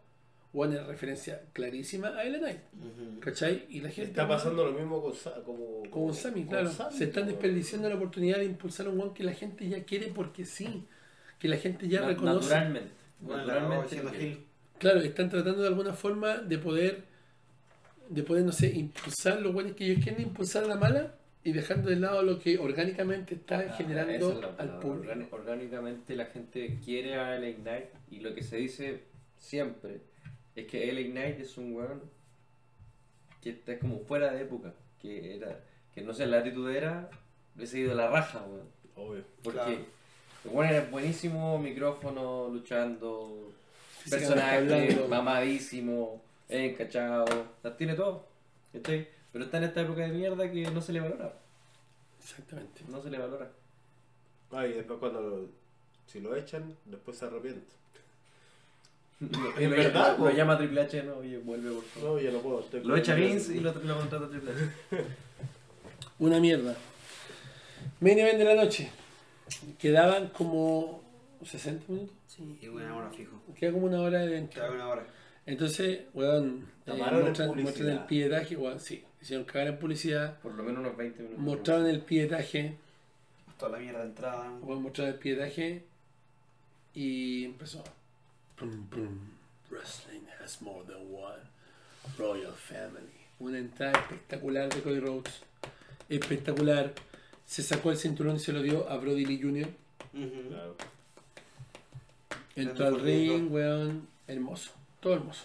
Bueno, es referencia clarísima a LA Knight, ¿cachai? Y la gente Está pasando lo mismo con con Sami, claro. Se están desperdiciando la oportunidad de impulsar a un one que la gente ya quiere porque sí, que la gente ya reconoce. Naturalmente. Bueno, Naturalmente. siendo Gil. Claro, están tratando de alguna forma de poder, no sé, impulsar los buenos que ellos quieren impulsar a la mala y dejando de lado lo que orgánicamente está generando Esa es la al palabra. público. Orgánicamente la gente quiere a LA Knight y lo que se dice siempre es que LA Knight es un weón que está como fuera de época, que no sé, la actitud era, le he seguido la raja, weón. Obvio. Porque Claro. el weón era buenísimo, micrófono, luchando, Físicamente personaje, hablando. mamadísimo, encachado, las tiene todo, ¿cachai? Pero está en esta época de mierda que no se le valora, Exactamente. no se le valora. Ah, y después si lo echan, después se arrepiente. Es verdad, lo po. llama Triple H, no, oye, vuelve por favor. No, ya no puedo. estoy Lo echa con- Vince y lo contrata Triple H. Una mierda. Main event de la noche. Quedaban como 60 minutos. Sí, una hora fijo. Queda como una hora de evento. Queda una hora. Entonces, weón, Tomaron en muestran publicidad. el pietaje, weón, sí. Hicieron cagar en publicidad. Por lo menos unos 20 minutos. Mostraron el pietaje. Toda la mierda de entrada. Weón, mostraron el pietaje. Y empezó. Brum, brum. Wrestling has more than one royal family. Una entrada espectacular de Cody Rhodes. Espectacular. Se sacó el cinturón y se lo dio a Brody Lee Jr. Claro. Entró al ring, weón. Hermoso. Todo hermoso.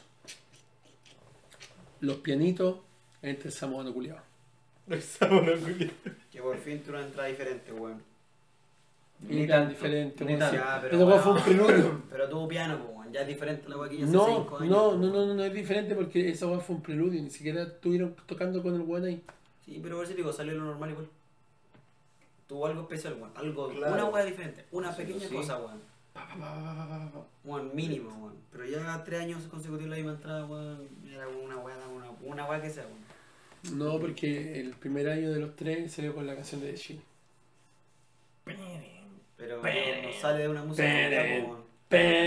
Los pianitos entre el samoano culiado. Estamos en el Que por fin tuvo una entrada diferente, weón. Ni tan diferente, ni weón. tanto. Sí. Ya, pero Pero weón, fue un preludio. Pero tuvo piano, pues, weón. Ya es diferente la weá que ya hace No, 5 años. no, pues, no, weón. no, no es diferente porque esa weón fue un preludio. Ni siquiera estuvieron tocando con el weón ahí. Sí, pero por eso digo, salió lo normal igual. Tuvo algo especial, weón. Algo, Claro. una weá diferente. Una Sí, pequeña sí. cosa, weón. Weón, mínimo, weón. Pero ya 3 años consecutivos la misma entrada, weón. Era una weá que sea, weón. No, porque el primer año de los 3 salió con la canción de The Shield. Pero no sale de una música Pere. popular, weón.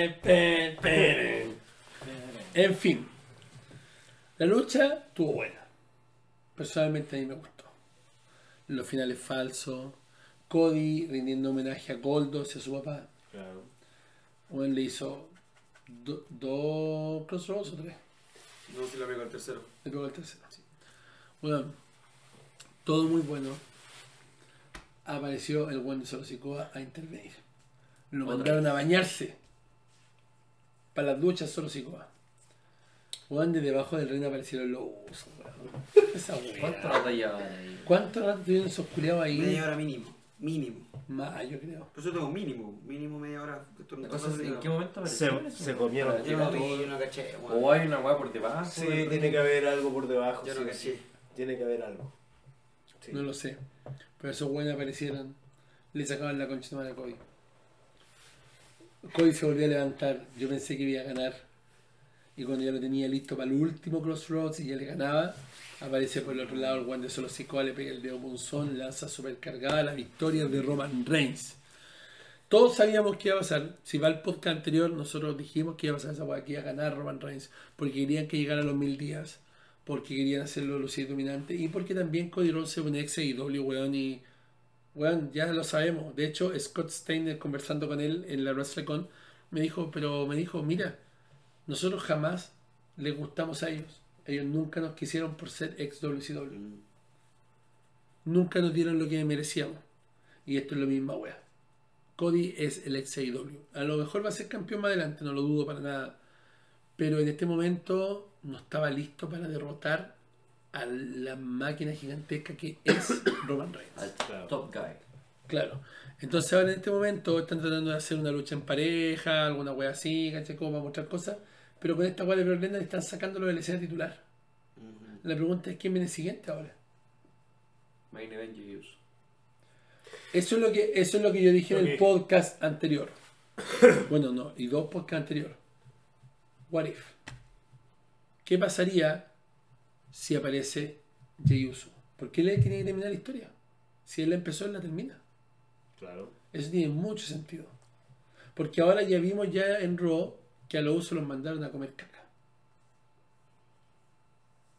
En fin, la lucha estuvo buena. Personalmente a mí me gustó. Los finales falsos. Cody rindiendo homenaje a Goldos y a su papá. Claro. Bueno, le hizo dos crossroads o 3. No sé si lo pegó el tercero. Le pegó el tercero. Bueno, todo muy bueno. Apareció el buen de Solo Sikoa a intervenir. Lo Otra mandaron vez. a bañarse. Para las duchas Solo Sikoa. Juan de debajo del ring aparecieron los usos, weón. Esa ¿Cuánto weá. rato llevaban ahí? ¿Cuánto rato tuvieron esos culiados ahí? Media hora mínimo. Mínimo. Más, yo creo. Por eso tengo mínimo. Mínimo media hora. Esto no La pasa cosa es, así, ¿en no. qué momento Se apareció eso? comieron. Para Yo no llegar vi, todo- yo no caché, weón. O hay una weá por debajo. Sí, del tiene ring. que haber algo por debajo. Yo no sí, caché. sí. Tiene que haber algo. Sí. No lo sé. Pero esos buenos aparecieron. Le sacaban la concha de madre a Cody. Cody se volvió a levantar. Yo pensé que iba a ganar. Y cuando ya lo tenía listo para el último crossroads y ya le ganaba, aparece por el otro lado el guante de Solo Sikoa, le pega el dedo punzón, lanza supercargada la victoria de Roman Reigns. Todos sabíamos que iba a pasar. Si va al podcast anterior, nosotros dijimos que iba a pasar esa weá, que iba a ganar Roman Reigns. Porque querían que llegara a los 1000 días. Porque querían hacerlo lucir dominante. Y porque también Cody Rhodes se pone ex AEW, weón. Y weón, ya lo sabemos. De hecho, Scott Steiner, conversando con él en la WrestleCon, me dijo, mira, nosotros jamás les gustamos a ellos. Ellos nunca nos quisieron por ser ex WCW. Nunca nos dieron lo que merecíamos. Y esto es lo misma wea. Cody es el ex AEW. A lo mejor va a ser campeón más adelante, no lo dudo para nada. Pero en este momento no estaba listo para derrotar a la máquina gigantesca que es Roman Reigns. Al Claro. top guy. Claro. Entonces ahora en este momento están tratando de hacer una lucha en pareja, alguna wea así, ¿cachai? Como para mostrar cosas. Pero con esta wea de Brock Lesnar están sacándolo de la escena titular. La pregunta es quién viene siguiente ahora. Main event you use. Eso es lo que yo dije en el Ok. podcast anterior. Bueno, no, y 2 podcasts anteriores. What if? ¿Qué pasaría si aparece Jey Uso? ¿Por qué le tiene que terminar la historia? Si él la empezó, él la termina. Claro. Eso tiene mucho sentido. Porque ahora ya vimos ya en Raw que a los Usos los mandaron a comer caca.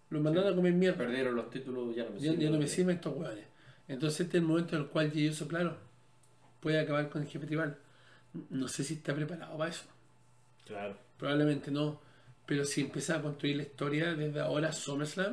Los mandaron a comer mierda. Perdieron los títulos, ya no me Ya sirven. no me sirven estos hueones. Entonces este es el momento en el cual Jey Uso, claro, puede acabar con el jefe tribal. No sé si está preparado para eso. Claro. Probablemente no. Pero si empieza a construir la historia desde ahora SummerSlam,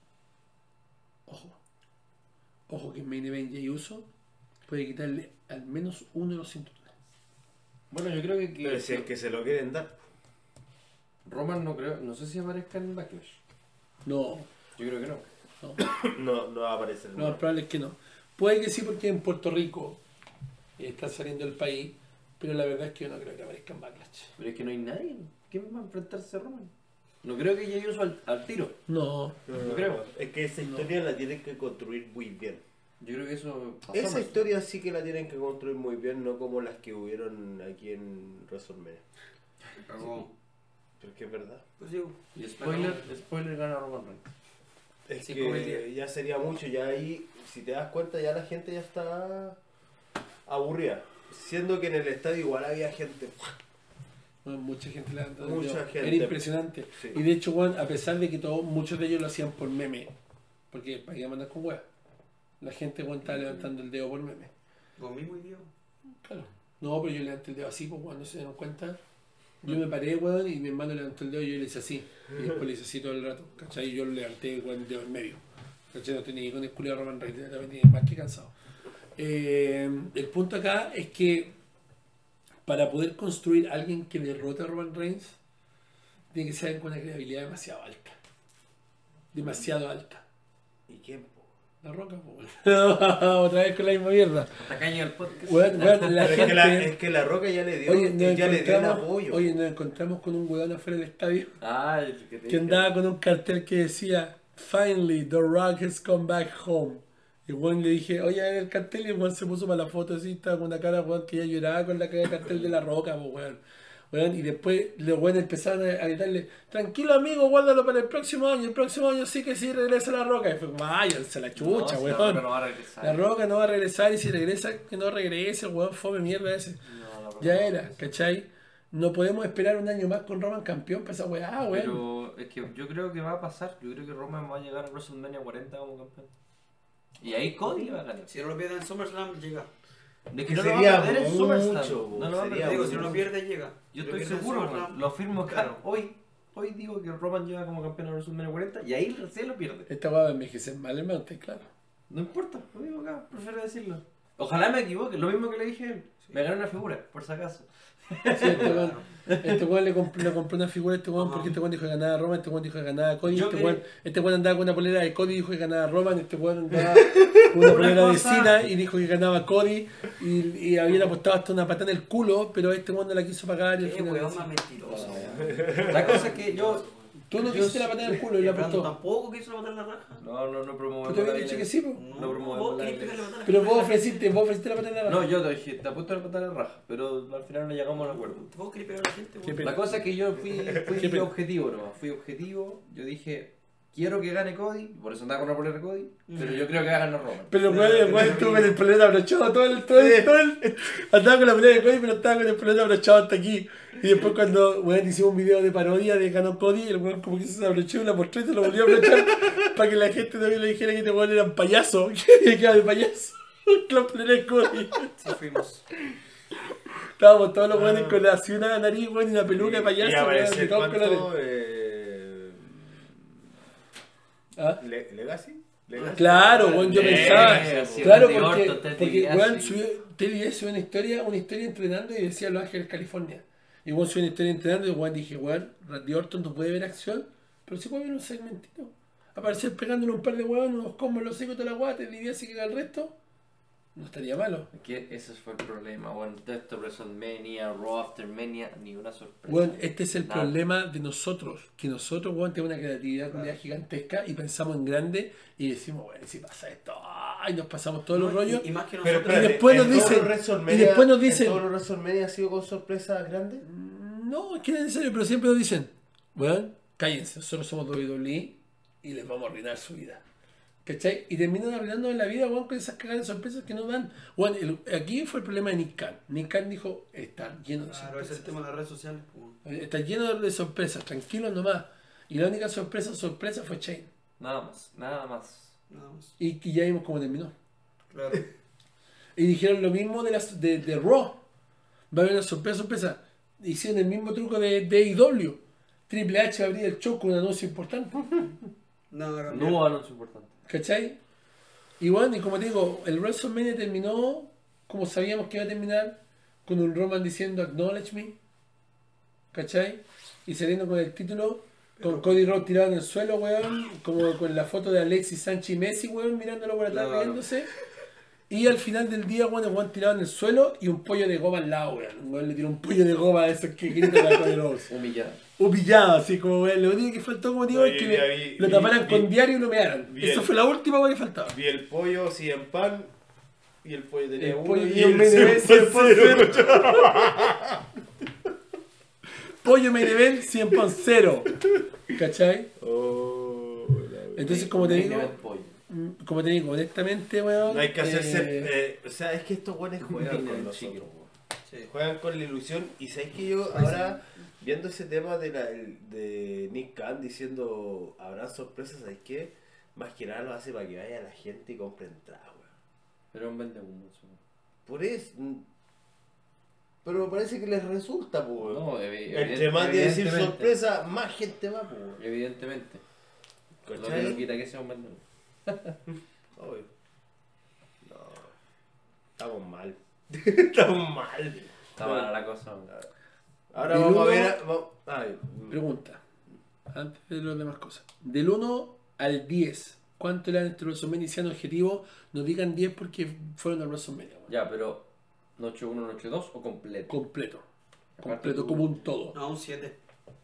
ojo. Ojo que en Main Event Jey Uso puede quitarle al menos uno de los cinturones. Bueno, yo creo Pero si es que se lo quieren dar. Roman no sé si aparezca en Backlash. No, Yo creo que no. No va a aparecer. lo más probable es que no. Puede que sí porque en Puerto Rico está saliendo del país, pero la verdad es que yo no creo que aparezca en Backlash. Pero es que no hay nadie. ¿Quién va a enfrentarse a Roman? No creo que Jey Uso al tiro. No, No creo. Es que esa historia la tienen que construir muy bien. Yo creo que eso pasó. Esa historia sí que la tienen que construir muy bien, no como las que hubieron aquí en WrestleMania. Cagó. Pero es que es verdad. Pues digo, Y spoiler gana Roman Reigns. Es Sí, que comedia. ya sería mucho, ya ahí, si te das cuenta, ya la gente ya está aburrida. Siendo que en el estadio igual había gente. bueno, mucha gente le ha dado Mucha el dedo. gente. Era impresionante. Sí. Y de hecho, bueno, a pesar de que muchos de ellos lo hacían por meme, porque para qué mandar con hueá. La gente bueno, estaba levantando el dedo por meme. lo mismo y Diego. Claro. No, pero yo levanté el dedo así, pues cuando se dieron cuenta. Yo me paré, weón, y mi hermano levantó el dedo y yo le hice así. Y después le hice así todo el rato, ¿cachai? Y yo lo levanté, weón, el dedo en medio. ¿Cachai? No tenía con el culiado Roman Reigns, también tenía más que cansado. El punto acá es que para poder construir a alguien que derrote a Roman Reigns, tiene que ser alguien con una credibilidad demasiado alta. Demasiado alta. ¿Y quién? La Roca, pues, weón. Otra vez con la misma mierda. Hasta acá llega el podcast. Weón, la Pero gente... es que la Roca ya le dio, Oye, ya le dio el apoyo. oye, nos encontramos con un weón afuera del estadio Ah, el que te que dije. andaba con un cartel que decía Finally, The Rock has come back home. Y el weón le dije, oye, a ver el cartel, y el weón se puso para la foto así, estaba con una cara, weón, que ya lloraba con la cara de cartel de la Roca, pues, weón. Weón, y después los weones empezaron a gritarle, tranquilo amigo, guárdalo para el próximo año sí que sí regresa la Roca. Y fue, váyanse a la chucha, No, si weón. La Roca no va a regresar. La Roca no va a regresar y si regresa, que no regrese, el weón fome mierda ese. No, la Roca Ya no va a era, regresar. ¿cachai? No podemos esperar un año más con Roman campeón para esa weá, weón. Pero es que yo creo que va a pasar. Yo creo que Roman va a llegar a WrestleMania 40 como campeón. Y ahí Cody le va a ganar. Si no lo pierde en SummerSlam, llega. Es Que no lo va sería a perder en SummerSlam. mucho, No lo va a sería perder. Digo, muy si no lo mucho. pierde, llega. Yo Si lo estoy pierde en seguro, SummerSlam, man. Lo firmo acá. claro. Hoy digo que Roman llega como campeón a WrestleMania 40 y ahí recién lo pierde. Esta weá va a envejecer mal, hermano, está claro. No importa, lo digo acá, prefiero decirlo. Ojalá me equivoque, lo mismo que le dije a él. Me gané una figura, por si acaso. Sí, este weón le compró una figura a este weón porque este weón dijo que ganaba a Roman, este weón dijo que ganaba a Cody, Yo este weón andaba con una polera de Cody y dijo que ganaba a Roman, este weón andaba con una polera de cosa- Cena y dijo que ganaba a Cody y habían apostado hasta una patada en el culo, pero este weón no la quiso pagar y al Qué final... weón más mentiroso. La cosa es que yo. Tú no yo quisiste la sí- patada en el culo y la Brandon apostó. tampoco quiso matar la raja. No promovemos Tú te habías la dicho que violencia. sí, po. No, promovemos vos la querés violencia. pegarle patada. Pero vos ofreciste la patada en la raja. No, yo te dije, te apuesto a la patada en la raja, pero al final no llegamos a un acuerdo. Vos querés pegar a la gente, Qué weón. pena. La cosa es que yo Qué fui pena. objetivo nomás, fui objetivo, yo dije, quiero que gane Cody, por eso andaba con la polera de Cody, pero yo creo que va a ganar Roman. Pero el weón estuvo con el polera abrochado todo el andaba con la polera de Cody, pero estaba con el polera abrochado hasta aquí. Y después cuando weón hicimos un video de parodia de ganó Cody, el weón como que se abrochó y la mostró y se lo volvió a abrochar para que la gente también le dijera que este weón era un payaso, que quedaba de payaso. Con la polera de Cody. Sí, fuimos. Estábamos todos los weones con así una nariz, weón, y una peluca de Y payaso, weón, aparecer de todos colores. cuánto, ¿Ah? Legacy. Claro, weón, yo Sí, pensaba. sí, Claro, Randy porque Orton, Ted DiBiase. weón, Ted DiBiase subió una historia entrenando y decía Los Ángeles, California. Y weón subió una historia entrenando y weón dije, weón, Randy Orton no puede ver acción, pero sí puede ver un segmentito. Aparecer pegándole un par de weón, unos combos en los hocicos de la guata, y DiBiase que haga el resto. No estaría malo. Que ese fue el problema, bueno, Death of WrestleMania, Raw After Mania, ni una sorpresa. Weón, este es el Nada. problema de nosotros, que nosotros, weón, tenemos una creatividad culiada gigantesca y pensamos en grande y decimos, weón, si pasa esto, y nos pasamos todos los rollos. Y más que Pero nosotros. Y después nos ¿en todos dicen- los WrestleMania- y después nos dicen- ¿En todos los WrestleMania ha sido con sorpresas grandes? No, es que no es necesario, pero siempre nos dicen, weón, cállense, nosotros somos WWE y les vamos a arruinar su vida. ¿Cachai? Y terminan arruinando la vida, weón, con esas cagadas de sorpresas que nos dan. Weón, aquí fue el problema de Nick Khan. Nick Khan dijo, está lleno de Claro, ese es el sorpresas. tema de las redes sociales. weón. Está lleno de sorpresas, tranquilos nomás. Y la única sorpresa fue Shane. Nada más, nada más. Nada más. Y ya vimos cómo terminó. Claro. Y dijeron lo mismo de Raw. Va a haber una sorpresa. Hicieron el mismo truco de AEW. Triple H abría el show con un anuncio importante. Nada No cambió. hubo anuncio importante. ¿Cachai? Y bueno, y como te digo, el WrestleMania terminó como sabíamos que iba a terminar, con un Roman diciendo Acknowledge me. ¿Cachai? Y saliendo con el título, con Cody Rhodes tirado en el suelo, weón, como con la foto de Alexis Sánchez y Messi, weón, mirándolo por atrás, Claro. riéndose. Y al final del día, weón, el weón tirado en el suelo y un pollo de goma al lado, weón. Un weón le tiró un pollo de goma a esos que gritan a Cody Rhodes. Humillado. Humillado, así como, weón. Lo único que faltó, como digo, No, es que yo ya vi- lo vi- taparan vi- con diario y lo mearan. vi Eso el- fue la última weón que faltaba. Vi el pollo, sí, en pan. Y el pollo tenía El uno. pollo y tenía un el main event, cero 100%. cero. Pollo main event, 100 pon 0. ¿Cachai? Oh, Entonces, como te Main digo, event pollo. como te digo, honestamente, weón. no hay que hacerse. O sea, es que estos buenos juegan Main con event nosotros. chicken. Weón. Sí. Juegan con la ilusión. Y sabes que yo ahora, viendo ese tema de Nick Khan diciendo habrá sorpresas, ¿sabes qué? Más que nada lo hace para que vaya la gente y compre entrada, weón. Pero un vende humo. eso. Por eso. Pero parece que les resulta, pues. weón. No, Entre más de decir evidentemente. sorpresa, más gente va, pues. weón. Evidentemente. Lo que no ¿Cachai? quita que sea un vende humo. Obvio. No. Estamos mal. Estamos mal. Está mala la cosa. Ahora Del vamos a uno- ver. Ay, Pregunta, antes de las demás cosas. Del 1 al 10, ¿cuánto le dan este WrestleMania? Y sean objetivos, nos digan 10 porque fueron al WrestleMania. weón. Ya, pero noche 1, noche 2 o completo. Completo. Aparte Completo tú- como un todo. No, un 7.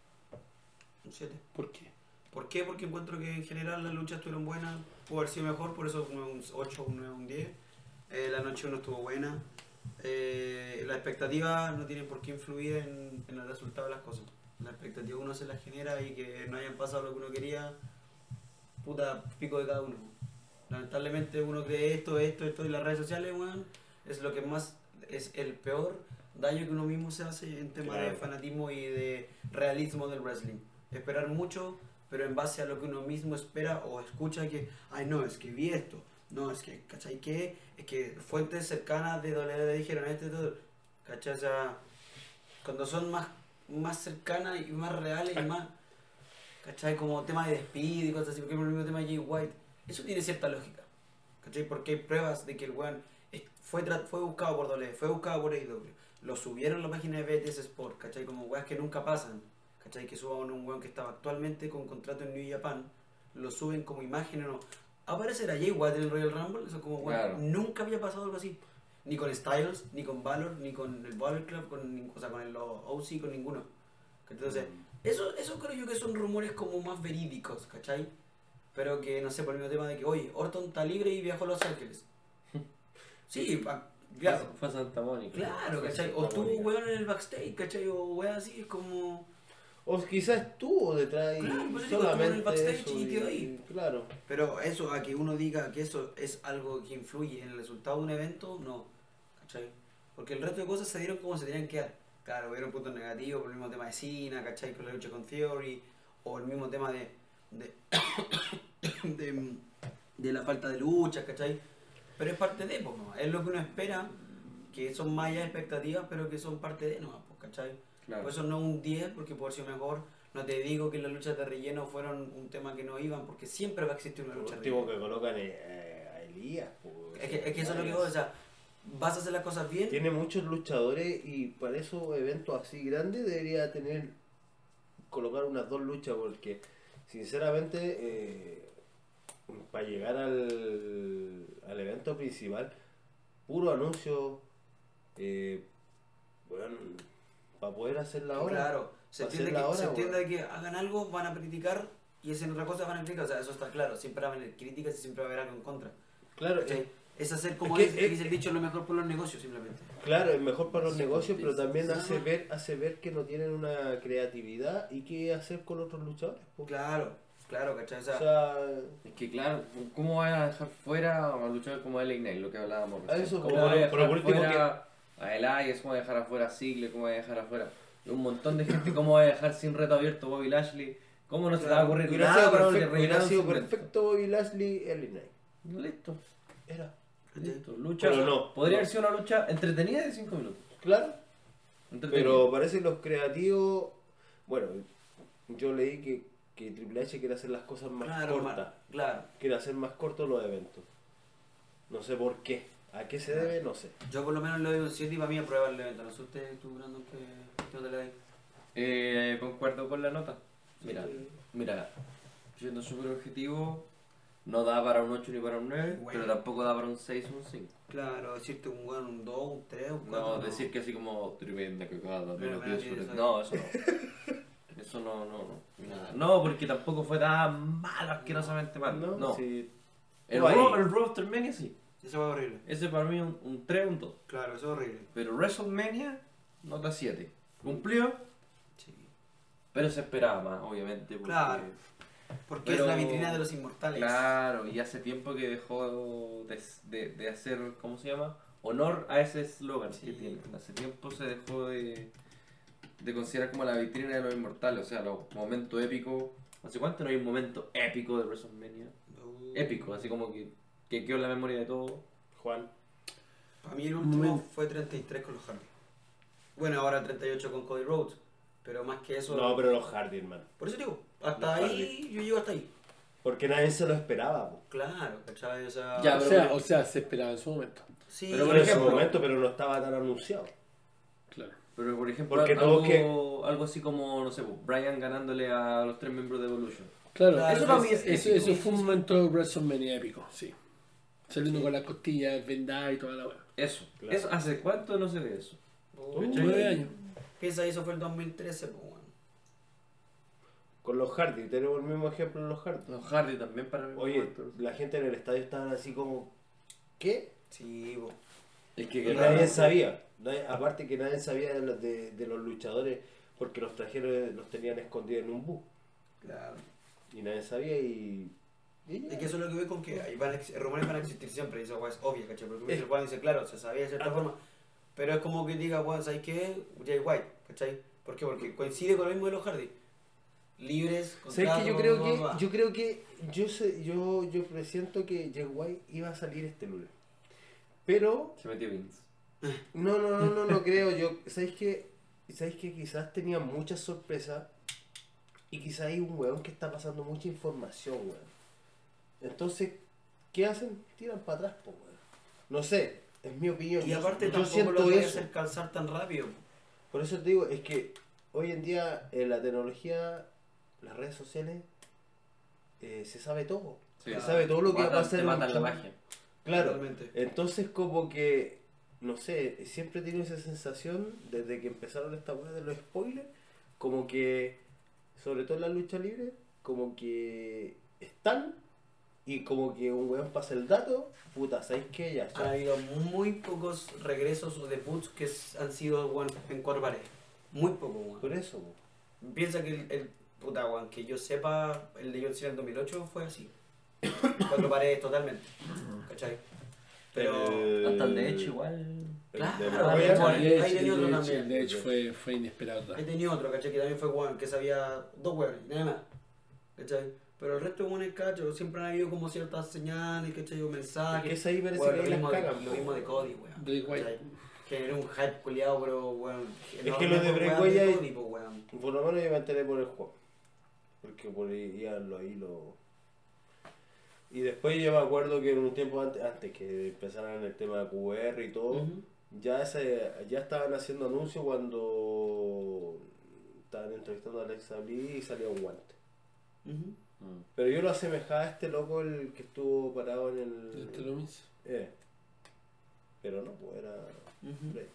Un 7. ¿Por qué? ¿Por qué? Porque encuentro que en general las luchas estuvieron buenas, pudo haber sido mejor, por eso un 8, un 9, un 10. La noche 1 estuvo buena. Las expectativas no tienen por qué influir en el resultado de las cosas. La expectativa uno se la genera y que no hayan pasado lo que uno quería, puta, pico de cada uno. Lamentablemente uno cree esto y las redes sociales, weón, es lo que más, es el peor daño que uno mismo se hace en tema de Claro. fanatismo y de realismo del wrestling. Esperar mucho, pero en base a lo que uno mismo espera o escucha que, ay no, es que vi esto, no, es que, ¿cachai qué? Es que fuentes cercanas de WWE dijeron esto, ¿cachai? O sea, cuando son más cercanas y más reales y más, ¿cachai? Como tema de despido y cosas así, por ejemplo el mismo tema de Jay White, eso tiene cierta lógica, ¿cachai? Porque hay pruebas de que el weón fue buscado por WWE, fue buscado por AEW, lo subieron a la página de BTS Sport, ¿cachai? Como weas que nunca pasan, ¿cachai? Que suban un weón que estaba actualmente con contrato en New Japan, lo suben como imagen o no. Aparecer a Jay White en el Royal Rumble, eso como weón, Claro. nunca había pasado algo así. Ni con Styles, ni con Valor, ni con el Bullet Club, o sea, con el OC, con ninguno. Entonces, eso creo yo que son rumores como más verídicos, ¿cachai? Pero que, no sé, por el mismo tema de que, oye, Orton está libre y viajó a Los Ángeles. Sí, claro. Fue a Santa Mónica. Claro, Fue a ¿cachai? Santa O estuvo Mónica. weón en el backstage, ¿cachai? O weón así, es como... o quizás estuvo detrás y Claro, pues digo, estuvo en el solamente backstage eso y quedó ahí. Claro. Pero eso, a que uno diga que eso es algo que influye en el resultado de un evento, no, ¿cachai? Porque el resto de cosas se dieron como se tenían que dar. Claro, hubieron puntos negativos por el mismo tema de Cena, ¿cachai? Con la lucha con Theory, o el mismo tema de, de la falta de lucha, ¿cachai? Pero es parte de, pues, ¿no? Es lo que uno espera, que son más allá de expectativas, pero que son parte de, ¿no? Pues, ¿cachai? Claro. Por eso no un 10, porque por ser mejor, no te digo que las luchas de relleno fueron un tema que no iban, porque siempre va a existir una El lucha de último relleno. que colocan a Elías. pues, Es que eso es lo que digo, o sea, vas a hacer las cosas bien. Tiene muchos luchadores y para esos eventos así grandes debería colocar unas 2 luchas porque sinceramente para llegar al evento principal puro anuncio bueno, para poder hacer la hora. Claro, se Va a ser entiende, la que, hora, se entiende weón. que hagan algo, van a criticar y hacen otra cosa, van a criticar, o sea, eso está claro, siempre va a haber críticas y siempre va a haber algo en contra. Claro, ¿Cachai? Es hacer como es que- dice el dicho, lo mejor por los negocios simplemente. claro, es mejor para los Sí, negocios, sí, pero sí, también sí. hace ver que no tienen una creatividad y qué hacer con otros luchadores. pues. Claro, ¿cachai? O sea, O sea, Es que claro, ¿cómo vas a dejar fuera a un luchador como LA Knight? Lo que hablábamos recién. eso, ¿Cómo pero- vas a dejar pero por último fuera a Elias? ¿Cómo vas a dejar afuera a Ziggler? ¿Cómo vas a dejar afuera un montón de gente? ¿Cómo vas a dejar sin reto abierto a Bobby Lashley? ¿Cómo no se te Claro. va a ocurrir Hubiera nada sido para perfecto, hubiera rellenar un sido segmento? perfecto Bobby Lashley LA Knight. Listo. Era. Listo. Lucha. Pero no. Podría No. haber sido una lucha entretenida de 5 minutos. Claro. Entretenida. Pero parece que los creativos. Bueno, yo leí que Triple H quiere hacer las cosas más Claro, cortas. claro. Quiere hacer más cortos los eventos. No sé por qué. ¿A qué se debe? No sé. Yo por lo menos le doy un 7 y para mí aprueba el evento. No sé usted, tú, Brandon, que no te le das. Concuerdo con la nota. Mira, Sí. mira, siendo súper objetivo, no da para un 8 ni para un 9, Bueno. pero tampoco da para un 6 o un 5. Claro, decirte un 1, un 2, un 3, un 4. No, decir que así como tremenda cagada, Pero no, me da eso. no, eso no. Eso no. No, porque tampoco fue tan malo, asquerosamente malo. No. Sí. El Ahí. El WrestleMania sí. Eso fue horrible. Ese para mí un 3 un 2. Claro, eso es horrible. Pero WrestleMania, nota 7. Cumplió, Sí. pero se esperaba más, obviamente. Porque, Claro. Porque Pero- es la vitrina de los inmortales. Claro, y hace tiempo que dejó de hacer, ¿cómo se llama? Honor a ese eslogan Sí. que tiene. Hace tiempo se dejó de considerar como la vitrina de los inmortales, o sea, los momentos épicos. ¿Hace cuánto no hay un momento épico de WrestleMania? Épico, así como que quedó en la memoria de todos. Juan. Para mí el último Momento. fue 33 con los Hardy. Bueno, ahora 38 con Cody Rhodes. Pero más que eso. No, pero los Hardy, hermano. Por eso digo, hasta Los ahí, yo llego hasta ahí. Porque nadie se lo esperaba. Po. Claro, ¿cachai? O sea. Ya, pero- O sea, se esperaba en su momento. Sí, pero Pero por en su ejemplo- momento, pero no estaba tan anunciado. Claro. Pero por ejemplo, Porque algo, algo así como, no sé, Brian ganándole a los 3 miembros de Evolution. Claro, Claro, eso, para mí es eso, épico. eso fue un momento de WrestleMania épico, sí. Saliendo con las costillas vendadas y toda la weá. Eso. Claro. Eso. ¿Hace cuánto no se ve eso? Uy, 9 años. Piensa, eso fue el 2013, pues, bueno. Con los Hardy, tenemos el mismo ejemplo en los Hardy. Los Hardy también para mí. Oye, la gente en el estadio estaba así como. ¿Qué? Sí, po. es que Y nadie sabía. Aparte que nadie sabía de los luchadores porque los trajeron, los tenían escondidos en un bus. Claro. Y nadie sabía y ya. Es que eso es lo que veo con que ahí rumores van a existir siempre, y esa weá es obvia, ¿cachai? Porque Es- el Juan dice, claro, se sabía de cierta forma, pero es como que diga, bueno, ¿sabes qué? Jay White, ¿cachai? ¿Por qué? Porque coincide con lo mismo de los Hardy. Libres, ¿Sabes contratos, que yo creo bla, que bla, bla. yo creo que yo presiento que Jay White iba a salir este lunes. Pero Se metió Vince. no creo yo. ¿Sabes que quizás tenía muchas sorpresas y quizás hay un weón que está pasando mucha información, weón. Entonces, ¿qué hacen? Tiran para atrás, po, weón. No sé, es mi opinión. Y aparte yo tampoco siento lo voy a eso. hacer calzar tan rápido. Por eso te digo, es que hoy en día en la tecnología, las redes sociales, se sabe todo. Sí. Se sabe todo lo que va a Matan- pasar te en un matan la show. magia. Claro. Totalmente. Entonces como que, no sé, siempre he tenido esa sensación desde que empezaron esta weá de los spoilers, como que, sobre todo en la lucha libre, como que están y como que un weón pasa el dato, puta, ¿sabéis qué? Ya, Han chao. habido muy pocos regresos o debuts que han sido bueno, en cuatro paredes. Muy poco, weón. Por eso, po. Piensa que puta, weón, que yo sepa, el de John Cena en 2008 fue así. Cuatro paredes totalmente. ¿Cachai? Pero. Hasta el de hecho igual. El Claro, de claro, la wea, bueno. El ahí tenía otro de también. el de hecho fue inesperado. Ahí tenía otro, ¿cachai? Que también fue weón, que sabía dos weones, nada más. ¿Cachai? Pero el resto de weones, cacho, siempre han habido como ciertas señales, ¿cachai? O Es que mensajes. es ahí parece Weón, que lo ahí las mismo de- cagan, lo po, mismo de weón. Cody, weón. Bray Wyatt. ¿cachai? Generó un hype culiado, pero weón. Es que lo de Bray weón Wyatt- Cody, po, weón. Por lo menos yo me enteré por el juego. Porque por ahí lo... Y después yo me acuerdo que en un tiempo antes que empezaran el tema de QR y todo, Ujú. ya estaban haciendo anuncios cuando estaban entrevistando a Alexa Bliss y salía un guante. Ujú. Pero yo lo asemejaba a este loco el que estuvo parado en el... ¿Te lo mismo? Pero no, pues era... Ujú. Bray.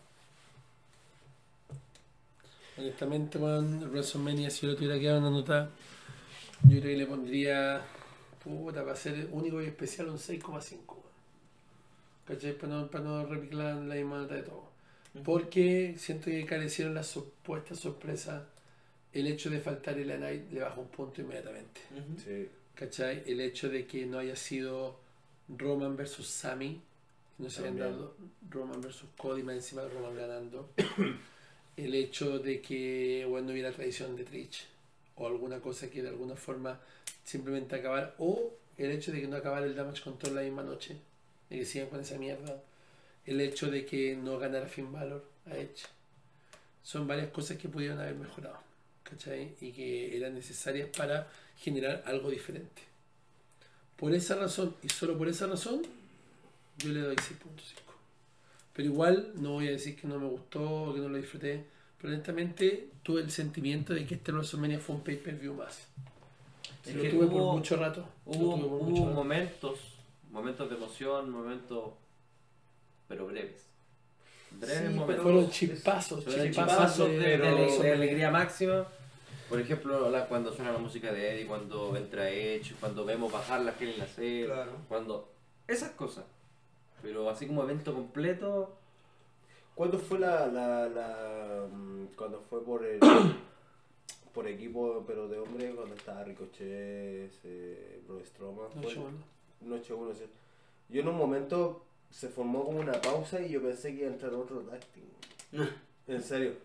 Honestamente, weón, WrestleMania, si lo tuviera que dar una nota, yo creo que le pondría, puta, para ser único y especial, un 6,5. weón. ¿Cachai? Para no replicar la misma nota de todo. Porque siento que carecieron las supuestas sorpresas. El hecho de faltar el Knight le baja un punto inmediatamente. Ujú. Sí. ¿Cachai? El hecho de que no haya sido Roman versus Sami, no se hayan También. dado Roman versus Cody, más encima de Roman ganando. El hecho de que bueno, no hubiera tradición de Trish o alguna cosa que de alguna forma simplemente acabar, o el hecho de que no acabara el Damage Control la misma noche, y que sigan con esa mierda, el hecho de que no ganara Finn Balor a Edge. Son varias cosas que pudieron haber mejorado, ¿cachai? Y que eran necesarias para generar algo diferente. Por esa razón, y solo por esa razón, yo le doy 6.5. Pero igual no voy a decir que no me gustó o que no lo disfruté. Pero honestamente tuve el sentimiento de que este WrestleMania fue un pay-per-view más. Es Lo que tuve por mucho rato. Hubo momentos de emoción, momentos, pero breves. Breves Sí, momentos. Fueron chispazos. Fueron chispazos chispazos de de alegría máxima. Por ejemplo, cuando suena la música de Eddie, cuando entra Edge, cuando vemos bajar la Hell in a Cell, Claro. cuando... Esas cosas. Pero así como evento completo... ¿Cuándo fue cuando fue por el por equipo pero de hombres, cuando estaba Ricochet, Braun Strowman? Noche 1, sí. Yo en un momento se formó como una pausa y yo pensé que iba a entrar otro tag team. En serio.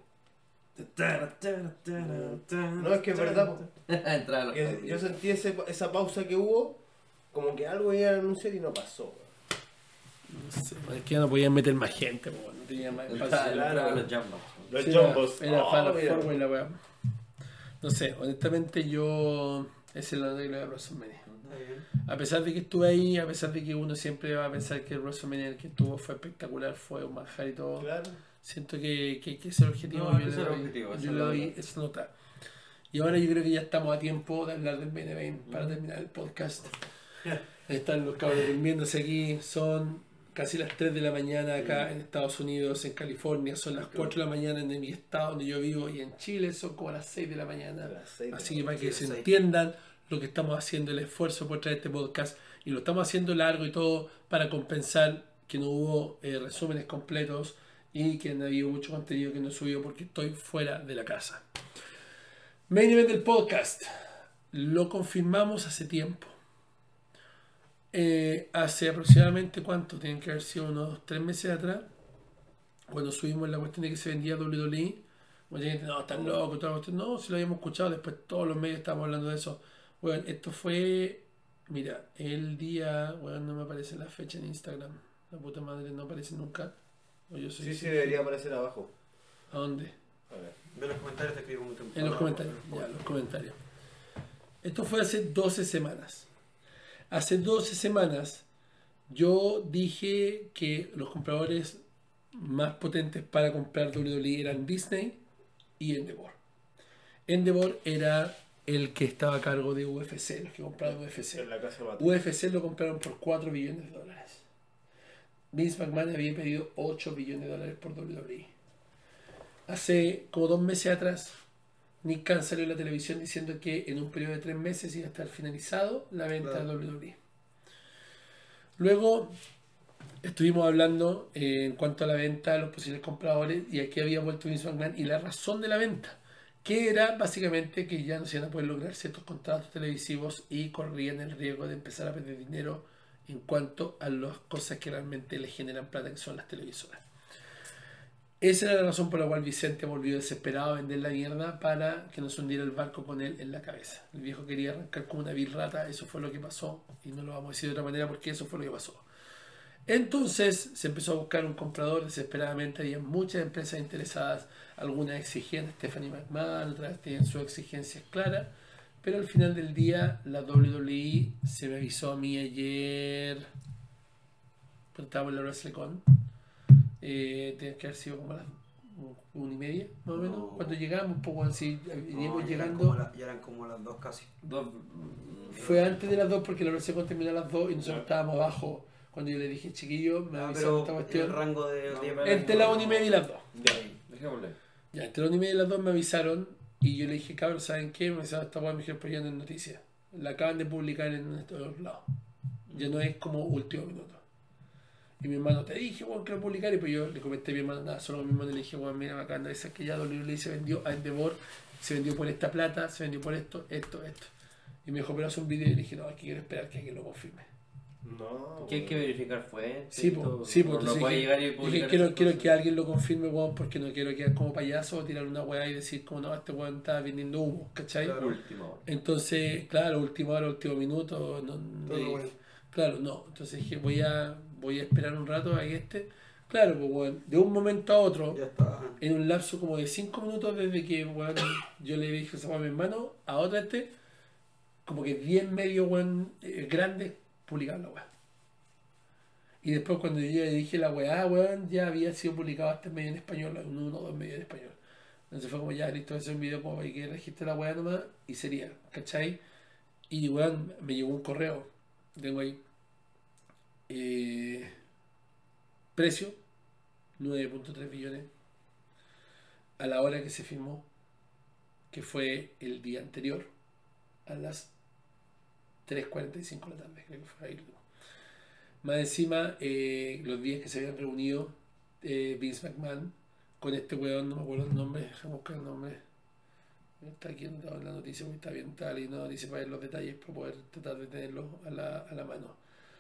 No, es que es verdad. Entraba los Que yo sentí esa pausa que hubo, como que algo iba a anunciar y no pasó. No sé, es que ya no podían meter más gente, no tenía más espacio. Entraba los Jambos. Los Sí, Jumbos. Era Fan of mira. Four Way la weá. No sé, honestamente yo. Esa es la regla de WrestleMania. Está bien. A pesar de que estuve ahí, a pesar de que uno siempre va a pensar que el WrestleMania en el que estuvo fue espectacular, fue un manjar y todo. Claro. Siento que ese es el objetivo. No, yo ese le es el doy- objetivo, esa yo es le la doy verdad. esa nota. Y ahora yo creo que ya estamos a tiempo de hablar del Main Event para terminar el podcast. Están los cabros durmiéndose aquí, son casi las 3 de la mañana acá en Estados Unidos, en California, son las 4 de la mañana en mi estado donde yo vivo, y en Chile son como las 6 de la mañana. A las 6 de Así la que para que mañana. se Sí. entiendan lo que estamos haciendo, el esfuerzo por traer este podcast, y lo estamos haciendo largo y todo para compensar que no hubo resúmenes completos y que no ha habido mucho contenido que no he subido porque estoy fuera de la casa. Main Event del podcast. Lo confirmamos hace tiempo. Hace aproximadamente, ¿cuánto? Tienen que haber sido unos 3 meses atrás, cuando subimos la cuestión de que se vendía WWE. Mucha gente, no, están locos, toda la cuestión. No, si lo habíamos escuchado, después todos los medios estábamos hablando de eso. Bueno, esto fue, mira, el día, bueno, no me aparece la fecha en Instagram. La puta madre, no aparece nunca. O yo soy Sí, debería aparecer abajo. ¿A dónde? A ver. Ve los comentarios, te escribo un tiempo. En los comentarios, ya, los comentarios. Esto fue hace 12 semanas. Hace 12 semanas yo dije que los compradores más potentes para comprar WWE eran Disney y Endeavor. Endeavor era el que estaba a cargo de UFC, los que compraron UFC. En la casa de Mate. UFC lo compraron por 4 billones de dólares. Vince McMahon había pedido 8 billones de dólares por WWE. Hace como 2 meses atrás, Nick Khan salió en la televisión diciendo que en un periodo de 3 meses iba a estar finalizado la venta Claro. de WWE. Luego estuvimos hablando en cuanto a la venta de los posibles compradores, y aquí había vuelto Vince McMahon y la razón de la venta, que era básicamente que ya no se iban a poder lograr ciertos contratos televisivos y corrían el riesgo de empezar a perder dinero en cuanto a las cosas que realmente le generan plata, que son las televisoras. Esa era la razón por la cual Vicente volvió desesperado a vender la mierda para que no se hundiera el barco con él en la cabeza. El viejo quería arrancar como una vil rata, eso fue lo que pasó, y no lo vamos a decir de otra manera porque eso fue lo que pasó. Entonces se empezó a buscar un comprador desesperadamente, había muchas empresas interesadas, algunas exigían a Stephanie McMahon, otras tenían sus exigencias claras, pero al final del día la WWE se me avisó a mí ayer, cuando estábamos en la WrestleCon, tiene que haber sido como a las 1:30 más o menos, No. cuando llegamos, un poco así, veníamos ya llegando. ya eran como las 2 casi. Fue antes de las 2 porque la WrestleCon terminó a las 2 y nosotros estábamos abajo. Cuando yo le dije, chiquillo, me avisaron esta Pero en el cuestión. rango de No, 10 pero- Entre las 1:30 y las 2. Dejémosle. Ya, entre las 1:30 y las 2 me avisaron y yo le dije, cabrón, ¿saben qué? Me avisaron esta weá, me dijeron, pero ya no es noticia. La acaban de publicar en otros lados. Ya no es como último minuto. Y mi hermano, te dije, weón, que lo publicar. Y pues yo le comenté a mi hermano, nada, solo a mi hermano le dije, weón, mira, me acaban de avisar que ya WWE se vendió a Endeavor, se vendió por esta plata, se vendió por esto. Y me dijo, pero haz un video. Y le dije, no, aquí quiero esperar que alguien lo confirme. No. ¿Qué hay que verificar fuentes? Sí, pues, sí, pues, no entonces puede dije, llegar y dije, publicar quiero, esas quiero cosas. que alguien lo confirme, weón, porque no quiero quedar como payaso o tirar una weá y decir como no, este weón está vendiendo humo, ¿cachai? Claro. Última hora. Entonces, claro, última hora, último minuto, Todo bueno. claro, no. Entonces dije, voy a esperar un rato a que claro, pues weón, de un momento a otro, Ya está. en un lapso como de 5 minutos desde que weón, yo le dije esa weá a mi hermano, a otra como que 10 medios weón, grandes publicaron la weá. Y después cuando yo le dije la weá, weón, ya había sido publicado este medio en español, uno o dos medios en español. Entonces fue como ya, listo, ese es un video como para que registre la weá nomás y sería, ¿cachai? Y weón, me llegó un correo, tengo ahí, precio, 9.3 billones, a la hora que se firmó, que fue el día anterior, a las 3:45 de la tarde, creo que fue ahí. Más encima, los días que se habían reunido Vince McMahon con este weón, no me acuerdo el nombre, déjame buscar el nombre. Está aquí en la noticia, porque está bien tal y no dice para ver los detalles para poder tratar de tenerlo a la mano.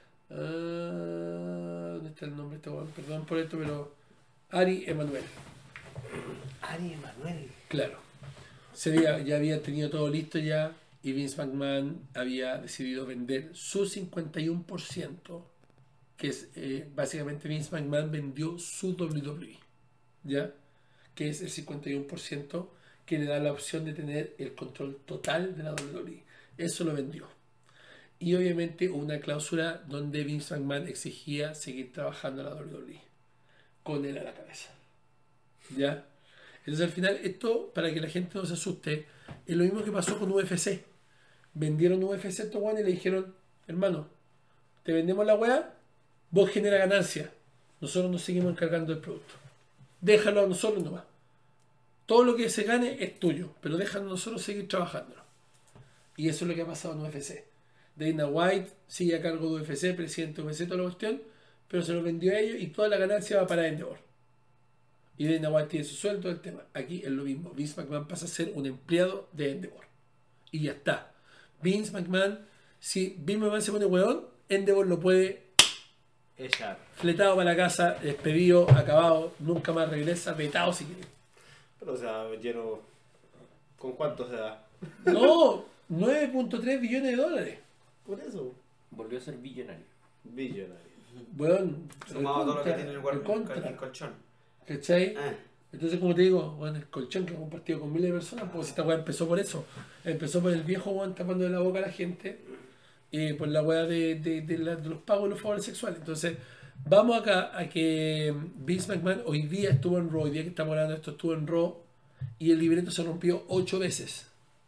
¿Dónde está el nombre de este weón? Perdón por esto, pero Ari Emanuel. Ari Emanuel. Claro. Ya había tenido todo listo ya y Vince McMahon había decidido vender su 51%, que es básicamente Vince McMahon vendió su WWE, ¿ya? Que es el 51% que le da la opción de tener el control total de la WWE. Eso lo vendió. Y obviamente hubo una cláusula donde Vince McMahon exigía seguir trabajando en la WWE, con él a la cabeza, ¿ya? Entonces al final esto, para que la gente no se asuste, es lo mismo que pasó con UFC. Vendieron UFC a estos guanes y le dijeron, hermano, te vendemos la weá, vos genera ganancia, nosotros nos seguimos encargando del producto. Déjalo a nosotros nomás. Todo lo que se gane es tuyo, pero déjanos a nosotros seguir trabajándolo. Y eso es lo que ha pasado en UFC. Dana White sigue a cargo de UFC, presidente de UFC, toda la cuestión, pero se lo vendió a ellos y toda la ganancia va para Endeavor. Y Dana White tiene su sueldo del tema. Aquí es lo mismo. Vince McMahon pasa a ser un empleado de Endeavor. Y ya está. Vince McMahon, si Vince McMahon se pone hueón, Endeavor lo puede Ella. fletado para la casa, despedido, acabado, nunca más regresa, vetado si quiere. Pero o sea, lleno. ¿Con cuánto se da? No, 9.3 billones de dólares. Por eso. Volvió a ser billonario. Billonario. Weón, Sumado a todo lo que tiene el recontra, colchón. ¿cachai? Entonces, como te digo, bueno, el colchón que ha compartido con miles de personas, pues esta weá empezó por eso. Empezó por el viejo weón tapando de la boca a la gente, por la weá de los pagos de los favores sexuales. Entonces, vamos acá a que Vince McMahon hoy día estuvo en Raw, hoy día que estamos hablando de esto, estuvo en Raw, y el libreto se rompió 8 veces.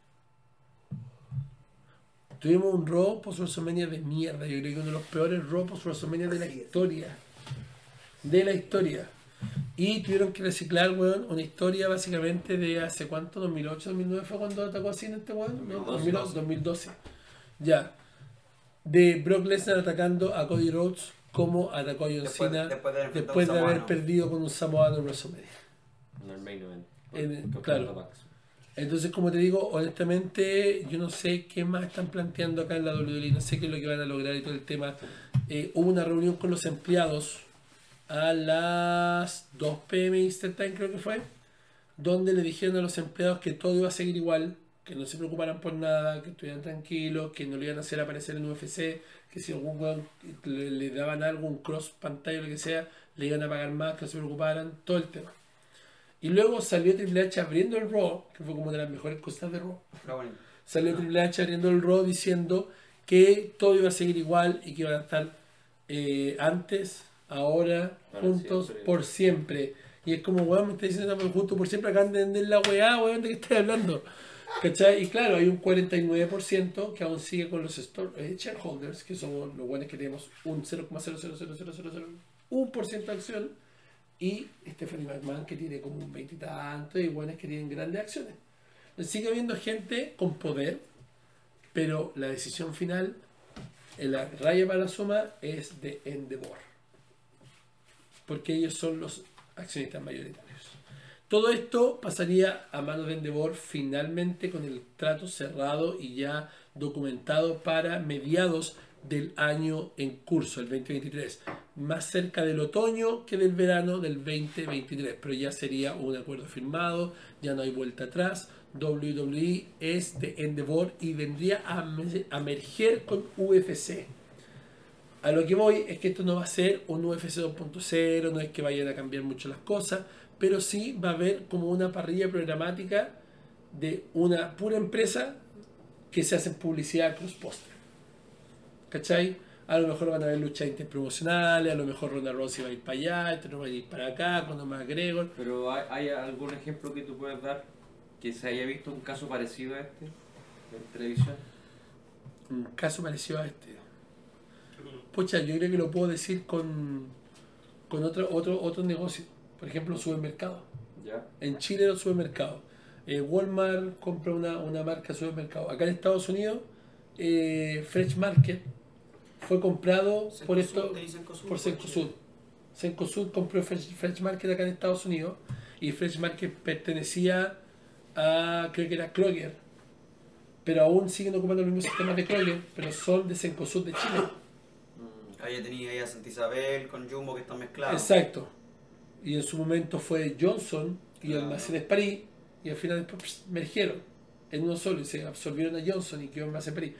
Tuvimos un Raw post WrestleMania de mierda, yo creo que uno de los peores Raw post WrestleMania de la historia. De la historia. Y tuvieron que reciclar, weón, una historia básicamente de hace cuánto, 2008, 2009 fue cuando atacó a Cena este weón, ¿no? 2012. Ya. De Brock Lesnar atacando a Cody Rhodes como atacó a John Cena después de haber perdido con un samoano en WrestleMania. En el main event. Claro. Entonces, como te digo, honestamente, yo no sé qué más están planteando acá en la WWE, no sé qué es lo que van a lograr y todo el tema. Hubo una reunión con los empleados a las 2 p.m. Eastern Time, creo que fue, donde le dijeron a los empleados que todo iba a seguir igual, que no se preocuparan por nada, que estuvieran tranquilos, que no le iban a hacer aparecer en UFC, que si algún weón le daban algo, un cross pantalla o lo que sea, le iban a pagar más, que no se preocuparan, todo el tema. Y luego salió Triple H abriendo el Raw, que fue como una de las mejores cosas de Raw. Salió Triple H abriendo el Raw diciendo que todo iba a seguir igual y que iban a estar antes, ahora, juntos, siempre. por siempre. Y es como, weón, me está diciendo juntos por siempre, acaban de vender la weá, weón, ¿de qué estás hablando? ¿Cachai? Y claro, hay un 49% que aún sigue con los shareholders, que somos los buenos que tenemos un 0,00001% de acción, y Stephanie McMahon que tiene como un 20 y tanto, y buenas que tienen grandes acciones. Sigue habiendo gente con poder, pero la decisión final, en la raya para la suma, es de Endeavor, porque ellos son los accionistas mayoritarios. Todo esto pasaría a manos de Endeavor finalmente con el trato cerrado y ya documentado para mediados del año en curso, el 2023. Más cerca del otoño que del verano del 2023. Pero ya sería un acuerdo firmado, ya no hay vuelta atrás. WWE es de Endeavor y vendría a merger con UFC. A lo que voy es que esto no va a ser un UFC 2.0, no es que vayan a cambiar mucho las cosas, pero sí va a haber como una parrilla programática de una pura empresa que se hace publicidad cross-poster. ¿Cachai? A lo mejor van a haber luchas interpromocionales, a lo mejor Ronda Rousey va a ir para allá, este no va a ir para acá, cuando más Gregor. Pero ¿hay algún ejemplo que tú puedas dar que se haya visto un caso parecido a este en televisión? Un caso parecido a este. Pucha, yo creo que lo puedo decir con otro negocio. Por ejemplo, supermercados. ¿Ya? En Chile los supermercados. Walmart compra una marca de supermercado. Acá en Estados Unidos, Fresh Market fue comprado por esto, por Cencosud. Cencosud compró Fresh Market acá en Estados Unidos y Fresh Market pertenecía a, creo que era Kroger, pero aún siguen ocupando los mismos sistemas de Kroger, pero son de Cencosud de Chile. Ahí tenía ahí a Santa Isabel con Jumbo que están mezclados. Exacto. Y en su momento fue Johnson y Claro. Almacenes París, y al final después mergieron en uno solo y se absorbieron a Johnson y quedó Almacenes París.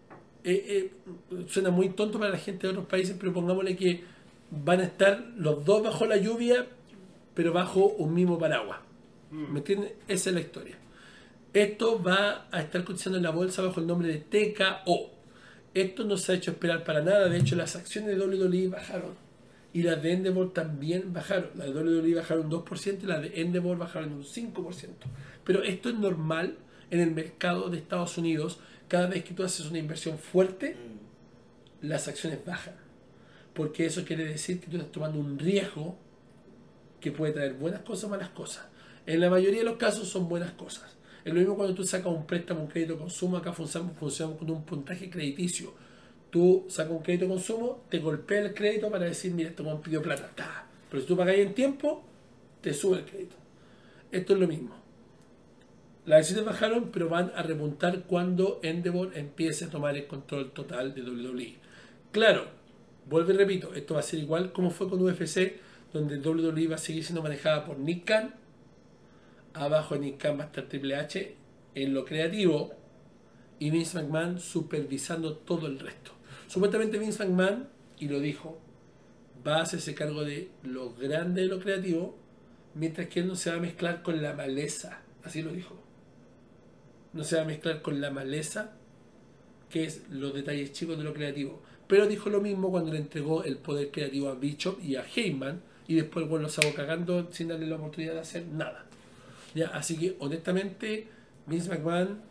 Suena muy tonto para la gente de otros países, pero pongámosle que van a estar los dos bajo la lluvia, pero bajo un mismo paraguas. ¿Me entiendes? Esa es la historia. Esto va a estar cotizando en la bolsa bajo el nombre de TKO. Esto no se ha hecho esperar para nada. De hecho, las acciones de WWE bajaron. Y las de Endeavor también bajaron. Las de WWE bajaron un 2% y las de Endeavor bajaron un 5%. Pero esto es normal en el mercado de Estados Unidos. Cada vez que tú haces una inversión fuerte, las acciones bajan. Porque eso quiere decir que tú estás tomando un riesgo que puede traer buenas cosas o malas cosas. En la mayoría de los casos son buenas cosas. Es lo mismo cuando tú sacas un préstamo, un crédito de consumo. Acá funcionamos con un puntaje crediticio. Tú sacas un crédito de consumo, te golpea el crédito para decir, mira, este me pidió plata. ¡Ta! Pero si tú pagas en tiempo, te sube el crédito. Esto es lo mismo. Las acciones bajaron, pero van a repuntar cuando Endeavor empiece a tomar el control total de WWE. Claro, vuelvo y repito, esto va a ser igual como fue con UFC, donde WWE va a seguir siendo manejada por Nick Khan. Abajo de Nick Khan va a estar Triple H en lo creativo y Vince McMahon supervisando todo el resto. Supuestamente Vince McMahon, y lo dijo, va a hacerse cargo de lo grande de lo creativo, mientras que él no se va a mezclar con la maleza. Así lo dijo. No se va a mezclar con la maleza, que es los detalles chicos de lo creativo. Pero dijo lo mismo cuando le entregó el poder creativo a Bishop y a Heyman, y después el bueno lo sacó cagando sin darle la oportunidad de hacer nada. ¿Ya? Así que honestamente Vince McMahon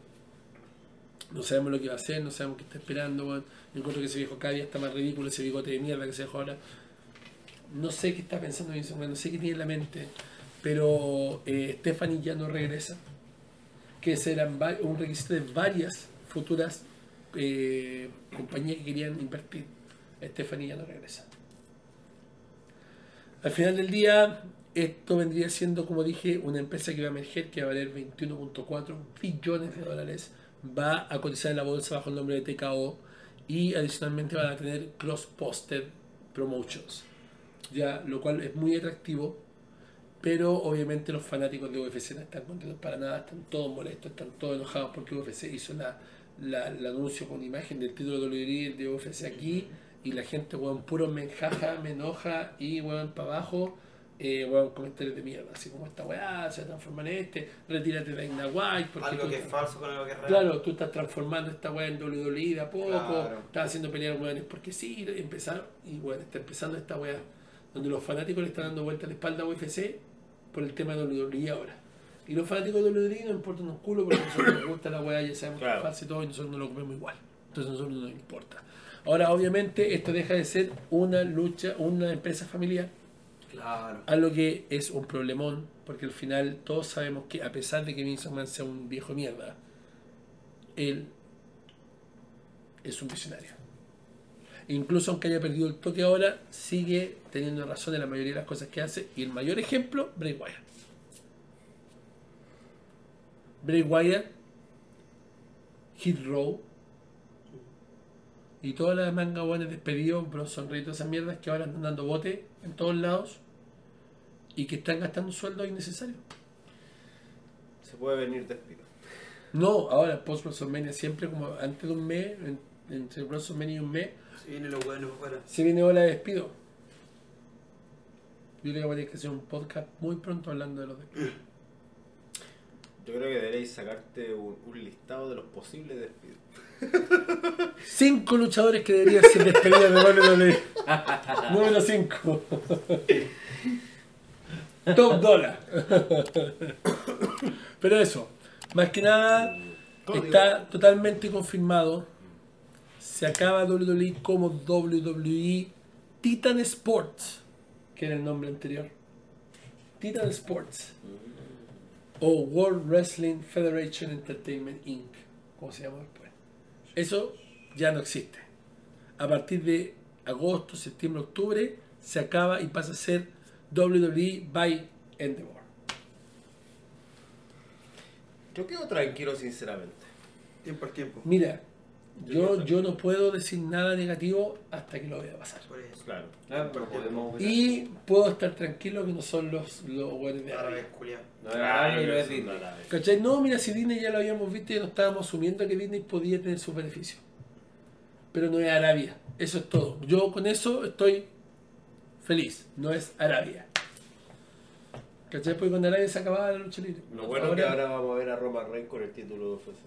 no sabemos lo que va a hacer, no sabemos qué está esperando. Bueno. Yo encuentro que ese viejo cada día está más ridículo, ese bigote de mierda que se dejó ahora. No sé qué está pensando Vince McMahon, no sé qué tiene en la mente, pero Stephanie ya no regresa, que ese era un requisito de varias futuras compañías que querían invertir. Stephanie ya no regresa. Al final del día, esto vendría siendo, como dije, una empresa que va a emerger, que va a valer 21.4 billones de dólares, va a cotizar en la bolsa bajo el nombre de TKO y adicionalmente van a tener cross-poster promotions, ya, lo cual es muy atractivo, pero obviamente los fanáticos de UFC no están contentos para nada, están todos molestos, están todos enojados porque UFC hizo el anuncio con imagen del título de WWE de UFC aquí y la gente, weón, puro me enjaja, me enoja y weón para abajo. Comentarios de mierda, así como esta weá se transforma en retírate de Dana White porque Algo tú que es estás- falso con algo que es real. claro, tú estás transformando esta weá en WWE de a poco, Claro. estás haciendo pelear weones porque sí, y está empezando esta weá donde los fanáticos le están dando vuelta a la espalda a UFC por el tema de WWE ahora. Y los fanáticos de WWE no importan un culo porque a nosotros nos gusta la weá, ya sabemos que Claro. es falso y todo, y nosotros no lo comemos igual. Entonces a nosotros no nos importa. Ahora, obviamente, esto deja de ser una lucha, una empresa familiar, Claro. a lo que es un problemón, porque al final todos sabemos que a pesar de que Vince McMahon sea un viejo mierda, él es un visionario. Incluso aunque haya perdido el toque ahora, sigue teniendo razón en la mayoría de las cosas que hace, y el mayor ejemplo, Bray Wyatt. Bray Wyatt, Hit Row, Y todas las mangas buenas despedidos, Bronson Reed y todas esas mierdas que ahora están dando bote en todos lados y que están gastando sueldos innecesarios. Se puede venir despido. No, ahora post WrestleMania siempre como antes de un mes, entre WrestleMania y un mes, Si vienen los buenos afuera. se viene ola de despido. Yo creo que voy a tener que hacer un podcast muy pronto hablando de los despidos. Yo creo que deberéis sacarte un listado de los posibles despidos. 5 luchadores que deberían ser despedidos de WWE. Número 5. Top $. Pero eso, más que nada, está totalmente confirmado. Se acaba WWE como WWE Titan Sports, que era el nombre anterior. Titan Sports. O World Wrestling Federation Entertainment Inc. ¿Cómo se llama después? Eso ya no existe. A partir de agosto, septiembre, octubre se acaba y pasa a ser WWE by Endeavor. Yo quedo tranquilo, sinceramente. Tiempo al tiempo. Mira, yo no puedo decir nada negativo hasta que lo vea pasar. Por eso. Claro. Claro, pero podemos opinar. Y puedo estar tranquilo que no son los güeyes de Ahora Arabia. ves, culiao. No es Arabia y no es eso Disney. Arabia. ¿Cachai? No, mira, si Disney ya lo habíamos visto y no estábamos asumiendo que Disney podía tener sus beneficios. Pero no es Arabia. Eso es todo. Yo con eso estoy feliz. No es Arabia. ¿Cachai? Porque con Arabia se acababa la lucha libre. Lo bueno es que ahora vamos a ver a Roman Reigns con el título de UFC.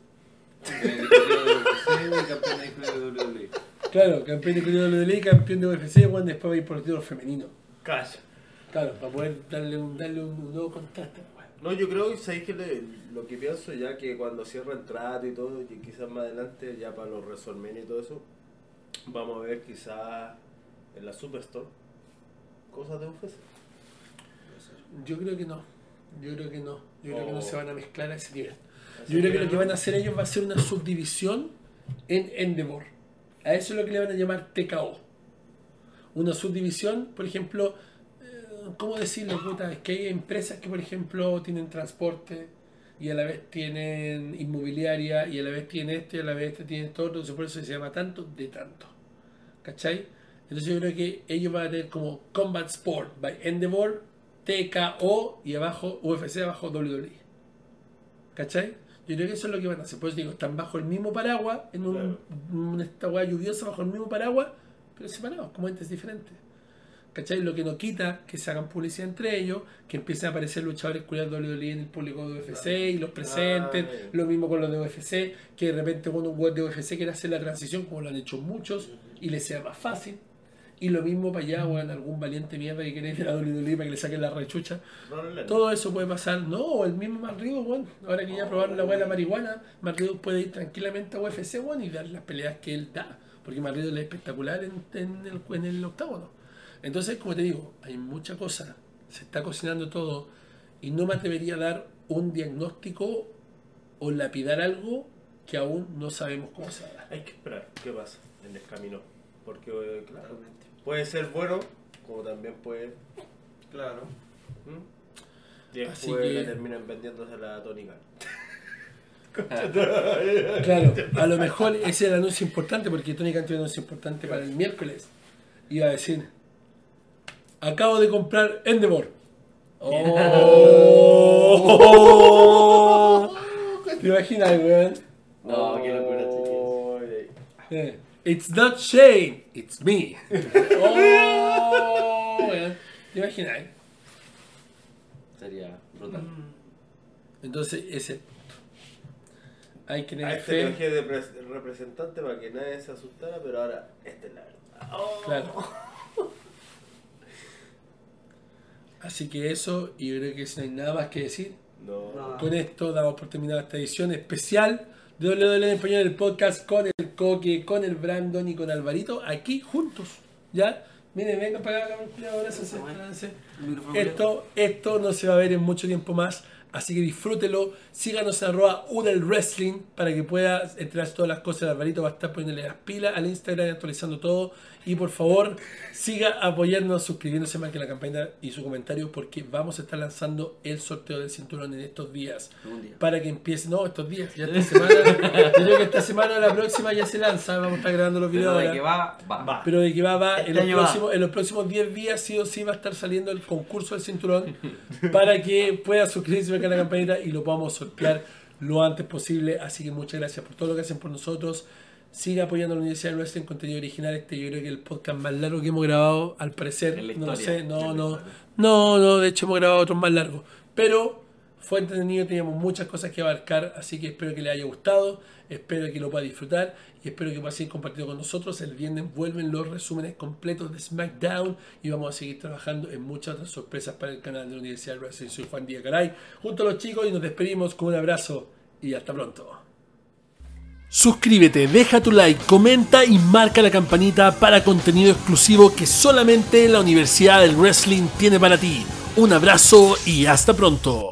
Campeón de WWE. Claro, campeón de WWE, campeón de UFC, bueno, después va a ir por el título femenino. Calla. Claro, para poder darle un nuevo contraste. Bueno. No, yo creo que sabéis que lo que pienso ya que cuando cierren trato y todo, y quizás más adelante, ya para los WrestleMania y todo eso, vamos a ver quizás en la Superstore cosas de UFC. Yo creo que no. Yo creo que no. Yo creo que no se van a mezclar a ese nivel. Así Yo creo que que lo que van a hacer ellos va a ser una subdivisión en Endeavor. A eso es lo que le van a llamar TKO. Una subdivisión, por ejemplo, ¿cómo decirlo, puta? Es que hay empresas que, por ejemplo, tienen transporte y a la vez tienen inmobiliaria y a la vez tienen esto y a la vez este tiene esto otro, entonces por eso se llama tanto de tanto. ¿Cachai? Entonces yo creo que ellos van a tener como Combat Sport by Endeavor, TKO y abajo UFC, abajo WWE. ¿Cachai? Yo creo que eso es lo que van a hacer. Por eso digo, están bajo el mismo paraguas, en una esta hueá lluviosa bajo el mismo paraguas, pero separados, como entes diferentes. ¿Cachai? Lo que no quita que se hagan publicidad entre ellos, que empiecen a aparecer luchadores culiados de WWE en el público de UFC y los presenten. Lo mismo con los de UFC, que de repente cuando un web de UFC quiere hacer la transición, como lo han hecho muchos, y les sea más fácil. Y lo mismo para allá, weón, algún valiente mierda que quiere ir a WWE para que le saquen la rechucha. Todo eso puede pasar. No, el mismo Marrido, weón. Ahora que ya probaron la weá de la marihuana, Marrido puede ir tranquilamente a UFC, weón, y dar las peleas que él da. Porque Marrido es espectacular en el octágono. Entonces, como te digo, hay mucha cosa. Se está cocinando todo. Y no me atrevería a dar un diagnóstico o lapidar algo que aún no sabemos cómo se va a dar. Hay que esperar qué pasa en el camino. Porque, claro, puede ser bueno, como también puede. Claro. Y Así después que- le terminan vendiéndose la tónica. Claro, a lo mejor ese es el anuncio importante, porque Tony Khan tiene un anuncio importante para el miércoles. Iba a decir: acabo de comprar Endeavor. ¡Oh! ¿Te imaginas, weón? No, qué locura, Eh, It's not Shane, it's me. ¡Oh! Weón. ¿Te imaginas? Sería brutal. Entonces, ese. Hay que A tener este lo fe. dejé de representante para que nadie se asustara, pero ahora esta es la verdad. Claro. Así que eso, y yo creo que si no hay nada más que decir, No. con esto damos por terminada esta edición especial de WWE en Español, el podcast con el Coque, con el Brandon y con Alvarito, aquí juntos. ¿Ya? Miren, vengan para acá, cabrón, culiao, abrácense, abrácense. Esto no se va a ver en mucho tiempo más. Así que disfrútelo, síganos en @UdelWrestling para que puedas enterarse todas las cosas. El Alvarito va a estar poniéndole las pilas al Instagram, actualizando todo. Y por favor, siga apoyándonos, suscribiéndose, marque la campaña y su comentario, porque vamos a estar lanzando el sorteo del cinturón en estos días. Para que empiece, no, estos días, ya esta semana. Yo creo que esta semana o la próxima ya se lanza, vamos a estar grabando los videos. Pero de ahora. que va. Pero de que va. Este En los, año próximos, en los próximos 10 días sí o sí va a estar saliendo el concurso del cinturón para que pueda suscribirse a la campanita y lo podamos sortear lo antes posible. Así que muchas gracias por todo lo que hacen por nosotros. Siga apoyando a la Universidad de Wrestling, contenido original. Yo creo que es el podcast más largo que hemos grabado, al parecer. En la No lo historia. sé, no, de hecho hemos grabado otros más largos. Pero fue entretenido, teníamos muchas cosas que abarcar, así que espero que les haya gustado, espero que lo pueda disfrutar y espero que pueda seguir compartiendo con nosotros. El viernes vuelven los resúmenes completos de SmackDown y vamos a seguir trabajando en muchas otras sorpresas para el canal de la Universidad de Wrestling. Soy Juan Díaz Garay, junto a los chicos, y nos despedimos con un abrazo y hasta pronto. Suscríbete, deja tu like, comenta y marca la campanita para contenido exclusivo que solamente la Universidad del Wrestling tiene para ti. Un abrazo y hasta pronto.